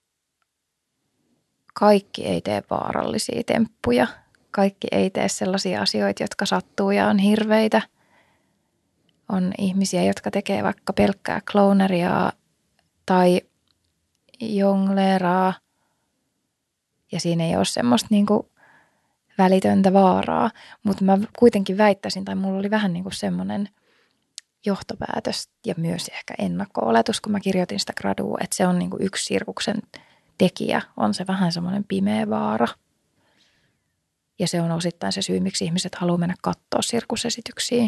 kaikki ei tee vaarallisia temppuja. Kaikki ei tee sellaisia asioita, jotka sattuu ja on hirveitä. On ihmisiä, jotka tekee vaikka pelkkää klouneriaa tai jongleeraa. Ja siinä ei ole semmoista välitöntä vaaraa. Mutta mä kuitenkin väittäisin, tai mulla oli vähän semmoinen johtopäätös ja myös ehkä ennakko-oletus, kun mä kirjoitin sitä gradua, että se on yksi sirkuksen tekijä, on se vähän semmoinen pimeä vaara. Ja se on osittain se syy, miksi ihmiset haluaa mennä katsoa sirkusesityksiä.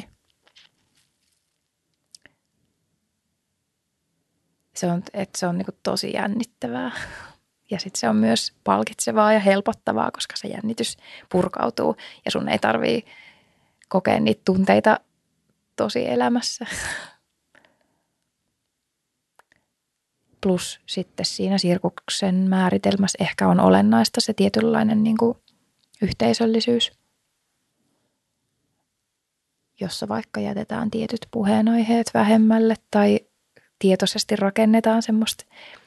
Se on niinku tosi jännittävää. Ja sitten se on myös palkitsevaa ja helpottavaa, koska se jännitys purkautuu ja sun ei tarvitse kokea niitä tunteita tosi elämässä. Plus sitten siinä sirkuksen määritelmässä ehkä on olennaista se tietynlainen niin kuin yhteisöllisyys, jossa vaikka jätetään tietyt puheenaiheet vähemmälle tai tietoisesti rakennetaan semmoista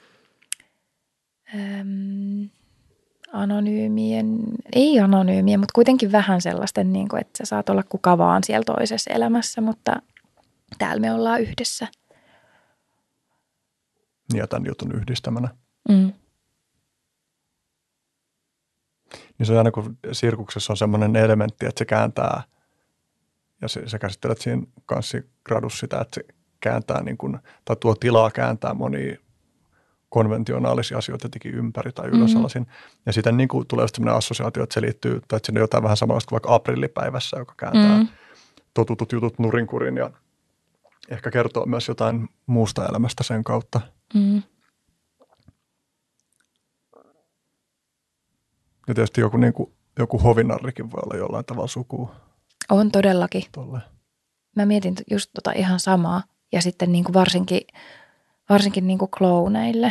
ei anonyymien, mutta kuitenkin vähän sellaisten, niin kuin, että sä saat olla kuka vaan siellä toisessa elämässä, mutta täällä me ollaan yhdessä.
Ja tämän jutun yhdistämänä.
Mm.
Niin se on aina, kun sirkuksessa on semmoinen elementti, että se kääntää, ja sä käsittelet siinä kanssa gradussa sitä, että se kääntää, niin kuin, tai tuo tilaa kääntää monia konventionaalisia asioita jotenkin ympäri tai ylösalaisin. Ja sitten niin kuin tulee semmoinen assosiaatio, että se liittyy, tai että siinä on jotain vähän samanlaista kuin vaikka aprillipäivässä, joka kääntää totutut jutut nurinkurin ja ehkä kertoo myös jotain muusta elämästä sen kautta.
Mm.
Ja tietysti joku hovinarrikin voi olla jollain tavalla sukua.
On todellakin.
Tolle.
Mä mietin just ihan samaa. Ja sitten niin kuin varsinkin niin kuin klouneille,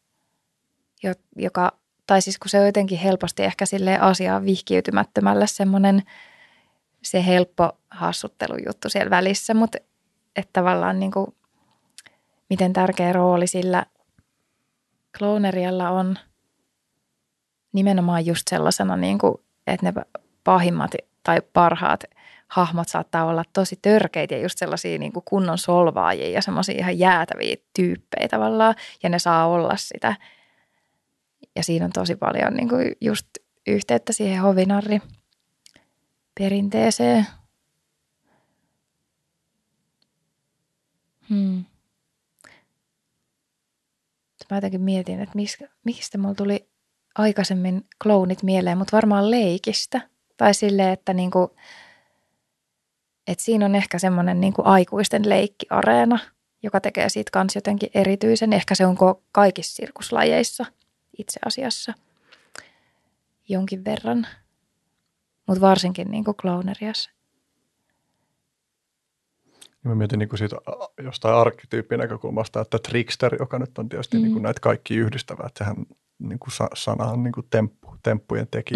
tai siis kun se on jotenkin helposti ehkä silleen asiaan vihkiytymättömällä semmoinen se helppo hassuttelujuttu siellä välissä, mutta että tavallaan niin kuin, miten tärkeä rooli sillä klounerialla on nimenomaan just sellaisena, niin kuin, että ne pahimmat tai parhaat hahmot saattaa olla tosi törkeitä ja just sellaisia niin kuin kunnon solvaajia ja semmoisia ihan jäätäviä tyyppejä tavallaan, ja ne saa olla sitä. Ja siinä on tosi paljon niin kuin just yhteyttä siihen hovinarri-perinteeseen. Mä jotenkin mietin, että mistä mulla tuli aikaisemmin klounit mieleen, mutta varmaan leikistä. Tai silleen, että niinku, että siinä on ehkä semmoinen niinku aikuisten leikkiareena, joka tekee siitä kans jotenkin erityisen. Ehkä se on kaikissa sirkuslajeissa itse asiassa jonkin verran, mutta varsinkin niinku klouneriassa.
Mä mietin niin kuin siitä jostain arkkityyppinäkökulmasta, että trickster, joka nyt on tietysti niin kuin näitä kaikki yhdistävää, että sehän niin kuin sana on niin kuin temppujen tekijä.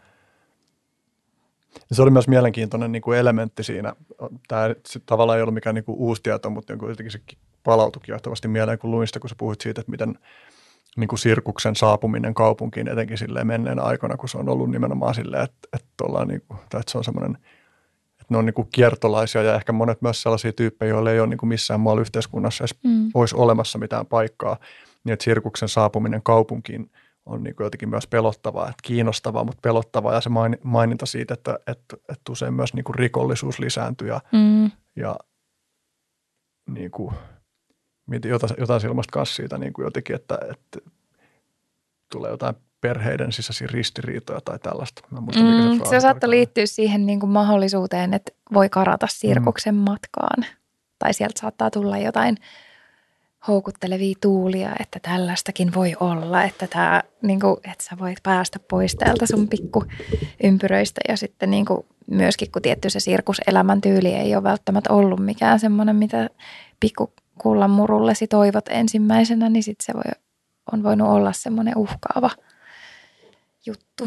Ja se oli myös mielenkiintoinen niin kuin elementti siinä. Tämä tavallaan ei ollut mikään niin kuin uusi tieto, mutta jotenkin se palautui kiehtovasti mieleen, kun luin sitä, kun sä puhuit siitä, että miten niin kuin sirkuksen saapuminen kaupunkiin etenkin silleen menneen aikana, kun se on ollut nimenomaan silleen, että se on semmoinen, ne on niin kuin kiertolaisia ja ehkä monet myös sellaisia tyyppejä, joilla ei ole niin kuin missään muualla yhteiskunnassa edes olisi olemassa mitään paikkaa. Niin että sirkuksen saapuminen kaupunkiin on niin kuin jotenkin myös pelottavaa, että kiinnostavaa, mutta pelottavaa. Ja se maininta siitä, että usein myös niin kuin rikollisuus lisääntyy ja niin kuin, jotain silmästä kanssa siitä niin kuin jotenkin, että tulee jotain perheiden sisäisiä ristiriitoja tai tällaista.
Se saattaa liittyä siihen niin kuin mahdollisuuteen, että voi karata sirkuksen matkaan. Tai sieltä saattaa tulla jotain houkuttelevia tuulia, että tällaistakin voi olla, että, niin kuin, että sä voit päästä pois täältä sun pikkuympyröistä. Ja sitten niin kuin, myöskin, kun tietty se sirkuselämäntyyli ei ole välttämättä ollut mikään semmoinen, mitä pikkukullan murullesi toivot ensimmäisenä, niin sitten se on voinut olla semmoinen uhkaava juttu.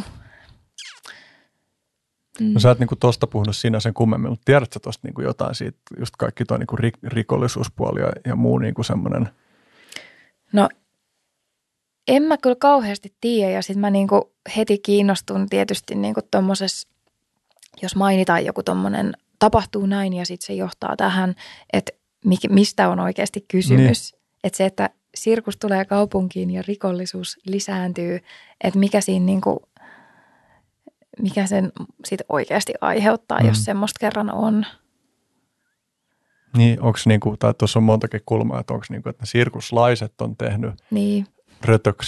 No sä et niinku tosta puhunut sinä sen kummemmin, mutta tiedätkö tosta niinku jotain siitä, just kaikki tuo niinku rikollisuuspuoli ja muu niinku semmoinen?
No en mä kyllä kauheasti tiedä ja sitten mä niinku heti kiinnostun tietysti niinku tommosessa, jos mainitaan joku tommonen, tapahtuu näin ja sitten se johtaa tähän, että mistä on oikeasti kysymys. Niin. Että se, että sirkus tulee kaupunkiin ja rikollisuus lisääntyy, että mikä siinä niinku, mikä sen sit oikeasti aiheuttaa, jos semmoista kerran on.
Niin, onko niinku, tai tuossa on montakin kulmaa, että onko niinku, että ne sirkuslaiset on tehnyt rötöksiä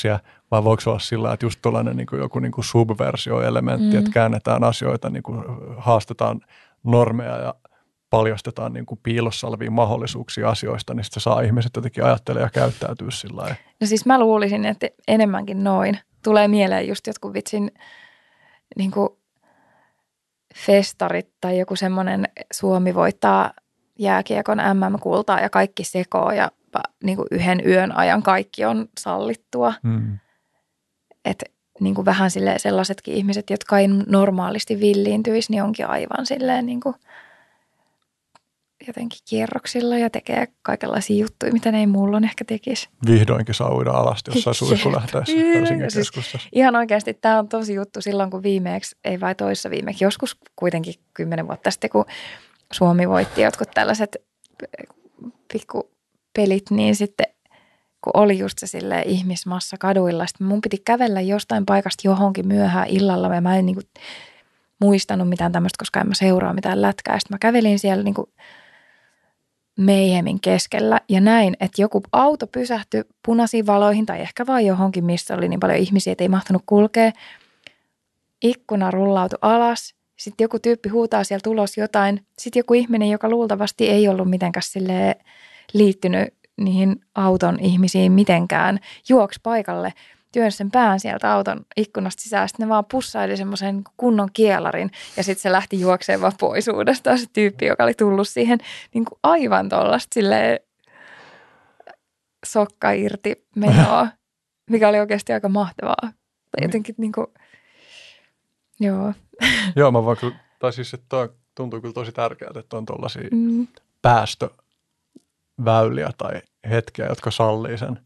vai voiko se olla sillä, että just tuollainen niin kuin joku niin kuin subversio-elementti, että käännetään asioita, niin kuin haastetaan normeja ja paljastetaan niin kuin piilossa olevia mahdollisuuksia asioista, niin se saa ihmiset jotenkin ajattelemaan ja käyttäytyä sillä lailla.
No siis mä luulisin, että enemmänkin noin. Tulee mieleen just jotkut vitsin niin kuin festarit tai joku semmoinen Suomi voittaa jääkiekon MM-kultaa ja kaikki sekoo ja niin kuin yhden yön ajan kaikki on sallittua. Että niin kuin vähän sellaisetkin ihmiset, jotka ei normaalisti villiintyisi, niin onkin aivan silleen niin kuin jotenkin kierroksilla ja tekee kaikenlaisia juttuja, mitä ne ei muulloin ehkä tekisi.
Vihdoinkin saa uida alasti jossain suihkulähteessä Helsingin keskustassa.
Siis ihan oikeasti tämä on tosi juttu silloin, kun viimeksi, ei vai toissa viimeksi, joskus kuitenkin 10 vuotta sitten, kun Suomi voitti jotkut tällaiset pikkupelit, niin sitten kun oli just se silleen ihmismassa kaduilla, sitten mun piti kävellä jostain paikasta johonkin myöhään illalla, ja mä en niinku muistanut mitään tämmöistä, koska en mä seuraa mitään lätkää. Sitten mä kävelin siellä niinku meihemin keskellä ja näin, että joku auto pysähtyi punaisiin valoihin tai ehkä vaan johonkin, missä oli niin paljon ihmisiä, että ei mahtunut kulkea. Ikkuna rullautui alas. Sitten joku tyyppi huutaa sieltä ulos jotain. Sitten joku ihminen, joka luultavasti ei ollut mitenkään liittynyt niihin auton ihmisiin mitenkään, juoksi paikalle, työnsi sen pään sieltä auton ikkunasta sisään. Sitten ne vaan pussaili semmoisen kunnon kielarin ja sitten se lähti juokseen vaan pois uudestaan se tyyppi, joka oli tullut siihen niin kuin aivan tuollaista silleen sokka irti menoa, mikä oli oikeasti aika mahtavaa. Jotenkin niin kuin, joo.
Joo, mä vaan kyllä, tai siis että toi tuntuu kyllä tosi tärkeää, että on tuollaisia päästöväyliä tai hetkiä, jotka sallii sen.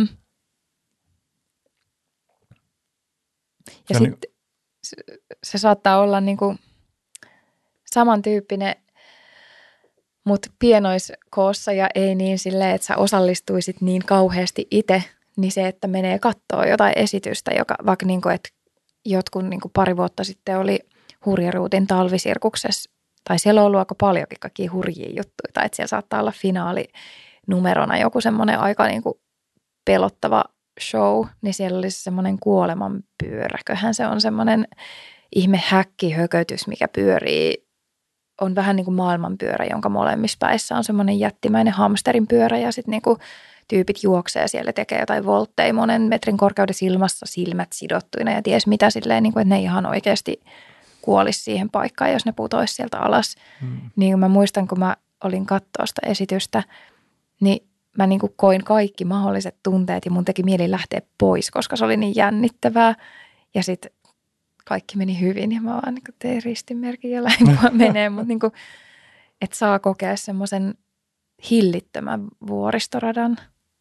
Ja sitten se saattaa olla niinku samantyyppinen, mutta pienoiskoossa ja ei niin silleen, että sä osallistuisit niin kauheasti itse, niin se, että menee kattoo jotain esitystä, joka vaikka niinku, että jotkut niinku pari vuotta sitten oli Hurjaruutin talvisirkuksessa, tai siellä on ollut aika paljonkin kaikkia hurjia juttuja, tai että siellä saattaa olla finaalinumerona joku semmoinen aika niinku pelottava show, niin siellä oli semmoinen kuolemanpyöräköhän. Se on semmoinen ihme häkkihökötys, mikä pyörii, on vähän niin kuin maailmanpyörä, jonka molemmissa päissä on semmoinen jättimäinen hamsterin pyörä ja sitten niinku tyypit juoksee siellä, tekee jotain voltteja monen metrin korkeudessa ilmassa, silmät sidottuina ja ties mitä silleen, niin kuin, että ne ihan oikeasti kuolisi siihen paikkaan, jos ne putoisi sieltä alas. Niin mä muistan, kun mä olin katsoa sitä esitystä, niin mä niin kuin koin kaikki mahdolliset tunteet ja mun teki mieli lähteä pois, koska se oli niin jännittävää. Ja sitten kaikki meni hyvin ja mä vaan niin kuin tein ristinmerkin ja lähdin vaan menee. Mutta niin kuin, että saa kokea semmoisen hillittömän vuoristoradan.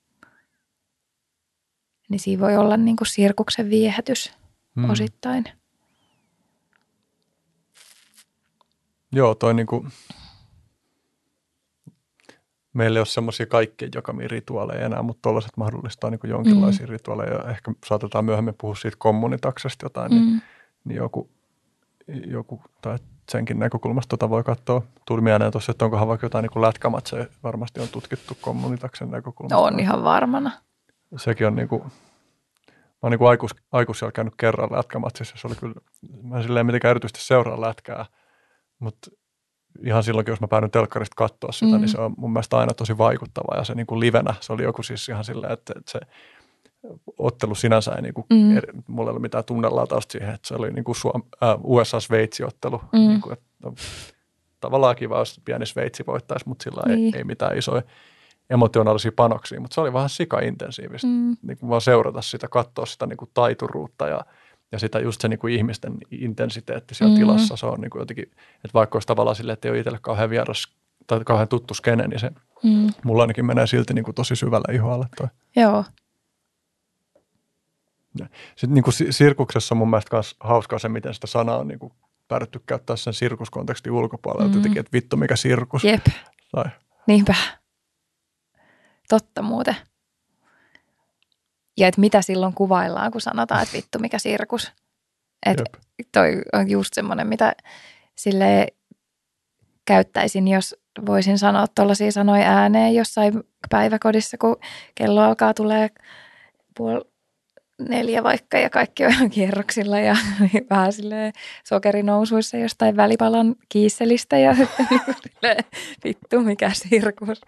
Niin siinä voi olla niin kuin sirkuksen viehätys osittain.
Joo, toi niinku meillä ei ole semmoisia kaikkein jakamia rituaaleja enää, mutta tuollaiset mahdollistaa niin kuin jonkinlaisia rituaaleja. Ehkä saatetaan myöhemmin puhua siitä kommunitaksesta jotain, niin joku tai senkin näkökulmasta voi katsoa. Tuli mieleen tuossa, että onkohan vaikka jotain niin lätkämatseja varmasti on tutkittu kommunitaksen näkökulmasta.
On ihan varmana.
Sekin on niinku, mä oon niinku aikuisella käynyt kerran lätkämatsissa. Se oli kyllä, mä en silleen mitenkään erityisesti seuraa lätkää, mutta ihan silloinkin, jos mä päädyin telkkarista katsoa sitä, niin se on mun mielestä aina tosi vaikuttava. Ja se niin kuin livenä, se oli joku siis ihan silleen, että se ottelu sinänsä ei, niin kuin, mulla ei ollut mitään tunnelatausta siihen, että se oli niin kuin USA-Sveitsi-ottelu. Niin kuin, että, tavallaan kiva, jos pieni Sveitsi voittaisi, mutta sillä ei mitään isoja emotionaalisia panoksia. Mutta se oli vähän sika-intensiivistä, niin kuin vaan seurata sitä, katsoa sitä niin kuin taituruutta ja sitä just se niin kuin ihmisten intensiteetti siellä tilassa, se on niin kuin jotenkin, että vaikka olisi tavallaan silleen, että ei ole itselle kauhean vieras tai kauhean tuttu skene, niin se mulla ainakin menee silti niin kuin tosi syvälle ihoalle toi.
Joo.
Sitten niin kuin sirkuksessa on mun mielestä myös hauskaa se, miten sitä sanaa on niin kuin päädytty käyttää sen sirkuskontekstin ulkopuolella, jotenkin, että vittu mikä sirkus.
Jep,
tai.
Niinpä. Totta muuten. Ja että mitä silloin kuvaillaan, kun sanotaan, että vittu mikä sirkus. Että toi on just semmoinen, mitä silleen käyttäisin, jos voisin sanoa tuollaisia sanoja ääneen jossain päiväkodissa, kun kello alkaa tulee 4 vaikka ja kaikki on kierroksilla ja vähän silleen sokerinousuissa jostain välipalan kiisselistä ja sitten silleen, vittu mikä sirkus.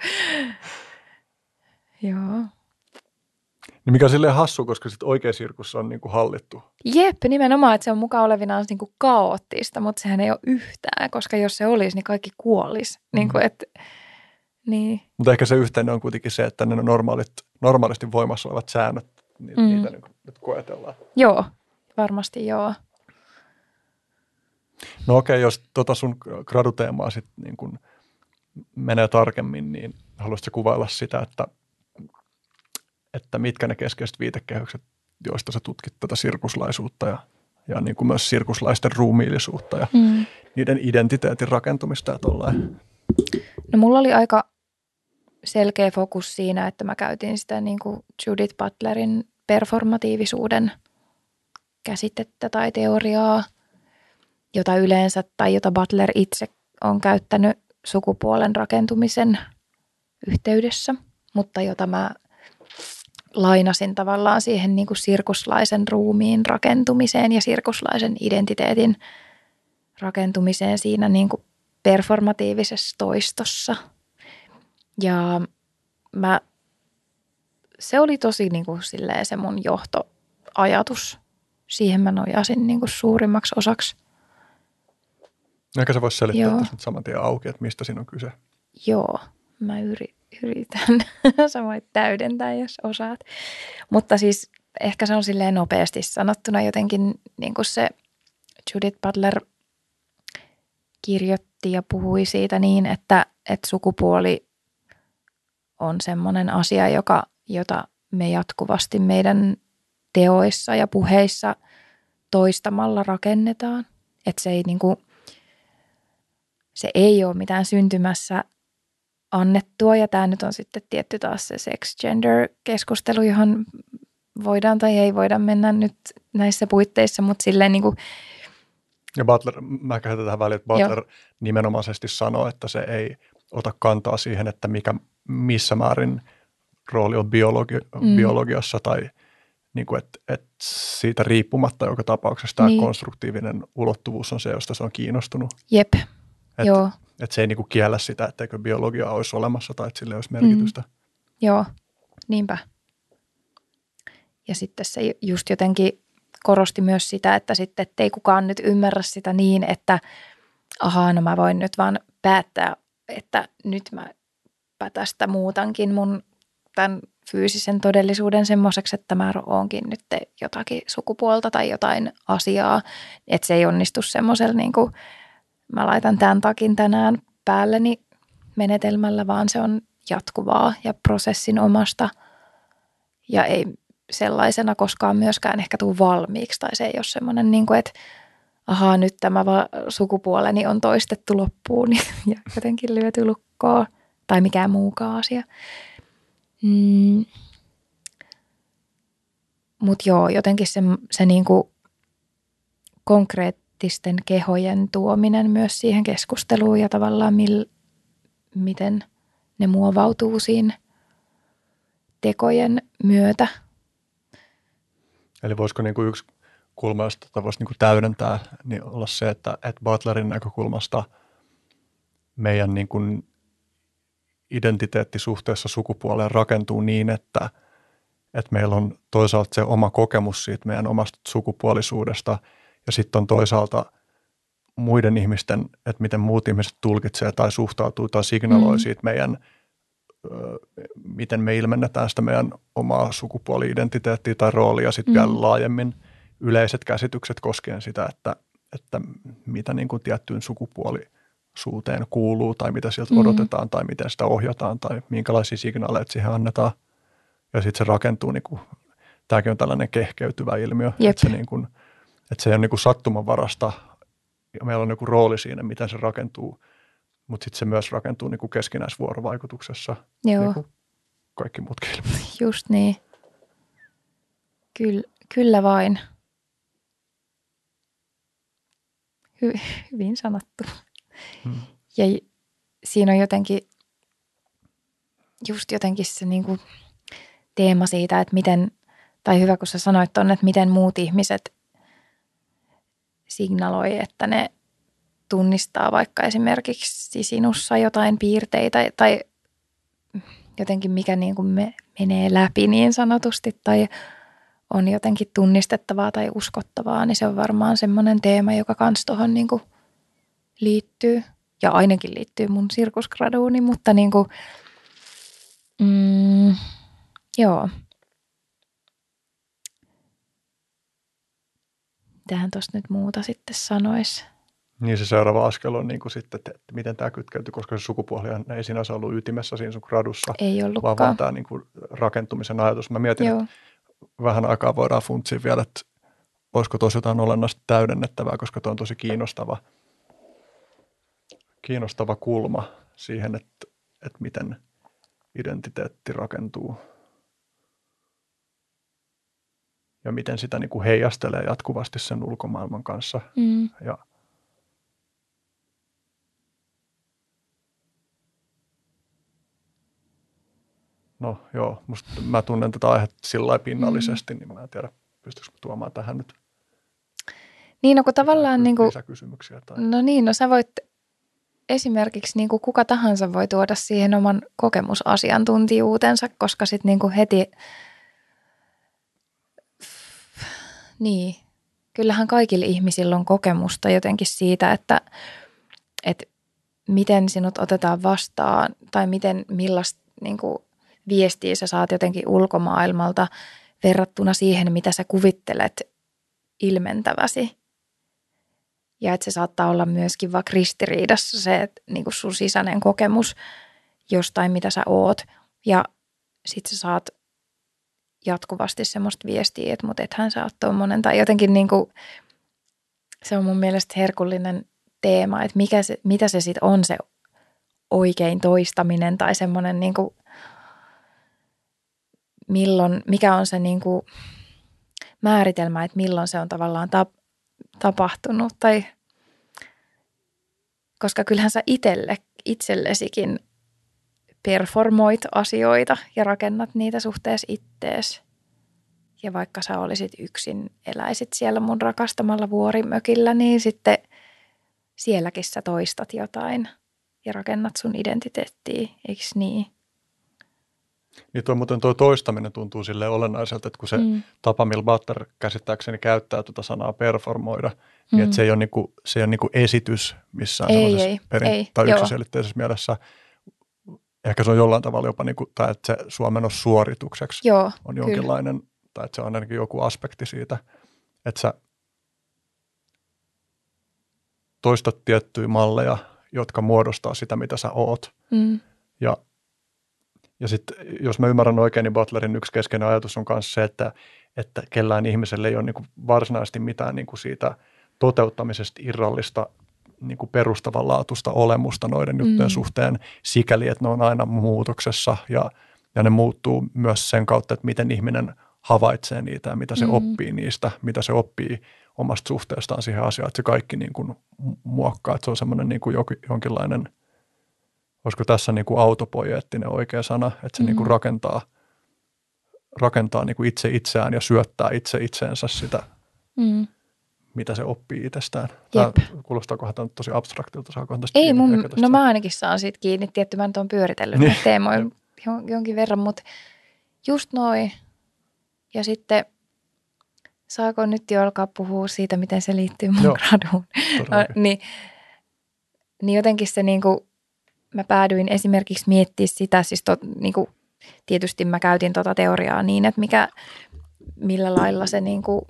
Joo.
Niin mikä on silleen hassu, koska sit oikea sirkus on niinku hallittu.
Jep, nimenomaan, että se on mukaan olevinaan niinku kaoottista, mutta sehän ei ole yhtään, koska jos se olisi, niin kaikki kuolisi. Niinku, niin.
Mutta ehkä se yhteinen on kuitenkin se, että ne normaalisti voimassa olevat säännöt, niitä nyt koetellaan.
Joo, varmasti joo.
No okei, jos sun graduteemaa sitten niin kun menee tarkemmin, niin haluaisitko kuvailla sitä, että mitkä ne keskeiset viitekehykset, joista sä tutkit tätä sirkuslaisuutta ja niin kuin myös sirkuslaisten ruumiillisuutta ja niiden identiteetin rakentumista ja tollain?
No mulla oli aika selkeä fokus siinä, että mä käytin sitä niin kuin Judith Butlerin performatiivisuuden käsitettä tai teoriaa, jota yleensä tai jota Butler itse on käyttänyt sukupuolen rakentumisen yhteydessä, mutta jota mä lainasin tavallaan siihen niin kuin sirkuslaisen ruumiin rakentumiseen ja sirkuslaisen identiteetin rakentumiseen siinä niin kuin performatiivisessa toistossa. Ja se oli tosi niin kuin silleen se mun johtoajatus. Siihen mä nojasin niin kuin suurimmaksi osaksi.
Ehkä sä vois selittää tässä nyt saman tien auki, että mistä siinä on kyse.
Joo, mä yritän. Sä voit täydentää, jos osaat. Mutta siis ehkä se on silleen nopeasti sanottuna jotenkin niin kuin se Judith Butler kirjoitti ja puhui siitä niin, että sukupuoli on semmoinen asia, jota me jatkuvasti meidän teoissa ja puheissa toistamalla rakennetaan. Että se ei ole mitään syntymässä annettua. Ja tämä nyt on sitten tietty taas se sex-gender-keskustelu, johon voidaan tai ei voida mennä nyt näissä puitteissa, mutta silleen niin kuin.
Ja Butler, mä käsitän tähän väliin, että Butler nimenomaisesti sanoo, että se ei ota kantaa siihen, että missä määrin rooli on biologiassa tai niin kuin, että siitä riippumatta joka tapauksessa tämä konstruktiivinen ulottuvuus on se, josta se on kiinnostunut.
Jep, joo.
Että se ei niin kuin kiellä sitä, etteikö biologia olisi olemassa tai että sille olisi merkitystä.
Joo, niinpä. Ja sitten se just jotenkin korosti myös sitä, että sitten ettei kukaan nyt ymmärrä sitä niin, että no mä voin nyt vaan päättää, että nyt mäpä tästä muutankin mun tämän fyysisen todellisuuden semmoiseksi, että mä oonkin nyt jotakin sukupuolta tai jotain asiaa. Että se ei onnistu semmoisella niin kuin mä laitan tämän takin tänään päälleni menetelmällä, vaan se on jatkuvaa ja prosessin omasta ja ei sellaisena koskaan myöskään ehkä tule valmiiksi. Tai se ei ole semmoinen, niin kuin, että nyt tämä sukupuoleni on toistettu loppuun ja jotenkin lyöty lukkoon tai mikään muukaan asia. Mutta joo, jotenkin se niin kuin konkreettisten kehojen tuominen myös siihen keskusteluun ja tavallaan miten ne muovautuu siinä tekojen myötä.
Eli voisiko niin kuin yksi kulma, josta tätä voisi niin kuin täydentää, niin olla se, että Butlerin näkökulmasta meidän niin kuin identiteetti suhteessa sukupuoleen rakentuu niin, että meillä on toisaalta se oma kokemus siitä meidän omasta sukupuolisuudesta ja sitten on toisaalta muiden ihmisten, että miten muut ihmiset tulkitsee tai suhtautuu tai signaloi siitä meidän, miten me ilmennetään sitä meidän omaa sukupuoli-identiteettiä tai roolia sitten vielä laajemmin yleiset käsitykset koskien sitä, että mitä niin kuin tiettyyn sukupuolisuuteen kuuluu tai mitä sieltä odotetaan tai miten sitä ohjataan tai minkälaisia signaaleja siihen annetaan. Ja sitten se rakentuu, niin kuin, tämäkin on tällainen kehkeytyvä ilmiö, että se ei ole niin kuin sattumanvarasta ja meillä on niin kuin rooli siinä, miten se rakentuu, mutta sitten se myös rakentuu niin kuin keskinäisvuorovaikutuksessa, niin kuin kaikki muutkin ilmiöt.
Just niin. Kyllä vain. Hyvin sanottu. Ja siinä on jotenkin se niinku teema siitä, että miten Tai hyvä, kun sä sanoit tuonne, että miten muut ihmiset signaloi, että ne tunnistaa vaikka esimerkiksi sinussa jotain piirteitä tai jotenkin mikä niin kuin menee läpi niin sanotusti tai on jotenkin tunnistettavaa tai uskottavaa, niin se on varmaan semmoinen teema, joka kans tuohon niin kuin liittyy. Ja ainakin liittyy mun sirkusgraduuni, mutta niin kuin, joo. Mitähän tuosta nyt muuta sitten sanoisi?
Niin se seuraava askel on niin kuin sitten, että miten tämä kytkeytyy, koska se sukupuolihan ei sinänsä ollut ytimessä siinä sun gradussa.
Ei ollutkaan.
Vaan tämä niin kuin rakentumisen ajatus. Mä mietin, että vähän aikaa voidaan funtsia vielä, että olisiko tuossa jotain olennaista täydennettävää, koska tuo on tosi kiinnostava kulma siihen, että miten identiteetti rakentuu ja miten sitä niin kuin heijastelee jatkuvasti sen ulkomaailman kanssa. Ja no joo, mä tunnen tätä aihetta sillä lailla pinnallisesti, niin mä en tiedä, pystyisikö tuomaan tähän nyt
niin, no kun tavallaan niin kuin,
lisäkysymyksiä. Tai...
No sä voit esimerkiksi niin kuin kuka tahansa voi tuoda siihen oman kokemusasiantuntijuutensa, koska sitten niin kuin heti, niin, kyllähän kaikilla ihmisillä on kokemusta jotenkin siitä, että miten sinut otetaan vastaan tai millaista niin kuin viestiä sä saat jotenkin ulkomaailmalta verrattuna siihen, mitä sä kuvittelet ilmentäväsi. Ja että se saattaa olla myöskin vaikka ristiriidassa se, että niin kuin sun sisäinen kokemus jostain, mitä sä oot. Ja sit sä saat jatkuvasti semmoista viestiä, että mut ethän sä oot tommonen. Tai jotenkin niin kuin, se on mun mielestä herkullinen teema, että mitä se sit on se oikein toistaminen tai semmoinen niin kuin, mikä on se niin kuin määritelmä, että milloin se on tavallaan tapahtunut. Tai, koska kyllähän sä itsellesikin performoit asioita ja rakennat niitä suhteessa ittees. Ja vaikka sä olisit yksin, eläisit siellä mun rakastamalla vuorimökillä, niin sitten sielläkin sä toistat jotain ja rakennat sun identiteettiä, eikö niin?
Niin tuo toistaminen tuntuu silleen olennaiselta, että kun se tapa, millä Butler käsittääkseni käyttää tuota sanaa performoida, niin että se ei ole niinku esitys missään tai yksiselitteisessä mielessä. Ehkä se on jollain tavalla jopa, niinku, tai että se suomennos suoritukseksi on jonkinlainen, tai että se on ainakin joku aspekti siitä, että sä toistat tiettyjä malleja, jotka muodostaa sitä, mitä sä oot. Ja sitten, jos mä ymmärrän oikein, niin Butlerin yksi keskeinen ajatus on myös se, että kellään ihmiselle ei ole niin kuin varsinaisesti mitään niin kuin siitä toteuttamisesta irrallista niin kuin perustavanlaatuista olemusta noiden juttujen suhteen sikäli, että ne on aina muutoksessa ja ne muuttuu myös sen kautta, että miten ihminen havaitsee niitä ja mitä se oppii niistä, mitä se oppii omasta suhteestaan siihen asiaan, että se kaikki niin kuin muokkaa, että se on semmoinen niin kuin jonkinlainen, olisiko tässä niin kuin autopoieettinen oikea sana, että se niin kuin rakentaa niin kuin itse itseään ja syöttää itseensä sitä, mitä se oppii itsestään. Kuulostaakohan tämä tosi abstraktilta? Saakohan tästä
ei
kiinni?
No mä ainakin saan siitä kiinni. Tietty mä nyt oon pyöritellyt näitä teemoja jonkin verran, mutta just noin. Ja sitten saako nyt jo alkaa puhua siitä, miten se liittyy mun graduun? Niin jotenkin se niinku, mä päädyin esimerkiksi miettimään sitä, siis niinku, tietysti mä käytin tota teoriaa niin, että millä lailla se niinku,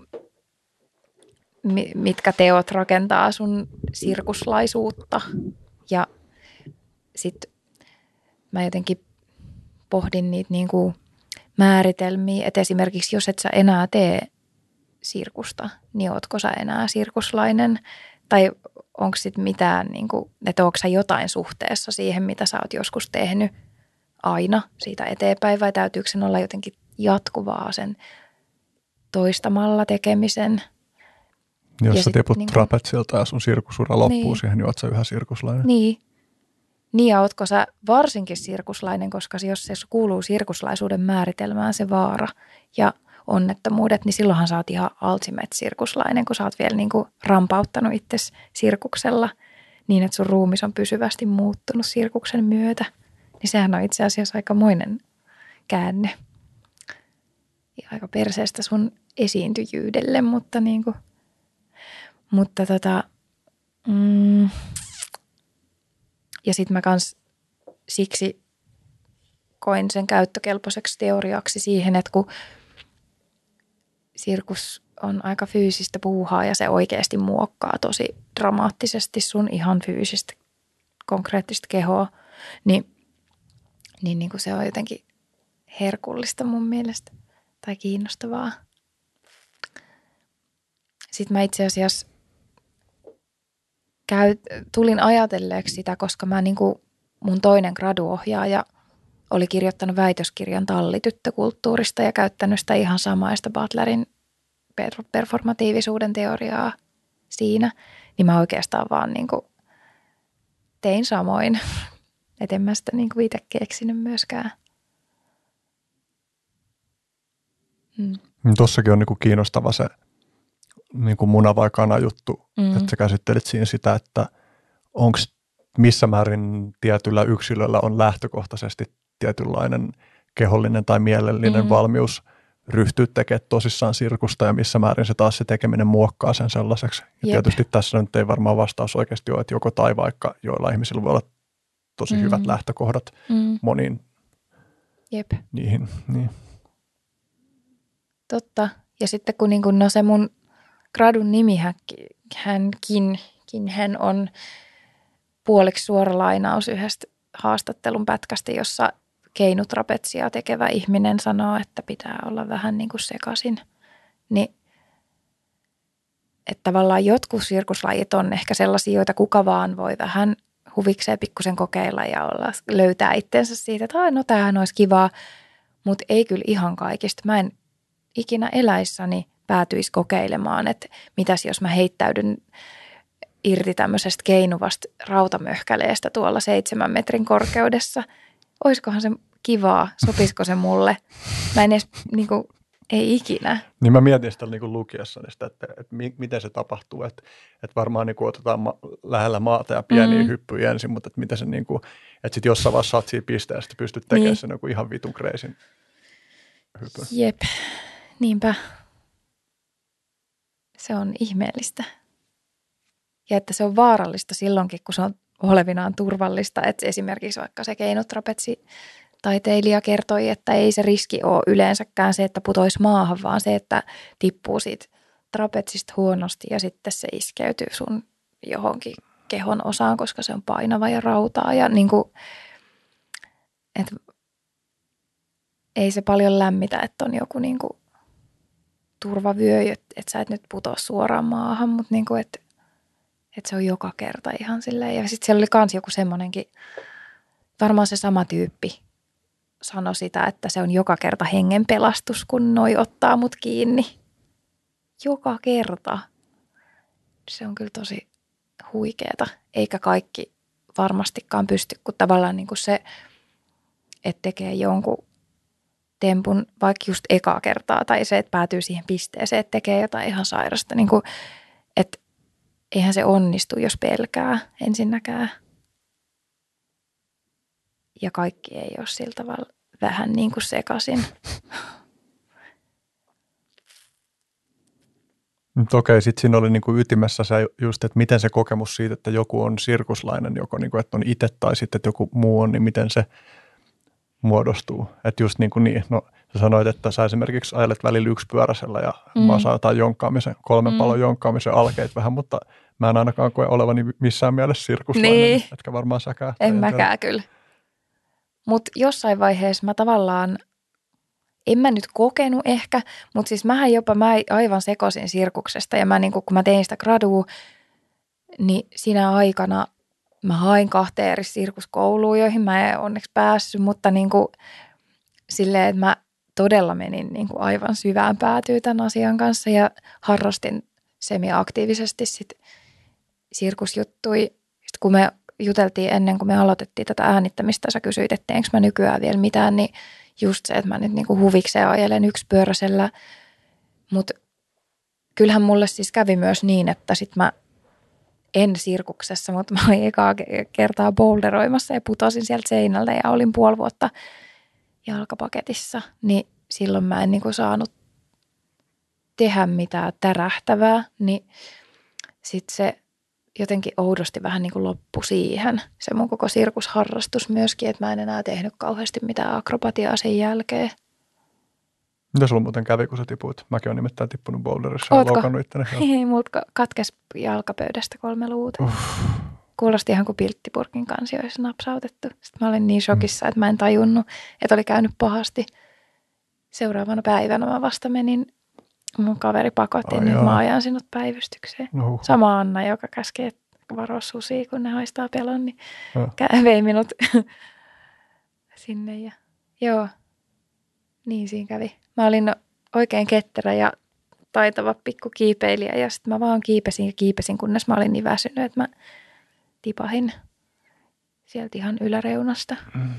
mitkä teot rakentaa sun sirkuslaisuutta. Ja sitten mä jotenkin pohdin niitä niinku määritelmiä, että esimerkiksi jos et sä enää tee sirkusta, niin ootko sä enää sirkuslainen? Tai onko sitten mitään, niinku, että onko sä jotain suhteessa siihen, mitä sä oot joskus tehnyt aina siitä eteenpäin, vai täytyykö sen olla jotenkin jatkuvaa sen toistamalla tekemisen?
Jos sä tiput niinku trapetsilta ja sun sirkusura loppuu siihen, niin oot sä yhä sirkuslainen.
Niin, ja ootko sä varsinkin sirkuslainen, koska jos se kuuluu sirkuslaisuuden määritelmään se vaara. Ja onnettomuudet, niin silloinhan sä oot ihan ultimate-sirkuslainen, kun sä oot vielä niin kuin rampauttanut itsesi sirkuksella niin, että sun ruumis on pysyvästi muuttunut sirkuksen myötä. Niin sehän on itse asiassa aikamoinen käänne. Ja aika perseestä sun esiintyjyydelle, mutta niinku, ja sit mä kans siksi koin sen käyttökelpoiseksi teoriaksi siihen, että kun sirkus on aika fyysistä puuhaa ja se oikeasti muokkaa tosi dramaattisesti sun ihan fyysistä, konkreettista kehoa, niin kuin se on jotenkin herkullista mun mielestä tai kiinnostavaa. Sitten mä itse asiassa tulin ajatelleeksi sitä, koska mä mun toinen graduohjaaja oli kirjoittanut väitöskirjan tallityttökulttuurista ja käyttänyt sitä ihan samaista Butlerin performatiivisuuden teoriaa siinä. Niin mä oikeastaan vaan tein samoin. Et en mä sitä itse keksinyt myöskään.
Tossakin on kiinnostava se muna vai kana juttu, että sä käsittelit siinä sitä, että onko missä määrin tietyllä yksilöllä on lähtökohtaisesti tietynlainen kehollinen tai mielellinen valmius ryhtyä tekemään tosissaan sirkusta ja missä määrin se taas se tekeminen muokkaa sen sellaiseksi. Ja tietysti tässä nyt ei varmaan vastaus oikeasti ole, että joko tai vaikka joilla ihmisillä voi olla tosi hyvät lähtökohdat moniin niihin. Niin.
Totta. Ja sitten kun se mun gradun nimi hän on puoliksi suora lainaus yhdestä haastattelun pätkästä, jossa keinutrapetsia tekevä ihminen sanoo, että pitää olla vähän sekaisin. Niin, että tavallaan jotkut sirkuslajit on ehkä sellaisia, joita kuka vaan voi vähän huvikseen pikkusen kokeilla ja löytää itsensä siitä, että no tämähän olisi kivaa, mutta ei kyllä ihan kaikista. Mä en ikinä eläissäni päätyisi kokeilemaan, että mitäs jos mä heittäydyn irti tämmöisestä keinuvasta rautamöhkäleestä tuolla 7 metrin korkeudessa. Oiskohan se kivaa? Sopisiko se mulle? Mä en edes, ei ikinä.
Niin mä mietin sitä lukiessani sitä, että miten se tapahtuu. Että varmaan otetaan lähellä maata ja pieniä hyppyjä ensin, mutta että miten se että sit jossain vaiheessa saat siinä pisteestä, pystyt tekemään sen ihan vitun kreisin hypyn.
Jep, niinpä. Se on ihmeellistä. Ja että se on vaarallista silloinkin, kun se on olevinaan turvallista. Että esimerkiksi vaikka se keinotrapetsitaiteilija kertoi, että ei se riski ole yleensäkään se, että putoisi maahan, vaan se, että tippuu siitä trapetsista huonosti ja sitten se iskeytyy sun johonkin kehon osaan, koska se on painava ja rautaa. Ja että ei se paljon lämmitä, että on joku turvavyö, että sä et nyt putoa suoraan maahan, mutta että se on joka kerta ihan silleen. Ja sitten siellä oli kans joku semmoinenkin, varmaan se sama tyyppi sanoi sitä, että se on joka kerta hengen pelastus, kun noi ottaa mut kiinni. Joka kerta. Se on kyllä tosi huikeeta. Eikä kaikki varmastikaan pysty, kun tavallaan se, että tekee jonkun tempun vaikka just ekaa kertaa tai se, että päätyy siihen pisteeseen, että tekee jotain ihan sairasta. Että eihän se onnistu, jos pelkää ensinnäkään. Ja kaikki ei ole sillä tavalla vähän sekaisin.
Okei, sitten siinä oli ytimessä se just, että miten se kokemus siitä, että joku on sirkuslainen, joko että on itse tai sitten, että joku muu on, niin miten se muodostuu. Että just no sä sanoit, että sä esimerkiksi ajelet välillä yksipyöräisellä ja mä saan jotain jonkkaamisen, 3 palon jonkkaamisen alkeet vähän, mutta mä en ainakaan koe olevani missään mielessä sirkuslainen, etkä varmaan säkään.
En mäkään kyllä. Mutta jossain vaiheessa mä tavallaan, en mä nyt kokenut ehkä, mutta siis mä aivan sekoisin sirkuksesta ja mä kun mä tein sitä gradua, niin siinä aikana mä hain 2 eri sirkuskouluun, joihin mä en onneksi päässyt, mutta silleen, että mä todella menin aivan syvään päätyyn tämän asian kanssa ja harrastin semi-aktiivisesti sit sirkusjuttui. Sitten kun me juteltiin ennen kuin me aloitettiin tätä äänittämistä, sä kysyit, että teenkö mä nykyään vielä mitään, niin just se, että mä nyt niinku huvikseen ajelen yksipyöräisellä. Mutta kyllähän mulle siis kävi myös niin, että sit mä en sirkuksessa, mutta mä olin ekaa kertaa boulderoimassa ja putosin sieltä seinältä ja olin 5 vuotta jalkapaketissa. Niin silloin mä en niinku saanut tehdä mitään tärähtävää, niin sitten se jotenkin oudosti vähän niin kuin loppui siihen. Se mun koko sirkusharrastus myöskin, että mä en enää tehnyt kauheasti mitään akrobatiaa sen jälkeen.
Mitä sulla muuten kävi, kun sä tipuit? Mäkin olen nimittäin tippunut boulderissa ja loukannut itteni.
Ei, multa katkesi jalkapöydästä 3 luuta. Kuulosti ihan kuin pilttipurkin kansi olisi napsautettu. Sitten mä olin niin shokissa, että mä en tajunnut, että oli käynyt pahasti. Seuraavana päivänä mä vasta menin, mun kaveri pakotti, nyt mä ajan sinut päivystykseen. Sama Anna, joka käskee varoa susia, kun ne haistaa pelon, niin vei minut sinne. Ja joo, niin siinä kävi. Mä olin oikein ketterä ja taitava pikku kiipeilijä ja sitten mä vaan kiipesin, kunnes mä olin niin väsynyt, että mä tipahin sieltä ihan yläreunasta.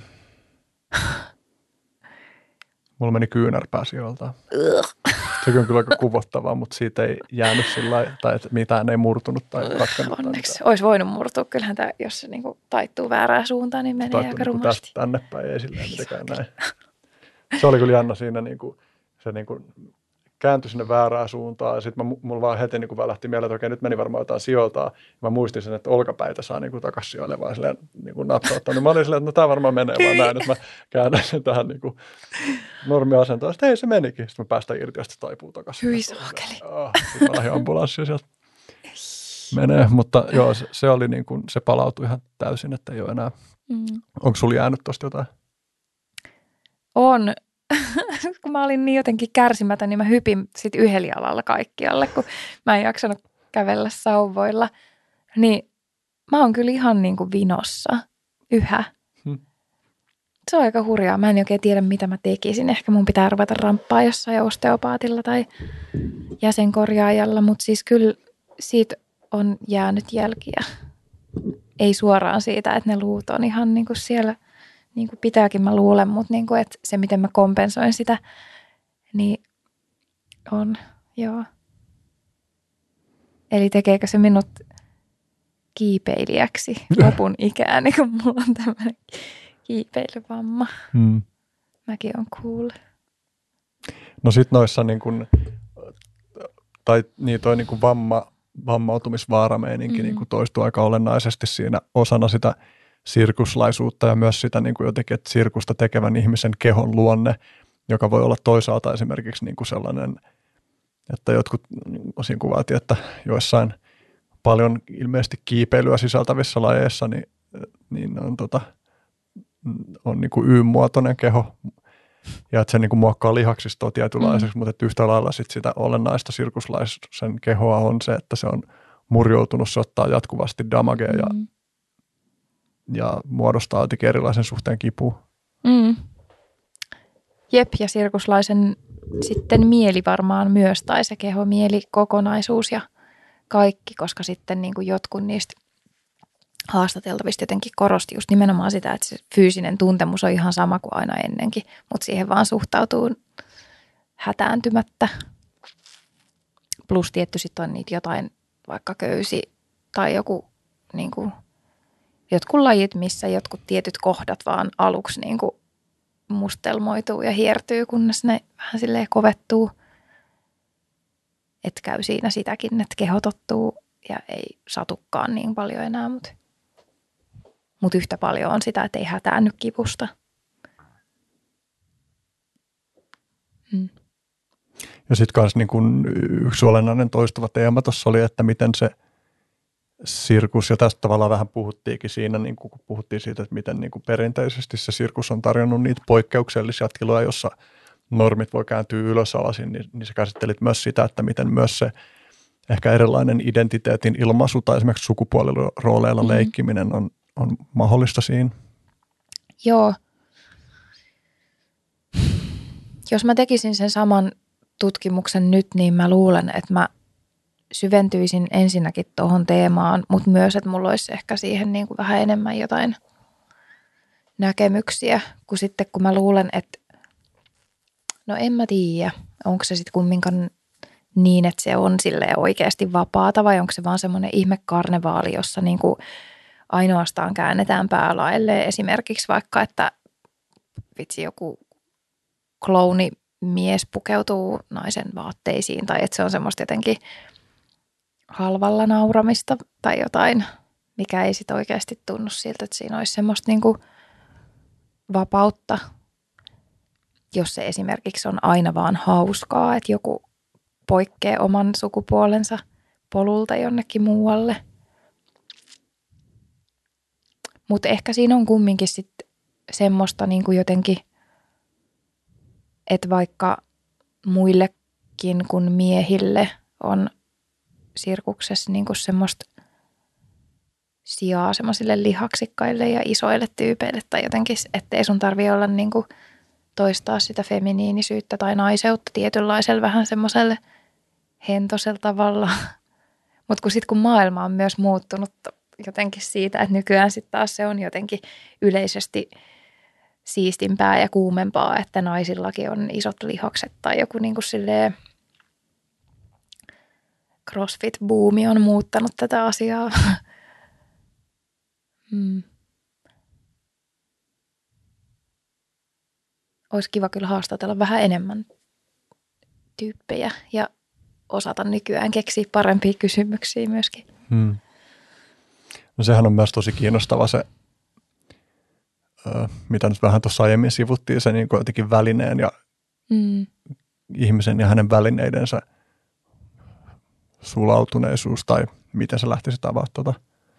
Mulla meni kyynärpää sijoiltaan. Sekin on kyllä aika kuvottavaa, mutta siitä ei jäänyt sillä lailla, tai että mitään ei murtunut tai katkennut.
Onneksi. Olisi voinut murtua. Kyllähän tämä, jos se niinku taittuu väärään suuntaan, niin menee aika rumasti.
Tästä tänne päin ei silleen mitenkään näin. Se oli kyllä jännä siinä, niinku, se niinku kääntyi sinne väärään suuntaan ja sitten mulla vaan heti niinku välähti mieleen, että okei, nyt meni varmaan jotain sijoiltaan. Mä muistin sen, että olkapäitä saa niinku takaisin sijoille vaan silleen niinku napsauttaa. Mä olin silleen, että no tää varmaan menee vaan näin, että mä käännän sen tähän niinku normiasentoon. Sitten hei, se menikin. Sitten mä päästään irti ja sitten taipuu takaisin.
Hyi saakeli.
Sitten mä lähdin ambulanssiin sieltä menee. Mutta joo, se oli niinku, se palautui ihan täysin, että ei ole enää. Onko sulla jäänyt tosta jotain?
On. Kun mä olin niin jotenkin kärsimätön, niin mä hypin sit yhdellä jalalla kaikkialle, kun mä en jaksanut kävellä sauvoilla. Niin mä oon kyllä ihan niin kuin vinossa yhä. Se on aika hurjaa. Mä en oikein tiedä, mitä mä tekisin. Ehkä mun pitää ruveta ramppaa jossain osteopaatilla tai jäsenkorjaajalla, mutta siis kyllä siitä on jäänyt jälkiä. Ei suoraan siitä, että ne luut on ihan niin kuin siellä, niin kuin pitääkin mä luulen, mutta niin kuin, että se miten mä kompensoin sitä, niin on, joo. Eli tekeekö se minut kiipeilijäksi lopun ikään, niin kun mulla on tämmöinen kiipeilyvamma. Mäkin on cool.
No sit noissa niin kun, tai niin toi niin kun vammautumisvaarameininki niin kun toistuu aika olennaisesti siinä osana sitä sirkuslaisuutta ja myös sitä niin kuin jotenkin, että sirkusta tekevän ihmisen kehon luonne, joka voi olla toisaalta esimerkiksi niin kuin sellainen, että jotkut osin kuvaatiin, että joissain paljon ilmeisesti kiipeilyä sisältävissä lajeissa niin on niin kuin Y-muotoinen keho ja että se niin kuin muokkaa lihaksistoa tietynlaiseksi, mutta että yhtä lailla sit sitä olennaista sirkuslaisen kehoa on se, että se on murjoutunut, se ottaa jatkuvasti damagea ja muodostaa jotenkin erilaisen suhteen kipua.
Jep, ja sirkuslaisen sitten mieli varmaan myös, tai se keho, mieli, kokonaisuus ja kaikki, koska sitten niin kuin jotkut niistä haastateltavista jotenkin korosti just nimenomaan sitä, että se fyysinen tuntemus on ihan sama kuin aina ennenkin, mutta siihen vaan suhtautuu hätääntymättä. Plus tietty sitten on niitä jotain, vaikka köysi tai joku niin kuin jotkut lajit, missä jotkut tietyt kohdat vaan aluksi niin kuin mustelmoituu ja hiertyy, kunnes ne vähän silleen kovettuu. Että käy siinä sitäkin, että keho tottuu ja ei satukaan niin paljon enää, mutta yhtä paljon on sitä, että ei hätäänny kipusta.
Ja sitten kanssa niin kun yksi olennainen toistuva teema tuossa oli, että miten se sirkus, ja tästä tavallaan vähän puhuttiinkin siinä, niin kun puhuttiin siitä, että miten niin kun perinteisesti se sirkus on tarjonnut niitä poikkeuksellisia tiloja, jossa normit voi kääntyä ylösalaisin, niin sä käsittelit myös sitä, että miten myös se ehkä erilainen identiteetin ilmaisu tai esimerkiksi sukupuolirooleilla leikkiminen on mahdollista siinä.
Joo. Jos mä tekisin sen saman tutkimuksen nyt, niin mä luulen, että mä syventyisin ensinnäkin tuohon teemaan, mutta myös, että mulla olisi ehkä siihen niin kuin vähän enemmän jotain näkemyksiä, kuin sitten kun mä luulen, että No en mä tiedä, onko se sitten kumminkaan niin, että se on silleen oikeasti vapaata vai onko se vaan semmoinen ihme karnevaali, jossa niinku ainoastaan käännetään päälaelle esimerkiksi vaikka, että vitsi joku klounimies pukeutuu naisen vaatteisiin tai että se on semmoista jotenkin halvalla nauramista tai jotain, mikä ei sitten oikeasti tunnu siltä, että siinä olisi semmoista niinku vapautta, jos se esimerkiksi on aina vaan hauskaa, että joku poikkeaa oman sukupuolensa polulta jonnekin muualle. Mutta ehkä siinä on kumminkin sitten semmoista niinku jotenkin, että vaikka muillekin kuin miehille on sirkuksessa niinku semmoista sijaa semmoisille lihaksikkaille ja isoille tyypeille tai jotenkin, ettei sun tarvitse olla niinku toistaa sitä feminiinisyyttä tai naiseutta tietynlaisella vähän semmoiselle hentosella tavalla. Mutta kun maailma on myös muuttunut jotenkin siitä, että nykyään sitten taas se on jotenkin yleisesti siistimpää ja kuumempaa, että naisillakin on isot lihakset tai joku niinku silleen CrossFit-buumi on muuttanut tätä asiaa. Olisi kiva kyllä haastatella vähän enemmän tyyppejä ja osata nykyään keksiä parempia kysymyksiä myöskin.
No sehän on myös tosi kiinnostava se, mitä nyt vähän tuossa aiemmin sivuttiin, se niin kuin jotenkin välineen ja ihmisen ja hänen välineidensä sulautuneisuus tai miten se lähtisi avaa tuota.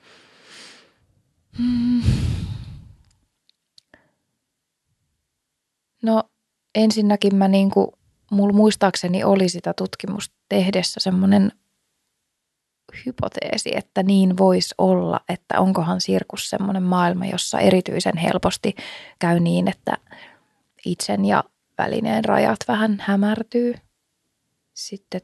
No ensinnäkin mä niinku, mulla muistaakseni oli sitä tutkimusta tehdessä semmoinen hypoteesi, että niin voisi olla, että onkohan sirkus semmoinen maailma, jossa erityisen helposti käy niin, että itsen ja välineen rajat vähän hämärtyy. Sitten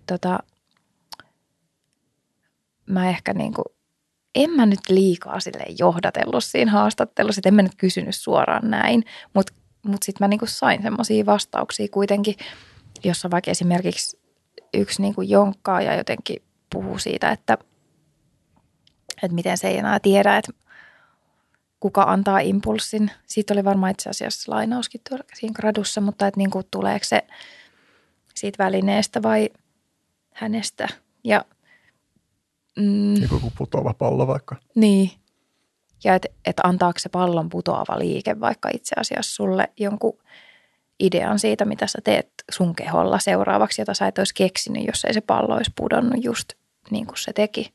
mä ehkä niinku, en mä nyt liikaa silleen johdatellut siinä haastattelussa, että en mä nyt kysynyt suoraan näin, mutta sitten mä niinku sain semmoisia vastauksia kuitenkin, jossa vaikka esimerkiksi yksi niinku jonkkaa ja jotenkin puhuu siitä, että miten se ei enää tiedä, että kuka antaa impulssin. Siitä oli varmaan itse asiassa lainauskin tuolla siinä gradussa, mutta että niinku, tuleeko se siitä välineestä vai hänestä. Ja
Joku putoava pallo vaikka.
Niin. Ja että antaako se pallon putoava liike vaikka itse asiassa sulle jonkun idean siitä, mitä sä teet sun keholla seuraavaksi, jota sä et olisi keksinyt, jos ei se pallo olisi pudonnut just niin kuin se teki.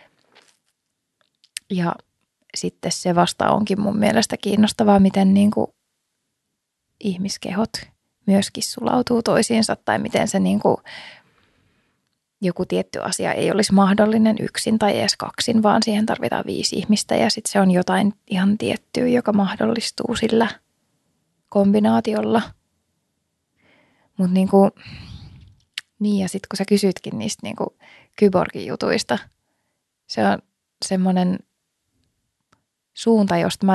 Ja sitten se vasta onkin mun mielestä kiinnostavaa, miten niin kuin ihmiskehot myöskin sulautuu toisiinsa tai miten se niin kuin joku tietty asia ei olisi mahdollinen yksin tai edes kaksin, vaan siihen tarvitaan 5 ihmistä ja sitten se on jotain ihan tiettyä, joka mahdollistuu sillä kombinaatiolla. Mutta niin ja sitten kun sä kysytkin niistä niinku kyborgin jutuista, se on semmoinen suunta, josta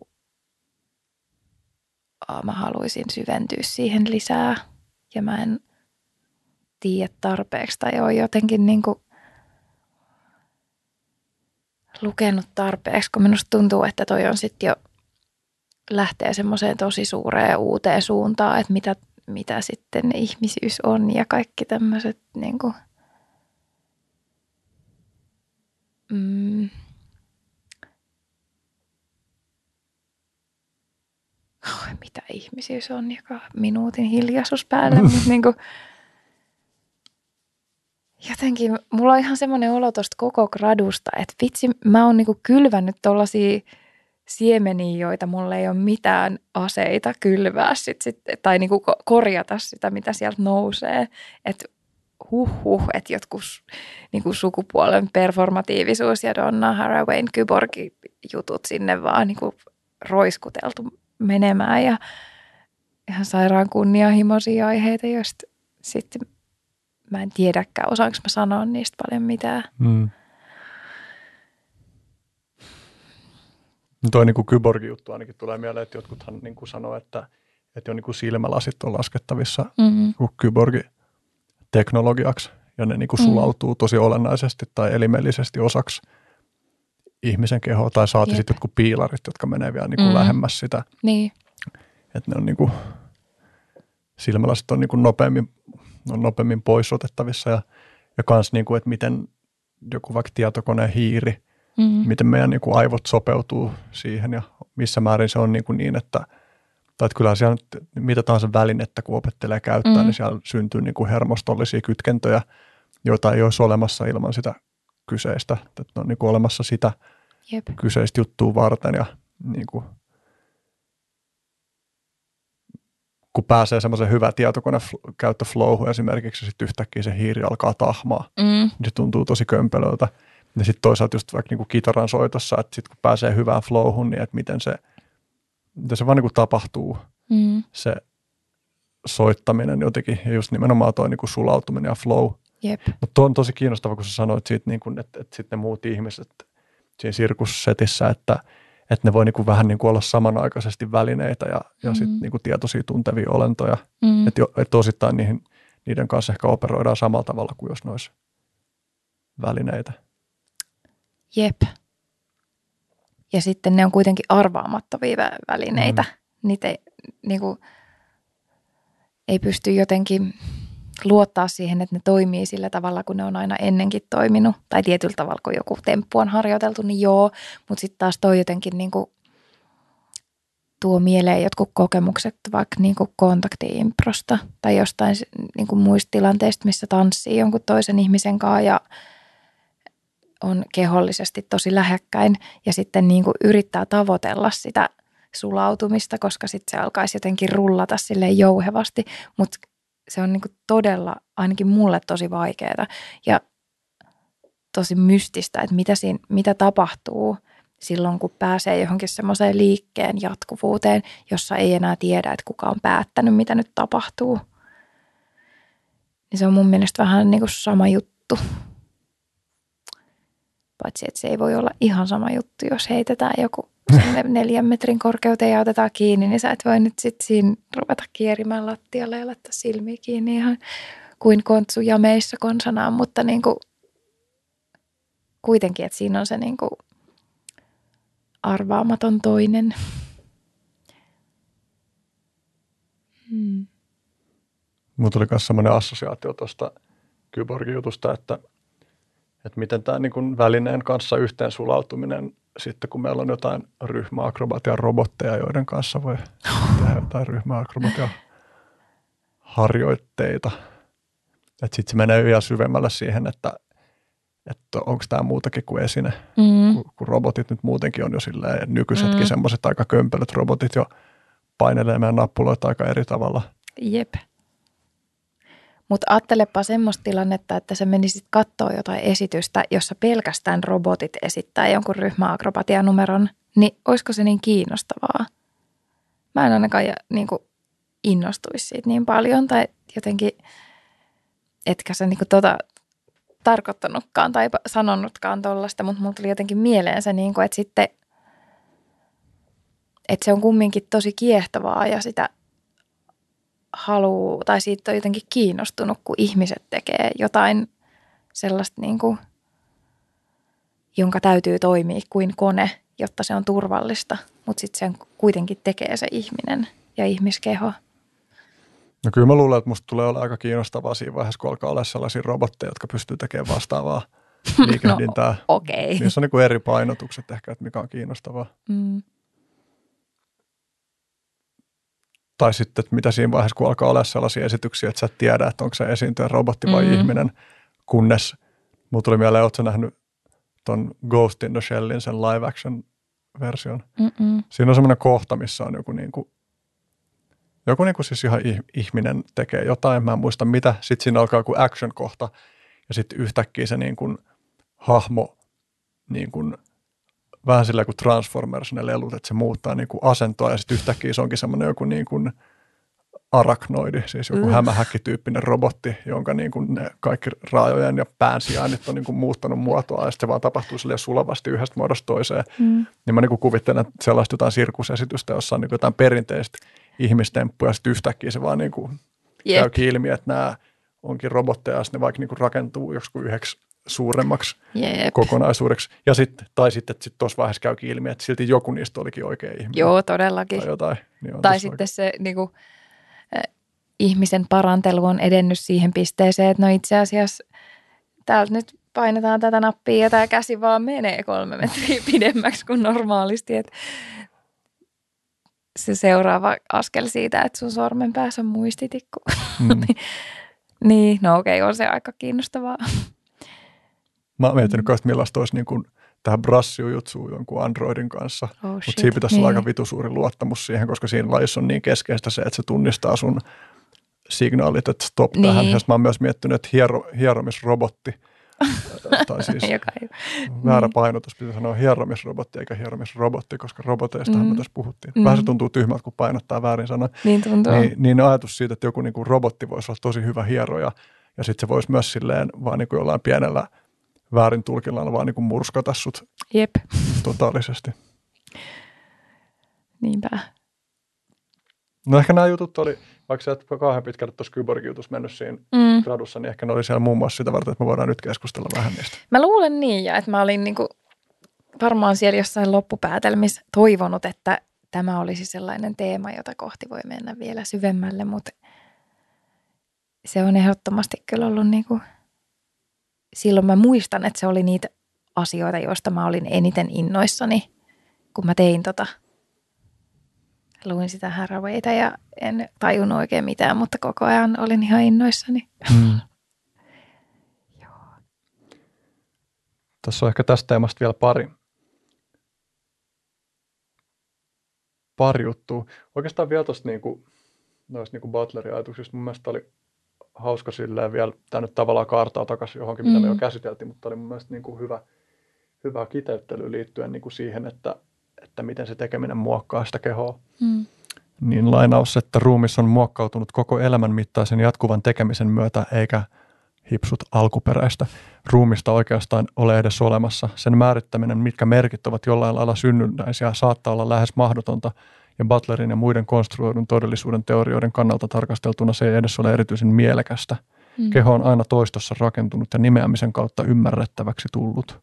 mä haluaisin syventyä siihen lisää ja mä en tiedä tarpeeksi tai ole jotenkin lukenut tarpeeksi, kun minusta tuntuu, että toi on sitten jo lähtee semmoiseen tosi suureen uuteen suuntaan, että mitä sitten ihmisyys on ja kaikki tämmöiset mitä ihmisyys on, joka minuutin hiljaisuus päälle, mutta jotenkin mulla on ihan semmoinen olo tosta koko gradusta, että vitsi, mä oon kylvännyt tollaisia siemeniä, joita mulla ei ole mitään aseita kylvää tai korjata sitä, mitä sieltä nousee. Että että jotkut sukupuolen performatiivisuus ja Donna Harawayn kyborg-jutut sinne vaan roiskuteltu menemään ja ihan sairaan kunnianhimoisia aiheita, joista sitten mä en tiedäkään, osaanko mä sanoa niistä paljon mitään.
Toi kyborg-juttu ainakin tulee mieleen, että jotkuthan sanoo, että että jo niin kuin silmälasit on laskettavissa kyborgi-teknologiaksi, ja ne niin kuin sulautuu tosi olennaisesti tai elimellisesti osaksi ihmisen kehoa, tai saati sitten jotkut piilarit, jotka menee vielä niin kuin lähemmäs sitä.
Niin.
Että ne on niin kuin, silmälasit on niin kuin nopeammin pois otettavissa, ja kans niin kuin, että miten joku vaikka tietokoneen hiiri, miten meidän niin kuin aivot sopeutuu siihen, ja missä määrin se on niin että tai että kyllähän siellä mitä tahansa välinettä, kun opettelee käyttää, niin siellä syntyy niin kuin hermostollisia kytkentöjä, joita ei olisi olemassa ilman sitä kyseistä. Että on niin kuin olemassa sitä kyseistä juttua varten, ja niin kuin, kun pääsee semmoisen hyvä tietokonekäyttöflowhun esimerkiksi, ja sitten yhtäkkiä se hiiri alkaa tahmaa, niin se tuntuu tosi kömpelöltä. Ja sitten toisaalta just vaikka niin kuin kitaran soitossa, että sitten kun pääsee hyvään flowhun, niin että miten se vaan niin kuin tapahtuu, se soittaminen jotenkin, ja just nimenomaan tuo niin kuin sulautuminen ja flow. Mutta tuo on tosi kiinnostava, kun sä sanoit siitä, niin kuin, että sitten ne muut ihmiset siinä sirkussetissä, että ne voi niin kuin vähän niin kuin olla samanaikaisesti välineitä ja sitten niin kuin tietoisia tuntevia olentoja. Että osittain niiden kanssa ehkä operoidaan samalla tavalla kuin jos ne olisi välineitä.
Jep. Ja sitten ne on kuitenkin arvaamattomia välineitä. Niitä ei pysty jotenkin luottaa siihen, että ne toimii sillä tavalla, kun ne on aina ennenkin toiminut. Tai tietyllä tavalla, kun joku temppu on harjoiteltu, niin joo. Mutta sitten taas toi jotenkin niinku tuo mieleen jotkut kokemukset vaikka niinku kontakti-improsta tai jostain niinku muista tilanteista, missä tanssii jonkun toisen ihmisen kanssa ja on kehollisesti tosi lähekkäin ja sitten niin kuin yrittää tavoitella sitä sulautumista, koska sitten se alkaisi jotenkin rullata silleen jouhevasti, mutta se on niin kuin todella, ainakin mulle tosi vaikeaa ja tosi mystistä, että mitä tapahtuu silloin, kun pääsee johonkin semmoiseen liikkeen jatkuvuuteen, jossa ei enää tiedä, että kuka on päättänyt, mitä nyt tapahtuu. Niin se on mun mielestä vähän niin kuin sama juttu. Paitsi, että se ei voi olla ihan sama juttu, jos heitetään joku 4 metrin korkeuteen ja otetaan kiinni, niin sä et voi nyt sitten siinä ruveta kierimään lattialle ja laittaa silmiä kiinni ihan kuin kontsu jameissa konsanaan, mutta niin kuin, kuitenkin, että siinä on se niin kuin arvaamaton toinen.
Mulla tuli myös sellainen assosiaatio tuosta kyborgi-jutusta, että miten tämä niin kuin välineen kanssa yhteen sulautuminen, sitten kun meillä on jotain ryhmäakrobatian robotteja, joiden kanssa voi tehdä jotain ryhmäakrobatian harjoitteita. Että sitten se menee vielä syvemmälle siihen, että onko tämä muutakin kuin esine, kun robotit nyt muutenkin on jo silleen, nykyisetkin semmoiset aika kömpelöt robotit jo painelee meidän nappuloita aika eri tavalla.
Jep. Mutta ajattelepa semmoista tilannetta, että sä menisit katsoa jotain esitystä, jossa pelkästään robotit esittää jonkun ryhmäakrobatianumeron, niin olisiko se niin kiinnostavaa? Mä en ainakaan niin kuin innostuisi siitä niin paljon tai jotenkin, etkä sä niin kuin tarkoittanutkaan tai sanonutkaan tollaista, mutta mulla tuli jotenkin mieleen se, niin kuin, että sitten, että se on kumminkin tosi kiehtovaa ja sitä haluaa, tai siitä on jotenkin kiinnostunut, kun ihmiset tekee jotain sellaista, niin kuin, jonka täytyy toimia kuin kone, jotta se on turvallista, mutta sitten sen kuitenkin tekee se ihminen ja ihmiskeho.
No kyllä mä luulen, että musta tulee olla aika kiinnostavaa siinä vaiheessa, kun alkaa olla sellaisia robotteja, jotka pystyy tekemään vastaavaa liikehdintää.
No, okei.
Niissä on niin kuin eri painotukset ehkä, että mikä on kiinnostavaa. Tai sitten, että mitä siinä vaiheessa, kun alkaa olla sellaisia esityksiä, että sä et tiedä, että onko se esiintyjä robotti vai ihminen, kunnes mulla tuli mieleen, ootko sä nähnyt ton Ghost in the Shellin, sen live action version. Siinä on semmoinen kohta, missä on joku siis ihan ihminen tekee jotain, mä en muista mitä, sitten siinä alkaa joku action kohta ja sitten yhtäkkiä se niin kuin hahmo niin kuin vähän sillä kuin Transformers ne lelut, että se muuttaa niin kuin asentoa ja sitten yhtäkkiä se onkin semmoinen joku niin kuin arachnoidi, siis joku hämähäkkityyppinen robotti, jonka niin kuin ne kaikki raajojen ja pään sijainnit on niin kuin muuttanut muotoa ja sitten se vaan tapahtuu silleen sulavasti yhdestä muodosta toiseen. Niin mä niin kuin kuvittelen sellaista jotain sirkusesitystä, jossa on niin kuin jotain perinteistä ihmistemppu ja sitten yhtäkkiä se vaan niin kuin käykin ilmi, että nämä onkin robotteja ja ne vaikka niin kuin rakentuu joskus yhdeksi suuremmaksi kokonaisuudeksi. Ja sitten tuossa vaiheessa käykin ilmi, että silti joku niistä olikin oikea ihminen.
Joo, todellakin.
Tai jotain. Niin
tai sitten se niin kuin, ihmisen parantelu on edennyt siihen pisteeseen, että no itse asiassa täältä nyt painetaan tätä nappia ja tämä käsi vaan menee 3 metriä pidemmäksi kuin normaalisti. Että se seuraava askel siitä, että sun sormen päässä on muistitikku. Niin, no okei, on se aika kiinnostavaa.
Mä oon miettinyt, että millaista olisi niin kuin tähän brassijutsuun jonkun Androidin kanssa. Mutta siinä pitäisi olla aika vitusuuri luottamus siihen, koska siinä lajissa on niin keskeistä se, että se tunnistaa sun signaalit, että stop tähän. Ja mä oon myös miettinyt, että hieromisrobotti, tai siis väärä painotus, pitää sanoa hieromisrobotti eikä hieromisrobotti, koska roboteistahan me tässä puhuttiin. Vähän se tuntuu tyhmältä, kun painottaa väärin sanoa.
Niin tuntuu.
Niin ajatus siitä, että joku niin kuin robotti voisi olla tosi hyvä hieroja, ja sitten se voisi myös silleen vaan niin kuin jollain pienellä väärin tulkilla vaan niin kuin murskata sut totaalisesti.
Niinpä.
No ehkä nämä jutut oli, vaikka sä et kauhean pitkälle tuossa Kyborg-jutussa mennyt siinä gradussa, niin ehkä ne oli siellä muun muassa sitä varten, että me voidaan nyt keskustella vähän niistä.
Mä luulen niin, ja että mä olin niinku varmaan siellä jossain loppupäätelmissä toivonut, että tämä olisi sellainen teema, jota kohti voi mennä vielä syvemmälle, mutta se on ehdottomasti kyllä ollut niinku, silloin mä muistan, että se oli niitä asioita, joista mä olin eniten innoissani, kun mä tein luin sitä Harawayta ja en tajunnut oikein mitään, mutta koko ajan olin ihan innoissani. Joo.
Tässä on ehkä tästä teemasta vielä pari juttua. Oikeastaan vielä tuosta noista Butlerin ajatuksista. Mun mielestä oli hauska silleen vielä, tämä nyt tavallaan kaartaa takaisin johonkin, mitä me jo käsiteltiin, mutta oli mun mielestä hyvä kiteyttely liittyen siihen, että miten se tekeminen muokkaa sitä kehoa. Niin lainaus, että ruumis on muokkautunut koko elämän mittaisen jatkuvan tekemisen myötä, eikä hipsut alkuperäistä ruumista oikeastaan ole edes olemassa. Sen määrittäminen, mitkä merkit ovat jollain lailla synnynnäisiä, saattaa olla lähes mahdotonta, ja Butlerin ja muiden konstruoidun todellisuuden teorioiden kannalta tarkasteltuna se ei edes ole erityisen mielekästä. Keho on aina toistossa rakentunut ja nimeämisen kautta ymmärrettäväksi tullut.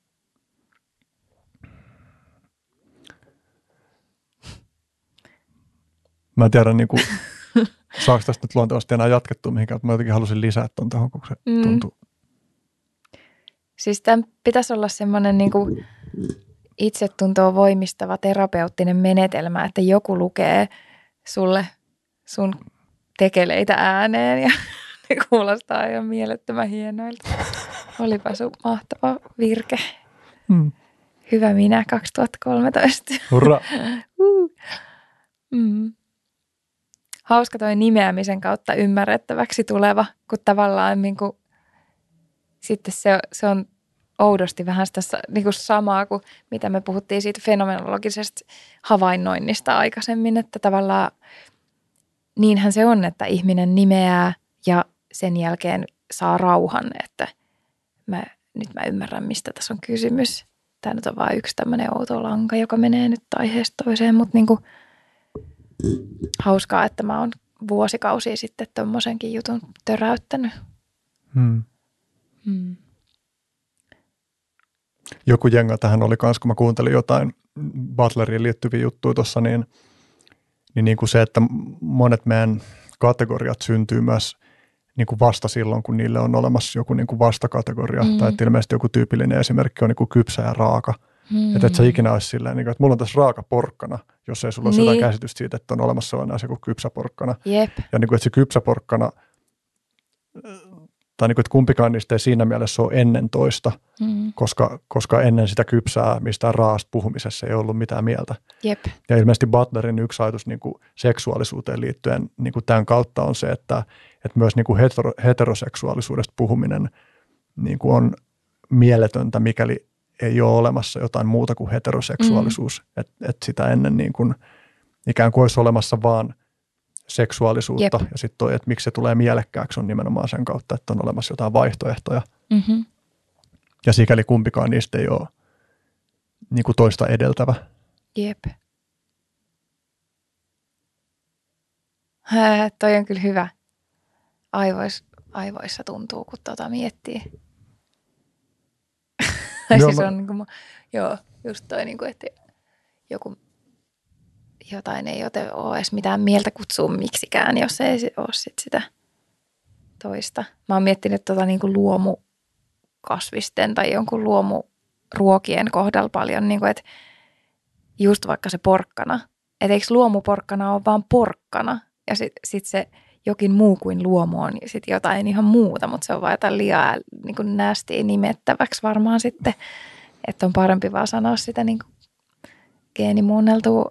Mä en tiedä, saako tästä nyt luontevasti enää jatkettua mihinkään, mutta mä jotenkin halusin lisää tuon tähän, kun se tuntuu.
Siis tämän pitäisi olla semmoinen itsetuntoa voimistava terapeuttinen menetelmä, että joku lukee sulle sun tekeleitä ääneen ja ne kuulostaa ihan mielettömän hienoilta. Olipa sun mahtava virke. Hyvä minä 2013.
Hurra!
Hauska toi nimeämisen kautta ymmärrettäväksi tuleva, kun tavallaan sitten se on oudosti vähän sitä samaa kuin mitä me puhuttiin siitä fenomenologisesta havainnoinnista aikaisemmin, että tavallaan niinhän se on, että ihminen nimeää ja sen jälkeen saa rauhan, että nyt mä ymmärrän, mistä tässä on kysymys. Tämä nyt on vain yksi tämmöinen outo lanka, joka menee nyt aiheesta toiseen, mutta hauskaa, että mä oon vuosikausia sitten tommosenkin jutun töräyttänyt.
Joku jenga tähän oli kans, kun mä kuuntelin jotain Butleriin liittyviä juttuja tuossa, niin kuin se, että monet meidän kategoriat syntyy myös niin kuin vasta silloin, kun niille on olemassa joku niin kuin vastakategoria. Tai että ilmeisesti joku tyypillinen esimerkki on niin kuin kypsä ja raaka. Että et sä ikinä olisi silleen, että mulla on tässä raaka porkkana, jos ei sulla ole jotain käsitystä siitä, että on olemassa sellainen asia kuin kypsä porkkana.
Jep.
Ja niin kuin, että se kypsä porkkana, tai niin kuin, että kumpikaan niistä ei siinä mielessä ole ennen toista, koska ennen sitä kypsää mistään raasta puhumisessa ei ollut mitään mieltä.
Jep.
Ja ilmeisesti Butlerin yksi ajatus niin kuin seksuaalisuuteen liittyen niin kuin tämän kautta on se, että myös niin kuin heteroseksuaalisuudesta puhuminen niin kuin on mieletöntä, mikäli ei ole olemassa jotain muuta kuin heteroseksuaalisuus. Että sitä ennen niin kuin, ikään kuin olisi olemassa vaan seksuaalisuutta. Jep. Ja sitten toi, että miksi se tulee mielekkääksi, on nimenomaan sen kautta, että on olemassa jotain vaihtoehtoja. Ja sikäli kumpikaan niistä ei ole niin kuin toista edeltävä.
Jep. Toi on kyllä hyvä. Aivoissa tuntuu, kun miettii. Siis on niin kuin, joo, just toi, niin kuin, että jotain ei ole edes mitään mieltä kutsua miksikään, jos ei ole sitä toista. Mä oon miettinyt niin kuin luomukasvisten tai jonkun luomuruokien kohdalla paljon, niin kuin, että just vaikka se porkkana. Että eikö luomuporkkana ole vaan porkkana ja sit se jokin muu kuin luomu on ja sitten jotain ihan muuta, mutta se on vaan jotain liian niin kuin nästiä nimettäväksi varmaan sitten, että on parempi vaan sanoa sitä niin kuin geenimuunneltua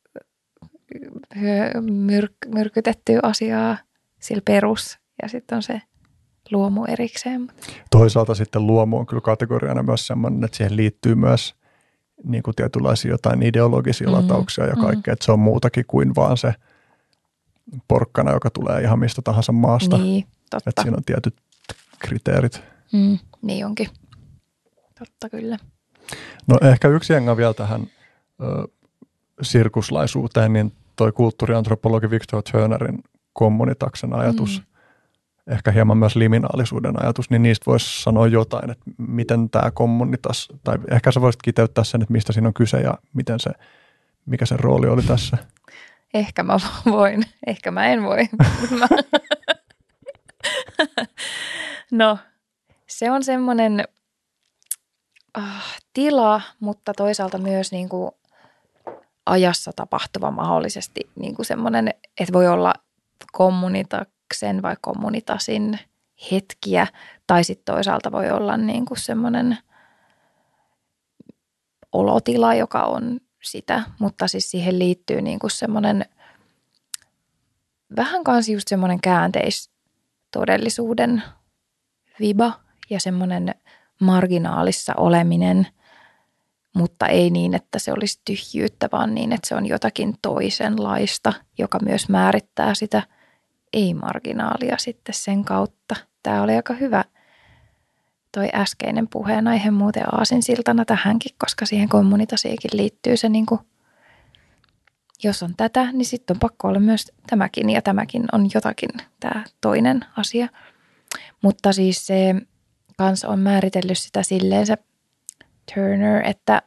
myrkytettyä asiaa sillä perus ja sitten on se luomu erikseen.
Toisaalta sitten luomu on kyllä kategoriana myös sellainen, että siihen liittyy myös niin kuin tietynlaisia jotain ideologisia latauksia ja kaikkea, että se on muutakin kuin vaan se porkkana, joka tulee ihan mistä tahansa maasta.
Niin, totta.
Että siinä on tietyt kriteerit.
Niin onkin. Totta kyllä.
No ehkä yksi jenga vielä tähän sirkuslaisuuteen, niin toi kulttuuriantropologi Victor Turnerin kommunitaksen ajatus, ehkä hieman myös liminaalisuuden ajatus, niin niistä voisi sanoa jotain, että miten tämä kommunitas, tai ehkä sä voisit kiteyttää sen, että mistä siinä on kyse ja mikä sen rooli oli tässä.
Ehkä mä voin, ehkä mä en voi. No, se on semmoinen tila, mutta toisaalta myös niin kuin ajassa tapahtuva mahdollisesti niin kuin semmoinen, että voi olla kommunitaksen vai kommunitasin hetkiä, tai sitten toisaalta voi olla niin kuin semmoinen olotila, joka on sitä, mutta siis siihen liittyy niin kuin semmoinen vähän kanssa just semmoinen käänteistodellisuuden viba ja semmoinen marginaalissa oleminen, mutta ei niin, että se olisi tyhjyyttä, vaan niin, että se on jotakin toisenlaista, joka myös määrittää sitä ei-marginaalia sitten sen kautta. Tämä oli aika hyvä toi äskeinen puheenaihe muuten aasinsiltana tähänkin, koska siihen kommunitasiikin liittyy se, niin kuin, jos on tätä, niin sitten on pakko olla myös tämäkin, ja tämäkin on jotakin, tämä toinen asia. Mutta siis se kans on määritellyt sitä silleen se Turner, että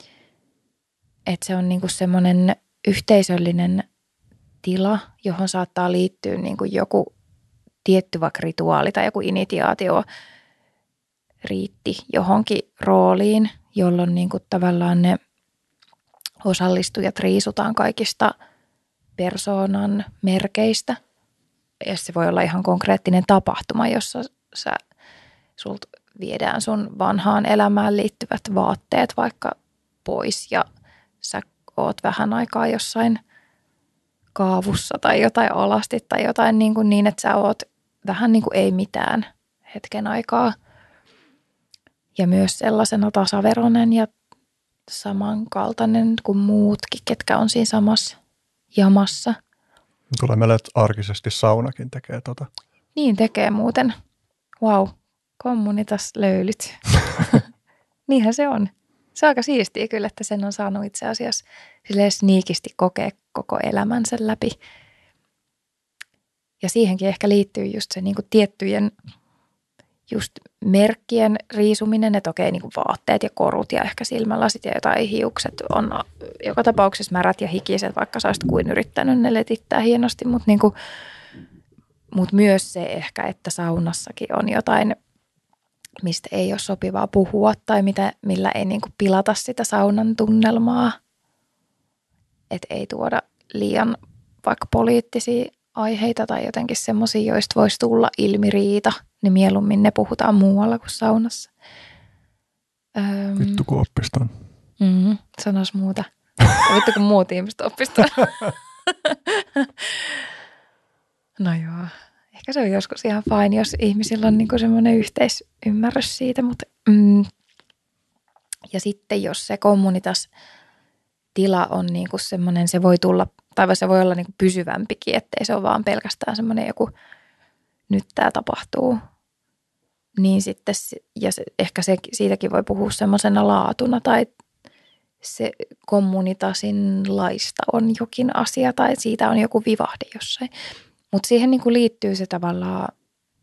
se on niinku semmoinen yhteisöllinen tila, johon saattaa liittyä niinku joku tietty vaikka rituaali tai joku initiaatio riitti johonkin rooliin, jolloin niinku tavallaan ne osallistujat riisutaan kaikista persoonan merkeistä. Ja se voi olla ihan konkreettinen tapahtuma, jossa sulta viedään sun vanhaan elämään liittyvät vaatteet vaikka pois ja sä oot vähän aikaa jossain kaavussa tai jotain alasti tai jotain niin, että sä oot vähän niin kuin ei mitään hetken aikaa. Ja myös sellaisena tasaveroinen ja samankaltainen kuin muutkin, ketkä on siinä samassa jamassa.
Tulee meille, että arkisesti saunakin tekee tota.
Niin tekee muuten. Vau, kommunitas löylyt. Niinhän se on. Se on aika siistiä kyllä, että sen on saanut itse asiassa silleen sniikisti kokea koko elämänsä läpi. Ja siihenkin ehkä liittyy just se niin kuin tiettyjen just merkkien riisuminen, että okei, niin kuin vaatteet ja korut ja ehkä silmälasit ja jotain hiukset on joka tapauksessa märät ja hikiset, vaikka sä olisit kuin yrittänyt ne letittää hienosti, mutta myös se ehkä, että saunassakin on jotain, mistä ei ole sopivaa puhua tai millä ei niin kuin pilata sitä saunan tunnelmaa, että ei tuoda liian vaikka poliittisia aiheita tai jotenkin semmoisia, joista voisi tulla ilmiriita, niin mieluummin ne puhutaan muualla kuin saunassa.
Vittu kun oppiston.
Sanois muuta. Vittu kun muut ihmiset oppiston. No joo, ehkä se on joskus ihan fine, jos ihmisillä on niinku semmoinen yhteisymmärrys siitä, mutta ja sitten jos se kommunitas tila on niinku semmoinen, se voi tulla, tai se voi olla niinku pysyvämpikin, ettei se ole vaan pelkästään semmoinen joku, nyt tämä tapahtuu. Niin sitten, ja ehkä siitäkin voi puhua semmoisena laatuna tai se kommunitasin laista on jokin asia tai siitä on joku vivahde jossain. Mutta siihen niin kuin liittyy se tavallaan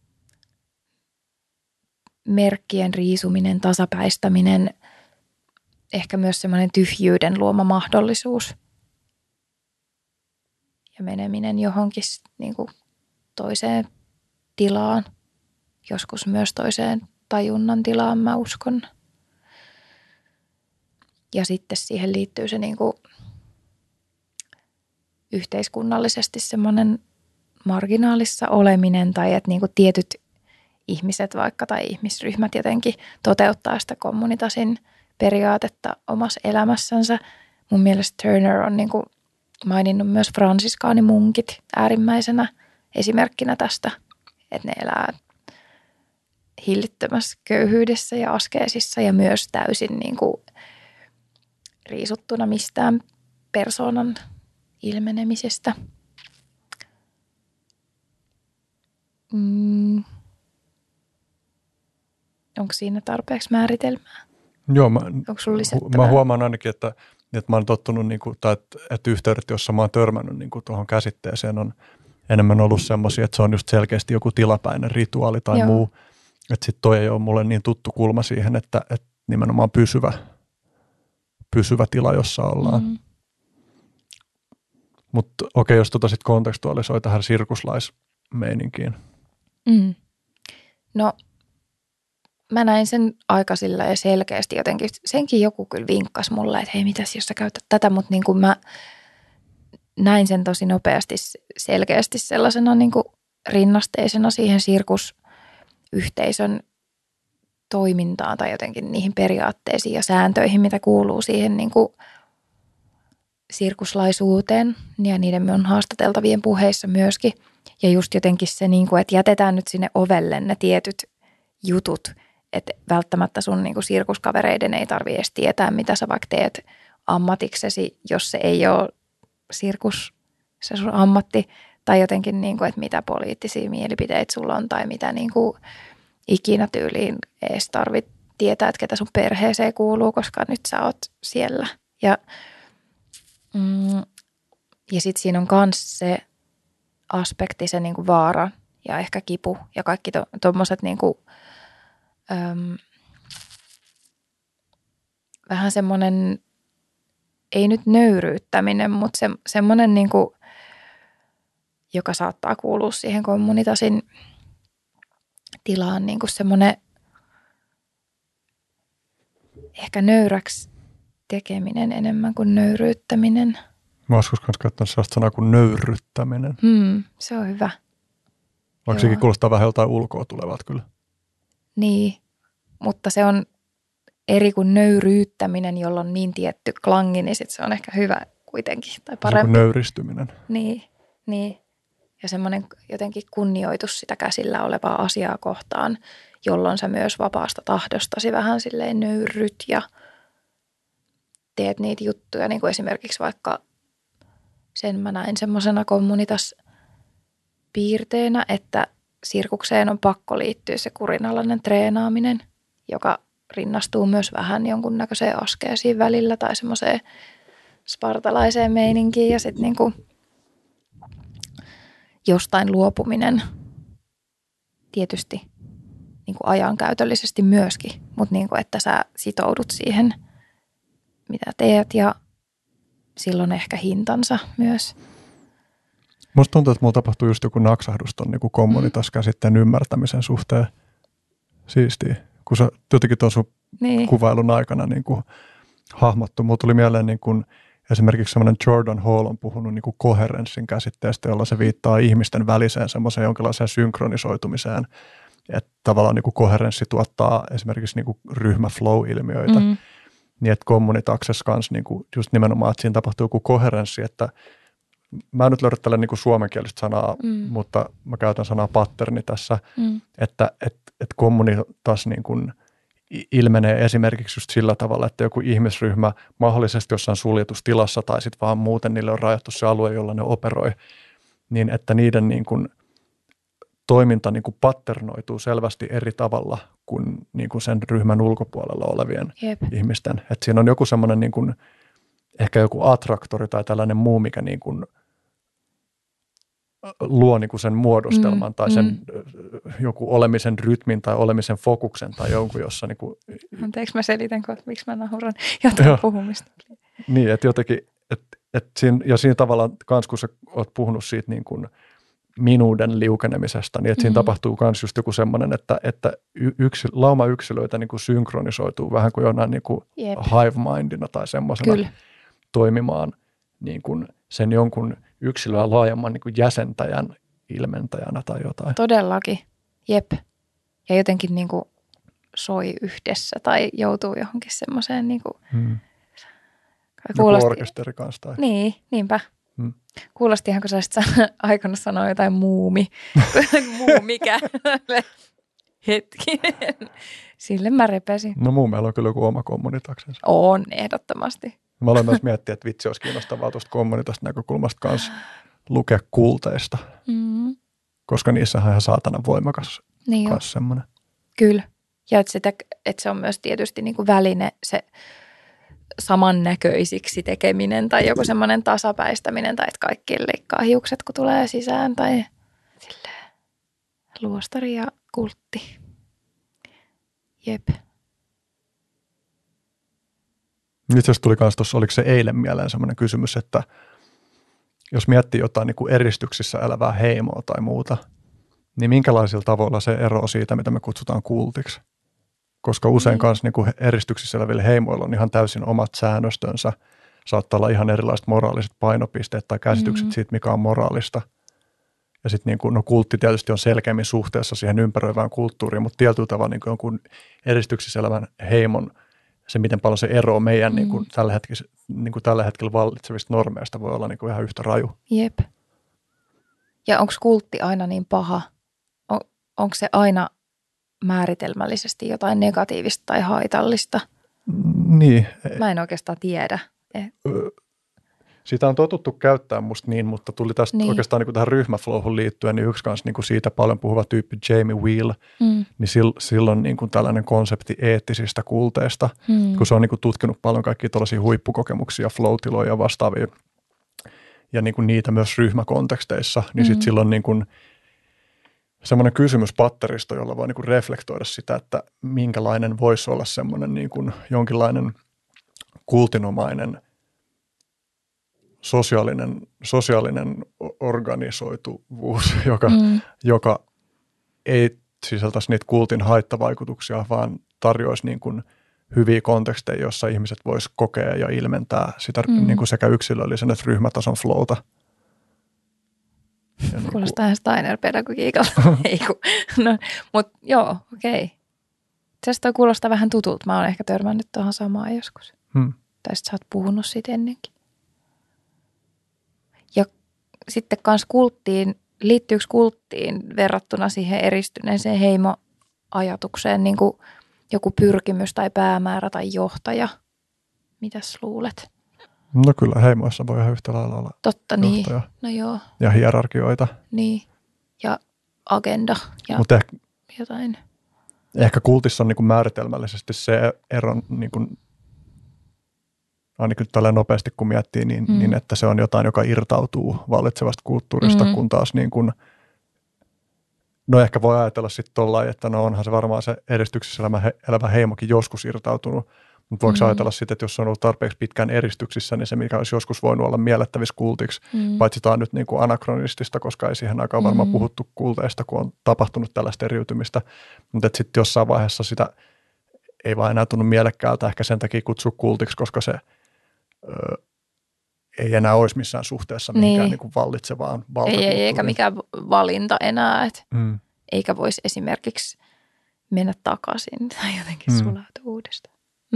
merkkien riisuminen, tasapäistäminen, ehkä myös semmoinen tyhjyyden luoma mahdollisuus ja meneminen johonkin niin kuin toiseen tilaan, joskus myös toiseen tajunnan tilaan, mä uskon. Ja sitten siihen liittyy se niin kuin yhteiskunnallisesti semmoinen marginaalissa oleminen tai että niin kuin tietyt ihmiset vaikka tai ihmisryhmät jotenkin toteuttaa sitä kommunitasin periaatetta omassa elämässänsä. Mun mielestä Turner on niin kuin maininnut myös fransiskaanimunkit äärimmäisenä esimerkkinä tästä, että ne elää hillittömässä köyhyydessä ja askeesissa ja myös täysin niin kuin riisuttuna mistään persoonan ilmenemisestä. Onko siinä tarpeeksi määritelmää?
Joo,
Onko sulla lisättävää?
mä huomaan ainakin, että mä oon tottunut, niin kuin, tai että yhteydet, joissa mä oon törmännyt niin kuin tuohon käsitteeseen, on enemmän ollut semmoisia, että se on just selkeästi joku tilapäinen rituaali tai muu. Että sitten toi ei ole mulle niin tuttu kulma siihen, että nimenomaan pysyvä tila, jossa ollaan. Mutta okei, jos sitten kontekstualisoi tähän sirkuslaismeininkiin.
No, mä näin sen aika sillä ja selkeästi jotenkin. Senkin joku kyllä vinkkasi mulle, että hei, mitäs jos sä käytät tätä, mutta niin kuin mä näin sen tosi nopeasti selkeästi sellaisena niin kuin rinnasteisena siihen sirkusyhteisön toimintaan tai jotenkin niihin periaatteisiin ja sääntöihin, mitä kuuluu siihen niin kuin sirkuslaisuuteen ja niiden on haastateltavien puheissa myöskin. Ja just jotenkin se, niin kuin, että jätetään nyt sinne ovelle ne tietyt jutut, että välttämättä sun niin kuin sirkuskavereiden ei tarvitse edes tietää, mitä sä vaikka teet ammatiksesi, jos se ei ole sirkus, se sun ammatti, tai jotenkin, niin kuin, että mitä poliittisia mielipiteitä sulla on, tai mitä niin kuin ikinä tyyliin edes tarvitse tietää, että ketä sun perheeseen kuuluu, koska nyt sä oot siellä. Ja sitten siinä on myös se aspekti, se niin kuin vaara ja ehkä kipu ja kaikki tommoset niin kuin, vähän semmoinen, ei nyt nöyryyttäminen, mutta semmoinen, niin kuin, joka saattaa kuulua siihen kommunitasin tilaan, niin kuin semmoinen ehkä nöyräksi tekeminen enemmän kuin nöyryyttäminen.
Mä oon joskus käyttänyt sellaista sanaa kuin nöyryttäminen.
Se on hyvä.
Vaikka sekin kuulostaa vähän joltain ulkoa tulevat kyllä.
Niin, mutta se on eri kuin nöyryyttäminen, jolla on niin tietty klangi, niin sit se on ehkä hyvä kuitenkin. Tai parempi.
Se on nöyristyminen.
Niin. Ja semmoinen jotenkin kunnioitus sitä käsillä olevaa asiaa kohtaan, jolloin sä myös vapaasta tahdostasi vähän silleen nöyryt ja teet niitä juttuja, niin kuin esimerkiksi vaikka sen mä näin semmoisena kommunitaspiirteenä, että sirkukseen on pakko liittyä se kurinalainen treenaaminen, joka rinnastuu myös vähän jonkunnäköiseen askeesiin välillä tai semmoiseen spartalaiseen meininkiin ja sitten niinku jostain luopuminen tietysti niinku ajankäytöllisesti myöskin, mutta niinku, että sä sitoudut siihen, mitä teet ja silloin ehkä hintansa myös.
Musta tuntuu, että mulla tapahtuu just joku naksahdus ton niin kommunitas-käsitteen ymmärtämisen suhteen. Siistiä. Kun sä jotenkin tuon sun kuvailun aikana niin kuin hahmottu. Mulla tuli mieleen niin kuin esimerkiksi semmoinen Jordan Hall on puhunut niin kuin koherenssin käsitteestä, jolla se viittaa ihmisten väliseen semmoiseen jonkinlaiseen synkronisoitumiseen. Että tavallaan niin kuin koherenssi tuottaa esimerkiksi niin kuin ryhmäflow-ilmiöitä. Niin että kommunitaksessa kanssa niin kuin just nimenomaan, että siinä tapahtuu joku koherenssi, että mä en nyt löydä tälle niin kuin suomenkielistä sanaa, mutta mä käytän sanaa patterni tässä, että kommunitas niin kuin ilmenee esimerkiksi just sillä tavalla, että joku ihmisryhmä mahdollisesti jossain suljetustilassa tai sitten vaan muuten niille on rajattu se alue, jolla ne operoi, niin että niiden niin kuin toiminta niin kuin patternoituu selvästi eri tavalla kuin, niin kuin sen ryhmän ulkopuolella olevien
Jep.
ihmisten. Että siinä on joku semmoinen niin kuin, ehkä joku attraktori tai tällainen muu, mikä niin kuin luo niin kuin sen muodostelman tai sen joku olemisen rytmin tai olemisen fokuksen tai jonkun, jossa niin kuin,
Anteeksi, mä selitän, miksi mä nahuran jotain puhumista.
Niin, että jotenkin, siinä tavallaan kans kun sä oot puhunut siitä niin kuin minuuden liukenemisesta, niin että siinä tapahtuu myös just joku semmoinen, että lauma-yksilöitä niin kuin synkronisoituu vähän kuin jonain niin kuin hive-mindina tai semmoisena toimimaan niin kuin sen jonkun yksilöä laajemman niin kuin jäsentäjän ilmentäjänä tai jotain.
Todellakin, jep. Ja jotenkin niin kuin soi yhdessä tai joutuu johonkin semmoiseen niin kuin
joku orkesteri kanssa. Tai.
Niin, niinpä. Kuulosti ihan, kun sä olisit aikana sanoa jotain muumikälle. Hetkinen. Sille mä repesin.
No muumeilla on kyllä joku oma kommunitaksensa.
On, ehdottomasti.
Mä olen myös miettinyt, että vitsi olisi kiinnostavaa tuosta kommunitasta näkökulmasta kanssa lukea kulteista. Koska niissä on ihan saatanan voimakas kanssa semmoinen.
Kyllä. Ja että se on myös tietysti niin kuin väline se samannäköisiksi tekeminen tai joku semmoinen tasapäistäminen tai että kaikki leikkaa hiukset, kun tulee sisään tai silleen luostari ja kultti. Jep.
Nyt jos tuli kanssa tuossa, oliko se eilen mieleen semmoinen kysymys, että jos miettii jotain niin kuin eristyksissä elävää heimoa tai muuta, niin minkälaisilla tavoilla se eroaa siitä, mitä me kutsutaan kultiksi? Koska usein kanssa niin kuin eristyksissä elävillä heimoilla on ihan täysin omat säännöstönsä. Saattaa olla ihan erilaiset moraaliset painopisteet tai käsitykset siitä, mikä on moraalista. Ja sitten niin kultti tietysti on selkeämmin suhteessa siihen ympäröivään kulttuuriin, mutta tietyllä tavalla niin jonkun eristyksissä elävän heimon, se miten paljon se eroaa meidän niin kuin tällä hetkellä vallitsevista normeista voi olla niin kuin ihan yhtä raju.
Jep. Ja onko kultti aina niin paha? Onko se aina määritelmällisesti jotain negatiivista tai haitallista?
Niin.
Mä en oikeastaan tiedä.
Sitä on totuttu käyttää musta niin, mutta tuli tästä oikeastaan niin kuin tähän ryhmäflowhun liittyen, niin yksi kanssa niin kuin siitä paljon puhuva tyyppi Jamie Wheal, niin silloin niin kuin tällainen konsepti eettisistä kulteista, kun se on niin kuin tutkinut paljon kaikkia tällaisia huippukokemuksia, flow-tiloja ja vastaavia, ja niin kuin niitä myös ryhmäkonteksteissa, niin sitten silloin niin kuin semmoinen kysymyspatteristo, jolla voi niin kuin reflektoida sitä, että minkälainen voisi olla semmoinen niin kuin jonkinlainen kultinomainen sosiaalinen organisoituvuus, joka ei sisältäisi niitä kultin haittavaikutuksia, vaan tarjoaisi niin kuin hyviä konteksteja, joissa ihmiset vois kokea ja ilmentää sitä niin kuin sekä yksilöllisen että ryhmätason flowta.
Kuulostaa ihan Steiner-pedagogiikalta. No, mutta joo, okei. Tästä kuulostaa vähän tutulta. Mä oon ehkä törmännyt tuohon samaan joskus. Tai sit sä oot puhunut siitä ennenkin. Ja sitten kans liittyykö kulttiin verrattuna siihen eristyneeseen heimoajatukseen niin kuin joku pyrkimys tai päämäärä tai johtaja? Mitäs luulet?
No kyllä heimoissa voi ihan yhtä lailla olla johtaja.
Niin. No joo.
Ja hierarkioita.
Niin. Ja agenda ja jotain.
Ehkä kultissa on niin kuin määritelmällisesti se ero, niin kuin, ainakin tällä nopeasti kun miettii, niin että se on jotain, joka irtautuu vallitsevasta kulttuurista, kun taas niin kuin, no ehkä voi ajatella sitten tollain, että no onhan se varmaan se edistyksessä elävä heimokin joskus irtautunut, mutta voiko ajatella sitten, että jos on ollut tarpeeksi pitkään eristyksissä, niin se mikä olisi joskus voinut olla miellettävissä kultiksi, paitsi tämä on nyt niin kuin anakronistista, koska ei siihen aikaan varmaan puhuttu kulteista, kun on tapahtunut tällaista eriytymistä, mutta sitten jossain vaiheessa sitä ei vaan enää tunnu mielekkäältä ehkä sen takia kutsua kultiksi, koska se ei enää olisi missään suhteessa mihinkään niin kuin vallitsevaan valtakulttuuriin.
Ei, eikä mikään valinta enää, eikä voisi esimerkiksi mennä takaisin tai jotenkin sulautua uudestaan.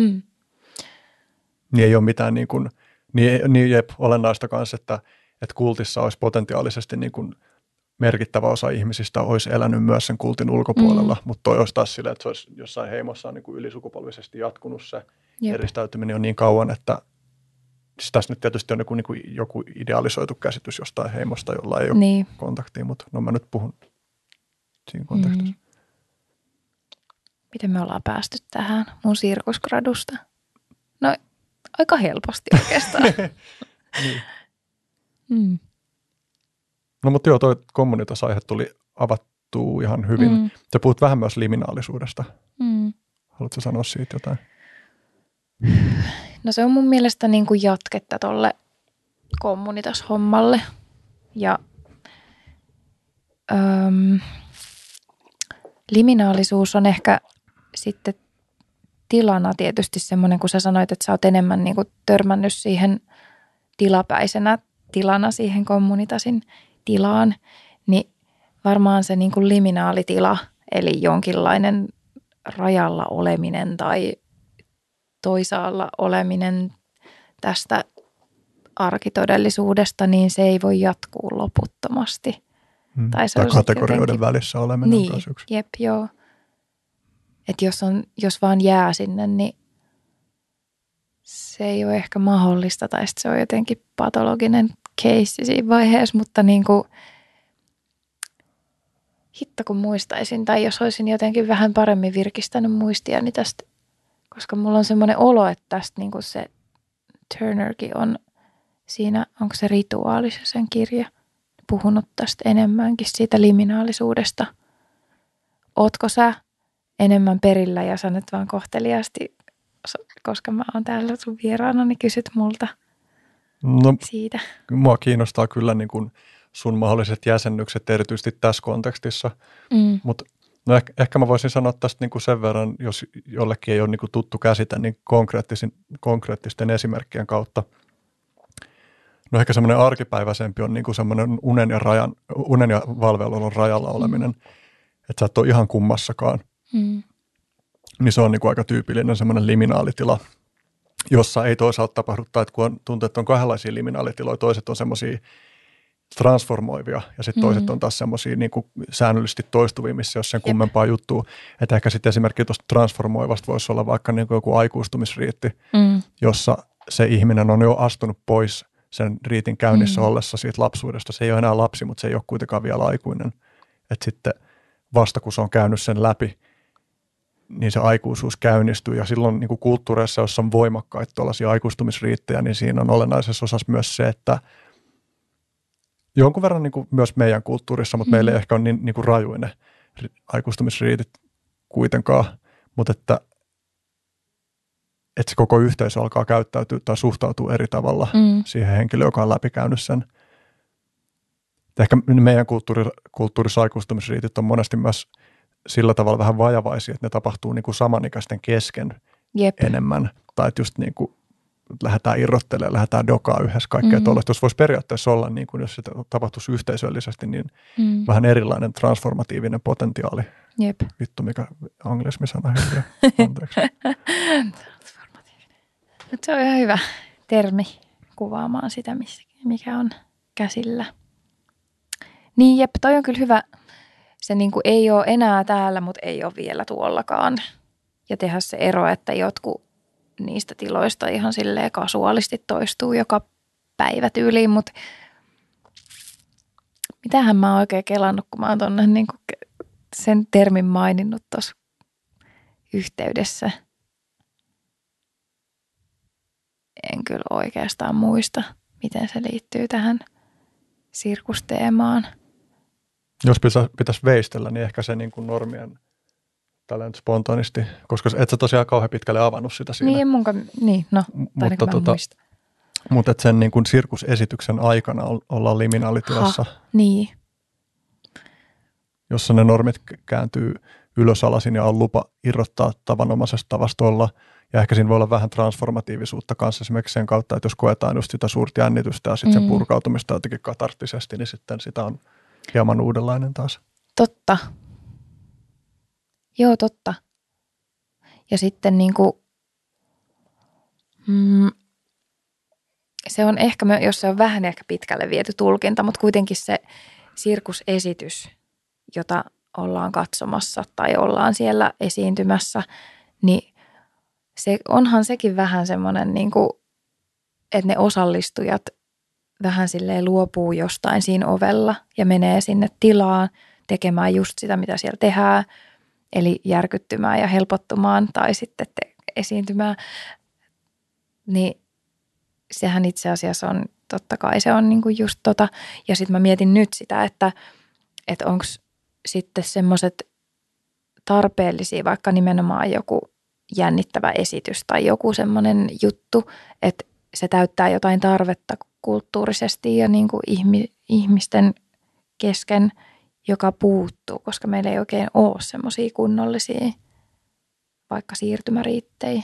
Niin ei ole mitään niin kuin, niin jep, olennaista kanssa, että kultissa olisi potentiaalisesti niin kuin merkittävä osa ihmisistä olisi elänyt myös sen kultin ulkopuolella, mutta toi olisi taas silleen, että se olisi jossain heimossa niin kuin ylisukupolvisesti jatkunut se eristäytyminen on niin kauan, että siis tässä nyt tietysti on joku idealisoitu käsitys jostain heimosta, jolla ei ole kontaktia, mutta no mä nyt puhun siinä kontekstissa.
Miten me ollaan päästy tähän mun sirkusgradusta? No aika helposti oikeastaan.
Niin. No mutta joo, toi kommunitas-aihe tuli avattua ihan hyvin. Sä puhut vähän myös liminaalisuudesta. Haluatko sanoa siitä jotain?
No se on mun mielestä niin kuin jatketta tolle kommunitas-hommalle. Ja liminaalisuus on ehkä sitten tilana tietysti semmoinen, kun sä sanoit, että sä oot enemmän niin kuin törmännyt siihen tilapäisenä tilana siihen kommunitasin tilaan, niin varmaan se niin kuin liminaalitila, eli jonkinlainen rajalla oleminen tai toisaalla oleminen tästä arkitodellisuudesta, niin se ei voi jatkuu loputtomasti. Tai
kategorioiden jotenkin välissä oleminen
niin,
on taas yksi.
Jep, joo. Että jos vaan jää sinne, niin se ei ole ehkä mahdollista tai se on jotenkin patologinen case siinä vaiheessa, mutta niin kuin hitto kun muistaisin tai jos olisin jotenkin vähän paremmin virkistänyt muistiani tästä, koska mulla on semmoinen olo, että tästä niin kuin se Turnerkin on siinä, onko se Rituaalissa sen kirja, puhunut tästä enemmänkin siitä liminaalisuudesta. Ootko sä enemmän perillä ja sä nyt vaan kohteliaasti, koska mä oon täällä sun vieraana, niin kysyt multa siitä.
Mua kiinnostaa kyllä niin kuin sun mahdolliset jäsennykset erityisesti tässä kontekstissa, mutta no ehkä mä voisin sanoa tästä niin kuin sen verran, jos jollekin ei ole niin kuin tuttu käsite, niin konkreettisten esimerkkien kautta. No ehkä semmoinen arkipäiväisempi on niin kuin semmoinen unen ja valveilun rajalla oleminen, että sä et ole ihan kummassakaan. Niin se on niin kuin aika tyypillinen semmoinen liminaalitila, jossa ei toisaalta tapahdu, tai kun tuntuu, että on kahdenlaisia liminaalitiloja, toiset on semmoisia transformoivia ja sitten toiset on taas semmoisia niin kuin säännöllisesti toistuvia, missä jos sen kummempaa juttua. Että ehkä sitten esimerkiksi tuosta transformoivasta voisi olla vaikka niin kuin joku aikuistumisriitti, jossa se ihminen on jo astunut pois sen riitin käynnissä ollessa siitä lapsuudesta. Se ei ole enää lapsi, mutta se ei ole kuitenkaan vielä aikuinen. Että sitten vasta kun se on käynyt sen läpi, niin se aikuisuus käynnistyy. Ja silloin niin kuin kulttuureissa, jossa on voimakkaita tuollaisia aikuistumisriittejä, niin siinä on olennaisessa osassa myös se, että jonkun verran niin kuin myös meidän kulttuurissa, mutta meillä ei ehkä ole niin kuin rajuja ne aikuistumisriitit kuitenkaan, mutta että se koko yhteisö alkaa käyttäytyä tai suhtautua eri tavalla siihen henkilöön, joka on läpikäynyt sen. Ehkä meidän kulttuurissa aikuistumisriitit on monesti myös sillä tavalla vähän vajavaisia, että ne tapahtuu niin kuin samanikäisten kesken enemmän. Tai että just niin kuin lähdetään irrottelemaan, lähdetään dokaa yhdessä kaikkea tuollaista. Jos voisi periaatteessa olla, niin kuin jos se tapahtuisi yhteisöllisesti, niin vähän erilainen transformatiivinen potentiaali.
Jep.
Vittu, mikä anglismisana hirveä. Anteeksi.
Transformatiivinen. Mutta se on ihan hyvä termi kuvaamaan sitä, mikä on käsillä. Niin jep, toi on kyllä hyvä. Se niin kuin ei ole enää täällä, mutta ei ole vielä tuollakaan. Ja tehdä se ero, että jotkut niistä tiloista ihan silleen kasuaalisti toistuu joka päivä tyyliin, mutta mitähän mä oon oikein kelannut, kun mä oon tonne niin kuin sen termin maininnut tuossa yhteydessä. En kyllä oikeastaan muista, miten se liittyy tähän sirkusteemaan.
Jos pitäisi veistellä, niin ehkä se niin kuin normien tällä nyt spontaanisti, koska et sä tosiaan kauhean pitkälle avannut sitä siinä. Mutta että sen niin kuin sirkusesityksen aikana ollaan liminaalitilassa.
Niin.
Jossa ne normit kääntyy ylösalasin ja on lupa irrottaa tavanomaisesta tavasta olla. Ja ehkä siinä voi olla vähän transformatiivisuutta kanssa esimerkiksi sen kautta, että jos koetaan just sitä suurta jännitystä ja sitten sen purkautumista jotenkin katarttisesti, niin sitten sitä on hieman uudenlainen taas.
Totta. Joo, totta. Ja sitten niin kuin, se on ehkä, jos se on vähän ehkä pitkälle viety tulkinta, mutta kuitenkin se sirkusesitys, jota ollaan katsomassa tai ollaan siellä esiintymässä, niin onhan sekin vähän semmoinen, niin kuin, että ne osallistujat vähän silleen luopuu jostain siinä ovella ja menee sinne tilaan tekemään just sitä, mitä siellä tehdään, eli järkyttymään ja helpottumaan tai sitten esiintymään, niin sehän itse asiassa on, totta kai se on niinku just tota. Ja sitten mä mietin nyt sitä, että onko sitten semmoiset tarpeellisia, vaikka nimenomaan joku jännittävä esitys tai joku semmoinen juttu, että se täyttää jotain tarvetta kulttuurisesti ja niinku ihmisten kesken, joka puuttuu, koska meillä ei oikein ole semmoisia kunnollisia vaikka siirtymäriittejä.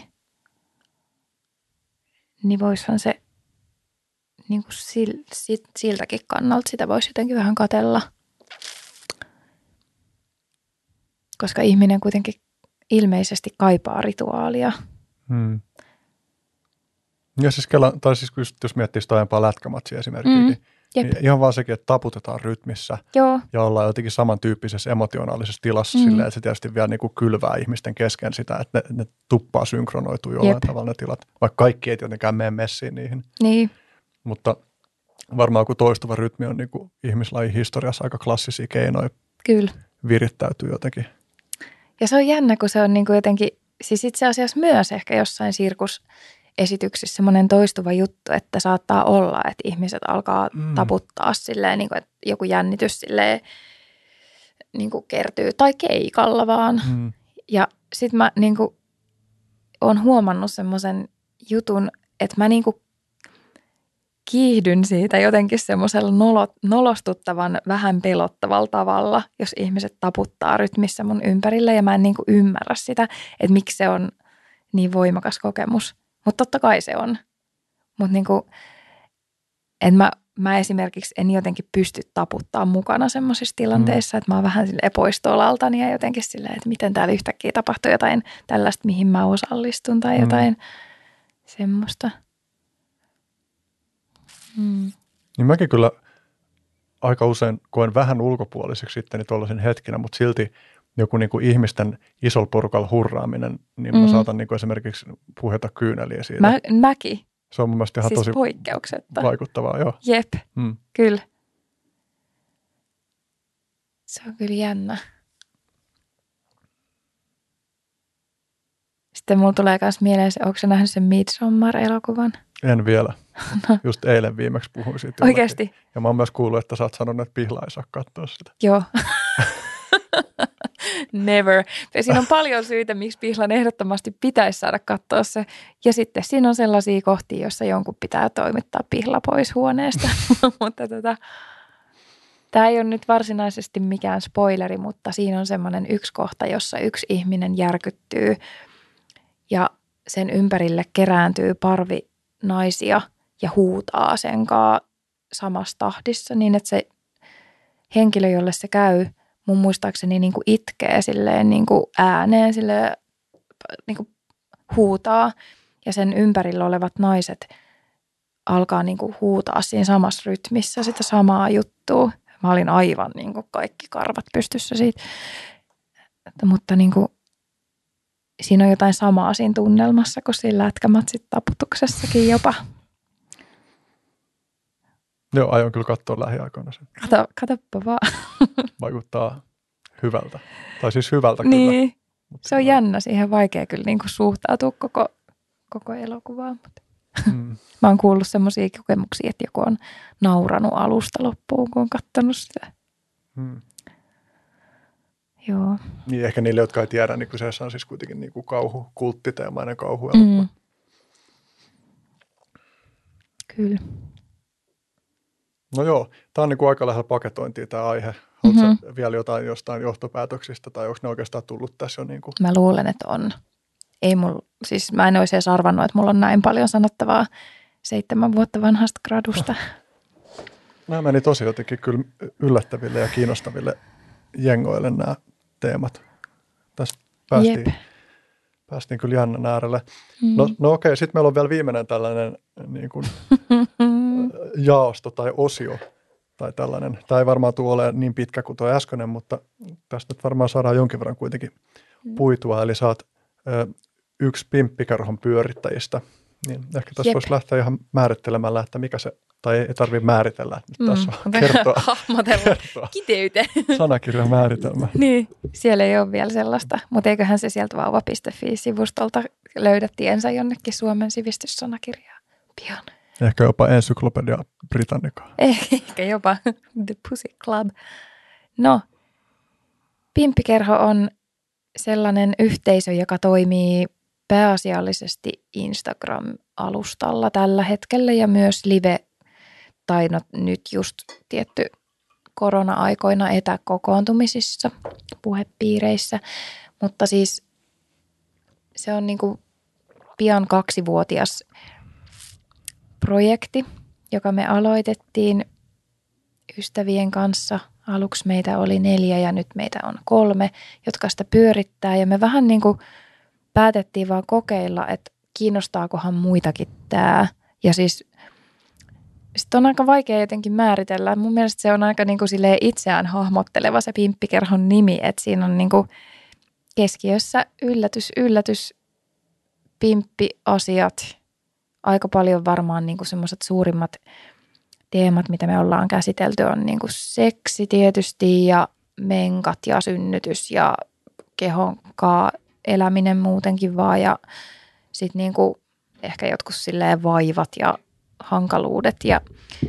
Niin voisihan se niin kuin siltäkin kannalta sitä voisi jotenkin vähän katsella. Koska ihminen kuitenkin ilmeisesti kaipaa rituaalia.
Ja siis, jos miettii sitä aiempaa lätkämatsia esimerkiksi, niin ihan vaan sekin, että taputetaan rytmissä.
Joo.
Ja ollaan jotenkin samantyyppisessä emotionaalisessa tilassa silleen, että se tietysti vielä niin kuin kylvää ihmisten kesken sitä, että ne tuppaa synkronoituu jollain tavalla ne tilat, vaikka kaikki ei tietenkään mene messiin niihin.
Niin.
Mutta varmaan kun toistuva rytmi on niin kuin ihmislajin historiassa aika klassisia keinoja
Kyllä.
virittäytyy jotenkin.
Ja se on jännä, kun se on niin kuin jotenkin, siis itse asiassa myös ehkä jossain sirkusesityksissä semmoinen toistuva juttu, että saattaa olla, että ihmiset alkaa taputtaa silleen, niin kuin, että joku jännitys silleen niin kuin kertyy, tai keikalla vaan. Ja sitten mä niin kuin olen huomannut semmoisen jutun, että mä niin kuin kiihdyn siitä jotenkin semmoisella nolostuttavan, vähän pelottavalla tavalla, jos ihmiset taputtaa rytmissä mun ympärillä ja mä en niin kuin ymmärrä sitä, että miksi se on niin voimakas kokemus. Mutta totta kai se on. Mutta niin kuin, että mä esimerkiksi en jotenkin pysty taputtaa mukana semmoisissa tilanteissa, että mä oon vähän silleen poistolaltani ja jotenkin silleen, että miten täällä yhtäkkiä tapahtuu jotain tällaista, mihin mä osallistun tai jotain semmoista.
Niin mäkin kyllä aika usein koen vähän ulkopuoliseksi sitten tuollaisen hetkinä, mutta silti joku niin kuin ihmisten isolla porukalla hurraaminen, niin mä saatan niin kuin esimerkiksi puhjeta kyyneliä siitä.
Mäkin.
Se on mun mielestä ihan
siis
tosi
poikkeuksetta.
Vaikuttavaa, joo.
Jep, kyllä. Se on kyllä jännä. Sitten mulla tulee myös mieleen se, onko sä nähnyt sen Midsommar-elokuvan?
En vielä. Just eilen viimeksi puhuin siitä.
Oikeasti?
Ja mä oon myös kuullut, että sä oot sanonut, että Pihla ei saa katsoa sitä.
Joo. Never. Ja siinä on paljon syitä, miksi Pihlan ehdottomasti pitäisi saada katsoa se. Ja sitten siinä on sellaisia kohtia, joissa jonkun pitää toimittaa Pihla pois huoneesta. Mutta tämä ei ole nyt varsinaisesti mikään spoileri, mutta siinä on semmoinen yksi kohta, jossa yksi ihminen järkyttyy ja sen ympärille kerääntyy parvi naisia ja huutaa sen kanssa samassa tahdissa niin, että se henkilö, jolle se käy, mun muistaakseni niin kuin itkee silleen niin kuin ääneen, silleen niin kuin huutaa ja sen ympärillä olevat naiset alkaa niin kuin huutaa siinä samassa rytmissä sitä samaa juttua. Mä olin aivan niin kuin kaikki karvat pystyssä siitä, mutta niin kuin siinä on jotain samaa siinä tunnelmassa kuin siinä lätkämatsit taputuksessakin jopa.
Joo, aion kyllä katsoa lähiaikoina sen.
Katoppa vaan.
Vaikuttaa hyvältä. Tai siis hyvältä
niin.
kyllä.
Se on jännä. Siihen on vaikea kyllä niin kuin suhtautua koko elokuvaan. Mä oon kuullut semmoisia kokemuksia, että joku on nauranut alusta loppuun, kun on katsonut sitä. Joo.
Niin ehkä niille, jotka ei tiedä, niin kyseessä on siis kuitenkin niin kuin kulttiteemainen kauhuelokuva.
Kyllä.
No joo, tämä on niin kuin aika lähellä paketointia tämä aihe. Haluatko vielä jotain jostain johtopäätöksistä tai onko ne oikeastaan tullut tässä jo? Niin kuin?
Mä luulen, että on. Siis mä en olisi edes arvannut, että mulla on näin paljon sanottavaa 7 vuotta vanhasta gradusta.
Nämä meni tosi jotenkin kyllä yllättäville ja kiinnostaville jengoille nämä teemat. Tässä päästiin kyllä jännän äärelle. No okei, sitten meillä on vielä viimeinen tällainen niin kuin jaosto tai osio tai tällainen. Tämä ei varmaan tule olemaan niin pitkä kuin tuo äskeinen, mutta tästä nyt varmaan saadaan jonkin verran kuitenkin puitua. Eli sä oot yksi pimppikerhon pyörittäjistä. Niin ehkä tässä voisi lähteä ihan määrittelemällä, että mikä se Tai ei tarvitse määritellä, nyt tässä on
hahmotella, kiteyte.
Sanakirjan määritelmä.
Niin, siellä ei ole vielä sellaista, mutta eiköhän se sieltä vauva.fi-sivustolta löydä tiensä jonnekin Suomen sivistyssanakirjaa pian.
Ehkä jopa Encyclopedia Britannica.
Ehkä jopa The Pussy Club. No, Pimppikerho on sellainen yhteisö, joka toimii pääasiallisesti Instagram-alustalla tällä hetkellä ja myös live, tai no, nyt just tietty korona-aikoina etäkokoontumisissa, puhepiireissä, mutta siis se on niinku pian 2-vuotias projekti, joka me aloitettiin ystävien kanssa. Aluksi meitä oli 4 ja nyt meitä on 3, jotka sitä pyörittää ja me vähän niin kuin päätettiin vaan kokeilla, että kiinnostaakohan muitakin tämä. Ja siis sitten on aika vaikea jotenkin määritellä. Mun mielestä se on aika niin kuin silleen itseään hahmotteleva se Pimppikerhon nimi, että siinä on niin kuin keskiössä yllätys, pimppiasiat. Aika paljon varmaan niin kuin semmoiset suurimmat teemat, mitä me ollaan käsitelty, on niin kuin seksi tietysti ja menkat ja synnytys ja kehonkaan eläminen muutenkin vaan ja sitten niin kuin ehkä jotkut silleen vaivat ja hankaluudet ja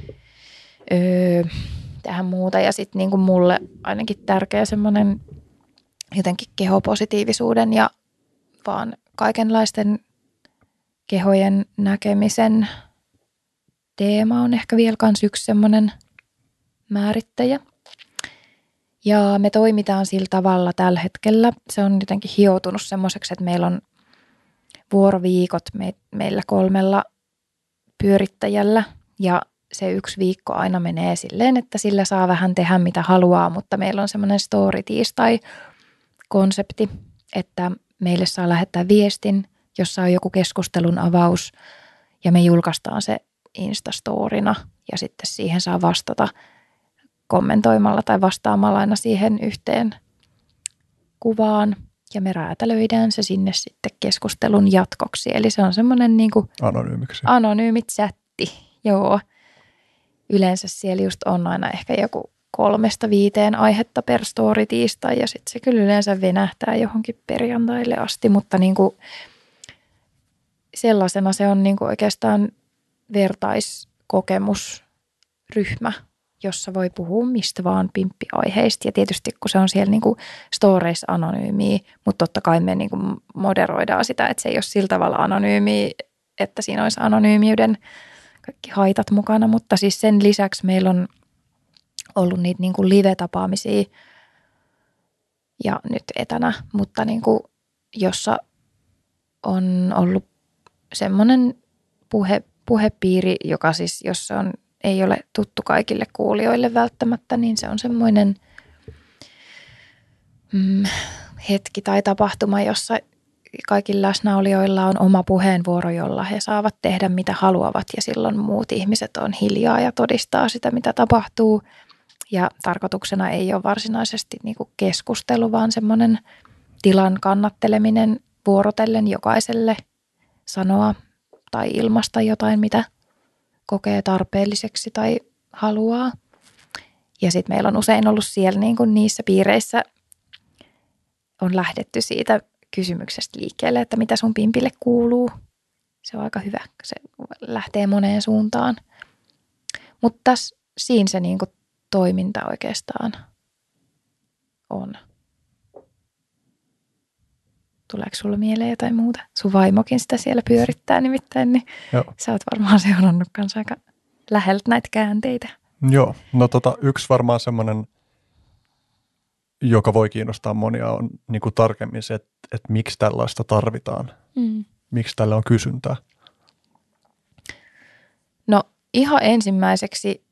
tähän muuta. Ja sitten niin kuin mulle ainakin tärkeä semmoinen jotenkin kehopositiivisuuden ja vaan kaikenlaisten kehojen näkemisen teema on ehkä vielä kans yksi semmoinen määrittäjä. Ja me toimitaan sillä tavalla tällä hetkellä. Se on jotenkin hioutunut semmoiseksi, että meillä on vuoroviikot meillä 3 pyörittäjällä. Ja se 1 viikko aina menee silleen, että sillä saa vähän tehdä mitä haluaa, mutta meillä on semmoinen story-tiistai-konsepti, että meille saa lähettää viestin, jossa on joku keskustelun avaus ja me julkaistaan se Instastorina ja sitten siihen saa vastata kommentoimalla tai vastaamalla aina siihen yhteen kuvaan ja me räätälöidään se sinne sitten keskustelun jatkoksi. Eli se on semmoinen niin kuin anonyymi chatti, joo. Yleensä siellä just on aina ehkä joku 3-5 aihetta per story tiistai ja sitten se kyllä yleensä venähtää johonkin perjantaille asti, mutta niin kuin sellaisena se on niin kuin oikeastaan vertaiskokemusryhmä, jossa voi puhua mistä vaan pimppiaiheista. Ja tietysti kun se on siellä niin kuin storeissa anonyymiä, mutta totta kai me niin kuin moderoidaan sitä, että se ei ole sillä tavalla anonyymiä, että siinä olisi anonyymiyden kaikki haitat mukana. Mutta siis sen lisäksi meillä on ollut niitä niin kuin live-tapaamisia ja nyt etänä, mutta niin kuin, jossa on ollut semmoinen puhepiiri, joka siis, jos se ei ole tuttu kaikille kuulijoille välttämättä, niin se on semmoinen hetki tai tapahtuma, jossa kaikilla läsnäolijoilla on oma puheenvuoro, jolla he saavat tehdä mitä haluavat ja silloin muut ihmiset on hiljaa ja todistaa sitä, mitä tapahtuu. Ja tarkoituksena ei ole varsinaisesti niinku keskustelu, vaan semmoinen tilan kannatteleminen vuorotellen jokaiselle sanoa tai ilmaista jotain, mitä kokee tarpeelliseksi tai haluaa. Ja sitten meillä on usein ollut siellä niin kuin niissä piireissä on lähdetty siitä kysymyksestä liikkeelle, että mitä sun pimpille kuuluu. Se on aika hyvä, se lähtee moneen suuntaan. Mutta siinä se niin kuin toiminta oikeastaan on. Tuleeko sulla mieleen jotain muuta? Sun vaimokin sitä siellä pyörittää nimittäin, niin joo. Sä oot varmaan seurannut kanssa aika läheltä näitä käänteitä.
Joo, no yksi varmaan semmoinen, joka voi kiinnostaa monia, on niin kuin tarkemmin se, että miksi tällaista tarvitaan. Miksi tällä on kysyntää?
No ihan ensimmäiseksi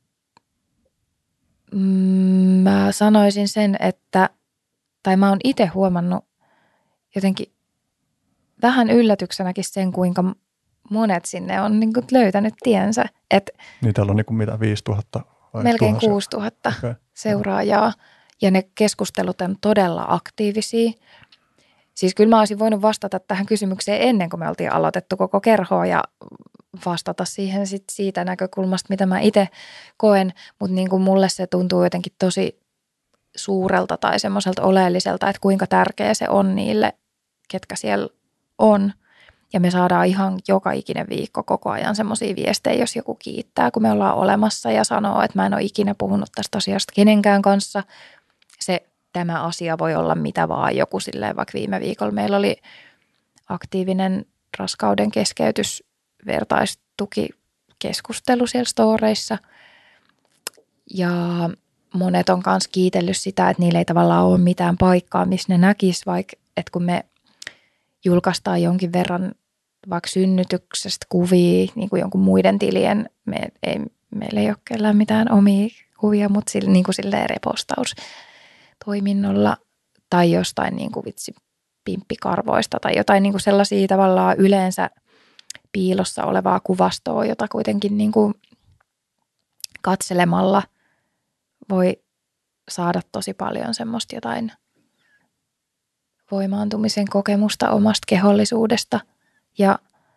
mä sanoisin sen, että, tai mä oon itse huomannut jotenkin vähän yllätyksenäkin sen, kuinka monet sinne on niin kuin löytänyt tiensä.
Niin täällä on niin kuin mitä, 5000?
Melkein 6000 seuraajaa ja ne keskustelut on todella aktiivisia. Siis kyllä mä olisin voinut vastata tähän kysymykseen ennen kuin me oltiin aloitettu koko kerhoa ja vastata siihen sit siitä näkökulmasta, mitä mä itse koen, mutta niin kuin mulle se tuntuu jotenkin tosi suurelta tai semmoiselta oleelliselta, että kuinka tärkeä se on niille, ketkä siellä on. Ja me saadaan ihan joka ikinen viikko koko ajan semmoisia viestejä, jos joku kiittää, kun me ollaan olemassa ja sanoo, että mä en ole ikinä puhunut tästä asiasta kenenkään kanssa. Tämä asia voi olla mitä vaan, joku silleen, vaikka viime viikolla meillä oli aktiivinen raskauden keskeytys, vertaistukikeskustelu siellä storeissa. Ja monet on myös kiitellyt sitä, että niillä ei tavallaan ole mitään paikkaa, missä ne näkis, vaikka että kun me julkaistaan jonkin verran vaikka synnytyksestä kuvia, niin kuin jonkun muiden tilien, meillä ei ole kellään mitään omia kuvia, mutta niin kuin silleen repostaustoiminnolla tai jostain niin kuin pimppikarvoista tai jotain niin kuin sellaisia tavallaan yleensä piilossa olevaa kuvastoa, jota kuitenkin niin kuin katselemalla voi saada tosi paljon semmoista jotain voimaantumisen kokemusta omasta kehollisuudesta. Ja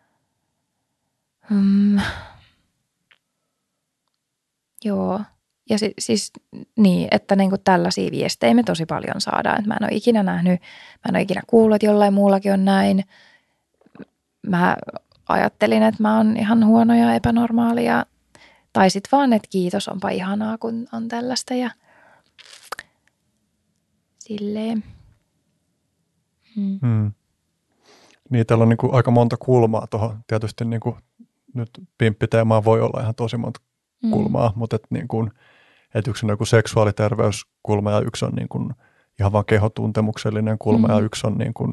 joo, ja siis niin, että niinku tällaisia viestejä me tosi paljon saadaan. Että mä en ole ikinä nähnyt, mä en ole ikinä kuullut, että jollain muullakin on näin. Mä ajattelin, että mä oon ihan huono ja epänormaalia. Tai sit vaan, että kiitos, onpa ihanaa, kun on tällaista ja silleen.
Niin, täällä on niin kuin aika monta kulmaa tuohon. Tietysti niin kuin nyt pimppiteemaa voi olla ihan tosi monta kulmaa, mutta niin kuin, että yksi on joku seksuaaliterveyskulma ja yksi on niin kuin ihan vaan kehotuntemuksellinen kulma ja yksi on niin kuin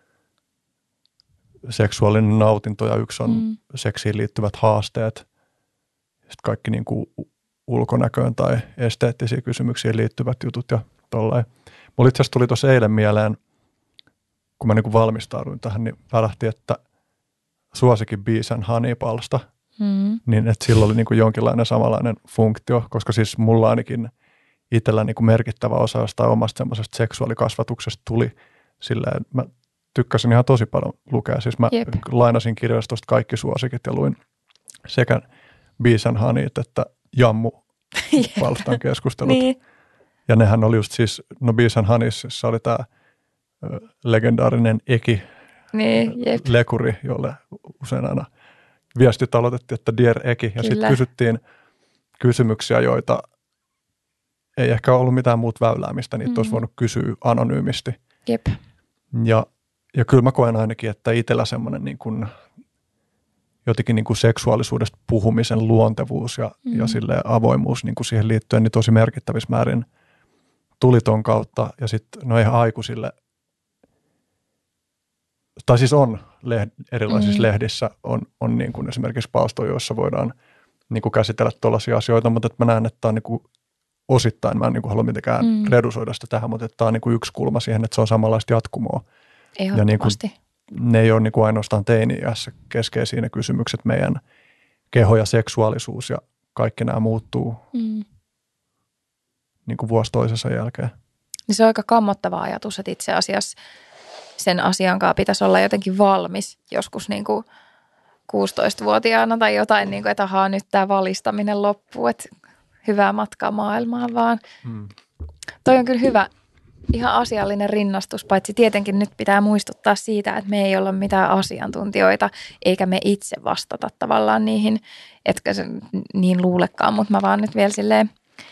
seksuaalinen nautinto ja yksi on seksiin liittyvät haasteet. Sitten kaikki niin kuin ulkonäköön tai esteettisiin kysymyksiin liittyvät jutut ja tollain. Mulla itse asiassa tuli tuossa eilen mieleen, kun mä niin kuin valmistauduin tähän, niin välähti, että suosikin Bees and Honey-palsta, niin että sillä oli niin kuin jonkinlainen samanlainen funktio, koska siis mulla ainakin itsellä niin kuin merkittävä osa jostain omasta semmoisesta seksuaalikasvatuksesta tuli silleen, mä tykkäsin ihan tosi paljon lukea. Siis mä lainasin kirjastosta kaikki suosikit ja luin sekä Bees and Honeyt että Jammu-palstan keskustelut. Niin. Ja nehän oli just siis, no Bees and Honeyssa oli tämä legendaarinen Eki, lekuri, jolle usein aina viestit aloitettiin, että Dear Eki, ja sitten kysyttiin kysymyksiä, joita ei ehkä ollut mitään muuta väylää, mistä niitä olisi voinut kysyä anonyymisti.
Jep.
Ja kyllä mä koen ainakin, että itsellä semmoinen niin kuin jotenkin niin kuin seksuaalisuudesta puhumisen luontevuus ja silleen avoimuus niin kuin siihen liittyen niin tosi merkittävissä määrin tuli ton kautta. Ja sitten no ihan aikuisille, tai siis on erilaisissa lehdissä on niin kuin esimerkiksi palstoja, joissa voidaan niin kuin käsitellä tuollaisia asioita, mutta että mä näen, että tämä on niin kuin osittain, mä en niin kuin halua mitenkään redusoida sitä tähän, mutta että tämä on niin kuin yksi kulma siihen, että se on samanlaista jatkumoa. Ja niin kuin, ne ei ole niin kuin ainoastaan teini-iässä keskeisiä ne kysymykset, meidän keho ja seksuaalisuus ja kaikki nämä muuttuu niin kuin vuosi toisensa jälkeen.
Niin se on aika kammottava ajatus, että itse asiassa sen asiankaan pitäisi olla jotenkin valmis joskus niin kuin 16-vuotiaana tai jotain, niin kuin, että ahaa, nyt tämä valistaminen loppuu, että hyvää matkaa maailmaan vaan. Toi on kyllä hyvä, ihan asiallinen rinnastus, paitsi tietenkin nyt pitää muistuttaa siitä, että me ei olla mitään asiantuntijoita, eikä me itse vastata tavallaan niihin, etkä se niin luulekaan, mutta mä vaan nyt vielä silleen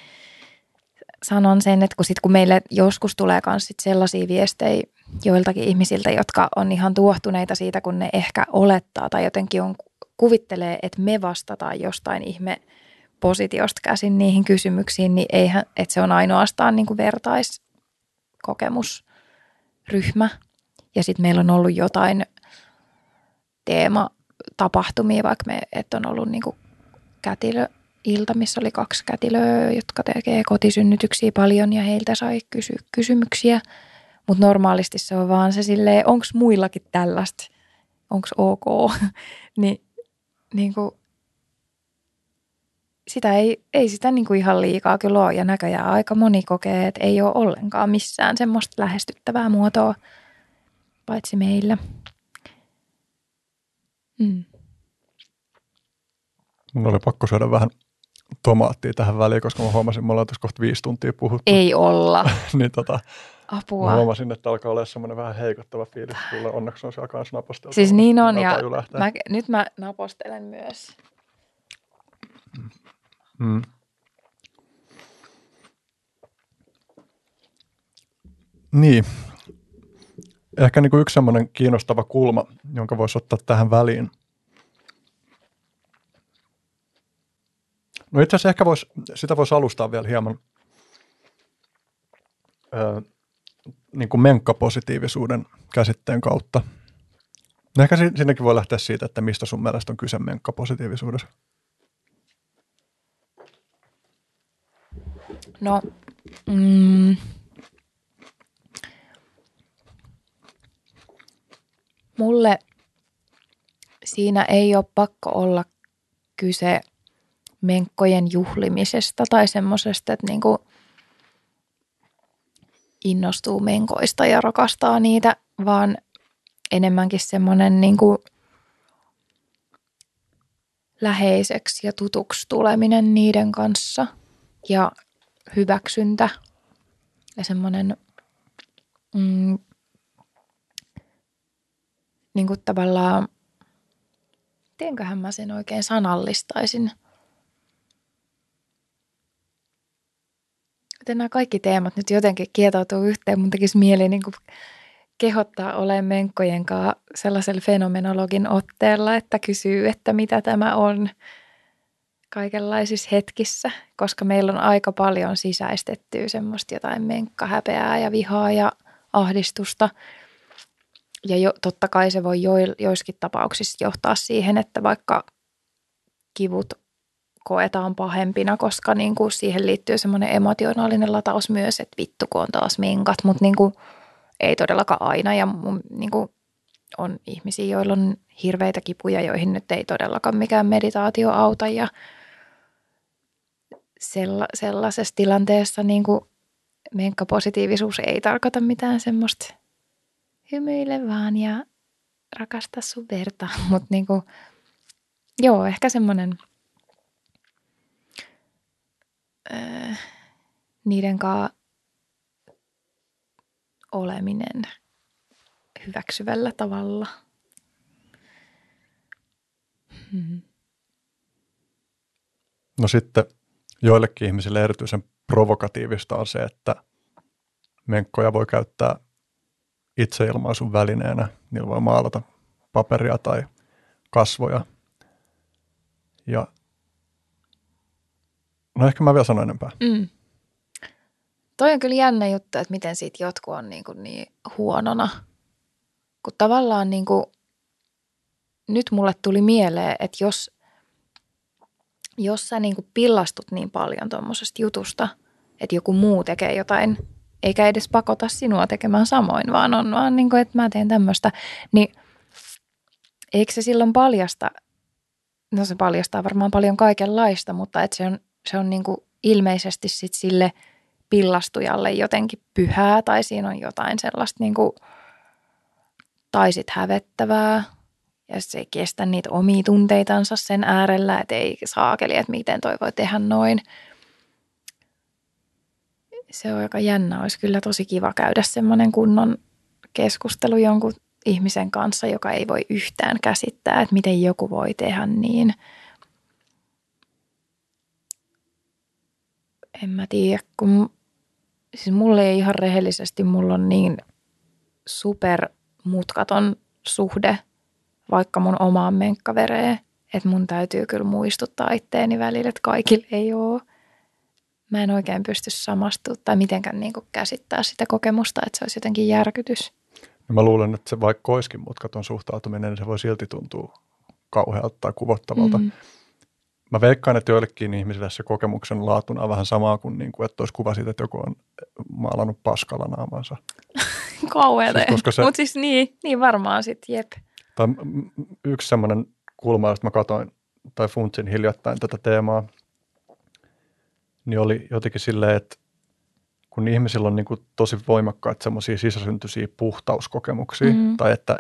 sanon sen, että kun meille joskus tulee myös sellaisia viestejä joiltakin ihmisiltä, jotka on ihan tuohtuneita siitä, kun ne ehkä olettaa tai jotenkin kuvittelee, että me vastataan jostain ihme positiosta käsin niihin kysymyksiin, niin eihän, että se on ainoastaan niin kuin vertaiskokemusryhmä. Ja sitten meillä on ollut jotain teematapahtumia, vaikka että on ollut niin kuin kätilöilta, missä oli 2 kätilöä, jotka tekee kotisynnytyksiä paljon ja heiltä sai kysyä kysymyksiä. Mutta normaalisti se on vaan se silleen, onko muillakin tällaista, onko ok, niin kuin sitä ei sitä niin kuin ihan liikaa kyllä ole ja näköjään aika moni kokee, että ei ole ollenkaan missään semmoista lähestyttävää muotoa paitsi meillä.
Mun oli pakko syödä vähän tomaattia tähän väliin, koska mä huomasin, että me ollaan tässä kohta 5 tuntia puhuttu.
Ei olla.
Niin
Apua.
mä huomasin, että alkaa olla semmoinen vähän heikottava fiilis. Sulle onneksi on siellä kanssa naposteltava.
Siis niin on, ja nyt mä napostelen myös.
Niin. Ehkä niin kuin yksi semmoinen kiinnostava kulma, jonka voisi ottaa tähän väliin. No itse asiassa ehkä sitä voisi alustaa vielä hieman niin kuin menkkapositiivisuuden käsitteen kautta. No ehkä sinnekin voi lähteä siitä, että mistä sun mielestä on kyse menkkapositiivisuudessa.
No, mulle siinä ei ole pakko olla kyse menkkojen juhlimisesta tai semmoisesta, että niinku innostuu menkoista ja rakastaa niitä, vaan enemmänkin semmoinen niinku läheiseksi ja tutuksi tuleminen niiden kanssa ja hyväksyntä ja semmoinen niinku tavallaan, mitenköhän mä sen oikein sanallistaisin. Miten nämä kaikki teemat nyt jotenkin kietoutuu yhteen. Mun tekisi mieli niin kuin kehottaa olemaan menkkojen kanssa sellaisella fenomenologin otteella, että kysyy, että mitä tämä on kaikenlaisissa hetkissä, koska meillä on aika paljon sisäistettyä semmoista jotain menkkahäpeää ja vihaa ja ahdistusta. Ja totta kai se voi joissakin tapauksissa johtaa siihen, että vaikka kivut koetaan pahempina, koska niin kuin siihen liittyy semmoinen emotionaalinen lataus myös, että vittu kun on taas menkat, mutta niin kuin ei todellakaan aina. Ja niin kuin on ihmisiä, joilla on hirveitä kipuja, joihin nyt ei todellakaan mikään meditaatio auta. Ja sellaisessa tilanteessa niin kuin menkkapositiivisuus ei tarkoita mitään semmoista hymyile vaan ja rakasta sun verta. Mutta niin kuin, joo, ehkä semmoinen niiden kanssa oleminen hyväksyvällä tavalla.
No sitten joillekin ihmisille erityisen provokatiivista on se, että menkkoja voi käyttää itseilmaisun välineenä. Niillä voi maalata paperia tai kasvoja. Ja no ehkä mä vielä sanon enempää.
Toi on kyllä jännä juttu, että miten siitä jotkut on niin huonona. Kun tavallaan niin kuin, nyt mulle tuli mieleen, että jos sä niin kuin pillastut niin paljon tuommoisesta jutusta, että joku muu tekee jotain, eikä edes pakota sinua tekemään samoin, vaan on vaan niin kuin, että mä teen tämmöistä, niin eikö se silloin paljasta, no se paljastaa varmaan paljon kaikenlaista, mutta että se on niin kuin ilmeisesti sit sille pillastujalle jotenkin pyhää tai siinä on jotain sellaista niin kuin, tai sit hävettävää ja se ei kestä niitä omia tunteitansa sen äärellä, että ei saakeli, että miten toi voi tehdä noin. Se on aika jännä, olisi kyllä tosi kiva käydä semmoinen kunnon keskustelu jonkun ihmisen kanssa, joka ei voi yhtään käsittää, että miten joku voi tehdä niin. En mä tiedä, kun siis mulle ei ihan rehellisesti, mulla on niin supermutkaton suhde vaikka mun omaan menkkavereen, että mun täytyy kyllä muistuttaa itteeni välillä, että kaikille ei ole. Mä en oikein pysty samastumaan tai mitenkään niin kuin käsittää sitä kokemusta, että se olisi jotenkin järkytys.
No mä luulen, että se vaikka olisikin mutkaton suhtautuminen, niin se voi silti tuntua kauhealta tai kuvottavalta. Mä veikkaan, että joillekin ihmisille se kokemuksen laatuna on vähän samaa kuin, että olisi kuva siitä, että joku on maalannut paskalla naamansa.
Kauheata.
Siis,
mutta siis niin varmaan sitten, jep.
Tai yksi semmoinen kulma, josta mä katsoin tai funtsin hiljattain tätä teemaa, niin oli jotenkin silleen, että kun ihmisillä on niin kuin tosi voimakkaita semmoisia sisäsyntyisiä puhtauskokemuksia, tai että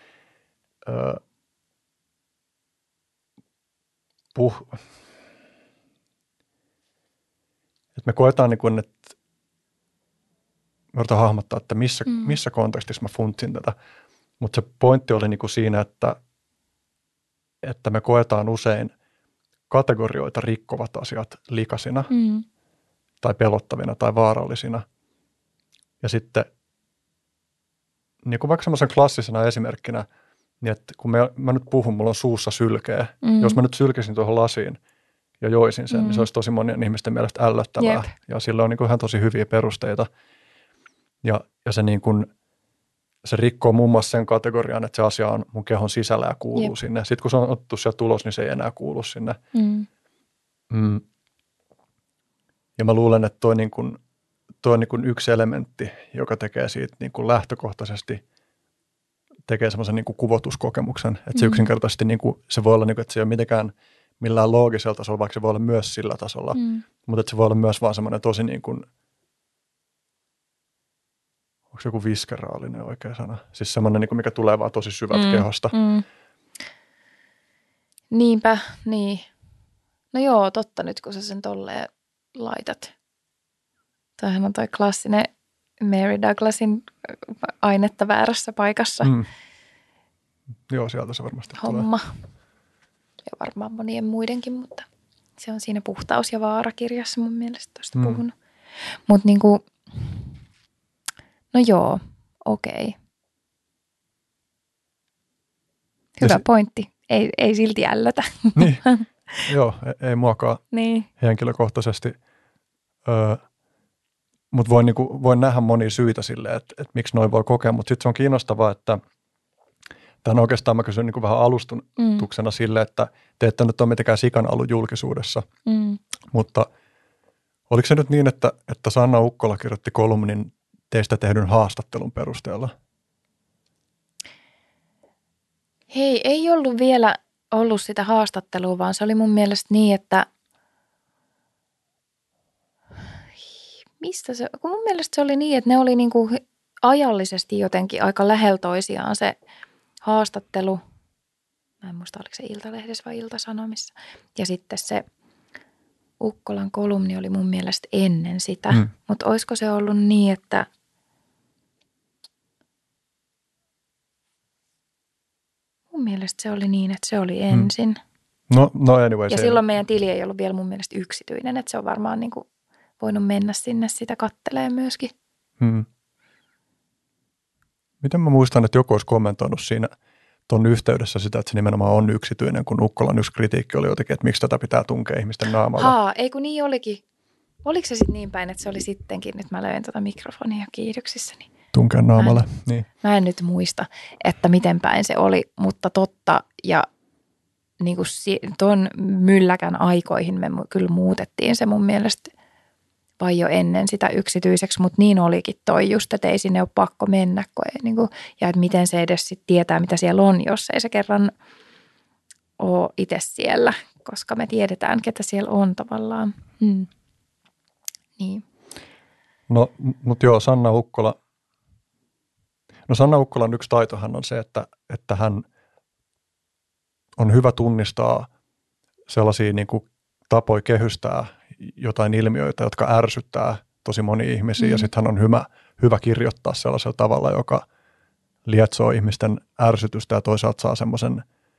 me koetaan, niin kuin, että me voidaan hahmottaa, että missä kontekstissa mä funtsin tätä, mutta se pointti oli niin kuin siinä, että me koetaan usein kategorioita rikkovat asiat likaisina tai pelottavina tai vaarallisina. Ja sitten niin kuin vaikka semmoisen klassisena esimerkkinä, niin että kun mä nyt puhun, mulla on suussa sylkeä. Jos mä nyt sylkisin tuohon lasiin ja joisin sen, niin se olisi tosi monien ihmisten mielestä ällöttävää.
Jep.
Ja sillä on niin kuin ihan tosi hyviä perusteita. Ja se, niin kuin, se rikkoo muun muassa sen kategorian, että se asia on mun kehon sisällä ja kuuluu sinne. Sitten kun se on otettu sieltä tulos, niin se ei enää kuulu sinne. Ja mä luulen, että toi on niin kuin yksi elementti, joka tekee siitä niin kuin lähtökohtaisesti, tekee semmoisen niin kuin kuvotuskokemuksen. Että se yksinkertaisesti, niin kuin, se voi olla, niin kuin, että se ei ole mitenkään millään loogisella tasolla, vaikka se voi olla myös sillä tasolla. Mutta että se voi olla myös vaan semmoinen tosi niin kuin, onko se joku viskeraalinen oikea sana? Siis semmoinen, niin kuin, mikä tulee vaan tosi syvältä kehosta.
Niinpä, niin. No joo, totta nyt, kun sä sen tolleen laitat. Toihan on toi klassinen Mary Douglasin ainetta väärässä paikassa.
Joo, sieltä se varmasti
homma. Ja varmaan monien muidenkin, mutta se on siinä Puhtaus ja vaara-kirjassa mun mielestä tuosta puhunut. Mutta niinku, no joo, okei. Hyvä pointti. Ei silti ällötä.
Niin, joo, ei muakaan
niin.
Henkilökohtaisesti. Mutta voin nähdä monia syitä sille, että miksi noin voi kokea. Mutta sitten se on kiinnostavaa, että tämän oikeastaan mä kysyn niin vähän alustuksena sille, että te ette nyt ole mitenkään sikana ollut julkisuudessa. Mutta oliko se nyt niin, että Sanna Ukkola kirjoitti kolumnin teistä tehdyn haastattelun perusteella?
Hei, ei ollut vielä ollut sitä haastattelua, vaan se oli mun mielestä niin, että kun mun mielestä se oli niin, että ne oli niinku ajallisesti jotenkin aika lähellä toisiaan se haastattelu. Mä en muista, oliko se Iltalehdessä vai Ilta-Sanomissa. Ja sitten se Ukkolan kolumni oli mun mielestä ennen sitä. Mutta olisiko se ollut niin, että mun mielestä se oli niin, että se oli ensin.
No anyway.
Ja silloin meidän tili ei ollut vielä mun mielestä yksityinen, että se on varmaan niinku voinut mennä sinne sitä kattelee myöskin.
Miten mä muistan, että joku olisi kommentoinut siinä ton yhteydessä sitä, että se nimenomaan on yksityinen, kun Ukkolan yksi kritiikki oli jotenkin, että miksi tätä pitää tunkea ihmisten naamalla.
Ei kun niin olikin. Oliko se sitten niin päin, että se oli sittenkin, nyt mä löin tuota mikrofonia kiihdyksissäni.
Tunkea naamalle, niin.
Mä en nyt muista, että miten päin se oli, mutta totta ja niin kuin ton mylläkän aikoihin me kyllä muutettiin se mun mielestä vai jo ennen sitä yksityiseksi, mutta niin olikin toi just, että ei sinne ole pakko mennä. Ja että miten se edes sit tietää, mitä siellä on, jos ei se kerran ole itse siellä, koska me tiedetään, ketä siellä on tavallaan. Niin.
No, mutta joo, Sanna Ukkolan yksi taitohan on se, että hän on hyvä tunnistaa sellaisia niin kuin tapoja kehystää jotain ilmiöitä, jotka ärsyttää tosi monia ihmisiä, ja sitten hän on hyvä kirjoittaa sellaisella tavalla, joka lietsoo ihmisten ärsytystä ja toisaalta saa semmoisen,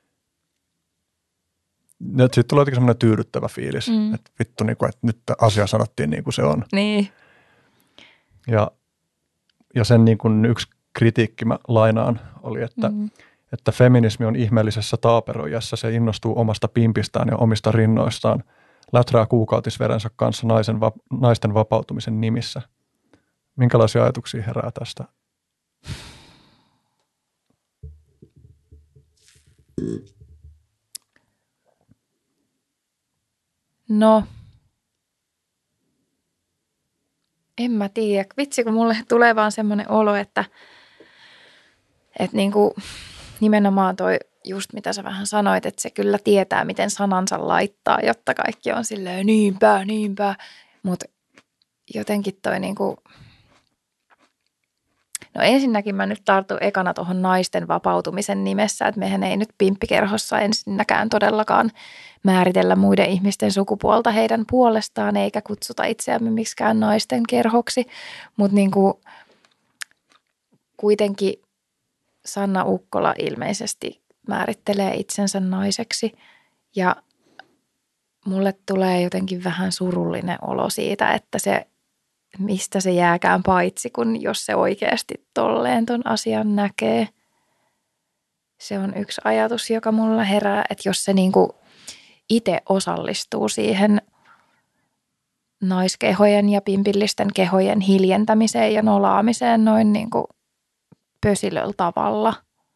sitten tulee jotenkin semmoinen tyydyttävä fiilis, että vittu, niin kuin, että nyt asia sanottiin niin kuin se on.
Niin.
Ja sen niin kuin yksi kritiikki mä lainaan oli, että feminismi on ihmeellisessä taaperoijassa, se innostuu omasta pimpistään ja omista rinnoistaan, läträä kuukautisverensä kanssa naisten vapautumisen nimissä. Minkälaisia ajatuksia herää tästä?
No, en mä tiedä. Vitsi, kun mulle tulee vaan semmoinen olo, että niinku nimenomaan toi just mitä sä vähän sanoit, että se kyllä tietää, miten sanansa laittaa, jotta kaikki on silleen niinpä. Mutta jotenkin toi niinku, no ensinnäkin mä nyt tartun ekana tuohon naisten vapautumisen nimessä, että mehän ei nyt pimppikerhossa ensinnäkään todellakaan määritellä muiden ihmisten sukupuolta heidän puolestaan, eikä kutsuta itseämme miksikään naisten kerhoksi, mutta niinku kuitenkin Sanna Ukkola ilmeisesti määrittelee itsensä naiseksi ja mulle tulee jotenkin vähän surullinen olo siitä, että se, mistä se jääkään paitsi, kun jos se oikeasti tolleen ton asian näkee. Se on yksi ajatus, joka mulla herää, että jos se niinku itse osallistuu siihen naiskehojen ja pimpillisten kehojen hiljentämiseen ja nolaamiseen noin niinku pösilöllä tavalla.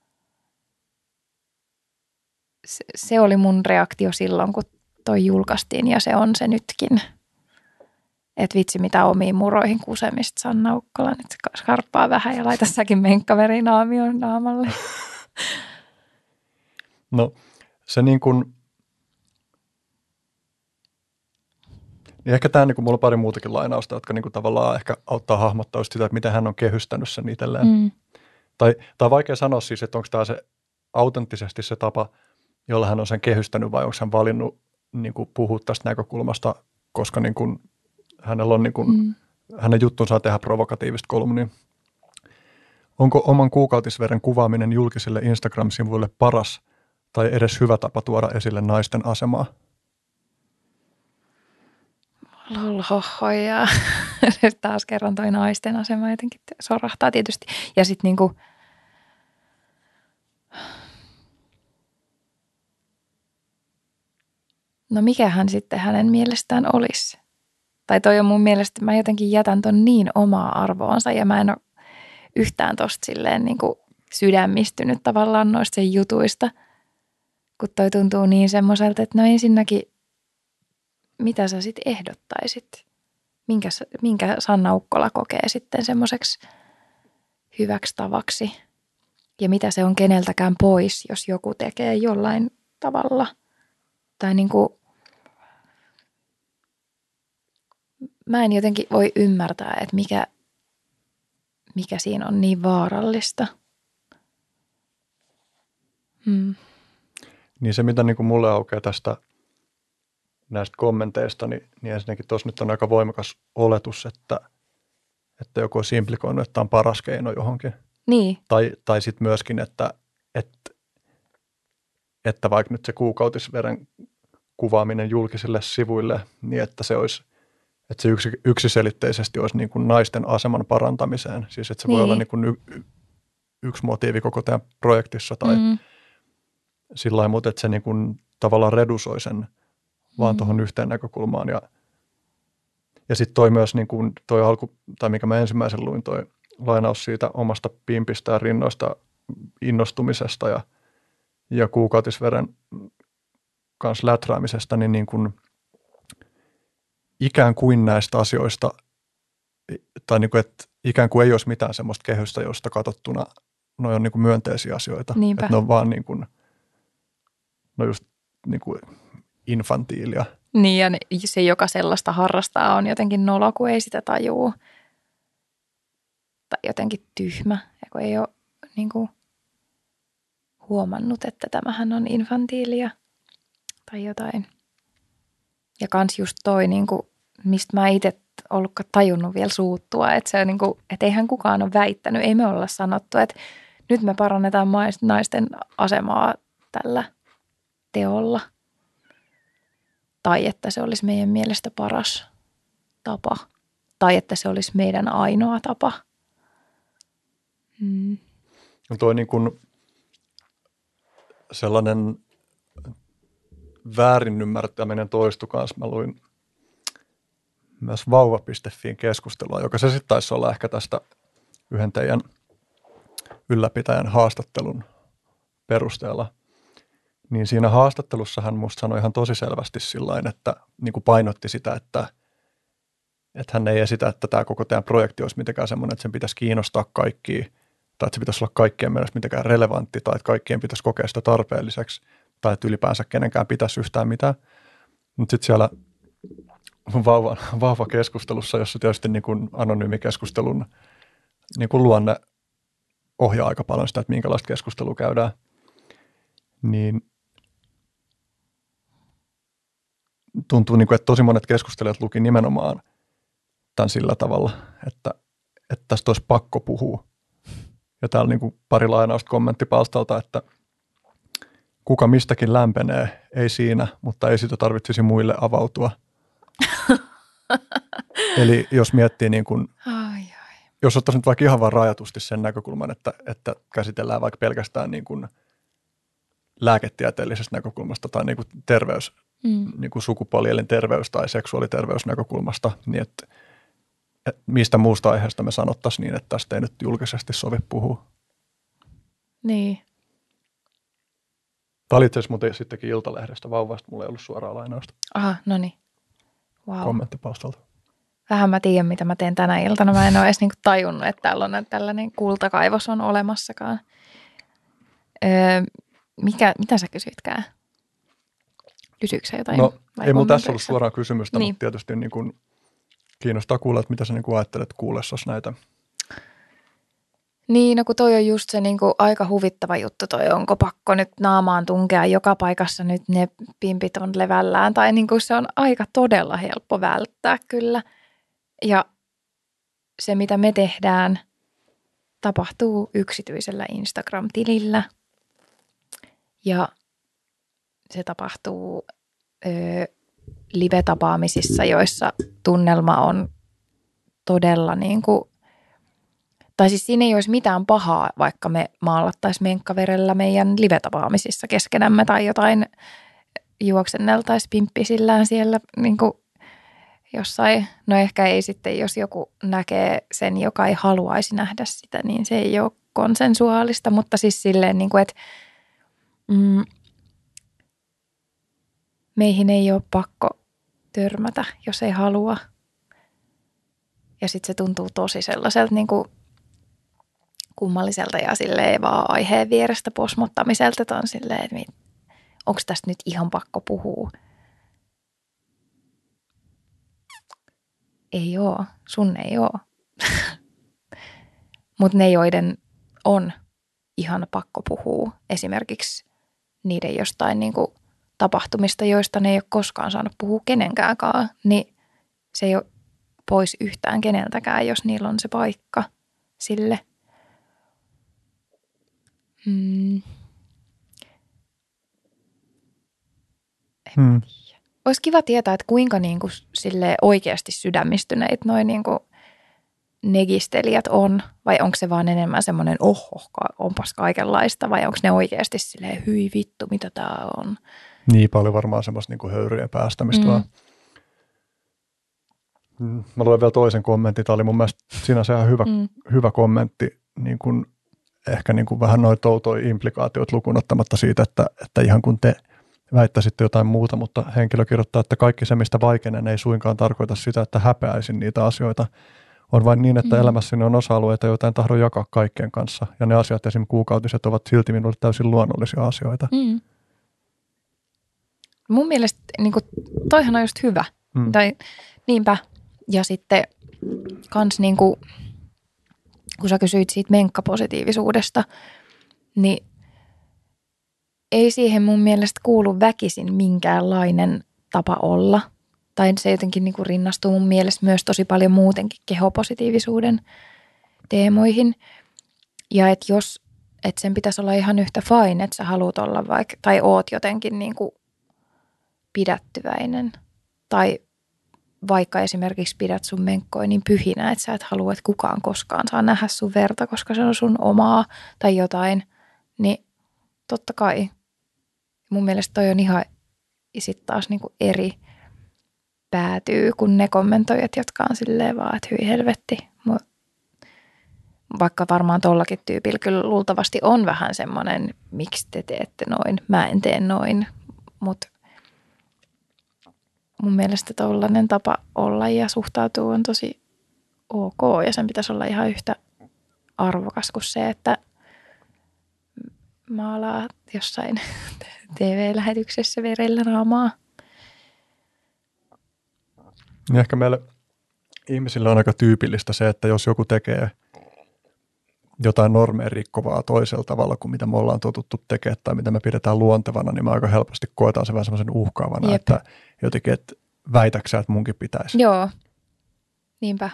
Se oli mun reaktio silloin, kun toi julkaistiin ja se on se nytkin. Että vitsi mitä omiin muroihin kusemista Sanna Ukkola, nyt skarppaa vähän ja laita säkin menkkaveri-naamion naamalle.
No se niin kuin, niin ehkä tämä, niin kuin mulla on pari muutakin lainausta, jotka niin kuin tavallaan ehkä auttaa hahmottaa sitä, että miten hän on kehystänyt sen itselleen. Tai vaikea sanoa siis, että onko tämä se autenttisesti se tapa, jolla hän on sen kehystänyt vai onko hän valinnut niin kuin puhua tästä näkökulmasta, koska niin kuin hänellä on niin kuin, hänen juttunsa tehdä provokatiivista kolumnia. Onko oman kuukautisveren kuvaaminen julkisille Instagram-sivuille paras tai edes hyvä tapa tuoda esille naisten asemaa?
Lolhohoja. Taas kerran toi naisten asema jotenkin sorahtaa tietysti. Ja sitten niinku, no mikähän sitten hänen mielestään olisi? Tai toi on mun mielestä, mä jotenkin jätän ton niin omaa arvoonsa ja mä en ole yhtään tosta silleen niinku sydämistynyt tavallaan noista sen jutuista, kun toi tuntuu niin semmoiselta, että no ensinnäkin, mitä sä sitten ehdottaisit? Minkä Sanna Ukkola kokee sitten semmoiseksi hyväksi tavaksi? Ja mitä se on keneltäkään pois, jos joku tekee jollain tavalla? Tai niinku, mä en jotenkin voi ymmärtää, että mikä siinä on niin vaarallista.
Niin se, mitä niin kuin mulle aukeaa tästä näistä kommenteista, niin ensinnäkin tuossa nyt on aika voimakas oletus, että joku olisi implikoinut, että tämä on paras keino johonkin.
Niin.
Tai sitten myöskin, että vaikka nyt se kuukautisveren kuvaaminen julkisille sivuille, niin että se olisi, että se yksiselitteisesti olisi niin kuin naisten aseman parantamiseen. Siis että se voi olla niin kuin yksi motiivi koko tämän projektissa tai sillä lailla, mutta että se niin kuin tavallaan redusoi sen vaan tuohon yhteen näkökulmaan. Ja sitten toi myös niin kuin toi alku, tai mikä mä ensimmäisen luin, toi lainaus siitä omasta pimpistä ja rinnoista innostumisesta ja kuukautisveren kanssa läträämisestä, niin kuin ikään kuin näistä asioista, tai niin kuin, että ikään kuin ei olisi mitään semmoista kehystä, josta katsottuna ne on niin kuin myönteisiä asioita.
Niinpä.
Että ne on vaan niin kuin, no just niin kuin infantiilia.
Niin ja se, joka sellaista harrastaa, on jotenkin nolo, kun ei sitä tajuu. Tai jotenkin tyhmä, kun ei ole niin kuin huomannut, että tämähän on infantiilia tai jotain. Ja kans just toi, niin kuin, mistä mä itse ollutkaan tajunnut vielä suuttua, että se on niin kuin, että eihän kukaan ole väittänyt, ei me olla sanottu, että nyt me parannetaan naisten asemaa tällä teolla. Tai että se olisi meidän mielestä paras tapa. Tai että se olisi meidän ainoa tapa.
No toi niin kuin sellainen väärin ymmärtäminen toistui kanssa. Mä luin myös vauva.fiin keskustelua, joka se sitten taisi olla ehkä tästä yhden teidän ylläpitäjän haastattelun perusteella. Niin siinä haastattelussa hän musta sanoi ihan tosi selvästi sillain, että niin kuin painotti sitä, että hän ei esitä, että tämä koko tämä projekti olisi mitenkään semmoinen, että sen pitäisi kiinnostaa kaikkia, tai että se pitäisi olla kaikkien mielestä mitenkään relevantti, tai että kaikkien pitäisi kokea sitä tarpeelliseksi, tai että ylipäänsä kenenkään pitäisi yhtään mitään. Mutta sitten siellä vauva keskustelussa, jossa tietysti niin kuin anonyymikeskustelun niin kuin luonne ohjaa aika paljon sitä, että minkälaista keskustelua käydään, niin tuntuu, niin kuin, että tosi monet keskustelijat luki nimenomaan tämän sillä tavalla, että tästä olisi pakko puhua. Ja täällä niin kuin pari lainausta kommenttipalstalta, että kuka mistäkin lämpenee, ei siinä, mutta ei sitä tarvitsisi muille avautua. Eli jos miettii, niin kuin, jos ottaisi nyt vaikka ihan vaan rajatusti sen näkökulman, että käsitellään vaikka pelkästään niin kuin lääketieteellisestä näkökulmasta tai niin kuin niin kuin sukupuolielin terveys tai seksuaaliterveysnäkökulmasta, niin että mistä muusta aiheesta me sanottaisiin niin, että tästä ei nyt julkisesti sovi puhua.
Niin.
Tämä oli itse asiassa muuten sittenkin Iltalehdestä vauvasta, mulla ei ollut suoraa lainausta.
Aha, no niin. Wow.
Kommenttipalstalta.
Vähän mä tiedän, mitä mä teen tänä iltana. Mä en ole edes niinku tajunnut, että täällä on tällainen kultakaivos on olemassakaan. Mitä sä kysyitkään? Kysyykö sä jotain?
No ei mulla tässä ollut suoraan kysymystä,
niin.
Mutta tietysti niin kuin kiinnostaa kuulla, että mitä sä niin kuin ajattelet kuullessasi näitä.
Niin, no kun toi on just se niin kuin aika huvittava juttu toi, onko pakko nyt naamaan tunkea joka paikassa nyt ne pimpit on levällään. Tai niin kuin se on aika todella helppo välttää kyllä. Ja se, mitä me tehdään, tapahtuu yksityisellä Instagram-tilillä. Ja se tapahtuu live-tapaamisissa, joissa tunnelma on todella niin kuin, tai siis siinä ei olisi mitään pahaa, vaikka me maalattaisiin menkkaverellä meidän live-tapaamisissa keskenämme tai jotain juoksenneltaisiin pimppisillään siellä niin kuin jossain. No ehkä ei sitten, jos joku näkee sen, joka ei haluaisi nähdä sitä, niin se ei ole konsensuaalista, mutta siis silleen, niin kuin, että meihin ei ole pakko törmätä, jos ei halua. Ja sitten se tuntuu tosi sellaiselta niin kuin kummalliselta ja silleen vaan aiheen vierestä posmottamiselta, että on silleen, että onko tästä nyt ihan pakko puhua? Ei oo, sun ei oo. Mutta ne, joiden on ihan pakko puhua, esimerkiksi niiden jostain niin kuin tapahtumista, joista ne ei ole koskaan saanut puhua kenenkäänkään, niin se ei ole pois yhtään keneltäkään, jos niillä on se paikka sille. Olisi kiva tietää, että kuinka niinku sille oikeasti sydämistyneitä noin niinku negistelijät on, vai onko se vaan enemmän semmoinen onpas kaikenlaista, vai onko ne oikeasti silleen, hyi vittu, mitä tää on?
Niin paljon varmaan semmoista niinku höyryjen päästämistä vaan. Mä luen vielä toisen kommentin. Tämä oli mun mielestä sinänsä ihan hyvä kommentti, niin kuin, ehkä niin kuin vähän noita outoja implikaatioita lukuun ottamatta siitä, että ihan kun te väittäisitte jotain muuta, mutta henkilö kirjoittaa, että kaikki se, mistä vaikenen, ei suinkaan tarkoita sitä, että häpeäisin niitä asioita. On vain niin, että elämässäni on osa-alueita, joita en tahdo jakaa kaikkien kanssa. Ja ne asiat, esimerkiksi kuukautiset, ovat silti minulle täysin luonnollisia asioita.
Mun mielestä niin kuin, toihan on just hyvä. Tai niinpä. Ja sitten kans niin kuin, kun sä kysyit siitä menkkapositiivisuudesta, niin ei siihen mun mielestä kuulu väkisin minkäänlainen tapa olla. Tai se jotenkin niin kuin rinnastuu mun mielestä myös tosi paljon muutenkin kehopositiivisuuden teemoihin. Ja että jos, että sen pitäisi olla ihan yhtä fine, että sä haluat olla vaikka, tai oot jotenkin niin kuin pidättyväinen. Tai vaikka esimerkiksi pidät sun menkkoja niin pyhinä, että sä et halua, että kukaan koskaan saa nähdä sun verta, koska se on sun omaa tai jotain, niin totta kai. Mun mielestä toi on ihan sitten taas niinku eri päätyy kuin ne kommentoijat, jotka on silleen vaan, että hyi helvetti. Vaikka varmaan tollakin tyypillä kyllä luultavasti on vähän semmoinen, miksi te teette noin, mä en tee noin, mutta mun mielestä tollainen tapa olla ja suhtautua on tosi ok ja sen pitäisi olla ihan yhtä arvokas kuin se, että maalaa jossain TV-lähetyksessä verellä naamaa.
Niin ehkä meille ihmisille on aika tyypillistä se, että jos joku tekee jotain normeja rikkovaa toisella tavalla kuin mitä me ollaan totuttu tekemään tai mitä me pidetään luontevana, niin me aika helposti koetaan se vähän semmoisen uhkaavana,
Jep.
että jotenkin, että väitäksä, että munkin pitäisi.
Joo, niinpä.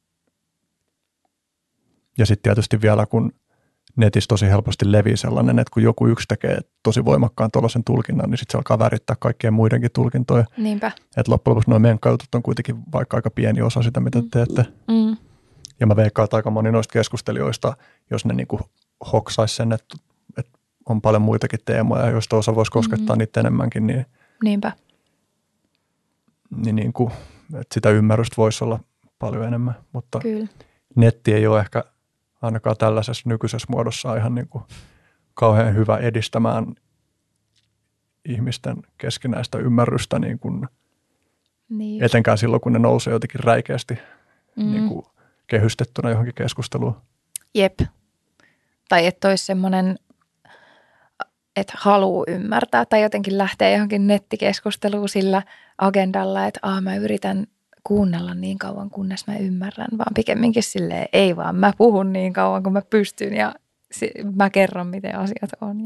Ja sitten tietysti vielä, kun netissä tosi helposti levii sellainen, että kun joku yksi tekee tosi voimakkaan tuollaisen tulkinnan, niin sitten se alkaa värittää kaikkien muidenkin tulkintoja.
Niinpä.
Että loppujen lopuksi nuo menkkajutut on kuitenkin vaikka aika pieni osa sitä, mitä te teette.
Mm.
Ja mä veikkaan, että aika moni noista keskustelijoista, jos ne niinku hoksaisi sen, että on paljon muitakin teemoja, joista osa voisi koskettaa niitä enemmänkin, niin,
Niinpä.
niinku, että sitä ymmärrystä voisi olla paljon enemmän. Mutta
Kyllä.
netti ei ole ehkä ainakaan tällaisessa nykyisessä muodossa ihan niinku kauhean hyvä edistämään ihmisten keskinäistä ymmärrystä, niin kuin
Niin.
etenkään silloin, kun ne nousee jotenkin räikeästi niin kuin kehystettynä johonkin keskusteluun.
Jep. Tai että olisi semmoinen, että haluaa ymmärtää tai jotenkin lähtee johonkin nettikeskusteluun sillä agendalla, että mä yritän kuunnella niin kauan, kunnes mä ymmärrän, vaan pikemminkin silleen, ei vaan mä puhun niin kauan, kun mä pystyn ja mä kerron, miten asiat on.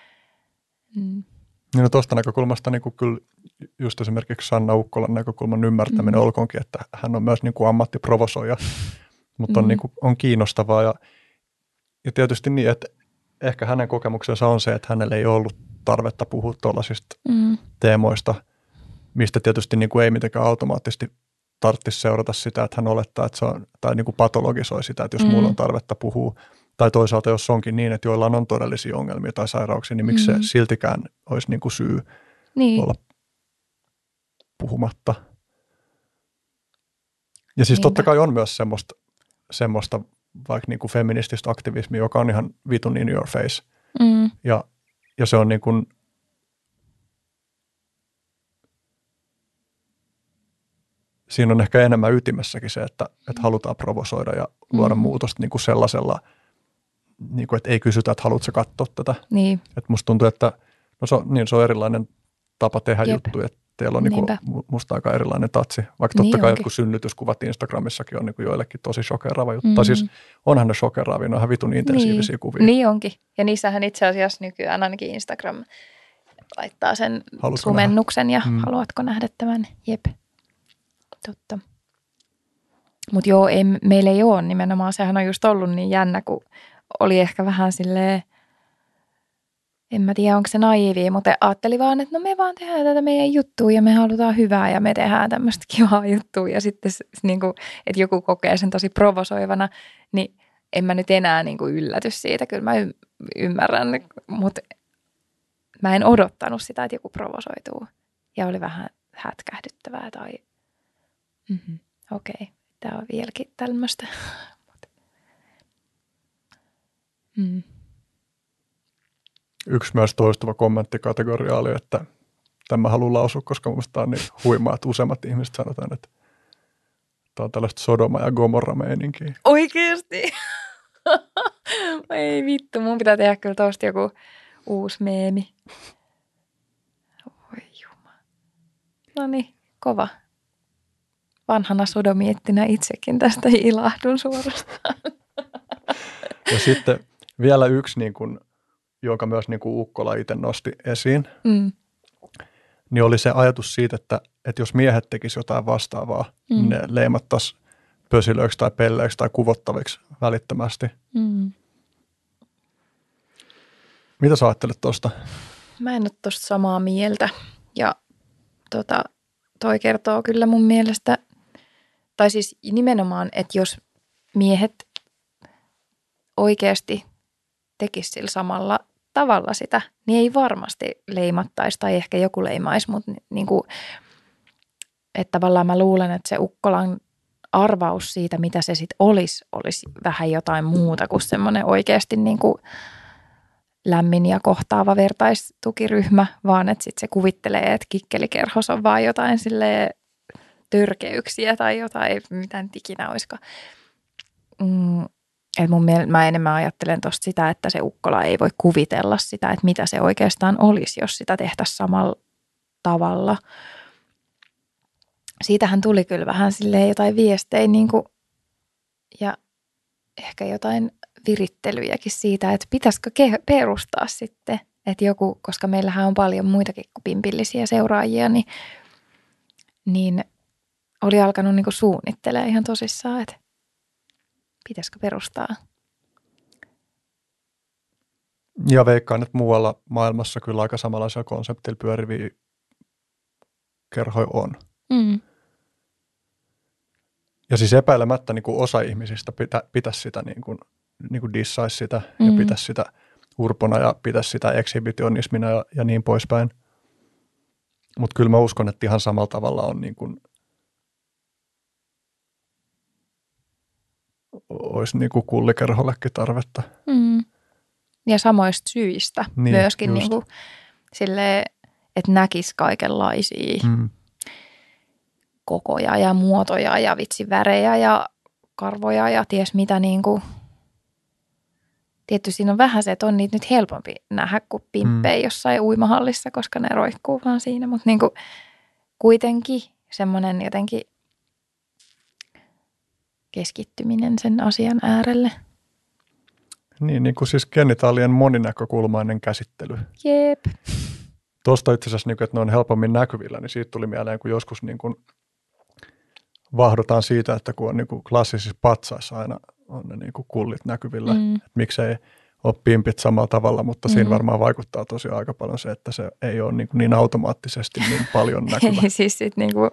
Niin no tuosta näkökulmasta niin kuin kyllä just esimerkiksi Sanna Ukkolan näkökulman ymmärtäminen olkoonkin, että hän on myös niin kuin ammattiprovosoija, mutta on, niin kuin, on kiinnostavaa ja tietysti niin, että ehkä hänen kokemuksensa on se, että hänellä ei ollut tarvetta puhua tuollaisista teemoista, mistä tietysti niin kuin ei mitenkään automaattisesti tarvitsisi seurata sitä, että hän olettaa, että se on, tai niin kuin patologisoi sitä, että jos mulla on tarvetta puhua, tai toisaalta jos onkin niin, että joillain on todellisia ongelmia tai sairauksia, niin miksi se siltikään olisi niin kuin syy olla puhumatta. Ja siis totta kai on myös semmoista vaikka niin kuin feminististä aktivismia, joka on ihan vitun in your face. Ja se on niin kuin, siinä on ehkä enemmän ytimessäkin se, että halutaan provosoida ja luoda muutosta niin kuin sellaisella, niin kuin, että ei kysytä, että haluatko katsoa tätä.
Niin.
Että musta tuntuu, että no se on erilainen tapa tehdä juttuja. Teillä on niin kuin, musta aika erilainen tatsi. Vaikka totta kai jotkut synnytyskuvat Instagramissakin on niin kuin joillekin tosi shokeraava juttu. Tai siis onhan ne shokeraavia, ne on ihan vitun intensiivisiä kuvia.
Niin onkin. Ja niissähän itse asiassa nykyään ainakin Instagram laittaa sen sumennuksen ja haluatko nähdä tämän. Jep. Totta. Mutta joo, meillä ei ole nimenomaan. Sehän on just ollut niin jännä, kun oli ehkä vähän silleen, en mä tiedä onko se naiivia, mutta ajattelin vaan, että no me vaan tehdään tätä meidän juttua ja me halutaan hyvää ja me tehdään tämmöistä kivaa juttua. Ja sitten niin kuin, että joku kokee sen tosi provosoivana, niin en mä nyt enää niin kuin ylläty siitä. Kyllä mä ymmärrän, mutta mä en odottanut sitä, että joku provosoituu. Ja oli vähän hätkähdyttävää tai okei, tämä on vieläkin tämmöistä.
Yksi myös toistuva kommenttikategoria oli, että tämä haluan lausua, koska minusta tämä on niin huimaa, että useimmat ihmiset sanotaan, että tämä on tällaista Sodoma- ja Gomorra-meininkiä.
Oikeasti? Ei vittu, mun pitää tehdä kyllä tosta joku uusi meemi. Oi jumala. No niin, kova. Vanhana sodomiettinä itsekin tästä ilahdun suorastaan.
Ja sitten vielä yksi, niin kuin, jonka myös niin kuin Ukkola itse nosti esiin, niin oli se ajatus siitä, että jos miehet tekisivät jotain vastaavaa, niin ne leimattaisiin pösilöiksi tai pelleiksi tai kuvottaviksi välittömästi. Mitä sä ajattelet tuosta?
Mä en ole tuosta samaa mieltä. Ja toi kertoo kyllä mun mielestä, tai siis nimenomaan, että jos miehet oikeasti tekisi sillä samalla tavalla sitä, niin ei varmasti leimattaisi tai ehkä joku leimaisi, mutta niin kuin, että tavallaan mä luulen, että se Ukkolan arvaus siitä, mitä se sitten olisi vähän jotain muuta kuin semmoinen oikeasti niin kuin lämmin ja kohtaava vertaistukiryhmä, vaan että sitten se kuvittelee, että kikkelikerhos on vaan jotain silleen törkeyksiä tai jotain, mitä nyt ikinä olisikaan. Että mä enemmän ajattelen tuosta sitä, että se Ukkola ei voi kuvitella sitä, että mitä se oikeastaan olisi, jos sitä tehtäisiin samalla tavalla. siitähän tuli kyllä vähän silleen jotain viestejä niin kuin, ja ehkä jotain virittelyjäkin siitä, että pitäisikö perustaa sitten, että joku, koska meillähän on paljon muitakin kuin pimpillisiä seuraajia, niin oli alkanut niin kuin suunnittelemaan ihan tosissaan, että pitäisikö perustaa.
Ja veikkaan, että muualla maailmassa kyllä aika samanlaisia konseptilla pyöriviä kerhoja on.
Mm.
Ja siis epäilemättä niin kuin osa ihmisistä pitäisi sitä niin kuin dissaisi sitä ja pitäisi sitä urpona ja pitäisi sitä exhibitionismina ja niin poispäin. Mutta kyllä mä uskon, että ihan samalla tavalla on niin kuin, olisi niin kuin kullikerhollekin tarvetta.
Mm. Ja samoista syistä
Niin,
myöskin niin kuin, silleen, että näkisi kaikenlaisia kokoja ja muotoja ja vitsivärejä ja karvoja ja ties mitä niin kuin. Tietysti siinä on vähän se, että on niitä nyt helpompi nähdä kuin pimppejä jossain uimahallissa, koska ne roikkuu vaan siinä. Mutta niin kuin kuitenkin semmoinen jotenkin keskittyminen sen asian äärelle.
Niin kuin siis genitaalien moninäkökulmainen käsittely.
Jep.
Tuosta itse asiassa, että ne on helpommin näkyvillä, niin siitä tuli mieleen, kun joskus niin kuin vahdotaan siitä, että kun on niin kuin klassisissa patsaissa aina on ne niin kuin kullit näkyvillä, että miksei ole pimpit samalla tavalla, mutta siinä varmaan vaikuttaa tosi aika paljon se, että se ei ole niin automaattisesti niin paljon näkyvä.
Ei siis sit niinku,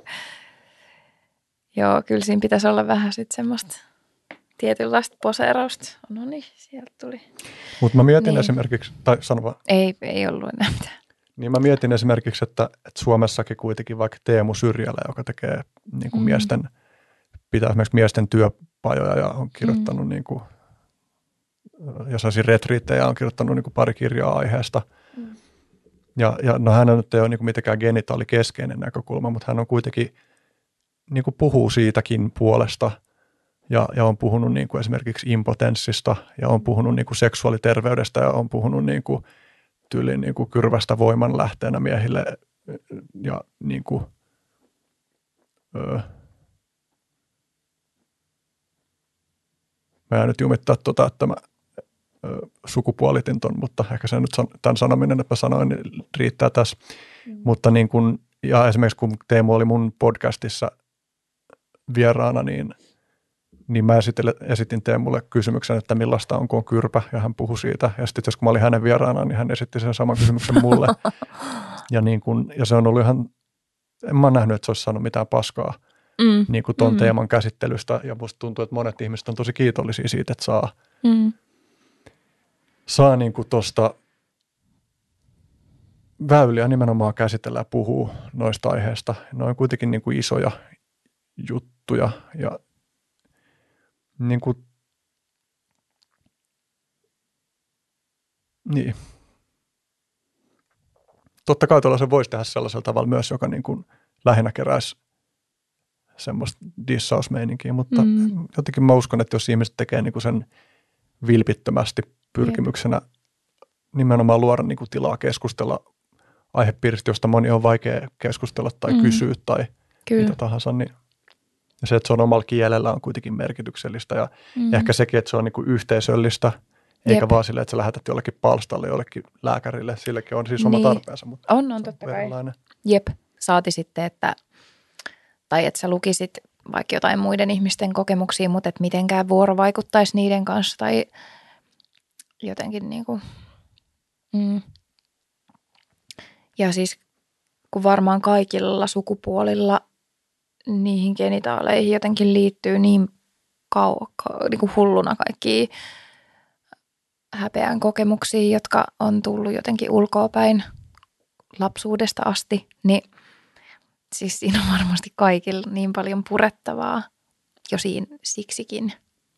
joo, kyllä siinä pitäisi olla vähän sitten semmoista tietynlaista poseerausta. No niin, sieltä tuli.
Mutta mä mietin esimerkiksi, tai sano vaan.
Ei ollut enää mitään.
Niin mä mietin esimerkiksi, että Suomessakin kuitenkin vaikka Teemu Syrjälä, joka tekee niin kuin pitää esimerkiksi miesten työpajoja ja on kirjoittanut niin kuin, ja saisi retriittejä, on kirjoittanut niin kuin pari kirjaa aiheesta. Ja no hän nyt ei ole niin kuin mitenkään genitaalikeskeinen näkökulma, mutta hän on kuitenkin, niin kuin puhuu siitäkin puolesta ja on puhunut niin kuin esimerkiksi impotenssista ja on puhunut niin kuin seksuaaliterveydestä ja on puhunut niin kuin tyyliin niin kuin kyrvästä voimanlähteenä miehille ja niin kuin, mä en nyt jumittaa että mä sukupuolitin ton, mutta ehkä se nyt tämän sanominen, että mä sanoin, niin riittää tässä. Mutta niin kun, ja esimerkiksi kun Teemu oli mun podcastissa vieraana, niin mä esitin Teemulle kysymyksen, että millaista on, kun on kyrpä, ja hän puhui siitä. Ja sitten kun mä olin hänen vieraanaan, niin hän esitti sen saman kysymyksen mulle. Ja se on ollut ihan, en mä nähnyt, että se olisi saanut mitään paskaa niin kuin ton teeman käsittelystä. Ja musta tuntuu, että monet ihmiset on tosi kiitollisia siitä, että saa niin kuin tosta väyliä nimenomaan käsitellä ja puhua noista aiheista. Ne on kuitenkin niin kuin isoja juttuja ja niin kuin, niin. Totta kai tuolla se voisi tehdä sellaisella tavalla myös, joka niin kuin lähinnä keräisi semmoista dissausmeininkiä, mutta jotenkin mä uskon, että jos ihmiset tekee niin kuin sen vilpittömästi pyrkimyksenä nimenomaan luoda niin kuin tilaa keskustella aihepiiristä, josta moni on vaikea keskustella tai kysyä tai mitä tahansa, niin ja se, että se on omalla kielellä on kuitenkin merkityksellistä ja ehkä sekin, että se on niin kuin yhteisöllistä, eikä vaan silleen, että sä lähetät jollekin palstalle, jollekin lääkärille, sillekin on siis oma tarpeensa. Mutta
on totta kai. Jep, saati sitten, että sä lukisit vaikka jotain muiden ihmisten kokemuksia, mutta että mitenkään vuorovaikuttaisi niiden kanssa tai jotenkin niin kuin. Ja siis kun varmaan kaikilla sukupuolilla niihin genitaaleihin jotenkin liittyy niin kuin hulluna kaikkia häpeän kokemuksia, jotka on tullut jotenkin ulkoapäin lapsuudesta asti, niin siis siinä on varmasti kaikilla niin paljon purettavaa jo siksikin.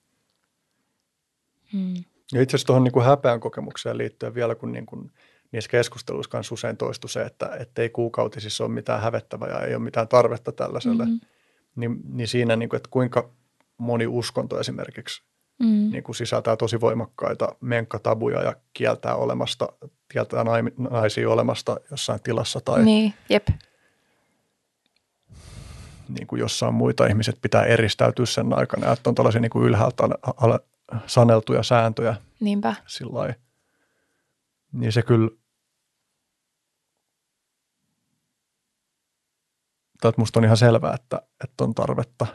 Ja itse asiassa tuohon niin kuin häpeän kokemukseen liittyen vielä, kun niin kuin niissä keskusteluissa kanssa usein toistui se, että ei kuukautisissa ole mitään hävettävää ja ei ole mitään tarvetta tällaiselle, niin siinä, niin kuin, että kuinka moni uskonto esimerkiksi niin kuin sisältää tosi voimakkaita menkkatabuja ja kieltää naisia olemasta jossain tilassa. Tai,
niin, jep.
niin kuin jossain muita ihmiset pitää eristäytyä sen aikana, että on tällaisia niin kuin ylhäältä saneltuja sääntöjä.
Niinpä.
Sillai. Niin se kyllä, että musta on ihan selvää, että on tarvetta.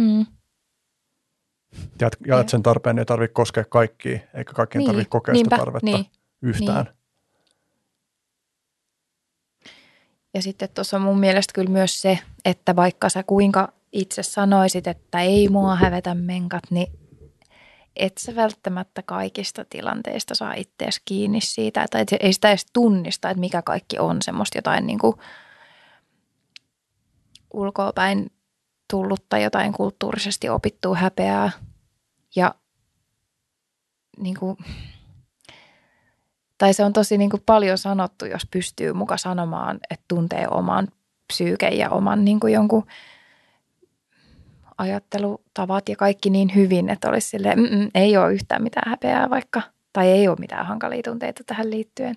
Ja että sen tarpeen ei tarvitse koskea kaikkia, eikä kaikkien tarvitse kokea sitä tarvetta yhtään. Niin.
Ja sitten tuossa on mun mielestä kyllä myös se, että vaikka sä kuinka itse sanoisit, että ei mua hävetä menkat, niin et sä välttämättä kaikista tilanteista saa itseäsi kiinni siitä, tai ei sitä edes tunnista, että mikä kaikki on semmoista jotain niin kuin ulkoapäin tullutta, jotain kulttuurisesti opittua häpeää. Ja niin kuin, tai se on tosi niin kuin paljon sanottu, jos pystyy muka sanomaan, että tuntee oman psyyken ja oman niin kuin jonkun ajattelutavat ja kaikki niin hyvin, että olisi silleen, ei ole yhtään mitään häpeää vaikka, tai ei ole mitään hankalia tunteita tähän liittyen.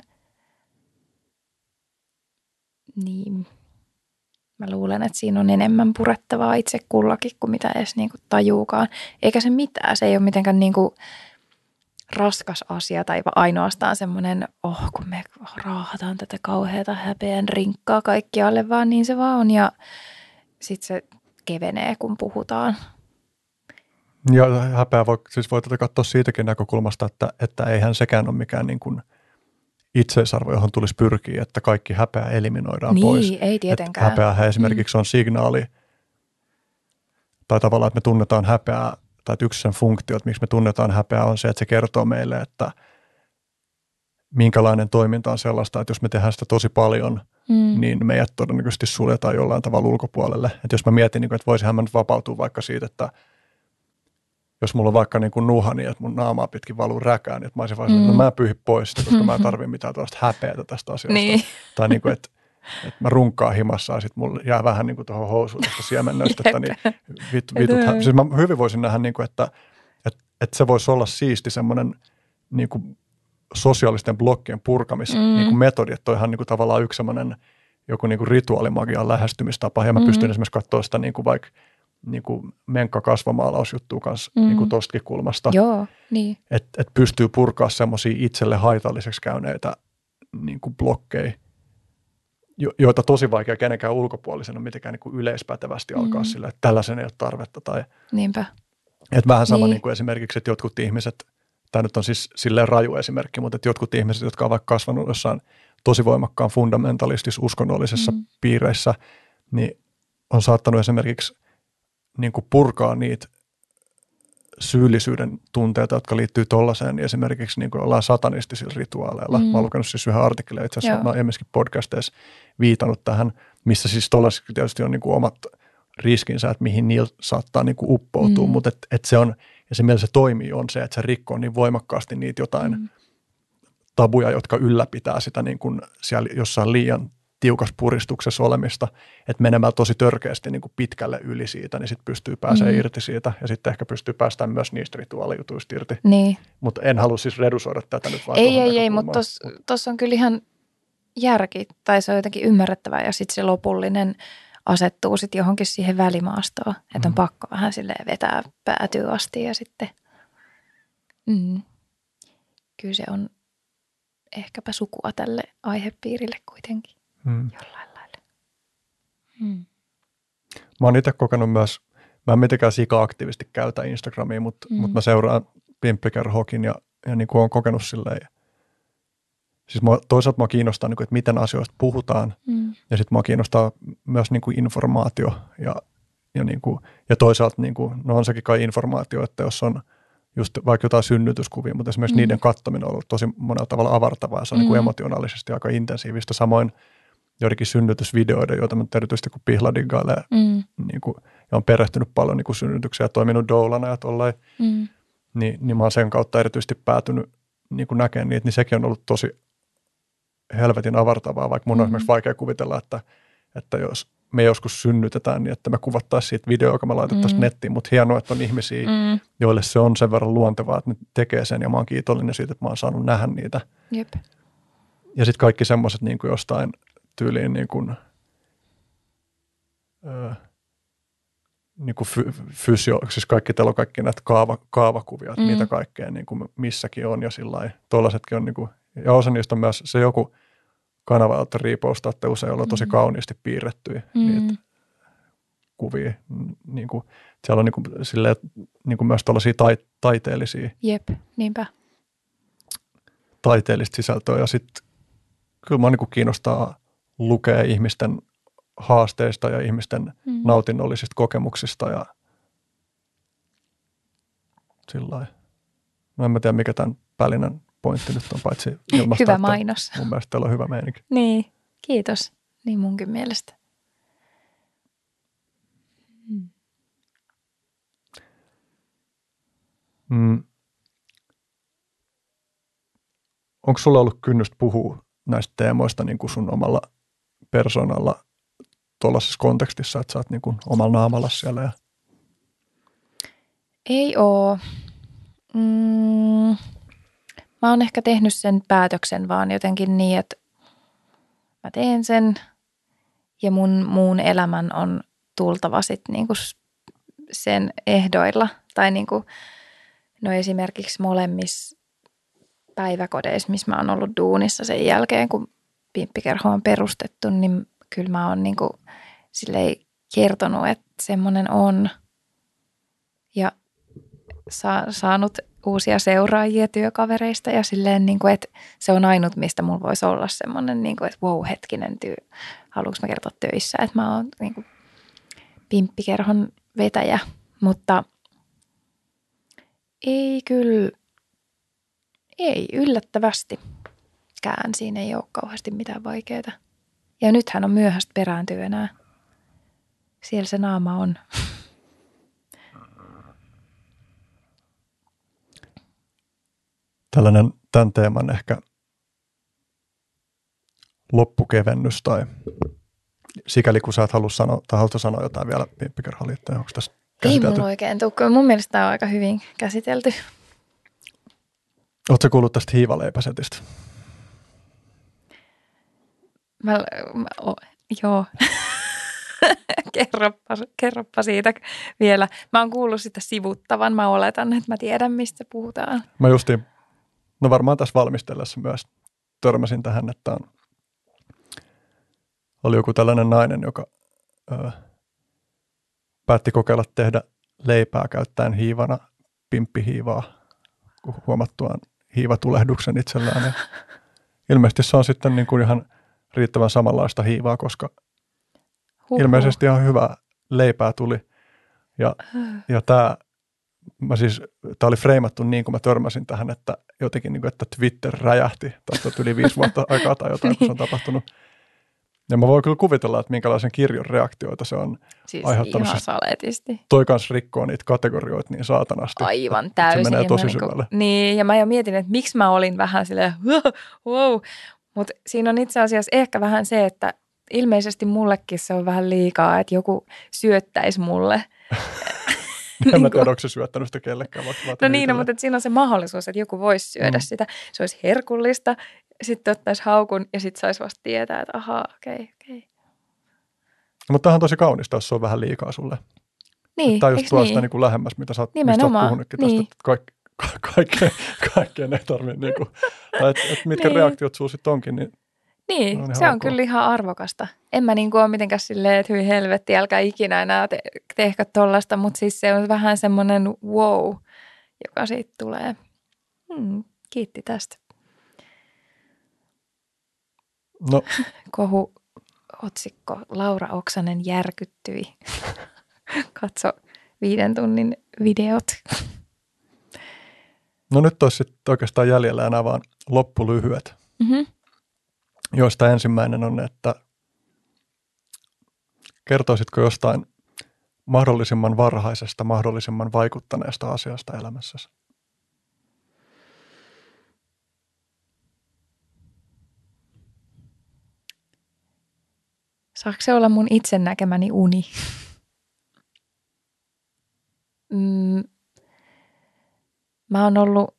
Niin mä luulen, että siinä on enemmän purettavaa itse kullakin kuin mitä edes niin kuin tajuukaan. Eikä se mitään, se ei ole mitenkään niin kuin raskas asia tai ainoastaan semmoinen, kun me raahataan tätä kauheata häpeän rinkkaa kaikkialle, vaan niin se vaan on ja sitten se kevenee, kun puhutaan.
Ja häpeä voi tätä katsoa siitäkin näkökulmasta, että eihän sekään ole mikään niin kuin itseisarvo, johon tulisi pyrkiä, että kaikki häpeä eliminoidaan pois.
Niin, ei tietenkään.
Häpeähän esimerkiksi on signaali, tai tavallaan, että me tunnetaan häpeää, tai että yksi sen funktio, että miksi me tunnetaan häpeää, on se, että se kertoo meille, että minkälainen toiminta on sellaista, että jos me tehdään sitä tosi paljon, niin meidät todennäköisesti suljetaan jollain tavalla ulkopuolelle. Että jos mä mietin, että voisinhan mä nyt vapautua vaikka siitä, että jos mulla on vaikka niin kuin nuha, niin että mun naamaa pitkin valuu räkään, niin että mä olisin vaan että mä en pyyhi pois sitä, koska mä en tarvitse mitään tällaista häpeätä tästä asiasta. Niin. Tai niin kuin, että mä runkkaan himassa ja sitten mulla jää vähän niin kuin tuohon housuun tästä siemennöstettä, niin siis mä hyvin voisin nähdä, niin kuin, että se voisi olla siisti semmoinen niin kuin sosiaalisten blokkien niin kuin metodi, että toihan niin kuin tavallaan yksi semmoinen joku niin kuin rituaalimagian lähestymistapa, ja mä pystyn esimerkiksi katsoa sitä niin kuin vaikka niin kuin menkka kasvamaalausjuttua kanssa niin kuin tostakin kulmasta.
Joo, niin.
Että pystyy purkaa semmoisia itselle haitalliseksi käyneitä niin kuin blokkeja, joita tosi vaikea kenenkään ulkopuolisena mitenkään niin kuin yleispätevästi alkaa sillä, että tällaisen ei ole tarvetta. Tai,
niinpä.
Että vähän sama niin kuin esimerkiksi, että jotkut ihmiset, tämä nyt on siis silleen raju esimerkki, mutta että jotkut ihmiset, jotka on vaikka kasvanut jossain tosi voimakkaan fundamentalistis-uskonnollisessa piireissä, niin on saattanut esimerkiksi niin kuin purkaa niitä syyllisyyden tunteita, jotka liittyy tollaiseen, niin esimerkiksi niin kuin ollaan satanistisilla rituaaleilla. Mä oon lukenut siis yhden artikkelin, itse asiassa mä oon myöskin podcasteissa viitannut tähän, missä siis tollaisessa tietysti on niin kuin omat riskinsä, että mihin niillä saattaa niin kuin uppoutua, mutta et se on, ja se millä se toimii on se, että se rikkoo niin voimakkaasti niitä jotain tabuja, jotka ylläpitää sitä niin kuin siellä jossain liian tiukas puristuksessa olemista, että menemään tosi törkeästi niin kuin pitkälle yli siitä, niin sitten pystyy pääsemään irti siitä ja sitten ehkä pystyy päästään myös niistä rituaalijutuista irti. Niin. Mutta en halua siis redusoida tätä nyt vaan.
Ei, mutta tuossa on kyllä ihan järki, tai se on jotenkin ymmärrettävää ja sitten se lopullinen asettuu sitten johonkin siihen välimaastoon, että on pakko vähän silleen vetää päätyy asti ja sitten kyllä se on ehkäpä sukua tälle aihepiirille kuitenkin. Jollain lailla.
Mä oon itse kokenut myös, mä en mitenkään sika-aktiivisesti käytä Instagramia, mutta mä seuraan Pimppikerhokin ja niin kuin oon kokenut silleen. Siis toisaalta mua kiinnostaa, niin kuin, että miten asioista puhutaan ja sitten mua kiinnostaa myös niin kuin informaatio ja toisaalta niin kuin, no on sekin kai informaatio, että jos on just vaikka jotain synnytyskuvia, mutta esimerkiksi niiden katsominen on ollut tosi monella tavalla avartavaa. Se on niin kuin emotionaalisesti aika intensiivistä. Samoin joidenkin synnytysvideoiden, joita mä erityisesti kun pihladiggailee niin kuin, ja on perehtynyt paljon niin kuin synnytyksiä ja toiminut doulana ja tollain, niin mä oon sen kautta erityisesti päätynyt niin kuin näkemään niitä, niin sekin on ollut tosi helvetin avartavaa, vaikka mun on esimerkiksi vaikea kuvitella, että jos me joskus synnytetään, niin että me kuvattaisiin siitä videoa, joka me laitettaisiin nettiin, mutta hienoa, että on ihmisiä, joille se on sen verran luontevaa, että ne tekee sen, ja mä oon kiitollinen siitä, että mä oon saanut nähdä niitä.
Jep.
Ja sitten kaikki semmoiset niin kuin jostain tyyliin niin kuin, niin kuin siis teillä on kaikki näitä kaavakuvia, että mitä kaikkea niin kuin missäkin on ja sillä lailla. Tuollaisetkin on, niin kuin, ja osa niistä on myös se joku kanava, jolta repostatte usein olla tosi kauniisti piirrettyjä niitä kuvia. Niin kuin, siellä on niin kuin, silleen, niin kuin myös tuollaisia taiteellisia.
Jep, niinpä.
Taiteellista sisältöä ja sitten kyllä minua niin kiinnostaa lukea ihmisten haasteista ja ihmisten nautinnollisista kokemuksista ja sillä lailla. No en mä tiedä, mikä tämän Pälinän pointti nyt on, paitsi ilmasta,
hyvä mainos.
Mun mielestä teillä on hyvä meininki.
Niin, kiitos. Niin munkin mielestä.
Onko sulla ollut kynnystä puhua näistä teemoista niin kuin sun omalla persoonalla tuollaisessa kontekstissa, että sä oot niin kuin omalla naamalla siellä? Ja...
Ei oo. Mä oon ehkä tehnyt sen päätöksen vaan jotenkin niin, että mä teen sen ja mun muun elämän on tultava sitten niinku sen ehdoilla. Tai niinku, no esimerkiksi molemmissa päiväkodeissa, missä mä oon ollut duunissa sen jälkeen, kun Pimppikerho on perustettu, niin kyllä mä oon niinku silleen kertonut, että semmoinen on. Ja saanut uusia seuraajia työkavereista ja silleen, niin kuin, että se on ainut, mistä mulla voisi olla semmoinen, niin kuin, että wow, hetkinen, haluanko mä kertoa töissä, että mä oon niin kuin Pimppikerhon vetäjä, mutta ei kyllä, ei yllättävästikään, siinä ei ole kauheasti mitään vaikeaa. Ja nythän on myöhäistä perääntyä enää. Siellä se naama on.
Tällainen tämän teeman ehkä loppukevennys tai sikäli kun sä et halua sanoa tai haluatko sanoa jotain vielä Pimppikerhoon liittyen, onko tässä käsitelty?
Ei mulla oikein tule. Mun mielestä tämä on aika hyvin käsitelty.
Oletko kuullut tästä hiivaleipäsetistä?
Joo. Kerroppa siitä vielä. Mä oon kuullut sitä sivuttavan. Mä oletan, että mä tiedän, mistä puhutaan.
Mä justiin, no varmaan tässä valmistellessa myös törmäsin tähän, että oli joku tällainen nainen, joka päätti kokeilla tehdä leipää käyttäen hiivana pimppihiivaa huomattuaan hiivatulehduksen itsellään. Ja ilmeisesti se on sitten niin kuin ihan riittävän samanlaista hiivaa, koska ilmeisesti ihan hyvää leipää tuli. Ja tämä oli freimattu niin, kuin mä törmäsin tähän, että jotenkin niin kuin, että Twitter räjähti. Tästä yli 5 vuotta aikaa tai jotain, kun se on tapahtunut. Ja mä voin kyllä kuvitella, että minkälaisen kirjon reaktioita se on
siis
aiheuttanut.
Ihan saletisti.
Toi kanssa rikkoo niitä kategorioita niin saatanasti.
Aivan täysin.
Se menee tosi syvälle.
Niin, ja mä jo mietin, että miksi mä olin vähän silleen, wow. Mutta siinä on itse asiassa ehkä vähän se, että ilmeisesti mullekin se on vähän liikaa, että joku syöttäisi mulle.
En mä tiedä, onko se syöttänyt sitä kellekään.
No niin, mutta siinä on se mahdollisuus, että joku voisi syödä sitä. Se olisi herkullista, sitten ottaisi haukun ja sitten saisi vasta tietää, että ahaa, okei.
No, mutta tämä on tosi kaunista, jos se on vähän liikaa sulle.
Niin,
tämä just tuo sitä niin kuin lähemmäs, mitä sä oot puhunutkin tästä, että kaikkeen ei tarvitse, niin kuin, tai että mitkä reaktiot sulla sitten onkin.
Niin, se on kyllä ihan arvokasta. En mä niin kuin ole mitenkään silleen, että hyi helvetti, älkää ikinä enää tehkö tollaista, mutta siis se on vähän semmoinen wow, joka siitä tulee. Kiitti tästä.
No.
Kohu-otsikko, Laura Oksanen järkyttyi. Katso 5 tunnin videot.
No nyt olisi sitten oikeastaan jäljellä enää vaan loppulyhyet. Joista ensimmäinen on, että kertoisitko jostain mahdollisimman varhaisesta, mahdollisimman vaikuttaneesta asiasta elämässäsi?
Saako se olla mun itse näkemäni uni? Mä oon ollut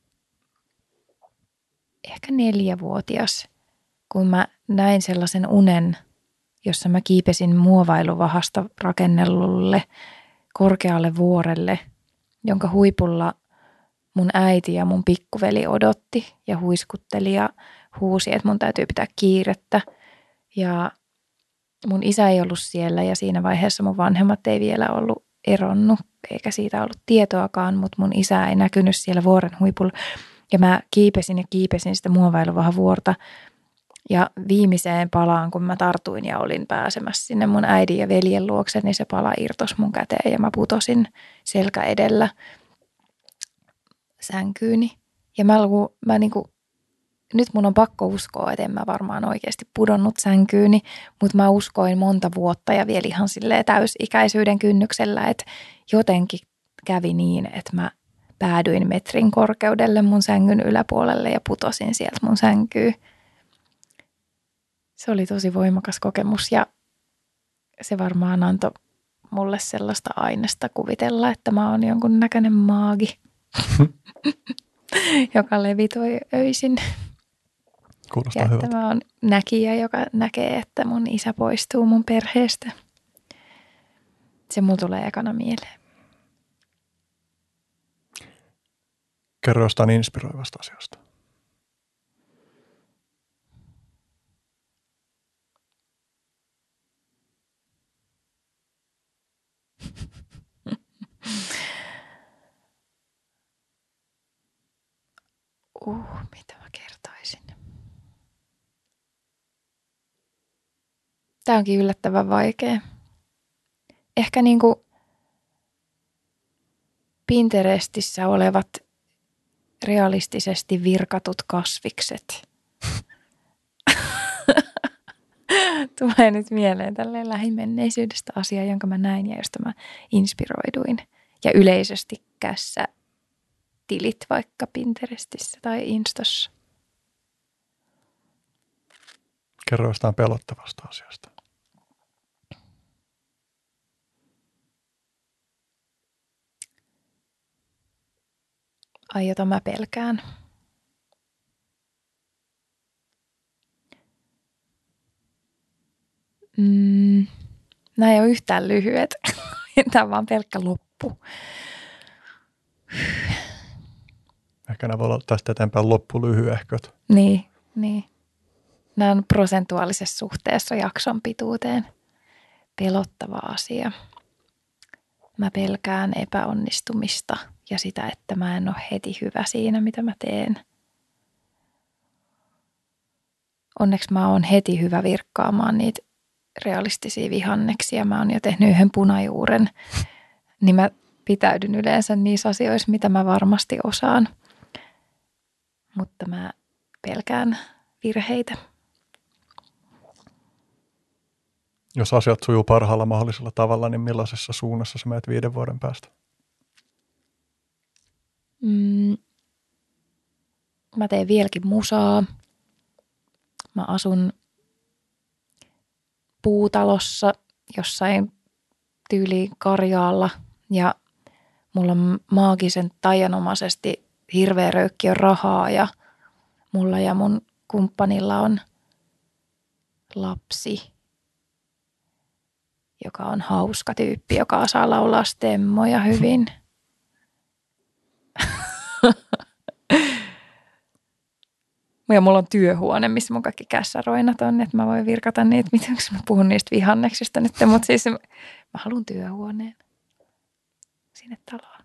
ehkä 4-vuotias, kun mä näin sellaisen unen, jossa mä kiipesin muovailuvahasta rakennellulle korkealle vuorelle, jonka huipulla mun äiti ja mun pikkuveli odotti ja huiskutteli ja huusi, että mun täytyy pitää kiirettä. Ja mun isä ei ollut siellä ja siinä vaiheessa mun vanhemmat ei vielä ollut eronnut, eikä siitä ollut tietoakaan, mutta mun isä ei näkynyt siellä vuoren huipulla. Ja mä kiipesin sitä muovailuvaa vuorta. Ja viimeiseen palaan, kun mä tartuin ja olin pääsemässä sinne mun äidin ja veljen luokse, niin se pala irtosi mun käteen ja mä putosin selkä edellä sänkyyni. Ja mä niinku, nyt mun on pakko uskoa, että en mä varmaan oikeasti pudonnut sänkyyni, mutta mä uskoin monta vuotta ja vielä ihan silleen täysikäisyyden kynnyksellä, että jotenkin kävi niin, että mä päädyin metrin korkeudelle mun sängyn yläpuolelle ja putosin sieltä mun sänkyyn. Se oli tosi voimakas kokemus ja se varmaan antoi mulle sellaista aineesta kuvitella, että mä oon jonkun näköinen maagi, joka levitoi öisin.
Kuulostaa
ja
hyvältä.
että mä oon näkijä, joka näkee, että mun isä poistuu mun perheestä. Se mulla tulee ekana mieleen.
Kerro jostain inspiroivasta asiasta.
Mitä mä kertoisin? Tää onkin yllättävän vaikea. Ehkä niinku Pinterestissä olevat realistisesti virkatut kasvikset. Tulee nyt mieleen tälleen lähimenneisyydestä asia, jonka mä näin ja josta mä inspiroiduin. Ja yleisesti tilit vaikka Pinterestissä tai Instassa.
Kerro jostain pelottavasta asiasta.
Ai, jota mä pelkään. Nämä ei ole yhtään lyhyet. Tämä on vaan pelkkä loppu.
Ehkä nämä voi olla tästä eteenpäin loppulyhyehköt.
Niin. Nämä on prosentuaalisessa suhteessa jakson pituuteen. Pelottava asia. Mä pelkään epäonnistumista ja sitä, että mä en ole heti hyvä siinä, mitä mä teen. Onneksi mä oon heti hyvä virkkaamaan niitä realistisia vihanneksia. Mä oon jo tehnyt yhden punajuuren, niin mä pitäydyn yleensä niissä asioissa, mitä mä varmasti osaan. Mutta mä pelkään virheitä.
Jos asiat sujuu parhaalla mahdollisella tavalla, niin millaisessa suunnassa sä menet 5 vuoden päästä?
Mä teen vieläkin musaa. Mä asun puutalossa jossain tyyliin Karjaalla ja mulla on maagisen taianomaisesti hirveä röykki on rahaa ja mulla ja mun kumppanilla on lapsi, joka on hauska tyyppi, joka osaa laulaa stemmoja hyvin. Ja mulla on työhuone, missä mun kaikki kässäroinat on, että mä voin virkata niitä, miten mä puhun niistä vihanneksista nyt, mutta siis mä haluan työhuoneen sinne taloon.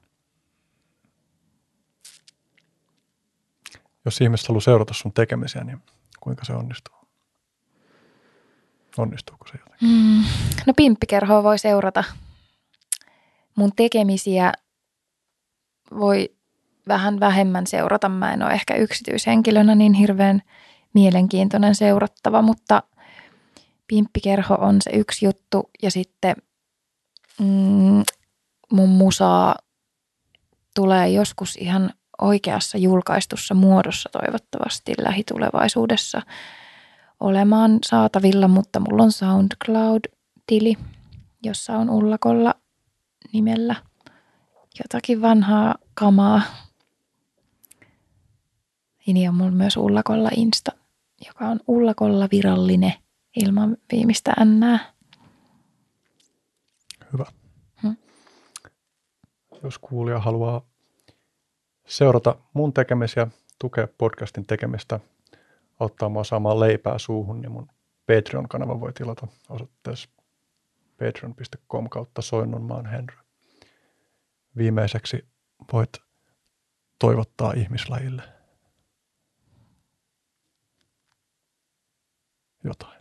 Jos ihmiset haluaa seurata sun tekemisiä, niin kuinka se onnistuu? Onnistuuko se jotenkin?
No Pimppikerhoa voi seurata. Mun tekemisiä voi vähän vähemmän seurata. Mä en ole ehkä yksityishenkilönä niin hirveän mielenkiintoinen seurattava, mutta Pimppikerho on se yksi juttu. Ja sitten mun musaa tulee joskus ihan oikeassa julkaistussa muodossa toivottavasti lähitulevaisuudessa olemaan saatavilla, mutta mulla on SoundCloud-tili, jossa on Ullakolla nimellä jotakin vanhaa kamaa. Ja on mulla myös Ullakolla Insta, joka on Ullakolla virallinen ilman viimeistä N:ää.
Hyvä. Jos kuulija haluaa seurata mun tekemisiä, tukea podcastin tekemistä, auttaa mua saamaan leipää suuhun, niin mun Patreon-kanava voi tilata osoitteessa patreon.com/Soinnunmaan Henry. Viimeiseksi voit toivottaa ihmislajille jotain.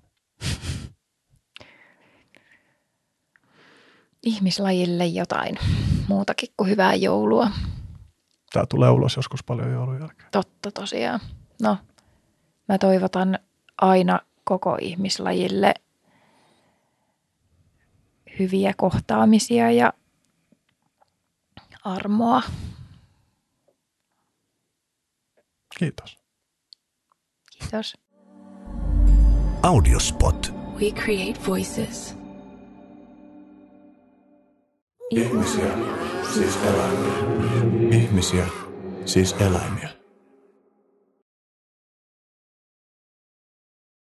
Ihmislajille jotain muutakin kuin hyvää joulua.
Tää tulee ulos joskus paljon joulun jälkeen.
Totta tosiaan. No, mä toivotan aina koko ihmislajille hyviä kohtaamisia ja armoa.
Kiitos.
Kiitos.
Audiospot.
We create voices.
Ihmisiä, siis eläimiä. Ihmisiä, siis eläimiä.